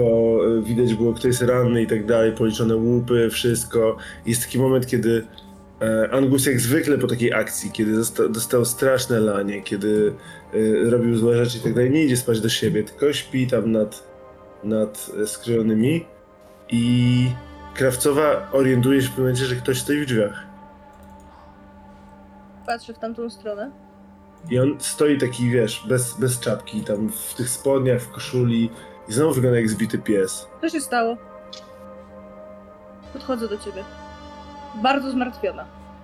widać było, kto jest ranny i tak dalej, policzone łupy, wszystko. Jest taki moment, kiedy Angus jak zwykle po takiej akcji, kiedy dostał straszne lanie, kiedy robił złe rzeczy i tak dalej, nie idzie spać do siebie, tylko śpi tam nad skrojonymi i Krawcowa orientuje się w momencie, że ktoś stoi w drzwiach.
Patrzę w tamtą stronę.
I on stoi taki, wiesz, bez czapki, tam w tych spodniach, w koszuli i znowu wygląda jak zbity pies.
Co się stało? Podchodzę do ciebie. Bardzo zmartwiona.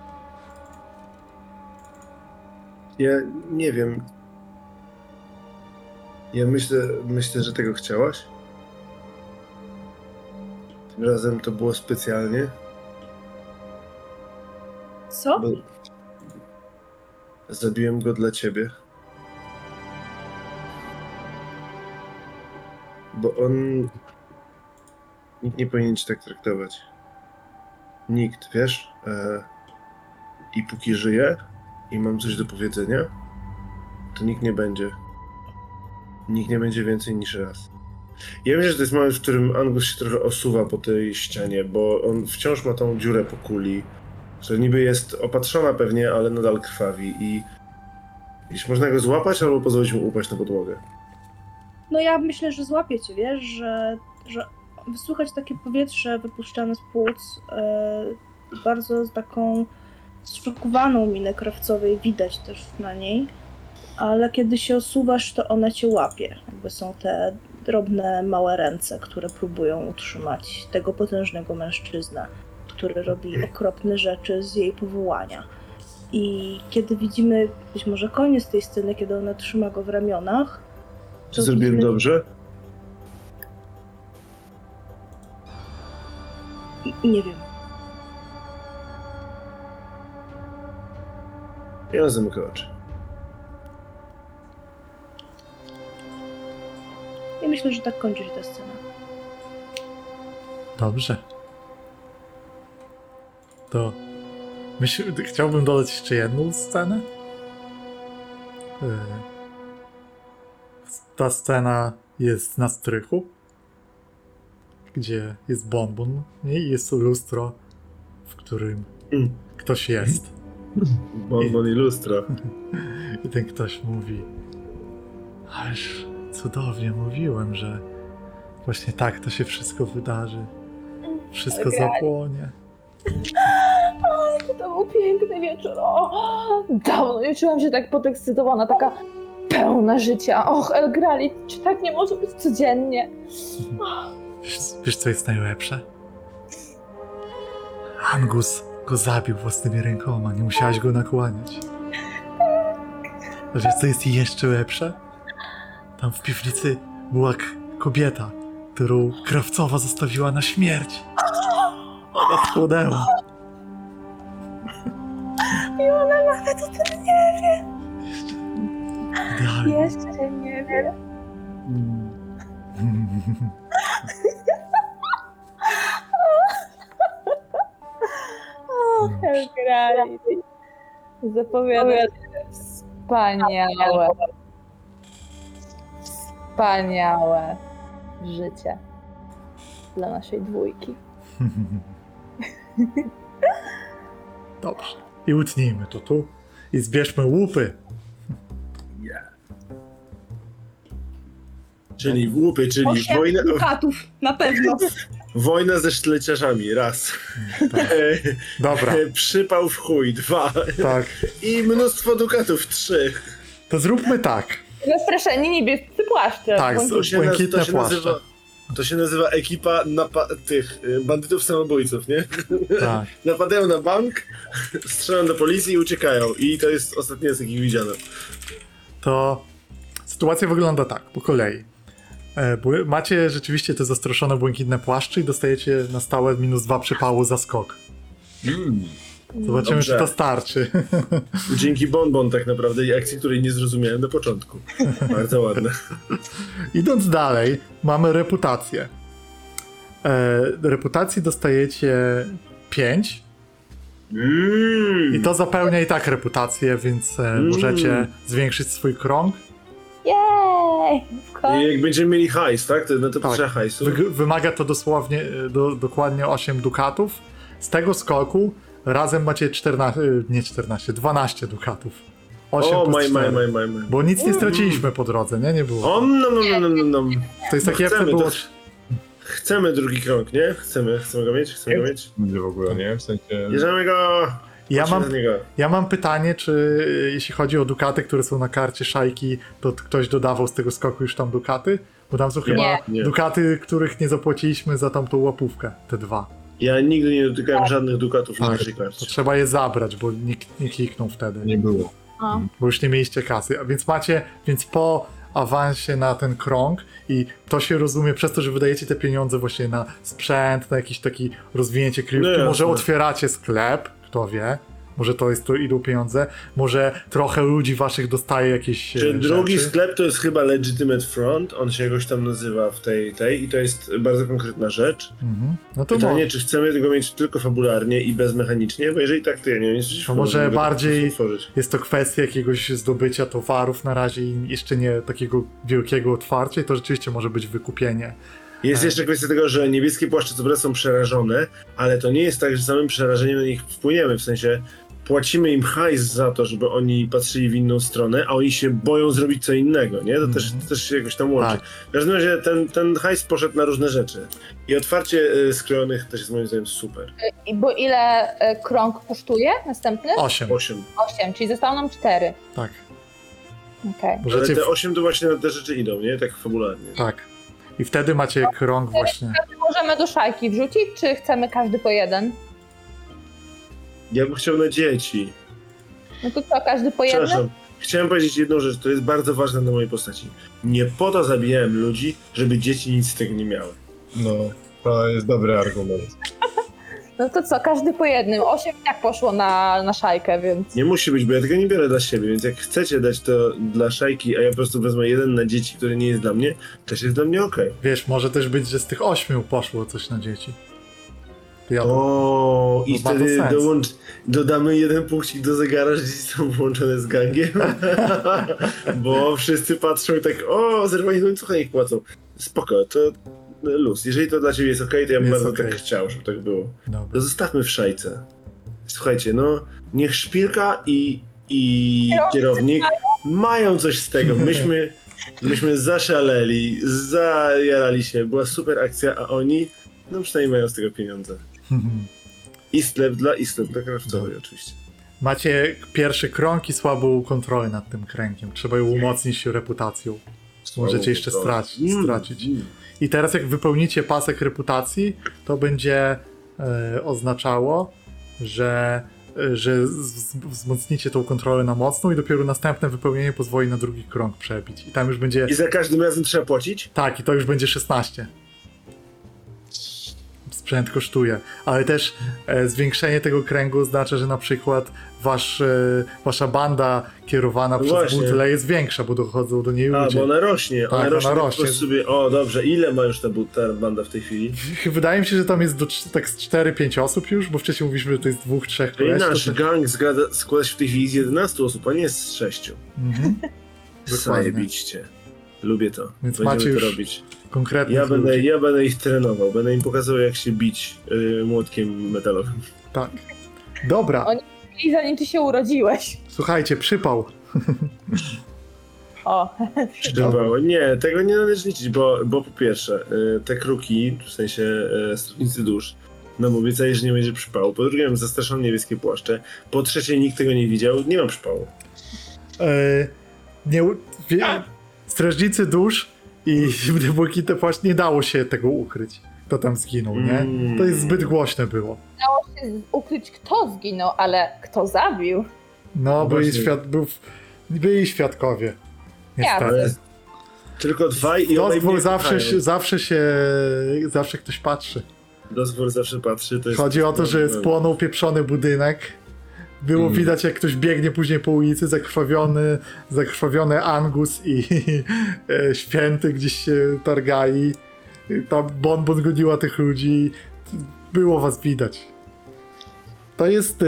Ja nie wiem. Ja myślę, że tego chciałaś. Tym razem to było specjalnie.
Co?
Bo zabiłem go dla ciebie. Bo on... Nikt nie powinien cię tak traktować. Nikt, wiesz? I póki żyję i mam coś do powiedzenia, to nikt nie będzie. Nikt nie będzie więcej niż raz. Ja myślę, że to jest moment, w którym Angus się trochę osuwa po tej ścianie, bo on wciąż ma tą dziurę po kuli, która niby jest opatrzona pewnie, ale nadal krwawi i jeśli można go złapać albo pozwolić mu upaść na podłogę.
No ja myślę, że złapię cię, wiesz, że wysłuchać takie powietrze wypuszczane z płuc, bardzo taką zszokowaną minę Krawcowej widać też na niej, ale kiedy się osuwasz, to ona cię łapie. Jakby są te drobne, małe ręce, które próbują utrzymać tego potężnego mężczyznę, który robi okropne rzeczy z jej powołania. I kiedy widzimy być może koniec tej sceny, kiedy ona trzyma go w ramionach,
Czy zrobiłem dobrze?
Nie wiem.
Ja zamykam oczy.
Ja myślę, że tak kończy się ta scena.
Dobrze. To chciałbym dodać jeszcze jedną scenę. Ta scena jest na strychu, gdzie jest bonbon i jest lustro, w którym ktoś jest.
Bonbon i lustro.
I ten ktoś mówi: ależ cudownie mówiłem, że właśnie tak to się wszystko wydarzy. Wszystko zapłonie.
To był piękny wieczór. O, dawno nie czułam się tak podekscytowana, taka pełna życia. Och, Elgrali, czy tak nie może być codziennie?
Wiesz, co jest najlepsze? Angus go zabił własnymi rękoma, nie musiałaś go nakłaniać. A wiesz, co jest jeszcze lepsze? Tam w piwnicy była kobieta, którą Krawcowa zostawiła na śmierć. Ona spłonęła.
I ona nawet o tym nie wie.
Dalej.
Jeszcze nie wie. O, Elgrali. Zapowiada wspaniałe. Wspaniałe życie dla naszej dwójki.
Dobrze. I utnijmy to tu. I zbierzmy łupy.
Czyli łupy, czyli
8 dukatów, na pewno.
wojna ze sztleciarzami, raz.
Tak. Dobra,
Przypał w chuj, 2.
tak.
I mnóstwo dukatów, 3.
To zróbmy tak.
Zastraszeni niebiescy płaszcze.
Tak, błękitne płaszcze.
To się nazywa ekipa tych bandytów samobójców, nie?
Tak.
Napadają na bank, strzelają do policji i uciekają. I to jest ostatnie, z jakich widziano.
To sytuacja wygląda tak, po kolei. Macie rzeczywiście te zastraszone błękitne płaszcze i dostajecie na stałe -2 przypału za skok. Zobaczymy,
Dobrze.
czy to starczy.
Dzięki bonbon tak naprawdę i akcji, której nie zrozumiałem na początku. Bardzo ładne.
Idąc dalej, mamy reputację. Reputacji dostajecie 5 i to zapełnia i tak reputację, więc możecie zwiększyć swój krąg.
Jej! W końcu.
I jak będziemy mieli hajs, tak? To na to
Tak.
potrzeba hajsu.
Wymaga to dosłownie, dokładnie 8 dukatów. Z tego skoku razem macie 12 dukatów. 8
O,
plus
maj.
4. Bo nic nie straciliśmy po drodze, nie było.
No.
To jest takie jak to było...
Chcemy drugi krąg, nie? Chcemy go mieć?
Będzie w ogóle, nie? W sensie...
Bierzemy go!
Ja mam pytanie, czy jeśli chodzi o dukaty, które są na karcie szajki, to ktoś dodawał z tego skoku już tam dukaty? Bo tam są chyba
Nie.
dukaty, których nie zapłaciliśmy za tamtą łapówkę, te 2.
Ja nigdy nie dotykałem żadnych dukatów na
Tak,
naszej
to
karcie.
trzeba je zabrać, bo nikt nie kliknął wtedy,
Nie było.
O.
bo już nie mieliście kasy. A więc po awansie na ten krąg i to się rozumie przez to, że wydajecie te pieniądze właśnie na sprzęt, na jakieś takie rozwinięcie kryjówki,
No jasne.
może otwieracie sklep, kto wie. Może to jest, to idą pieniądze, może trochę ludzi waszych dostaje jakieś
Czy drugi
rzeczy.
sklep to jest chyba Legitimate Front, on się jakoś tam nazywa w tej i to jest bardzo konkretna rzecz.
Mhm. No to
Pytanie, czy chcemy tego mieć tylko fabularnie i bezmechanicznie, bo jeżeli tak, to ja nie wiem, nic
To może
mogę
bardziej-
to po prostu otworzyć.
jest to kwestia jakiegoś zdobycia towarów na razie i jeszcze nie takiego wielkiego otwarcia i to rzeczywiście może być wykupienie.
Jest jeszcze kwestia tego, że niebieskie płaszcze co prawda są przerażone, ale to nie jest tak, że samym przerażeniem na nich wpłyniemy, w sensie płacimy im hajs za to, żeby oni patrzyli w inną stronę, a oni się boją zrobić co innego, nie? To też się jakoś tam łączy.
Tak.
W każdym razie ten hajs poszedł na różne rzeczy. I otwarcie skrojonych też jest moim zdaniem super.
Bo ile krąg kosztuje następny?
8,
8.
8, czyli zostało nam 4.
tak.
Okej.
Ale
Możecie
te 8 to właśnie na te rzeczy idą, nie? Tak fabularnie.
tak. I wtedy macie krąg właśnie.
Możemy do szajki wrzucić, czy chcemy każdy po jeden?
Ja bym chciał na dzieci.
No to co, każdy po jeden?
Przepraszam. Chciałem powiedzieć jedną rzecz, to jest bardzo ważne dla mojej postaci. Nie po to zabijałem ludzi, żeby dzieci nic z tego nie miały.
No, to jest dobry argument.
No to co, każdy po jednym. 8 jak poszło na szajkę, więc...
Nie musi być, bo ja tego nie biorę dla siebie, więc jak chcecie dać to dla szajki, a ja po prostu wezmę jeden na dzieci, który nie jest dla mnie, też jest dla mnie okej.
Wiesz, może też być, że z tych 8 poszło coś na dzieci. To ja
O, i
No, ma to
wtedy
sens.
dodamy jeden punkcik do zegara, że dzieci są włączone z gangiem, bo wszyscy patrzą i tak, o, zerwani łańcucha ich płacą. Spoko, to luz. Jeżeli to dla ciebie jest okej, to ja bym
Jest
bardzo
okej.
tak chciał, żeby tak było.
Dobra.
To zostawmy w szajce. Słuchajcie, no, niech szpilka i kierownik mają coś z tego. Myśmy zaszaleli, zajarali się, była super akcja, a oni, no przynajmniej mają z tego pieniądze. I sklep dla krawcowej oczywiście.
Macie pierwszy krąg i słabą kontrolę nad tym kręgiem. Trzeba ją umocnić reputacją. Możecie jeszcze stracić. I teraz jak wypełnicie pasek reputacji, to będzie oznaczało, że wzmocnicie tą kontrolę na mocną i dopiero następne wypełnienie pozwoli na drugi krąg przebić. I tam już będzie...
I za każdym razem trzeba płacić?
Tak, i to już będzie 16. Sprzęt kosztuje, ale też zwiększenie tego kręgu oznacza, że na przykład wasza banda kierowana przez
właśnie.
butlę jest większa, bo dochodzą do niej
A,
ludzie.
bo ona rośnie.
Tak,
ona rośnie.
ona
tak
rośnie.
po prostu sobie, o, dobrze, ile ma już ta banda w tej chwili?
Wydaje mi się, że tam jest tak z 4-5 osób już, bo wcześniej mówiliśmy, że to jest 2-3
Czyli
koleś.
nasz gang składa się w tej chwili z 11 osób, a nie z 6.
Mhm. Dokładnie.
Zajebiście. Lubię to.
Więc
Będziemy
macie
to
już
robić.
konkretnych
Ja
ludzi.
będę ich trenował, będę im pokazał, jak się bić młotkiem metalowym.
Tak. Dobra,
Oni- I zanim ty się urodziłeś.
słuchajcie, przypał.
O,
Przydawało. Nie, tego nie należy liczyć, bo po pierwsze, te kruki, w sensie strażnicy dusz, nam obiecali, że nie będzie przypału. Po drugie, mam zastraszone niebieskie płaszcze. Po trzecie, nikt tego nie widział, nie ma przypału.
Strażnicy dusz i błękitne płaszcz, nie dało się tego ukryć. Kto tam zginął, nie? To jest zbyt głośne było.
ukryć kto zginął, ale kto zabił.
No,
Właśnie.
byli świadkowie. Niestety.
Ale tylko dwaj i obaj
Dozwól
mnie
zawsze ktoś patrzy.
Dozwól zawsze patrzy. To jest
Chodzi o to, że spłonął pieprzony budynek. Było widać, jak ktoś biegnie później po ulicy, zakrwawiony Angus i święty gdzieś się targali. Tam Bonbon goniła tych ludzi. Było was widać. To jest...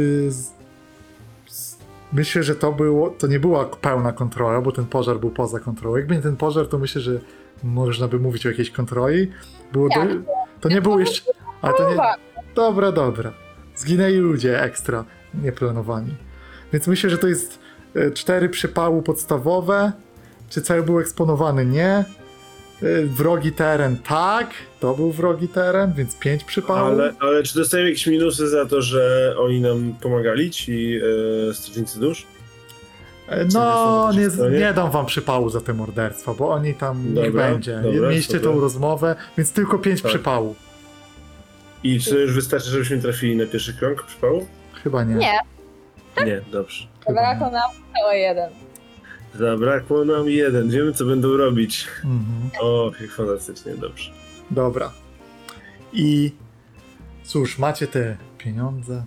myślę, że to nie była pełna kontrola, bo ten pożar był poza kontrolą. Jakby nie ten pożar, to myślę, że można by mówić o jakiejś kontroli. To nie było jeszcze... Ale to nie... Dobra. Zginęli ludzie ekstra, nieplanowani. Więc myślę, że to jest 4 przypału podstawowe. Czy cały był eksponowany? Nie. Wrogi teren? Tak. To był wrogi teren, więc 5 przypałów.
Ale czy dostajemy jakieś minusy za to, że oni nam pomagali, ci strażnicy dusz?
No,
Czy są
nie dam wam przypału za te morderstwa, bo oni tam niech
Dobra,
będzie.
dobra,
Mieliście
super.
tą rozmowę, więc tylko 5
Tak.
przypałów.
I czy to już wystarczy, żebyśmy trafili na pierwszy krąg przypału?
Chyba nie.
Nie,
Nie, dobrze.
Chyba
zabrakło
nie.
nam cały jeden.
Zabrakło nam 1. Wiemy, co będą robić.
Mhm.
O, jak fantastycznie, dobrze.
Dobra. I cóż, macie te pieniądze.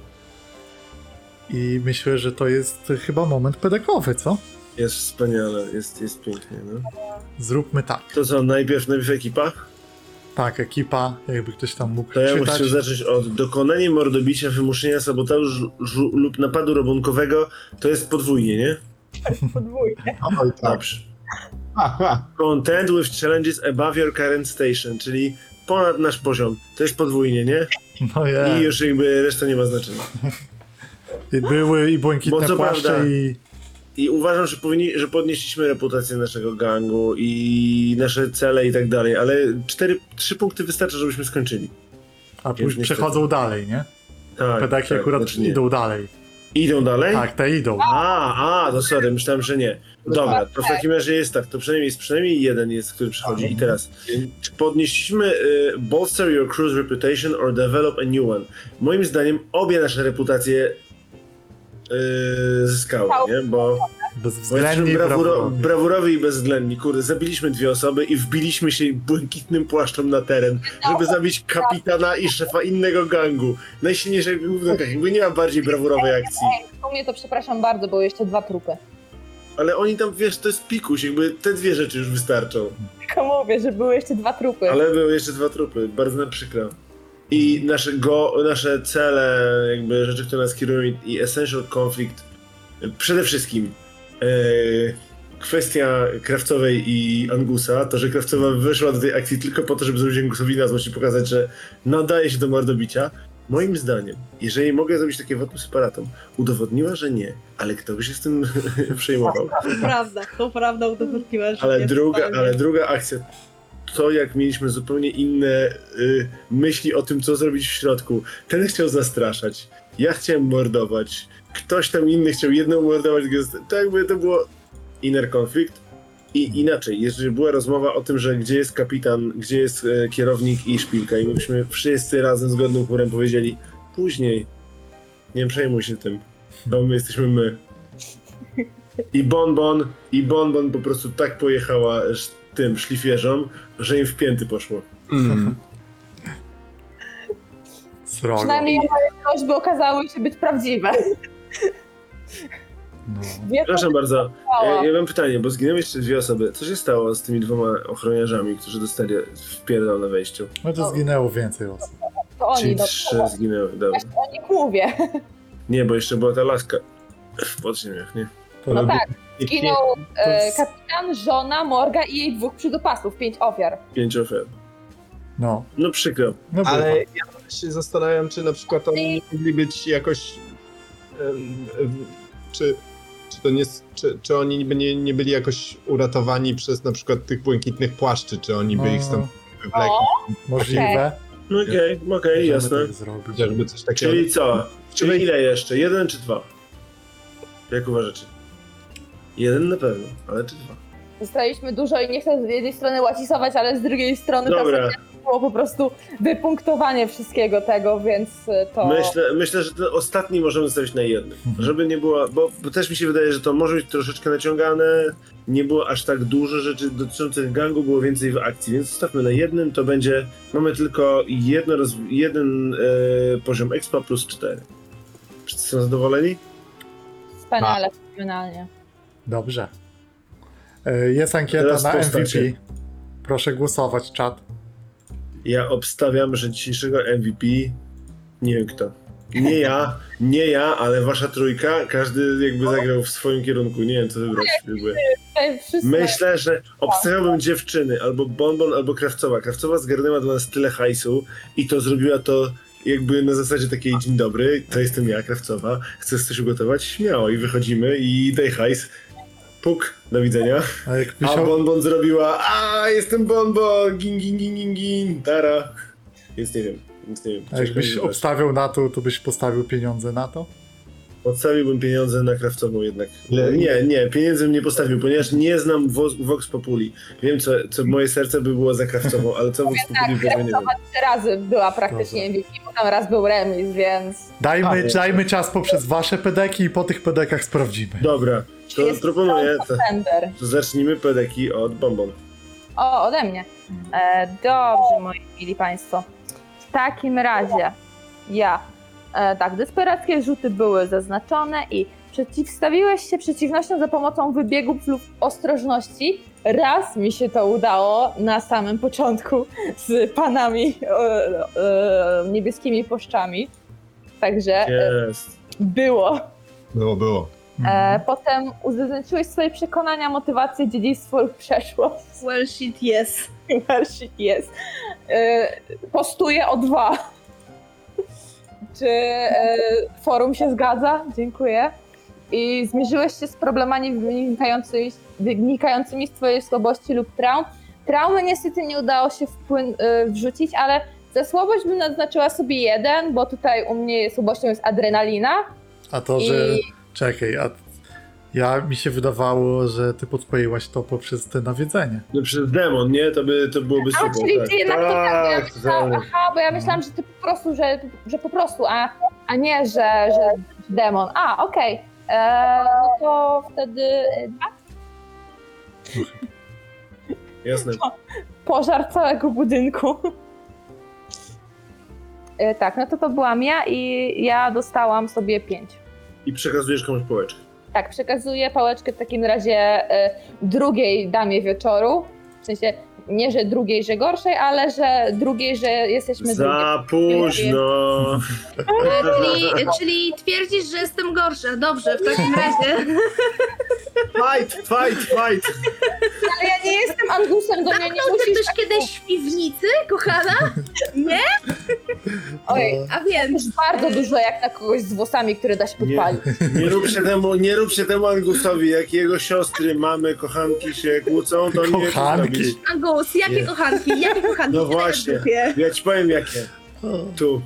I myślę, że to jest chyba moment pedagowy, co?
Jest wspaniale, jest pięknie, no.
Zróbmy tak.
To co, najpierw ekipa?
Tak, ekipa, jakby ktoś tam mógł
To ja bym
czytać.
chciał zacząć od dokonanie mordobicia, wymuszenia sabotażu lub napadu rabunkowego. To jest podwójnie, nie?
Podwójnie.
Oj, tak.
Dobrze.
Aha.
Contend with challenges above your current station, czyli ponad nasz poziom. To jest podwójnie, nie?
No je.
I już jakby reszta nie ma znaczenia.
I były i
Bo
błękitne
co
płaszcze
prawda-
i...
I uważam, że podnieśliśmy reputację naszego gangu i nasze cele i tak dalej, ale 3 punkty wystarczy, żebyśmy skończyli.
A później
niestety.
przechodzą dalej, nie?
Tak,
Pedaki akurat
znaczy nie.
idą dalej.
Idą dalej?
Tak, te idą.
To sorry, myślałem, że nie. Dobra, to w takim razie jest tak, to przynajmniej jeden jest, który przychodzi. I teraz, czy podnieśliśmy bolster your crew's reputation or develop a new one? Moim zdaniem obie nasze reputacje zyskały, nie? Bo
Bezwzględnie
jesteśmy
i brawurowi.
brawurowi i bezwzględni. Kurde, zabiliśmy 2 osoby i wbiliśmy się błękitnym płaszczem na teren, żeby zabić kapitana i szefa innego gangu. Najsilniejszego głównego gangu. Nie ma bardziej brawurowej akcji.
U mnie to przepraszam bardzo, były jeszcze 2 trupy.
Ale oni tam, wiesz, to jest pikuś, jakby te 2 rzeczy już wystarczą.
Tylko mówię, że były jeszcze 2 trupy.
Ale były jeszcze 2 trupy, bardzo nam przykro. I nasze cele, jakby rzeczy, które nas kierują i Essential Conflict, przede wszystkim kwestia Krawcowej i Angusa, to, że Krawcowa wyszła do tej akcji tylko po to, żeby zrobić Angusowi na złość i pokazać, że nadaje się do mordobicia. Moim zdaniem, jeżeli mogę zrobić takie votum separatum, udowodniła, że nie, ale kto by się z tym przejmował?
To prawda udowodniła, że
Ale
nie
druga akcja, to jak mieliśmy zupełnie inne myśli o tym, co zrobić w środku. Ten chciał zastraszać, ja chciałem mordować, ktoś tam inny chciał jedną mordować, to jakby to było inner conflict. I inaczej, jeżeli była rozmowa o tym, że gdzie jest kapitan, gdzie jest kierownik i szpilka i myśmy wszyscy razem z godnym chórem powiedzieli później, nie przejmuj się tym, to my jesteśmy my. I Bonbon po prostu tak pojechała tym szlifierzom, że im w pięty poszło.
Srogo.
Przynajmniej moje prośby okazały się być prawdziwe.
No.
Przepraszam bardzo, ja mam pytanie, bo zginęły jeszcze 2 osoby. Co się stało z tymi 2 ochroniarzami, którzy dostali wpierdol na wejściu?
No to zginęło więcej osób.
To oni,
Czyli
no
3 zginęły, dobra.
właśnie o nich mówię.
Nie, bo jeszcze była ta laska w podziemiach, nie?
To
No
robi-
tak, zginął kapitan, żona, Morga i jej 2 przydopasów, 5 ofiar.
5 ofiar.
No,
No przykro.
no
Ale
bywa.
ja się zastanawiam, czy na przykład oni nie mogli być jakoś. Czy to nie, czy oni nie byli jakoś uratowani przez na przykład tych błękitnych płaszczy, czy oni by ich stąd wywlekli,
Możliwe.
No okej,
Możemy
jasne.
tak zrobić.
chociażby coś takiego.
Czyli co? Czyli ile jeszcze? 1 czy 2? Jak uważacie? 1 na pewno, ale czy 2?
Zostaliśmy dużo i nie chcę z jednej strony łacisować, ale z drugiej strony
Dobra,
to było po prostu wypunktowanie wszystkiego tego, więc to...
myślę, że ten ostatni możemy zostawić na 1. Żeby nie było, bo też mi się wydaje, że to może być troszeczkę naciągane, nie było aż tak dużo rzeczy dotyczących gangu, było więcej w akcji, więc zostawmy na 1, to będzie, mamy tylko jeden poziom expa plus 4. Wszyscy są zadowoleni?
Wspaniale, fenomenalnie.
Dobrze. Jest ankieta
Teraz
na
postacie.
MVP. Proszę głosować, czat.
Ja obstawiam, że dzisiejszego MVP nie wiem kto. Nie ja, ale wasza trójka, każdy jakby zagrał w swoim kierunku, nie wiem co wybrać. Jakby.
Wszyscy
Myślę, że obstawiałbym dziewczyny, albo Bonbon, albo Krawcowa. Krawcowa zgarnęła dla nas tyle hajsu i to zrobiła to jakby na zasadzie takiej dzień dobry, to jestem ja, krawcowa, chcesz coś ugotować? Śmiało i wychodzimy i daj hajs. Puk, do widzenia.
A jak
A
myślał,
Bonbon zrobiła, jestem Bonbon, gin, gin, gin, gin, gin, tara. Więc nie wiem.
a jakbyś obstawiał na to, to byś postawił pieniądze na to?
Odstawiłbym pieniądze na krawcową jednak.
Le-
Nie, pieniędzy bym nie postawił, ponieważ nie znam Vox Populi. Wiem, co moje serce by było za krawcową, ale co Vox Populi było, nie wiem.
Krawcowa 3 razy była praktycznie MVP, bo tam raz był remis, więc...
Dajmy czas poprzez wasze pedeki i po tych pedekach sprawdzimy.
Dobra, to
Jest
proponuję,
strong contender.
to zacznijmy pedeki od Bonbon.
O, ode mnie. Dobrze, moi mili państwo. W takim razie tak, desperackie rzuty były zaznaczone i przeciwstawiłeś się przeciwnościom za pomocą wybiegów lub ostrożności. Raz mi się to udało na samym początku z panami niebieskimi płaszczami. Także
Jest.
było.
Było.
Potem uzaznaczyłeś swoje przekonania, motywację, dziedzictwo lub przeszłość.
Well shit, yes.
Wersik jest. Postuję o 2. Czy forum się zgadza? Dziękuję. I zmierzyłeś się z problemami wynikającymi z twojej słabości lub traum. Traumy niestety nie udało się wrzucić, ale za słabość bym naznaczyła sobie 1, bo tutaj u mnie słabością jest adrenalina.
A to, że... Czekaj, mi się wydawało, że ty podpoiłaś to poprzez te nawiedzenie.
No przez demon, nie? To byłoby
A,
super.
czyli ty jednak to tak, bo ja myślałam,
tak.
bo ja myślałam, że ty po prostu, że po prostu, a nie, że demon. Okej. No to wtedy
Jasne.
pożar całego budynku. Tak, no to byłam ja i ja dostałam sobie 5.
I przekazujesz komuś pałeczkę.
Tak, przekazuję pałeczkę w takim razie drugiej damie wieczoru. W sensie nie, że drugiej, że gorszej, ale że drugiej, że jesteśmy drugie.
Za późno.
Czyli twierdzisz, że jestem gorsza. Dobrze, w takim razie.
Fight!
Ale ja nie jestem Angusem, do mnie nie
Zamknął cię
musisz...
ktoś kiedyś w piwnicy, kochana? Nie?
Oj,
A więc.
jest bardzo dużo jak na kogoś z włosami, które da się podpalić.
Nie rób się temu Angusowi, jak jego siostry, mamy, kochanki się kłócą, to nie wiesz, co
Kochanki.
zrobić.
Angus, jakie kochanki? Jakie kochanki?
No
Tyle
właśnie,
w dupie.
ja ci powiem jakie. Tu.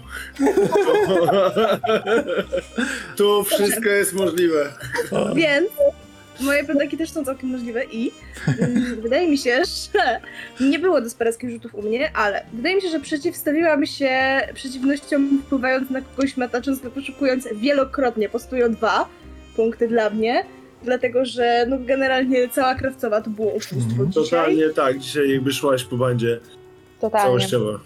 Tu wszystko jest możliwe.
Więc moje pedaki też są całkiem możliwe i wydaje mi się, że nie było desperackich rzutów u mnie, ale wydaje mi się, że przeciwstawiłam się przeciwnościom wpływając na kogoś, matacząc, poszukując wielokrotnie, postują 2 punkty dla mnie, dlatego że no generalnie cała krawcowa to było oszustwo dzisiaj.
Totalnie tak, dzisiaj jakby szłaś po bandzie
Totalnie.
całościowo.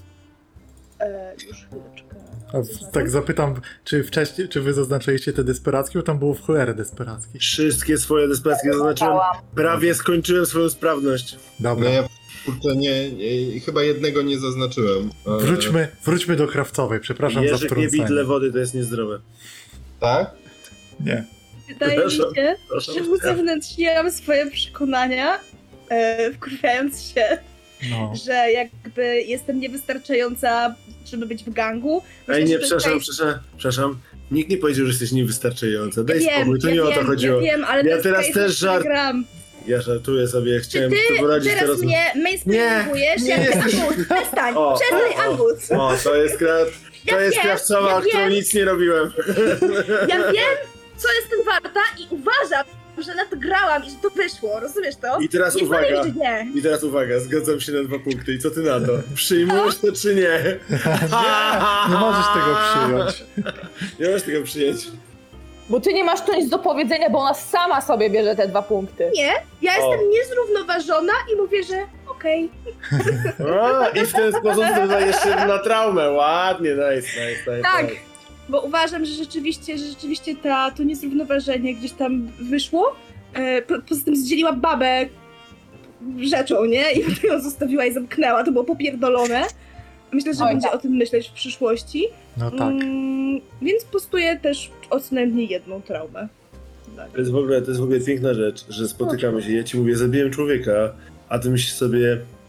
Już chwileczkę.
Tak zapytam, czy wy zaznaczyliście te desperackie, bo tam było w cholerę desperackich.
Wszystkie swoje desperackie zaznaczyłem. Prawie skończyłem swoją sprawność.
No
Dobra,
ja kurczę, chyba jednego nie zaznaczyłem.
wróćmy do krawcowej, przepraszam za
Jerzyk nie bij tyle
wtrącenie.
wody, to jest niezdrowe.
Tak?
Nie.
Wydaje mi
Przepraszam,
się,
przepraszam.
że uzewnętrzniłam swoje przekonania, wkurwiając się,
No.
że jakby jestem niewystarczająca, żeby być w gangu.
Ej, nie,
Myślę, że
przepraszam. Nikt nie powiedział, że jesteś niewystarczająca. Daj
wiem,
spokój, to nie o to chodziło.
Ja wiem, ale
Ja
to jest
teraz
case,
też
w który
żart-
gram.
Ja żartuję sobie,
Czy
chciałem
ty
to poradzić
teraz
teraz.
mnie mainstreamingujesz?
Nie
Jak
jesteś-
Angus, przestań,
O,
przestań
o, o.
Angus.
O, to jest
wiem,
krawcowa,
ja
którą
wiem.
nic nie robiłem.
Ja wiem, co jestem warta i uważam, że na to grałam i że to wyszło, rozumiesz to?
I teraz
Nie
uwaga.
powiem, że nie.
I teraz uwaga, zgadzam się na 2 punkty. I co ty na to? Przyjmujesz to czy nie?
Nie możesz tego przyjąć.
Nie możesz tego przyjąć.
Bo ty nie masz tu nic do powiedzenia, bo ona sama sobie bierze te 2 punkty.
Nie, ja
O.
jestem niezrównoważona i mówię, że okej.
I w ten sposób dodajesz się na traumę. Ładnie, nice.
Tak, bo uważam, że rzeczywiście to niezrównoważenie gdzieś tam wyszło. Poza tym zdzieliła babę rzeczą, nie? I potem ją zostawiła i zamknęła, to było popierdolone. Myślę, że
Oj,
będzie
tak.
o tym myśleć w przyszłości.
No tak.
Więc postuję też co najmniej jedną traumę. Tak.
To jest w ogóle piękna rzecz, że spotykamy się. Ja ci mówię, zabiłem człowieka, a ty myślisz sobie,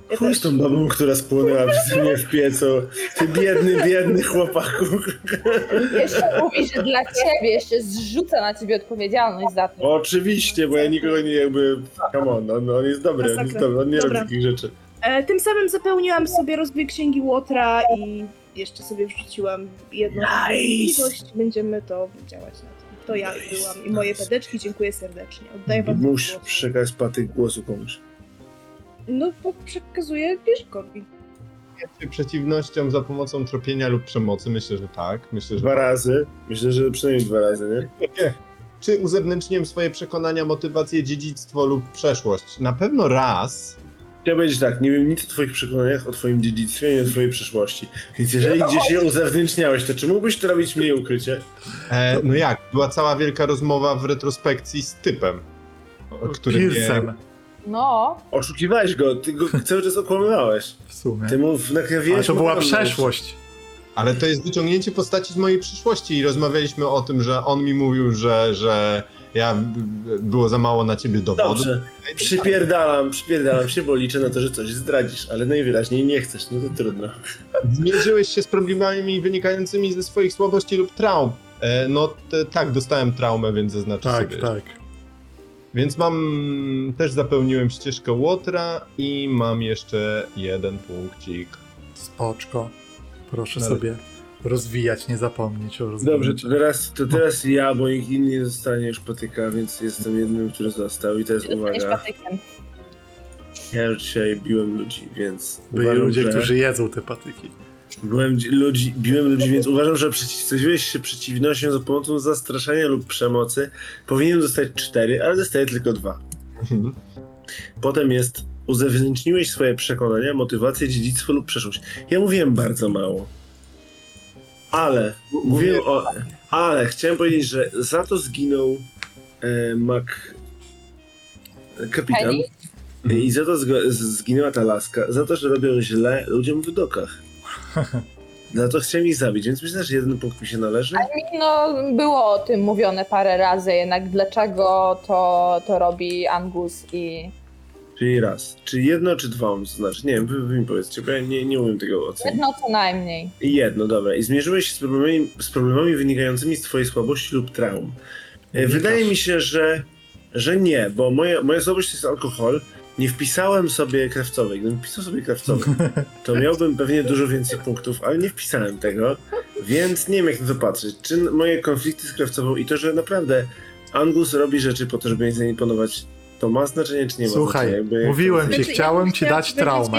Chuj z tą babą, która spłonęła przeze mnie w piecu. Ty biedny chłopaku.
Jeszcze mówi, że dla ciebie jeszcze zrzuca na ciebie odpowiedzialność za to.
Oczywiście, bo ja nikogo nie jakby... Come on, on jest dobry, on nie robi
Dobra.
takich rzeczy.
Tym samym zapełniłam sobie rozwój księgi Łotra i jeszcze sobie wrzuciłam jedną możliwość. Będziemy to działać na tym. To ja byłam i moje pedeczki. Dziękuję serdecznie. Oddaję wam
Muszę
głos.
przekazać patyk głosu komuś.
No bo przekazuję Bierzkowi.
Się przeciwnościom za pomocą tropienia lub przemocy? Myślę, że tak. Myślę, że
2 razy. Myślę, że przynajmniej 2 razy, nie?
nie. Czy uzewnętrzniłem swoje przekonania, motywacje, dziedzictwo lub przeszłość? Na pewno raz.
Chciałem powiedzieć tak, nie wiem nic o twoich przekonaniach, o twoim dziedzictwie, nie o twojej przyszłości. Więc jeżeli gdzieś je uzewnętrzniałeś, to czy mógłbyś to robić mniej ukrycie?
No jak? Była cała wielka rozmowa w retrospekcji z typem, który
Pilsem
No,
Oszukiwałeś go, ty go cały czas okłamywałeś.
w sumie.
Ty mu
Ale
nakrawiłeś
to była
mu
przeszłość.
Ale to jest wyciągnięcie postaci z mojej przyszłości i rozmawialiśmy o tym, że on mi mówił, że było za mało na ciebie dowodu.
Dobrze, przypierdalam się, bo liczę na to, że coś zdradzisz, ale najwyraźniej nie chcesz, no to trudno.
Zmierzyłeś się z problemami wynikającymi ze swoich słabości lub traum. Tak, dostałem traumę, więc zaznaczę
Tak,
sobie.
tak.
Więc też zapełniłem ścieżkę Łotra i mam jeszcze 1 punkcik.
Spoczko. Proszę
Ale-
sobie rozwijać, nie zapomnieć o rozwijaniu.
Dobrze, to teraz ja, bo nikt inny nie zostanie już patyka, więc jestem jedynym, który został i to jest
dostaniesz
uwaga.
patykiem.
Ja już dzisiaj biłem ludzi, więc
Byli
uważam,
ludzie,
że...
którzy jedzą te patyki.
Biłem ludzi, więc uważam, że przeciwstawiłeś się przeciwnościom za pomocą zastraszania lub przemocy. Powinien dostać 4, ale dostaję tylko 2. Potem jest uzewnętrzniłeś swoje przekonania, motywację, dziedzictwo lub przeszłość. Ja mówiłem bardzo mało. Ale chciałem powiedzieć, że za to zginął kapitan.
Penny?
I za to zginęła ta laska. Za to, że robią źle ludziom w dokach. Za to chciałem ich zabić, więc myślę, że 1 punkt mi się należy.
No, było o tym mówione parę razy, jednak dlaczego to robi Angus i...
Czyli raz. Czy 1, czy 2 to znaczy? Nie wiem, wy mi powiedzcie, bo ja nie umiem tego ocenić.
Jedno co najmniej.
I 1, dobra. I zmierzyłeś się z problemami wynikającymi z twojej słabości lub traum. Wydaje mi się, że nie, bo moja słabość to jest alkohol. Nie wpisałem sobie krawcowej. Gdybym wpisał sobie krawcowej, to miałbym pewnie dużo więcej punktów, ale nie wpisałem tego, więc nie wiem jak na to patrzeć. Czy moje konflikty z krawcową i to, że naprawdę Angus robi rzeczy po to, żeby nie zaimponować, to ma znaczenie, czy nie ma
Słuchaj,
znaczenia? Jakby-
mówiłem ci,
Znaczy,
chciałem
ja
ci dać traumę.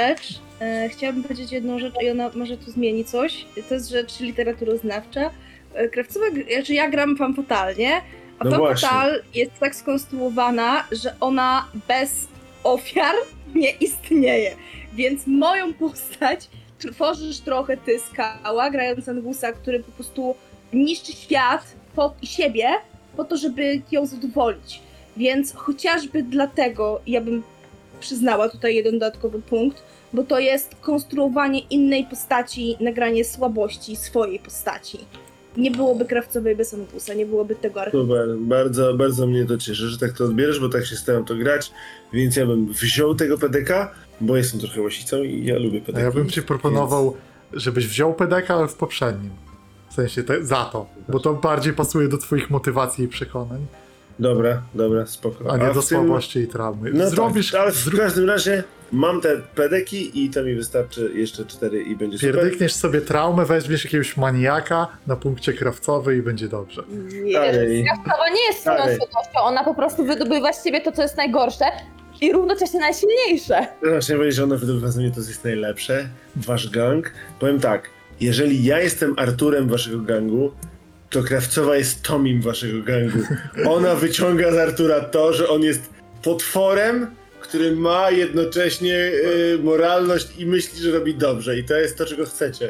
Chciałabym powiedzieć jedną rzecz i ona może tu zmieni coś. To jest rzecz literaturoznawcza. Krawcowa, znaczy ja gram Femme Fatale, a
No
Femme
właśnie.
Fatale jest tak skonstruowana, że ona bez ofiar nie istnieje. Więc moją postać tworzysz trochę ty, Skała, grając Angusa, który po prostu niszczy świat i siebie po to, żeby ją zadowolić. Więc chociażby dlatego ja bym przyznała tutaj 1 dodatkowy punkt, bo to jest konstruowanie innej postaci, nagranie słabości swojej postaci. Nie byłoby Krawcowej bez Angusa, nie byłoby tego archetypu.
Super, bardzo, bardzo mnie to cieszy, że tak to odbierzesz, bo tak się starałem to grać, więc ja bym wziął tego PDK, bo jestem trochę łasicą i ja lubię
A
PDK.
ja bym ci proponował, żebyś wziął pedeka, ale w poprzednim. W sensie za to, bo to bardziej pasuje do twoich motywacji i przekonań,
Dobra, spoko.
a nie do
w tym-
słabości i traumy.
No
Zrobisz,
tak, ale w każdym razie mam te pedeki i to mi wystarczy jeszcze 4 i będzie super.
pierdykniesz sobie traumę, weźmiesz jakiegoś maniaka na punkcie krawcowej i będzie dobrze.
Dalej.
Krawcowa nie jest silną
Dalej.
słabością, ona po prostu wydobywa z ciebie to, co jest najgorsze i równocześnie najsilniejsze.
Znacznie powiedzieć, że ona wydobywa z mnie to, co jest najlepsze. Wasz gang. Powiem tak, jeżeli ja jestem Arturem waszego gangu, to Krawcowa jest Tomim waszego gangu. Ona wyciąga z Artura to, że on jest potworem, który ma jednocześnie moralność i myśli, że robi dobrze. I to jest to, czego chcecie.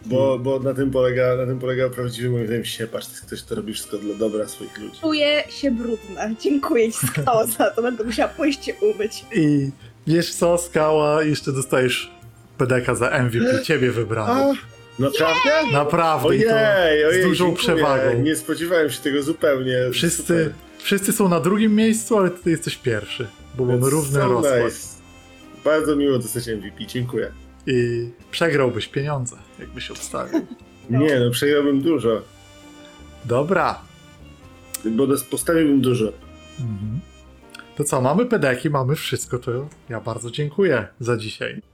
Bo na tym polega prawdziwy, moim zdaniem, siepacz. To jest ktoś, kto robi wszystko dla dobra swoich ludzi.
Czuję się brudna. Dziękuję ci, Skała, za to. Będę musiała pójść się umyć.
I wiesz co, Skała, jeszcze dostajesz pedeka za MVP, ciebie wybrano.
Naprawdę?
Naprawdę, i to z dużą
dziękuję.
przewagą.
Nie spodziewałem się tego zupełnie.
Wszyscy są na drugim miejscu, ale ty jesteś pierwszy, bo mamy równy
So
rozkład.
nice. Bardzo miło dostać MVP, dziękuję.
I przegrałbyś pieniądze, jakbyś obstawił.
Nie, no przegrałbym dużo,
Dobra.
bo postawiłbym dużo.
To co, mamy pedeki, mamy wszystko, to ja bardzo dziękuję za dzisiaj.